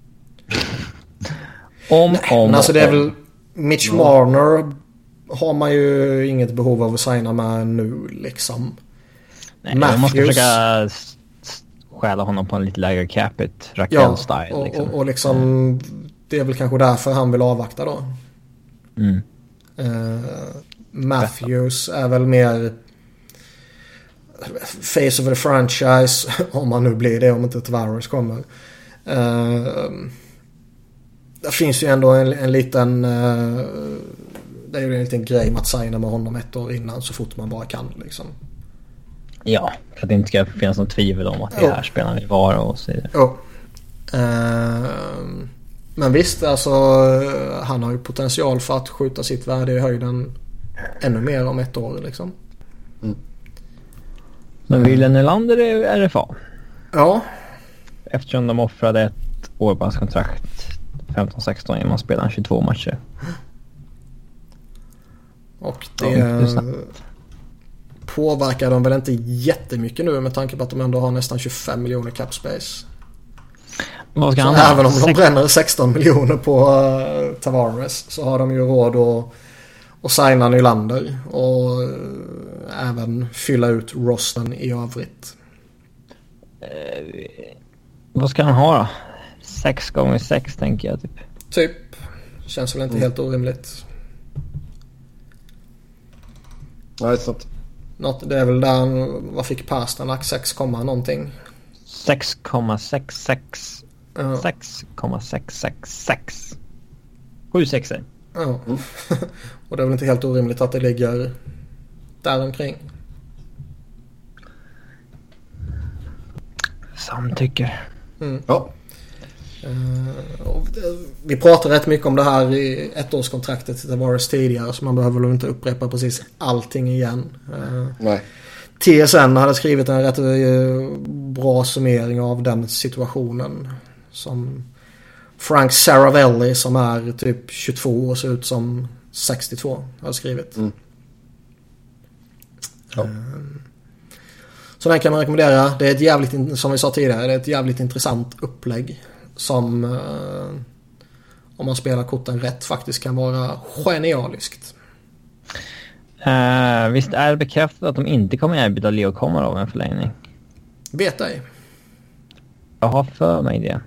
Om, Nej, om, men alltså det är väl om. Mitch Marner har man ju inget behov av att signa med nu liksom. Nej, man måste försöka stjäla honom på en lite lägre capita, Raquel-style. Ja, och, liksom. och, och liksom mm. det är väl kanske därför han vill avvakta då. Mm. Uh, Matthews är väl mer face of the franchise om han nu blir det, om inte Tavares kommer. Uh, det finns ju ändå en, en liten uh, det är ju en liten grej med att signa med honom ett år innan så fort man bara kan liksom. Ja, för att det inte ska finnas någon tvivel om att det oh. här spelaren vill vara och så vidare. Oh. Uh, men visst, alltså han har ju potential för att skjuta sitt värde i höjden ännu mer om ett år liksom. Mm. Men William Nylander är R F A. Ja. Eftersom de offrade ett årbandskontrakt femton sexton innan man spelade tjugotvå matcher. Och det ja, påverkar de väl inte jättemycket nu med tanke på att de ändå har nästan tjugofem miljoner cap space. Vad ska så han även ha? om de bränner sexton miljoner på uh, Tavares så har de ju råd att, att signa Nylander och uh, även fylla ut rosten i övrigt. Uh, vad ska han ha då? sex gånger sex tänker jag typ. Typ. Känns väl inte mm. helt orimligt. Nej, det är sant. Något, det är väl där, vad fick Pasternak? sex, någonting. sex komma sex sex Ja. sex komma sex sex sex sju sexor. Ja. Mm. Och det är väl inte helt orimligt att det ligger där omkring. Samtycker. Mm. Ja. Uh, vi pratar rätt mycket om det här i ettårskontraktet till Tavares tidigare, så man behöver väl inte upprepa precis allting igen. Uh, Nej. T S N hade skrivit en rätt uh, bra summering av den situationen som Frank Saravelli, som är typ tjugotvå och ser ut som sextiotvå, har skrivit. Mm. Ja. Uh, så den kan man rekommendera. Det är ett jävligt, som vi sa tidigare, det är ett jävligt intressant upplägg som uh, om man spelar korten rätt faktiskt kan vara genialiskt. Uh, visst är det bekräftat att de inte kommer erbjuda Leo Komarov en förlängning? Vet ej. Jag har för mig det.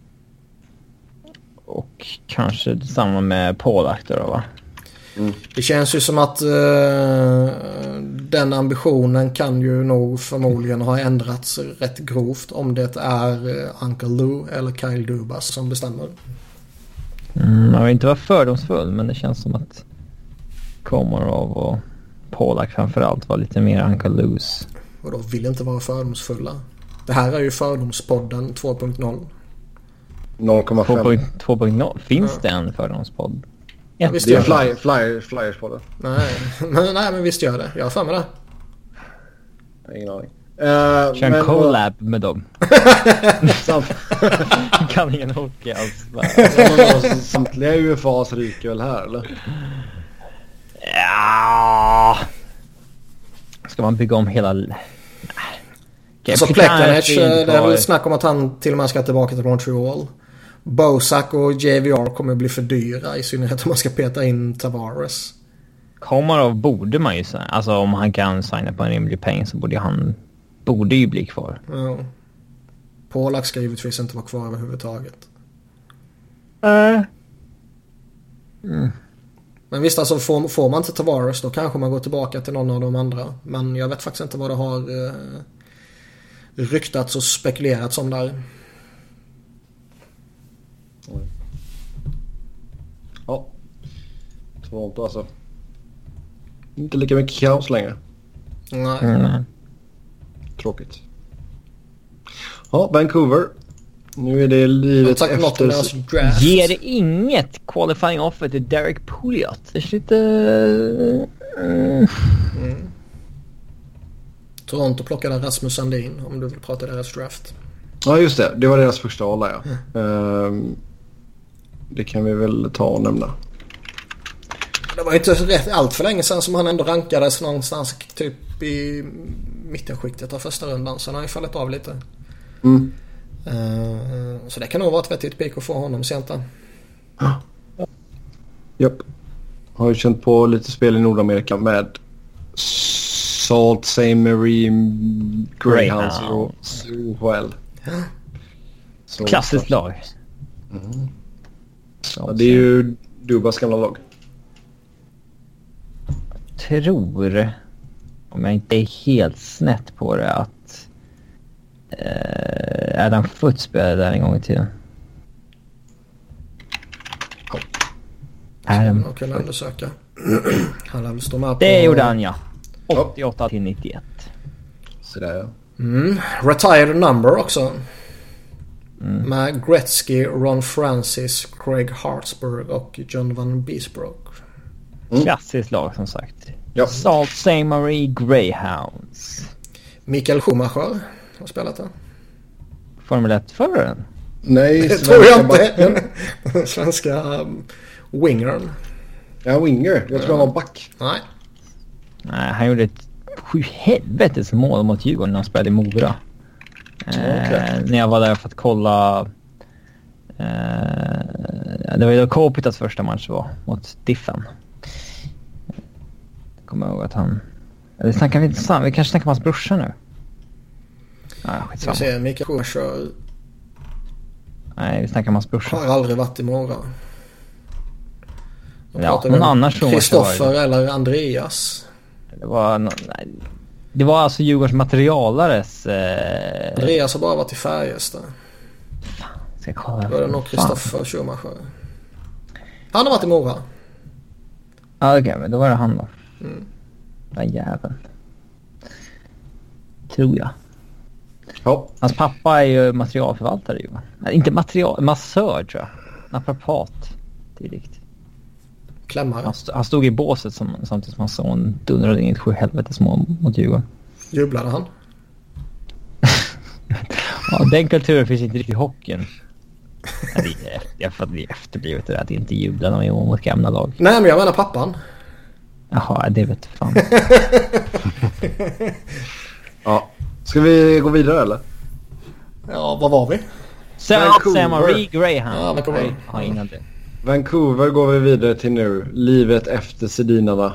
Och kanske detsamma med Paul Actor då, va? Mm. Det känns ju som att uh, den ambitionen kan ju nog förmodligen ha ändrats rätt grovt om det är Uncle Lou eller Kyle Dubas som bestämmer. Mm, man vill inte vara fördomsfull, men det känns som att Komarov och Polak framförallt var lite mer Uncle Lou's. Och då vill inte vara fördomsfulla. Det här är ju fördomspodden två punkt noll. noll komma fem. två punkt noll. Finns ja. det en fördomspodd? Ja, det är fly, fly, Flyers-podden. Nej. men, nej, men visst gör det. Jag har för mig det. Ingen aning. Uh, Kör en collab vad... med dem. Kan ingen hockey alls. Samtliga U F A's ryker väl här, eller? Ja. Ska man bygga om hela... Nej. Okay, alltså Plekanec, det är väl snack om att han till och med ska tillbaka till Montreal. Bosak och J V R kommer bli för dyra, i synnerhet om man ska peta in Tavares. Komarov borde man ju säga. Alltså om han kan signa på en rimlig peng så borde han borde ju bli kvar. Ja. Polak ska givetvis inte vara kvar överhuvudtaget. Uh. Mm. Men visst, alltså får, får man inte Tavares då kanske man går tillbaka till någon av de andra. Men jag vet faktiskt inte vad det har eh, ryktats och spekulerats om där. Mm. Ja. Toronto alltså. Inte lika mycket kaos längre. Nej. Mm. Tråkigt. Ja, Vancouver. Nu är det livet efter... Ger det inget qualifying offer till Derek Pouliot? Det är lite... Mm. Mm. Toronto plockade Rasmus Sandin, om du vill prata deras draft. Ja, just det. Det var deras första val, ja. Mm. Um, det kan vi väl ta och nämna. Det var inte rätt allt för länge sedan som han ändå rankades någonstans typ i mittenskiktet av första rundan. Så han har ju fallit av lite. Mm. Uh, så det kan nog vara ett vettigt pick att få honom sent då. Ja. Japp. Har ju känt på lite spel i Nordamerika med Sault Ste. Marie Greyhounds så väl. Klassiskt lag. Mm. Ja, det är ju Dubas gamla lag. Tror, om jag inte är helt snett på det, att eh, Adam Foote spelade där en gång i tiden. Ja. Adam man kan undersöka. Han lär väl stå med på... Det gjorde han, ja. åttioåtta till nittioett. Så där, ja. Mm. Retired number också. Mm. Med Gretzky, Ron Francis, Craig Hartsburg och John Van Beesbrook. Mm. Klassiskt lag som sagt. Ja. Sault Ste. Marie Greyhounds. Mikael Schumacher har spelat där. Formel ett-föraren? Nej, det tror jag inte. Svenska um, wingern. Ja, winger. Jag tror han var back. Nej. Nej, han gjorde ett sju helvetes mål mot Djurgården när han spelade i Mora. Eh, okay. När jag var där för att kolla... Eh, det var ju då Kopitas första match var mot Diffen. Jag kommer ihåg att han... Eller snackar vi inte samma? Vi kanske snackar med hans brorsa nu. Nej, skitsamma. Jag ser Mikael Schumacher. Nej, vi snackar med hans brorsa. Har aldrig varit i Mora. Ja, någon annan Schumacher. Kristoffer eller Andreas. Det var... No, nej. Det var alltså Djurgårdens materialares... Eh... Andreas har bara varit i Färjestad. Fan, ska jag kolla. Då är det nog Kristoffer Schumacher. Han har varit i Mora. Ja, okej, okay, men då var det han då. Mm. Den jäveln. Tror jag. Ja. Hans pappa är ju materialförvaltare ju. Nej, inte material... Massör, tror jag. Naprapat. Direkt. Klämmare. Han, st- han stod i båset som, samtidigt som hans son dundrade in ett sju helvetes mål mot Djurgården. Jublade han? Ja, den kulturen finns inte riktigt i hockeyn. Ja, det är, jag får bli efterblivet det där att inte jubla när man är mot gamla lag. Nej, men jag menar pappan. Jaha, det vet fan. Ja. Ska vi gå vidare eller? Ja, vad var vi? Sault Ste. Marie Greyhound. Ja, Vancouver. Ja, innan det. Vancouver går vi vidare till nu. Livet efter Sedinarna.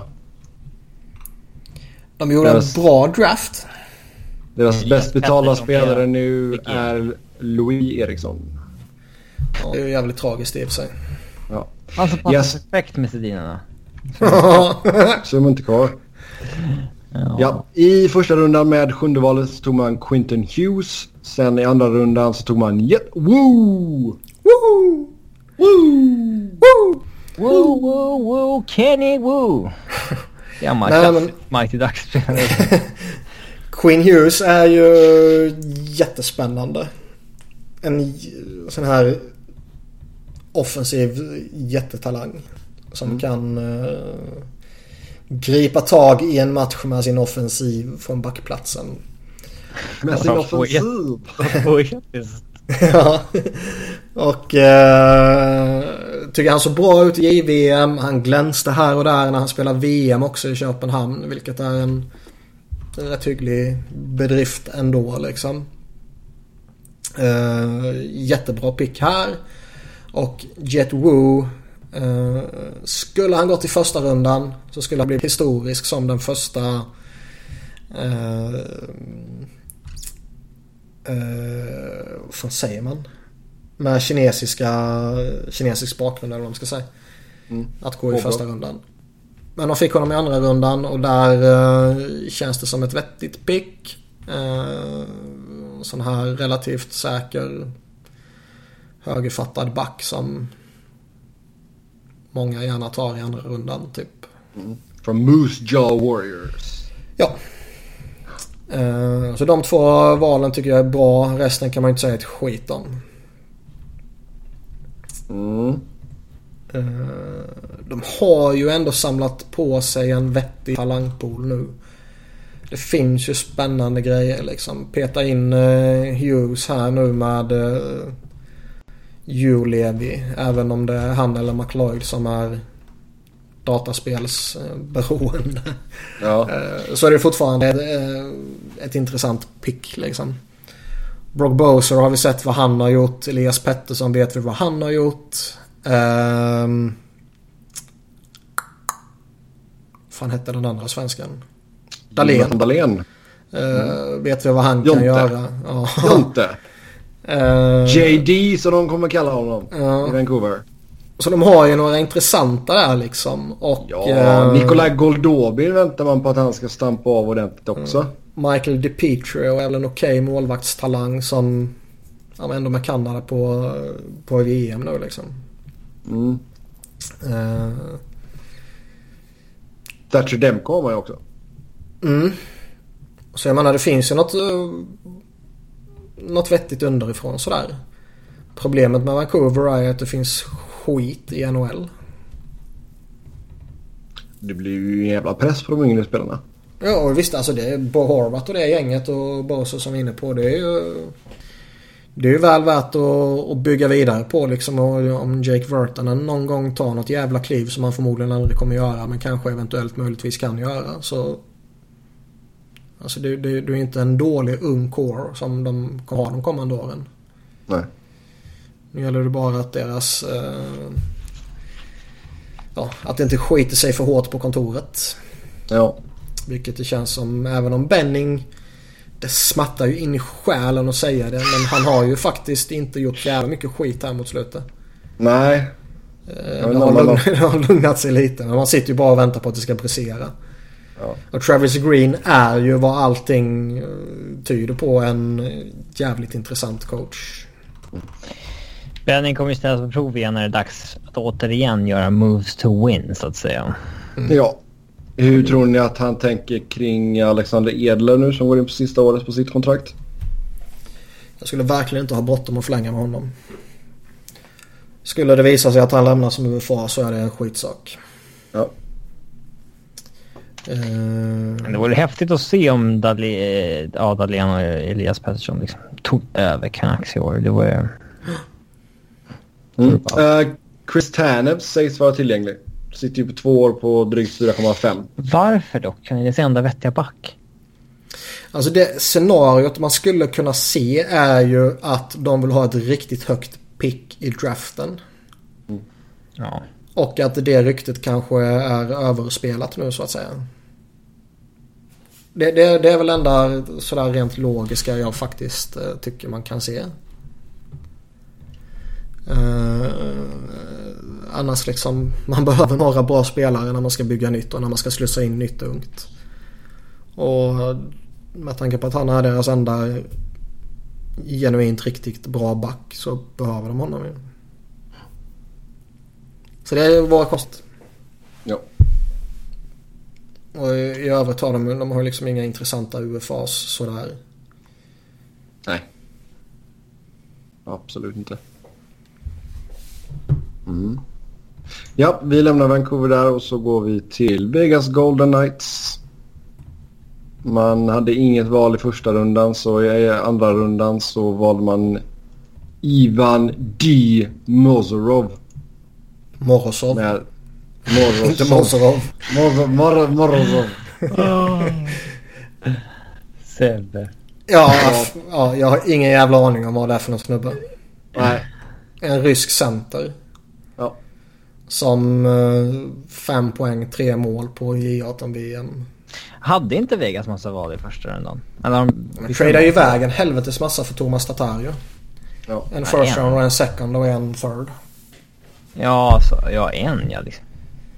De gjorde deras, en bra draft. Deras bäst betalda spelare nu är Louis Eriksson. Ja, det är ju jävligt tragiskt i och för sig. Ja. Han som passar yes. perfekt med Sedinarna. Så är man inte kvar. Ja. Ja, i första rundan med sjunde valet så tog man Quinton Hughes. Sen i andra rundan så tog man Jet Woo! Woo! Woo! Woo! Woo, woo, woo, Kenny Woo! Gammal Nej, men- Mighty Ducks-spelare. Quinn Hughes är ju jättespännande. En sån här offensiv jättetalang som mm. kan uh, gripa tag i en match med sin offensiv från backplatsen. Med sin offensiv. Ja. Och uh, tycker han så bra ut i J V M. Han glänste här och där när han spelar V M också i Köpenhamn, vilket är en rätt hygglig bedrift ändå liksom. Uh, jättebra pick här. Och Jet Woo, uh, skulle han gått i första rundan så skulle han bli historisk som den första uh, uh, vad fan säger man? Med kinesiska kinesisk bakgrund eller vad man ska säga. Mm. Att gå i första rundan. Men de fick honom i andra rundan och där uh, känns det som ett vettigt pick. Uh, sån här relativt säker högerfattad back som många gärna tar i andra rundan typ. Mm. From Moose Jaw Warriors. Ja. Uh, så de två valen tycker jag är bra. Resten kan man inte säga ett skit om. Mm. Uh, de har ju ändå samlat på sig en vettig talangpool nu. Det finns ju spännande grejer liksom. Peta in uh, Hughes här nu med uh, Julevi. Även om det är han eller McLeod som är dataspelsberoende. Ja. Uh, så är det fortfarande ett, uh, ett intressant pick liksom. Brock Boser har vi sett vad han har gjort. Elias Pettersson vet vi vad han har gjort. Um, fan hette den andra svenskan? Dahlén. Dahlén. Uh, vet vi vad han Jonte. kan göra? Ja. Jonte. Uh, J D så de kommer kalla honom uh, i Vancouver. Så de har ju några intressanta där liksom. Och, ja, uh, Nikolaj Goldobin väntar man på att han ska stampa av ordentligt också. Uh, Michael DiPietro är väl en okej målvaktstalang som ja, ändå med Kanada på, på V M nu liksom. Mm. Uh, Thatcher Demko har man ju också. Mm. Så jag menar det finns ju något uh, något vettigt underifrån sådär. Problemet med Vancouver är att det finns skit i N H L. Det blir ju en jävla press på de yngre spelarna. Ja, och visst alltså det är Bo Horvath och det är gänget och Bosa som är inne på det är ju det är ju väl värt att, att bygga vidare på liksom. Och om Jake Virtanen någon gång tar något jävla kliv som han förmodligen aldrig kommer göra men kanske eventuellt möjligtvis kan göra så alltså det, det, det är inte en dålig ung core som de kommer ha de kommande åren. Nej. Nu gäller det bara att deras eh, ja, att det inte skiter sig för hårt på kontoret. Ja. Vilket det känns som, även om Benning det smattar ju in i själen att säga det, men han har ju faktiskt inte gjort jävla mycket skit här mot slutet. Nej. Eh, det, har lugn, det har lugnat sig lite, men man sitter ju bara och väntar på att det ska brisera. Ja. Och Travis Green är ju vad allting tyder på, en jävligt intressant coach. Mm. Benning kommer ju ställas på prov igen när det är dags att återigen göra moves to win så att säga. Mm. Ja. Hur tror ni att han tänker kring Alexander Edler nu som går in på sista året på sitt kontrakt? Jag skulle verkligen inte ha bråttom att förlänga med honom. Skulle det visa sig att han lämnar som U F A så är det en skitsak. Ja. Uh... Det vore häftigt att se om Dahlén, ja, Dahlén och Elias Pettersson liksom tog över Canucks i år. Det var mm. uh, Chris Tanev sägs vara tillgänglig. Sitter ju på två år på drygt fyra komma fem. Varför dock? Kan det enda vettiga back? Alltså det scenariot man skulle kunna se är ju att de vill ha ett riktigt högt pick i draften. Mm. Ja. Och att det ryktet kanske är överspelat nu så att säga. Det, det, det är väl enda sådär rent logiska jag faktiskt uh, tycker man kan se. Uh, annars liksom man behöver några bra spelare när man ska bygga nytt och när man ska slussa in nytt ungt. Och med tanke på att han är deras enda genuint riktigt bra back så behöver de honom ju. Så det är vår kost. Ja. Och i, i övrigt har de, de har liksom inga intressanta U F As sådär. Nej. Absolut inte. Mm. Ja, vi lämnar Vancouver där och så går vi till Vegas Golden Knights. Man hade inget val i första rundan, så i andra rundan så valde man Ivan D. Mozorov. Morozov. Med Morozov. Inte Mozorov. Mor- Mor- Morozov. Sebbe. Ja, ja, jag har ingen jävla aning om vad det är för någon snubbe. Nej. En rysk center. Ja. Som uh, fem poäng, tre mål på J arton V M. Hade inte Vegas massa val i första rundan? Eller de... Men tradar ju iväg en helvetes massa för Thomas Tatar. Ja. En first round och en second och en third. Ja, alltså, ja en ja liksom.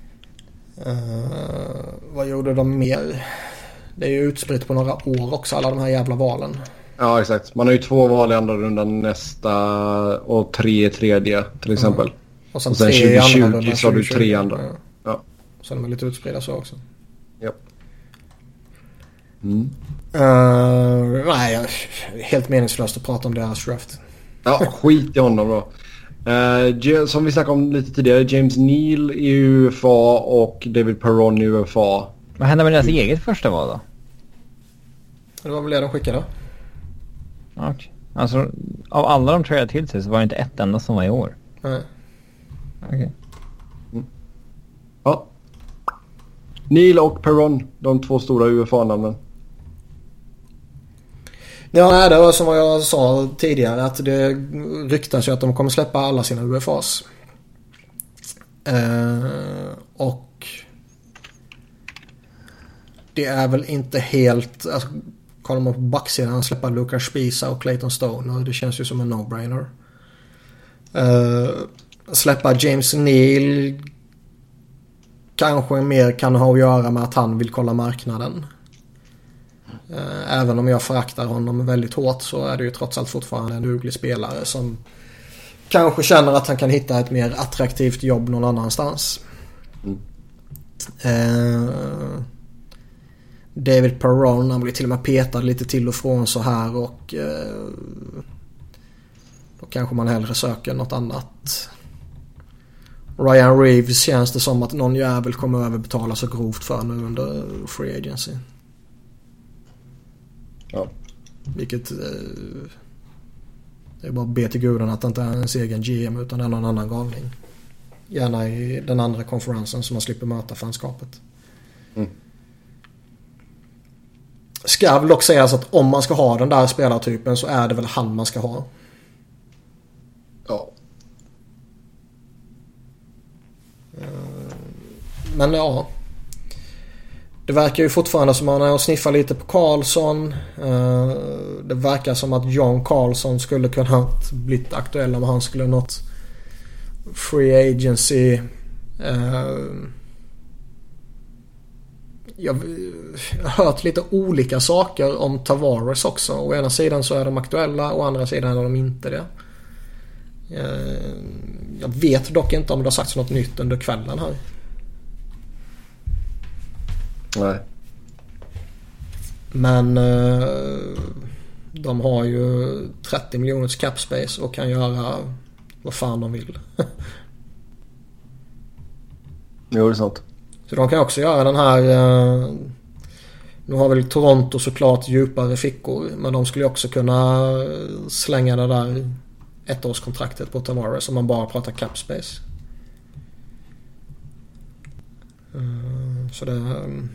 Uh, vad gjorde de mer? Det är ju utspritt på några år också, alla de här jävla valen. Ja, exakt. Man har ju två val i andra rundan nästa och tre i tredje till exempel. Mm. Och sen, och sen tre tjugo tjugo rundan, så har du tre andra. Ja. Ja. Så de är lite utspridda så också. Ja. Mm. Uh, nej, helt meningslöst att prata om deras draft. Ja, skit i honom då. Uh, som vi snackade om lite tidigare, James Neal i U F A och David Perron i U F A. Vad hände med deras eget första val då? Det var väl det de skickade. Okej. Okay. Alltså, av alla de tradade till sig så var det inte ett enda som var i år. Nej. Okej. Okay. Mm. Ja. Neal och Perron, de två stora U F A-namnen. Ja, nej, det var som jag sa tidigare att det ryktas ju att de kommer släppa alla sina U F As. Eh, och det är väl inte helt... Alltså, kollar man på backsidan släppa Lukas Spisa och Clayton Stone och det känns ju som en no-brainer. Eh, släppa James Neal kanske mer kan ha att göra med att han vill kolla marknaden. Även om jag föraktar honom väldigt hårt så är det ju trots allt fortfarande en duglig spelare som kanske känner att han kan hitta ett mer attraktivt jobb någon annanstans. Mm. Eh, David Perron, han blir till och med petad lite till och från så här och eh, då kanske man hellre söker något annat. Ryan Reeves känns det som att någon jävel kommer överbetala så grovt för nu under free agency. Ja. Vilket eh, det är bara att be till gudarna att det inte är ens egen G M utan det är någon annan galning. Gärna i den andra konferensen som man slipper möta fanskapet. Mm. Ska väl dock sägas att om man ska ha den där spelartypen så är det väl han man ska ha. Ja. Men ja. Det verkar ju fortfarande som att man har sniffat lite på Karlsson. Det verkar som att John Karlsson skulle kunna ha blivit aktuell om han skulle nått free agency. Jag har hört lite olika saker om Tavares också. Å ena sidan så är de aktuella, å andra sidan är de inte det. Jag vet dock inte om det har sagts något nytt under kvällen här. Nej. Men eh, de har ju trettio miljoners cap space och kan göra vad fan de vill. Jo, det är sant. Så de kan också göra den här eh, nu har väl Toronto såklart djupare fickor, men de skulle också kunna slänga det där ettårskontraktet på Tavares om man bara pratar cap space. Uh, så det um,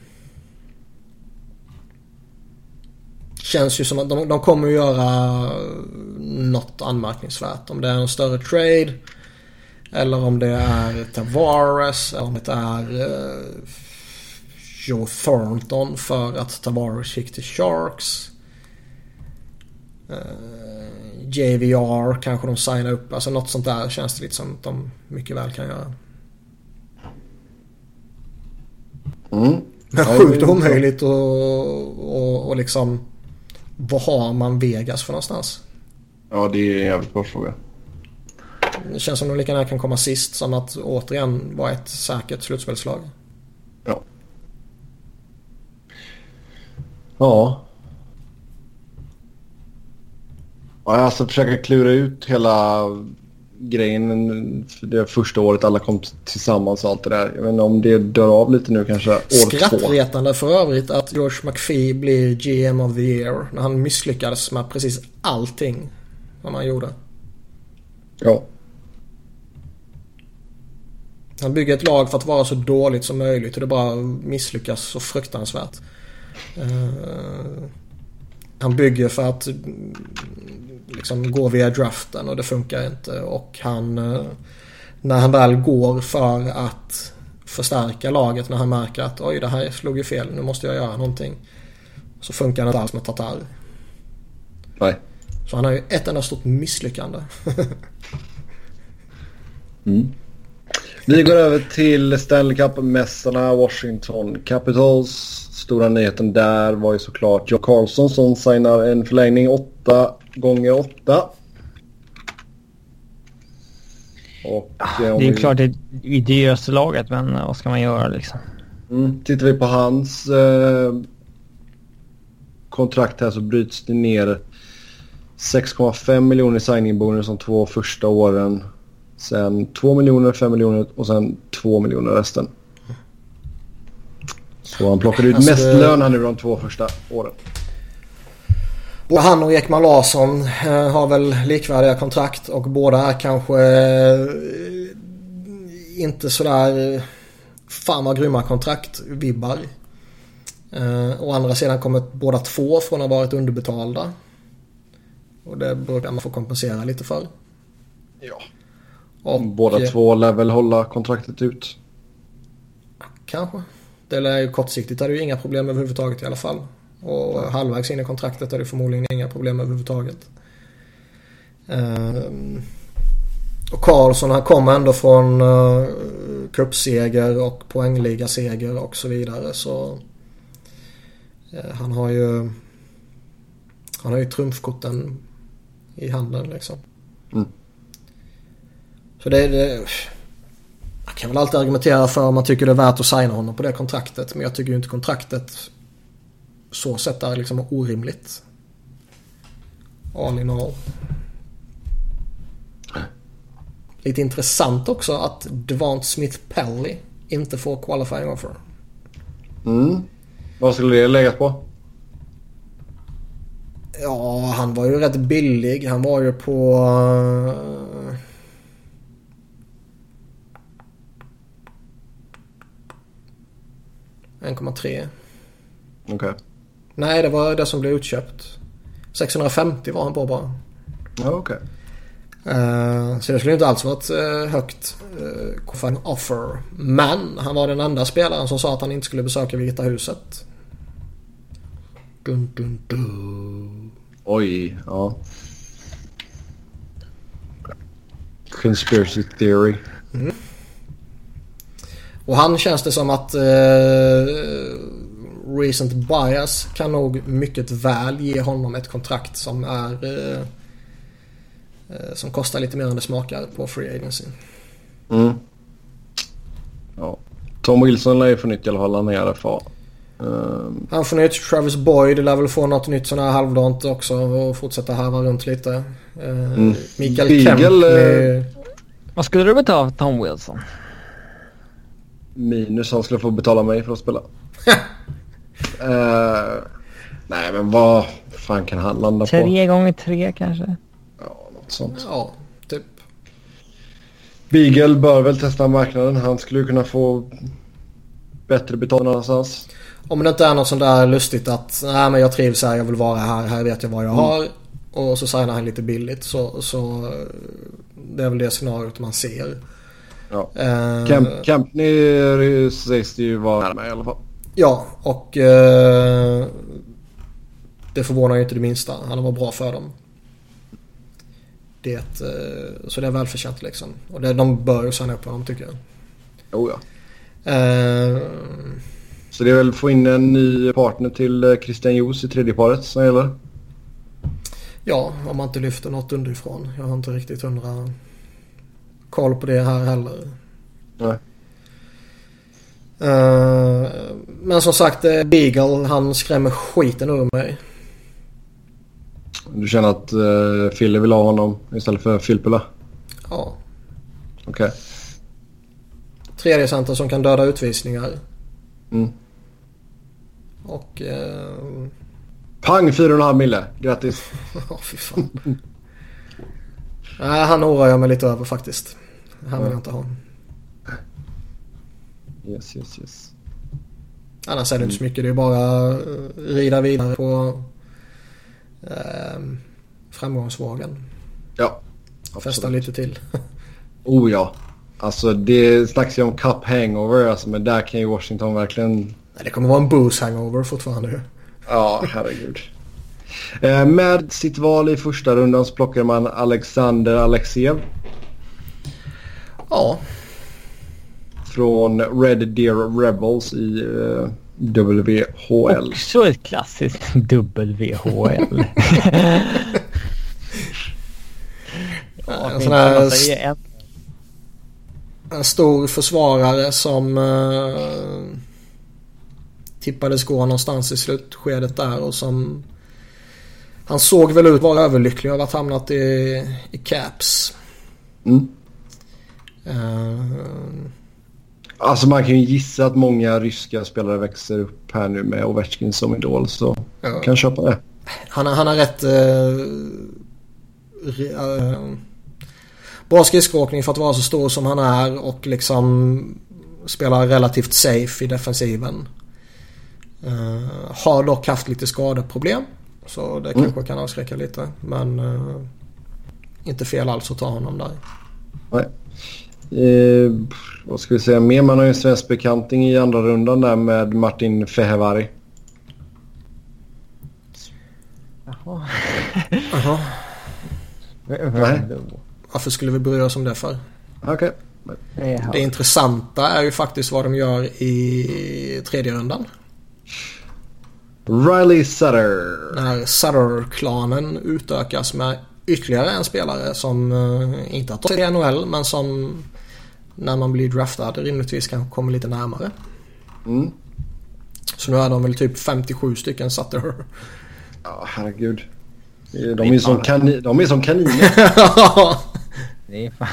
känns ju som att de, de kommer att göra något anmärkningsvärt. Om det är en större trade eller om det är Tavares eller om det är uh, Joe Thornton för att Tavares gick till Sharks. Uh, J V R kanske de signar upp. Alltså något sånt där känns det lite som att de mycket väl kan göra. Mm. Men sjukt omöjligt och, och, och liksom vad har man Vegas för någonstans? Ja, det är en jävligt bra fråga. Det känns som att de lika gärna kan komma sist som att återigen vara ett säkert slutspelslag. Ja. Ja. Ja, alltså försöka klura ut hela grejen för det första året alla kom tillsammans och allt det där. Jag vet inte om det dör av lite nu kanske år Skrattretande för övrigt att George McPhee blir G M of the year när han misslyckades med precis allting som han gjorde. Ja. Han bygger ett lag för att vara så dåligt som möjligt och det bara misslyckas så fruktansvärt. Uh, han bygger för att liksom gå via draften och det funkar inte och han uh, när han väl går för att förstärka laget när han märker att oj det här slog ju fel, nu måste jag göra någonting, så funkar det inte alls med Tatar. Nej. Så han har ju ett enda stort misslyckande. mm. Vi går över till Stanley Cup-mästarna Washington Capitals. Stora nyheten där var ju såklart Joe Carlson som signar en förlängning åtta gånger åtta. Och, ja, det är ju vi... klart det är dyraste laget, men vad ska man göra liksom? Mm, tittar vi på hans eh, kontrakt här så bryts det ner sex komma fem miljoner i signing-bonus de två första åren. Sen två miljoner, fem miljoner och sen två miljoner resten. Så han plockade ut alltså, mest lön här nu de två första åren. Både han och Ekman Larsson eh, har väl likvärdiga kontrakt och båda är kanske eh, inte sådär eh, fan vad grymma kontrakt vibbar. Eh, å andra sidan kommer båda två från att ha varit underbetalda. Och det brukar man få kompensera lite för. Ja. Och, båda eh, två lär väl hålla kontraktet ut. Kanske. Det är ju kortsiktigt är det ju inga problem överhuvudtaget i alla fall. Och ja. Halvvägs in i kontraktet är det förmodligen inga problem överhuvudtaget. Um, och Karlsson han kommer ändå från uh, cupseger och poängligaseger och så vidare. Så uh, han har ju han har ju trumfkorten i handen liksom. Mm. Så det är det. Man kan väl alltid argumentera för om man tycker det är värt att signa honom på det kontraktet. Men jag tycker ju inte kontraktet så sett är liksom orimligt. All in all. Lite intressant också att Devant Smith-Pelly inte får qualifying offer. Mm. Vad skulle det läggas på? Ja, han var ju rätt billig. Han var ju på... en komma tre. Okej. Okay. Nej, det var det som blev utköpt. sexhundrafemtio var han på bara. Ja, okej. Okay. Uh, så det skulle inte alls varit uh, högt uh, qualifying offer. Men han var den enda spelaren som sa att han inte skulle besöka Vita huset. Dun, dun, dun. Oj, ja. Conspiracy theory. Mm. Och han känns det som att uh, recent bias kan nog mycket väl ge honom ett kontrakt som är uh, uh, som kostar lite mer än det smakar på free agency. Mm. Ja. Tom Wilson lär ju få nytt i alla fall, han är i alla fall. Um. Han får nytt. Travis Boyd lär väl få något nytt sån här halvdant också och fortsätta harva runt lite. Uh, mm. Mikael Beagle, Kempney. Uh... Vad skulle du betala för Tom Wilson? Minus han skulle få betala mig för att spela. uh, nej men vad fan kan han landa tre på? Tre gånger tre kanske? Ja, något sånt. Ja, typ. Beagle bör väl testa marknaden. Han skulle kunna få bättre betalt någonstans. Om det inte är något sånt där lustigt att nej men jag trivs här, jag vill vara här, här vet jag vad jag mm. har. Och så signar han lite billigt. Så, så det är väl det scenariot man ser. Ja. Uh, Camp, Campney sägs det ju vara med i alla fall. Ja, och uh, det förvånar ju inte det minsta. Han var bra för dem. Det, uh, så det är välförtjänt liksom. Och det, de bör ju signa upp på dem tycker jag. Oh ja. Uh, Så det är väl få in en ny partner till Christian Joos i tredje paret som gäller? Ja, om man inte lyfter något underifrån. Jag har inte riktigt hundra koll på det här heller. Nej. Uh, men som sagt, Beagle, han skrämmer skiten ur mig. Du känner att uh, Fille vill ha honom istället för Filppula? Ja. Okej. Okay. Tredje center som kan döda utvisningar. Mm. Och... Uh... Pang, fyra och en halv mille. Grattis. Ja, fy fan. Nej, han oroar jag mig lite över faktiskt. Han vill jag inte ha. Yes, yes, yes. Annars är det inte så mycket. Det är bara rida vidare på eh, framgångsvågen. Ja. Fästa lite till. Oh ja. Alltså det snackas ju om cup hangover. Alltså, men där kan ju Washington verkligen... Nej, det kommer vara en booze hangover fortfarande. Ja, herregud. Eh, med sitt val i första rundan så plockar man Alexander Alexejev. Ja. Från Red Deer Rebels i uh, W H L. Också ett klassiskt W H L. Ja, en, sån här st- en... en stor försvarare som uh, tippades gå någonstans i slutskedet där och som han såg väl ut vara överlycklig av att hamnat i, i Caps. Mm. Uh, Alltså man kan ju gissa att många ryska spelare växer upp här nu med Ovechkin som idol, så ja. Kan köpa det. Han, han har rätt uh, re, uh, bra skridskoåkning för att vara så stor som han är och liksom spelar relativt safe i defensiven. Uh, har dock haft lite skadeproblem, så det mm. kanske kan avskräcka lite, men uh, inte fel alls att ta honom där. Nej. Eh, vad ska vi säga mer? Man har ju en svensk bekanting i andra rundan där med Martin Fehervari. Jaha. Jaha. Nej. Varför skulle vi bry oss om det för? Okej. Okay. Det intressanta är ju faktiskt vad de gör i tredje rundan. Riley Sutter. När Sutter-klanen utökas med ytterligare en spelare som uh, inte har tagit i N H L, men som när man blir draftad rimligtvis kanske kommer lite närmare. Mm. Så nu är de väl typ femtiosju stycken Sutter. Ja, herregud. De är, är som, kani- de är som kaniner. Det är fan...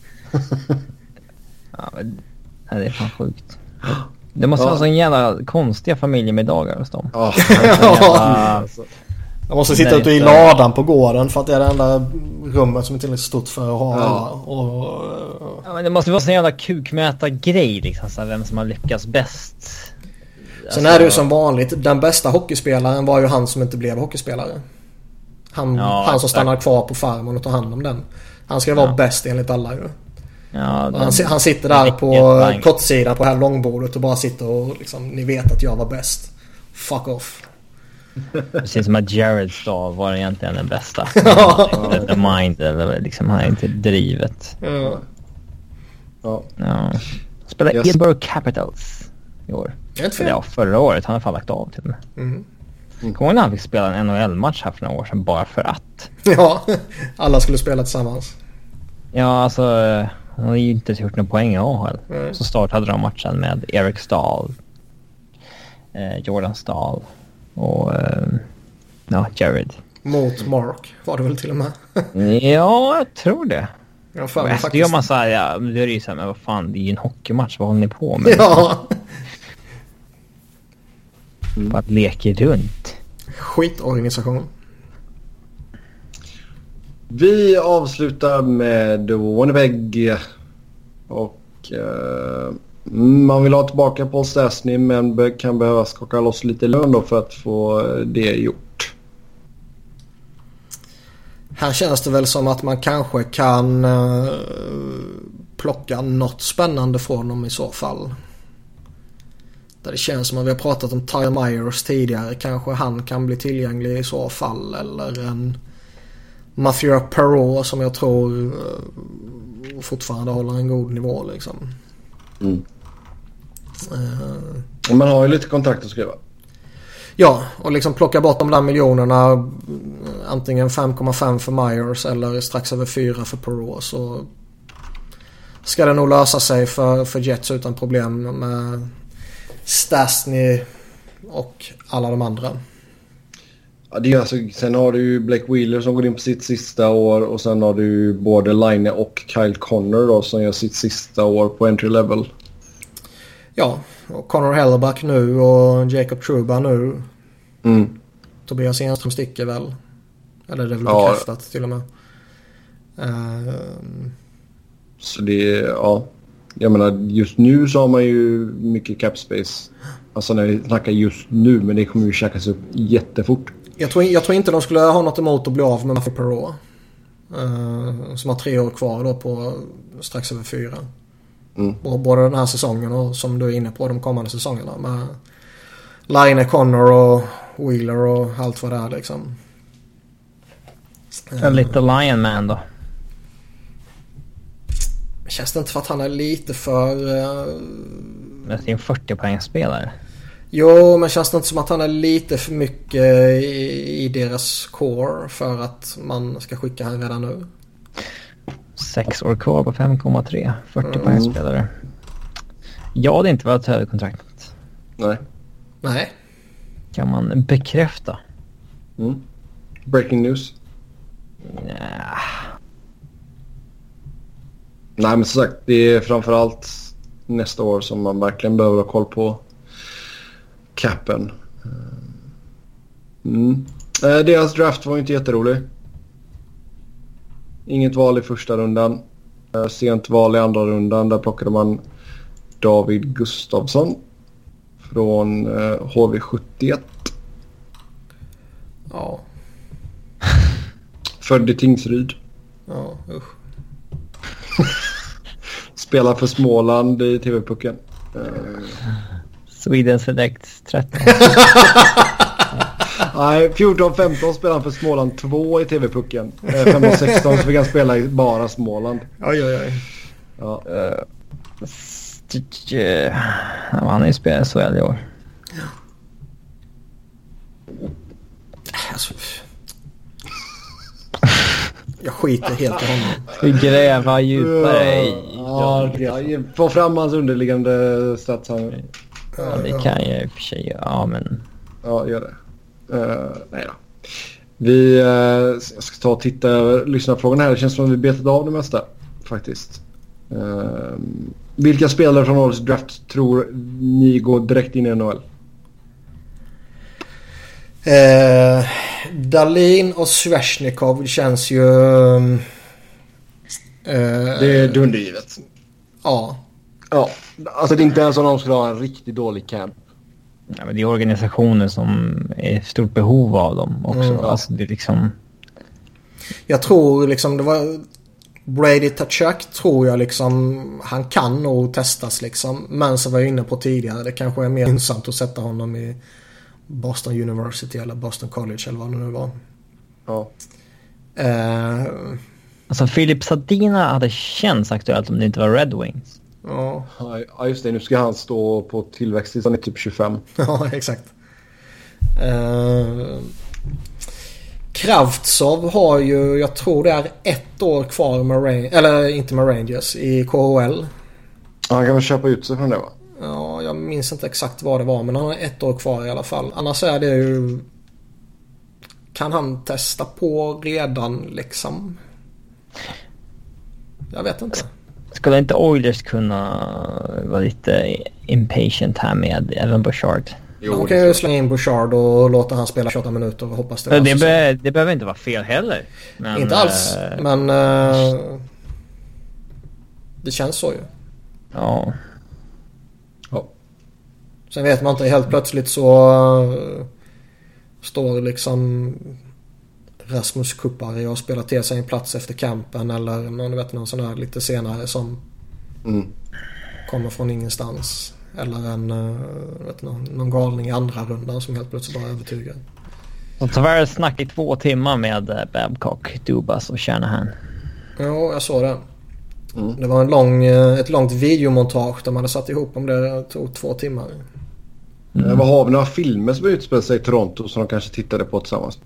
ja, men... det är fan sjukt. Det måste ja. vara så en jävla konstiga familjemiddagar hos dem. Ja. Ja. Jag måste sitta ute i ladan på gården för att det är det enda rummet som är tillräckligt stort för att ha alla. Och... Ja, men det måste vara så en jävla kukmäta-grej liksom, så här, vem som har lyckats bäst. Sen alltså... är det ju som vanligt, den bästa hockeyspelaren var ju han som inte blev hockeyspelare. Han, ja, han som stannar kvar på farmen och tar hand om den. Han ska vara ja. bäst enligt alla ju. Ja, den... han, han sitter där på kortsidan på det här långbordet och bara sitter och liksom, ni vet att jag var bäst. Fuck off. Precis som att Jared Stahl var egentligen den bästa. The mind, eller liksom, han är inte drivet. Ja. Ja. Ja. Spelade yes. Edinburgh Capitals i år. Ja, förra året. Han har fan lagt av till mig. Mm. Mm. Kommer när han fick spela en N H L-match här för några år sedan bara för att. Ja, alla skulle spela tillsammans. Ja, alltså han har ju inte gjort någon poäng i A H L. Mm. Så startade de matchen med Eric Stahl, eh, Jordan Stahl och eh, ja, Jared. Mot Mark var det väl till och med. Ja, jag tror det. Ja, fan, och efter faktiskt... gör man så här, ja, det är ju så här, men vad fan, det är ju en hockeymatch, vad håller ni på med? Ja. Bara leker runt. Skitorganisation. Vi avslutar med Winnipeg. Och eh, man vill ha tillbaka Paul Stastny, men be- kan behöva skaka loss lite lön då för att få det gjort. Här känns det väl som att man kanske kan uh, plocka något spännande från dem i så fall. Där det känns som att vi har pratat om Tyler Myers tidigare. Kanske han kan bli tillgänglig i så fall. Eller en Mathieu Perreault som jag tror uh, fortfarande håller en god nivå liksom. Mm. Uh, Man har ju lite kontrakt att skriva. Ja, och liksom plocka bort de där miljonerna, antingen fem komma fem för Myers eller strax över fyra för Perrault, så ska det nog lösa sig för, för Jets utan problem med Stastny och alla de andra. Ja, det är alltså, sen har du ju Blake Wheeler som går in på sitt sista år, och sen har du både Line och Kyle Connor då, som gör sitt sista år på entry level. Ja, och Connor Hellebuck nu och Jacob Trouba nu. Mm. Tobias Enström sticker väl. Eller det är väl ja. bekräftat till och med. Uh... Så det är, ja. Jag menar, just nu så har man ju mycket cap space. Alltså när vi snackar just nu, men det kommer ju käkas upp jättefort. Jag tror, jag tror inte de skulle ha något emot att bli av med Matthew Perrault. Uh, som har tre år kvar då på strax över fyra. Mm. Både den här säsongen och som du är inne på de kommande säsongerna med Line, Connor och Wheeler och allt vad det är liksom. En lite Lion Man då. Känns det inte för att han är lite för uh... med sin fyrtio poängspelare? Jo, men känns det inte som att han är lite för mycket i, i deras core för att man ska skicka han redan nu? Sex år kvar på fem komma tre. fyrtio Mm. poängspelare. Jag hade inte varit högre kontraktet. Nej. Nej. Kan man bekräfta? Mm. Breaking news. Nja. Nej, men som sagt, det är framförallt nästa år som man verkligen behöver ha koll på capen. Mm. Eh, deras draft var inte jätterolig. Inget val i första rundan. Eh, sent val i andra rundan. Där plockade man David Gustafsson från eh, H V sjuttioett. Ja. Född i Tingsryd. Ja, usch. Spelar för Småland i T V-pucken. Uh... Sweden Select tretton. Nej, fjorton femton spelar han för Småland två i T V-pucken. femton sexton så fick han spela i bara Småland. Oj, oj, oj. Ja. Uh, st- han är ju spelat så i år. Ja. Alltså... Jag skiter helt i honom. Ska vi gräva djupare i... Ja, ja, få fram hans underliggande stats här. Ja, det kan jag i och för sig. Ja, men... Ja, gör det. Uh, nej då. Vi uh, ska ta och titta över lyssnarfrågorna här. Det känns som att vi betat av det mesta, faktiskt. Uh, vilka spelare från årets draft tror ni går direkt in i N H L? Eh, Dahlin och Sveshnikov känns ju... Eh, Det är dundergivet. Ja. Ja, alltså det är inte ens som de skulle ha en riktigt dålig camp. Ja, men det är organisationer som är i stort behov av dem också. Mm. Alltså det är liksom... Jag tror liksom det var... Brady Tkachuk tror jag liksom... Han kan nog testas liksom. Men så var jag inne på tidigare. Det kanske är mer intressant att sätta honom i Boston University eller Boston College eller vad det nu var. Ja. Eh, Alltså Filip Zadina hade känts aktuellt om det inte var Red Wings. ja. Ja, just det. Nu ska han stå på tillväxtlistan i typ tjugofem. Ja, exakt. Eh, Kravtsov har ju, jag tror det är ett år kvar med Rangers, eller inte med Rangers, i K H L. Han kan väl köpa ut sig från det, va? Ja, jag minns inte exakt vad det var, men han har ett år kvar i alla fall. Annars är det ju... Kan han testa på redan liksom? Jag vet inte. Skulle inte Oilers kunna vara lite impatient här med Evan Bouchard? Jo, Man kan ju slänga in Bouchard och låta han spela tjugoåtta minuter och hoppas det. Det, det, alltså be, det behöver inte vara fel heller. Men, inte alls, äh, men... Uh, det känns så ju. Ja. Ja. Sen vet man inte, helt plötsligt så uh, står liksom Rasmus Kupari och spelar till sig en plats efter campen eller någon, vet, någon sån här lite senare som Mm. kommer från ingenstans. Eller en uh, vet, någon, någon galning i andra rundan som helt plötsligt bara övertygar. Och tyvärr snack i två timmar med uh, Babcock, Dubas och Shanahan. Ja, jag såg det. Mm. Det var en lång, uh, ett långt videomontage där man hade satt ihop om det. Det tog två timmar. Mm. Vad har vi några filmer som utspelar sig i Toronto som de kanske tittade på tillsammans?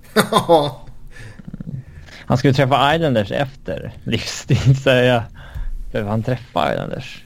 Han skulle träffa Islanders efter livstid, säger jag. För han träffar Islanders.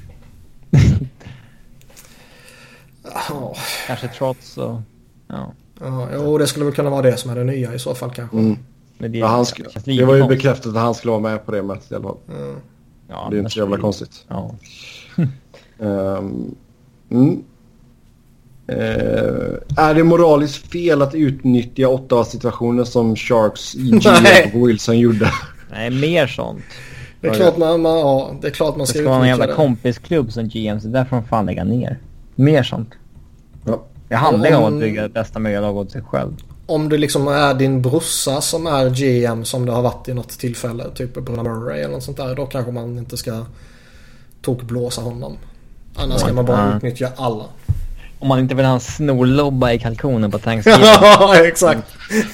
Oh. Kanske trots och... Ja. Ja, jo, det skulle väl kunna vara det som är det nya i så fall kanske. Mm. Men det, ja, han sk- det var ju bekräftat att han skulle vara med på det mötet i alla fall. Mm. Ja, det är inte så jävla konstigt. Ja. um, mm. uh, är det moraliskt fel att utnyttja åtta situationer som Sharks i G M och Wilson gjorde? Nej, mer sånt. Det är klart man, man, ja, det är klart man ska, det ska vara en jävla kompisklubb som G M, så där får man fan lägga ner. Mer sånt. Ja. Det handlar om att bygga det bästa möjliga lag åt sig själv. Om det liksom är din brorsa som är G M som det har varit i något tillfälle, typ Bruna Murray eller något sånt där, då kanske man inte ska tokblåsa honom. Annars ska man bara utnyttja alla. Om man inte vill ha en snorlobba i kalkonen på Thanksgiving. Ja, exakt.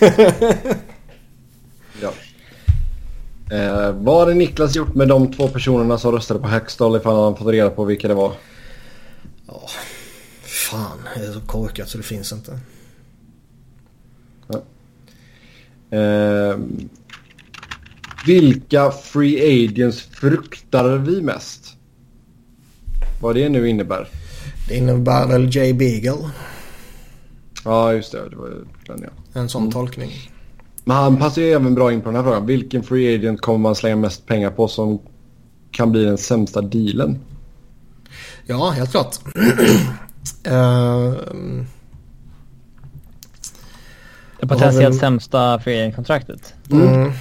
Ja. Eh, vad hade Niklas gjort med de två personerna som röstade på Hextall ifall han fått reda på vilka det var? Ja, fan, det är så korkat så det finns inte. Ja. Eh, vilka free agents fruktar vi mest? Vad det nu innebär? Det innebär väl Jay Beagle. Ja, just det. Det var den, ja. En sån mm. tolkning. Men han passar ju även bra in på den här frågan. Vilken free agent kommer man slänga mest pengar på som kan bli den sämsta dealen? Ja, helt klart. uh, det potentiellt sämsta free agent-kontraktet. Mm. Mm.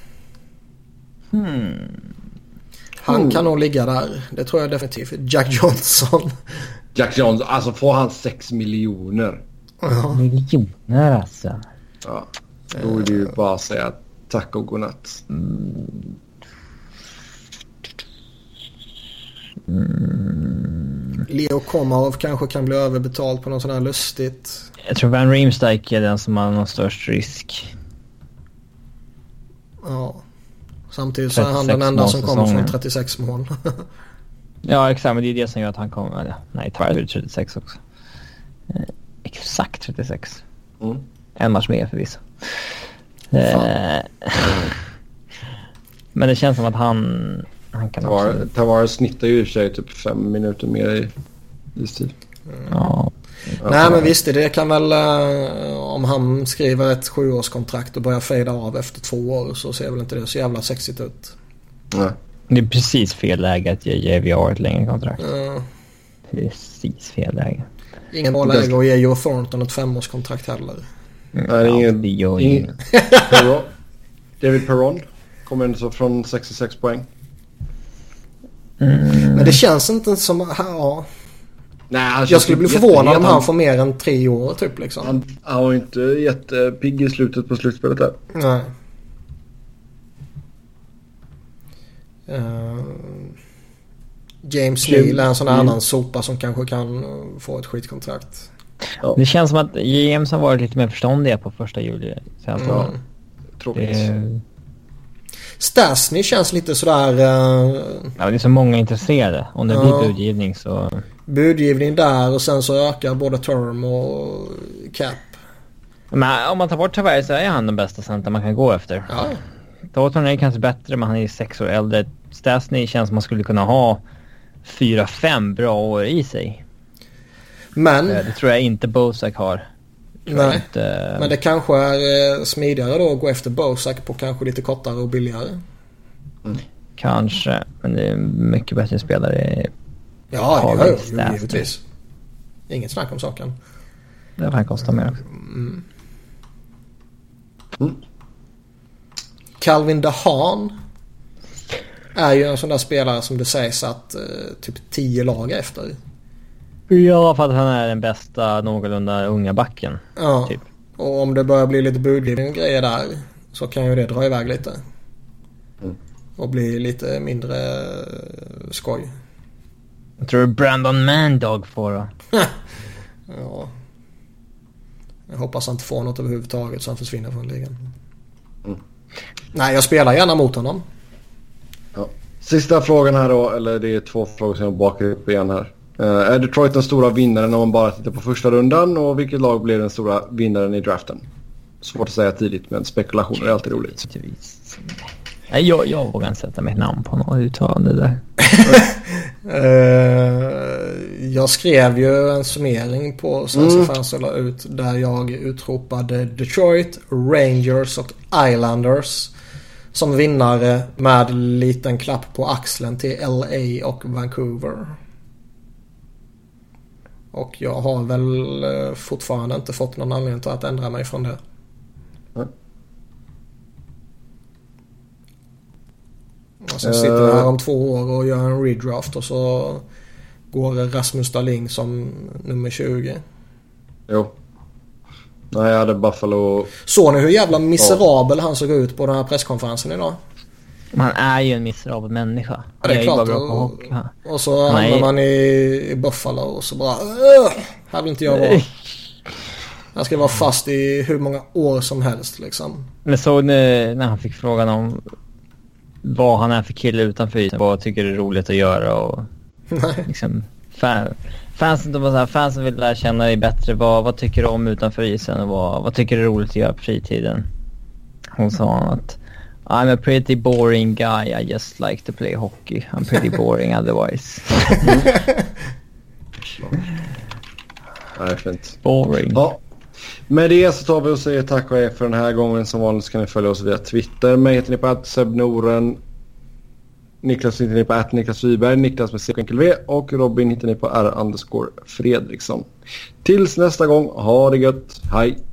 Hmm. Han kan nog ligga där. Det tror jag definitivt. Jack Johnson. Jack Johnson, alltså får han sex miljoner. Ja. Miljoner alltså. Ja, då är det ju bara att säga tack och godnatt. Mm. Mm. Leo Komarov kanske kan bli överbetald på något sånt här lustigt. Jag tror Van Riemsdyk är den som har någon störst risk. Ja. Samtidigt så är han den enda som kommer från trettiosex mål. Ja, exakt. Men det är det som gör att han kommer. Eller, nej, tyvärr är det trettiosex också. Eh, exakt trettiosex. Mm. En match mer förvisso. Eh, men det känns som att han... han kan Tavar, också... Tavares snittar ju i sig typ fem minuter mer i istid. Mm. Ja. Nej, men visst, det kan väl uh, om han skriver ett sjuårskontrakt och börjar fejda av efter två år så ser väl inte det så jävla sexigt ut. Nej. Det är precis fel läge att ge J V R ett längre kontrakt. Uh, precis fel läge. Ingen bra läge att ge Joe Thornton ett femårskontrakt heller. Mm. Nej, ingen, ingen, ingen. Perron. David Perron kommer in så från sextiosex poäng. Mm. Men det känns inte som... Ja. Nej, jag skulle bli förvånad om han får mer än tre år typ liksom. Han, han var inte jättepigg i slutet på slutspelet där. Nej. Uh, James Neal är en sån här mm. annan sopa som kanske kan få ett skitkontrakt. Ja. Det känns som att James har varit lite mer förståndiga på första juli. Sen så mm. Tråkigt. Det... Stastny känns lite sådär... Uh... Ja, det är så många intresserade. Om det blir uh. budgivning så... Budgivning där och sen så ökar både term och cap. Men om man tar bort Tavares så är han den bästa center man kan gå efter. Ja. Thornton är kanske bättre, men han är sex år äldre. Stastny känns som man skulle kunna ha fyra, fem bra år i sig. Men... Det tror jag inte Bosak har. Nej, inte... men det kanske är smidigare då att gå efter Bosak på kanske lite kortare och billigare. Mm. Kanske, men det är mycket bättre spelare. Ja, det gör det givetvis. Inget snack om saken. Det kan kosta mer. Mm. Mm. Calvin DeHaan är ju en sån där spelare som det sägs att eh, typ tio lag efter. Ja, för att han är den bästa någorlunda unga backen. Ja, typ. Och om det börjar bli lite budgivning och grejer där så kan ju det dra iväg lite. Mm. Och bli lite mindre skoj. Jag tror Brandon Mandog får då. Ja. Jag hoppas han inte får något överhuvudtaget så han försvinner från ligan. Mm. Nej, jag spelar gärna mot honom. Ja. Sista frågan här då, eller det är två frågor som jag bakar upp igen här. Uh, är Detroit den stora vinnaren om man bara tittar på första rundan? Och vilket lag blir den stora vinnaren i draften? Svårt att säga tidigt, men spekulationer är alltid roligt. Nej, jag, jag vågar inte sätta mitt namn på något uttalande där. uh, jag skrev ju en summering på Svenska mm. fans la ut där jag utropade Detroit, Rangers och Islanders som vinnare med liten klapp på axeln till L A och Vancouver. Och jag har väl fortfarande inte fått någon anledning till att ändra mig från det. Mm. Och sen sitter jag här om två år och gör en redraft och så går Rasmus Dahlin som nummer tjugo. Jo. Nej, jag hade Buffalo. Såg ni hur jävla miserabel han såg ut på den här presskonferensen idag? Man är ju en miserabel människa. Ja, det är klart. Och, och så hamnar man i, i Buffalo och så bara här vill inte jag vara. Han ska vara fast i hur många år som helst liksom. Men såg ni när han fick frågan om vad han är för kille utanför isen, vad tycker det är roligt att göra och liksom fan, fansen, de var så här, fansen vill lära känna dig bättre, vad, vad tycker du om utanför isen och vad, vad tycker du är roligt att göra på fritiden. Hon sa att I'm a pretty boring guy, I just like to play hockey, I'm pretty boring otherwise. Nej, fint. Boring. Ja. Med det så tar vi och säger tack och hej för den här gången. Som vanligt kan ni följa oss via Twitter. Mig heter ni på att Sebnoren. Niklas hittar ni på att Niklas Wiberg. Niklas med C V. Och Robin hittar ni på R underscore Fredriksson. Tills nästa gång, ha det gött. Hej!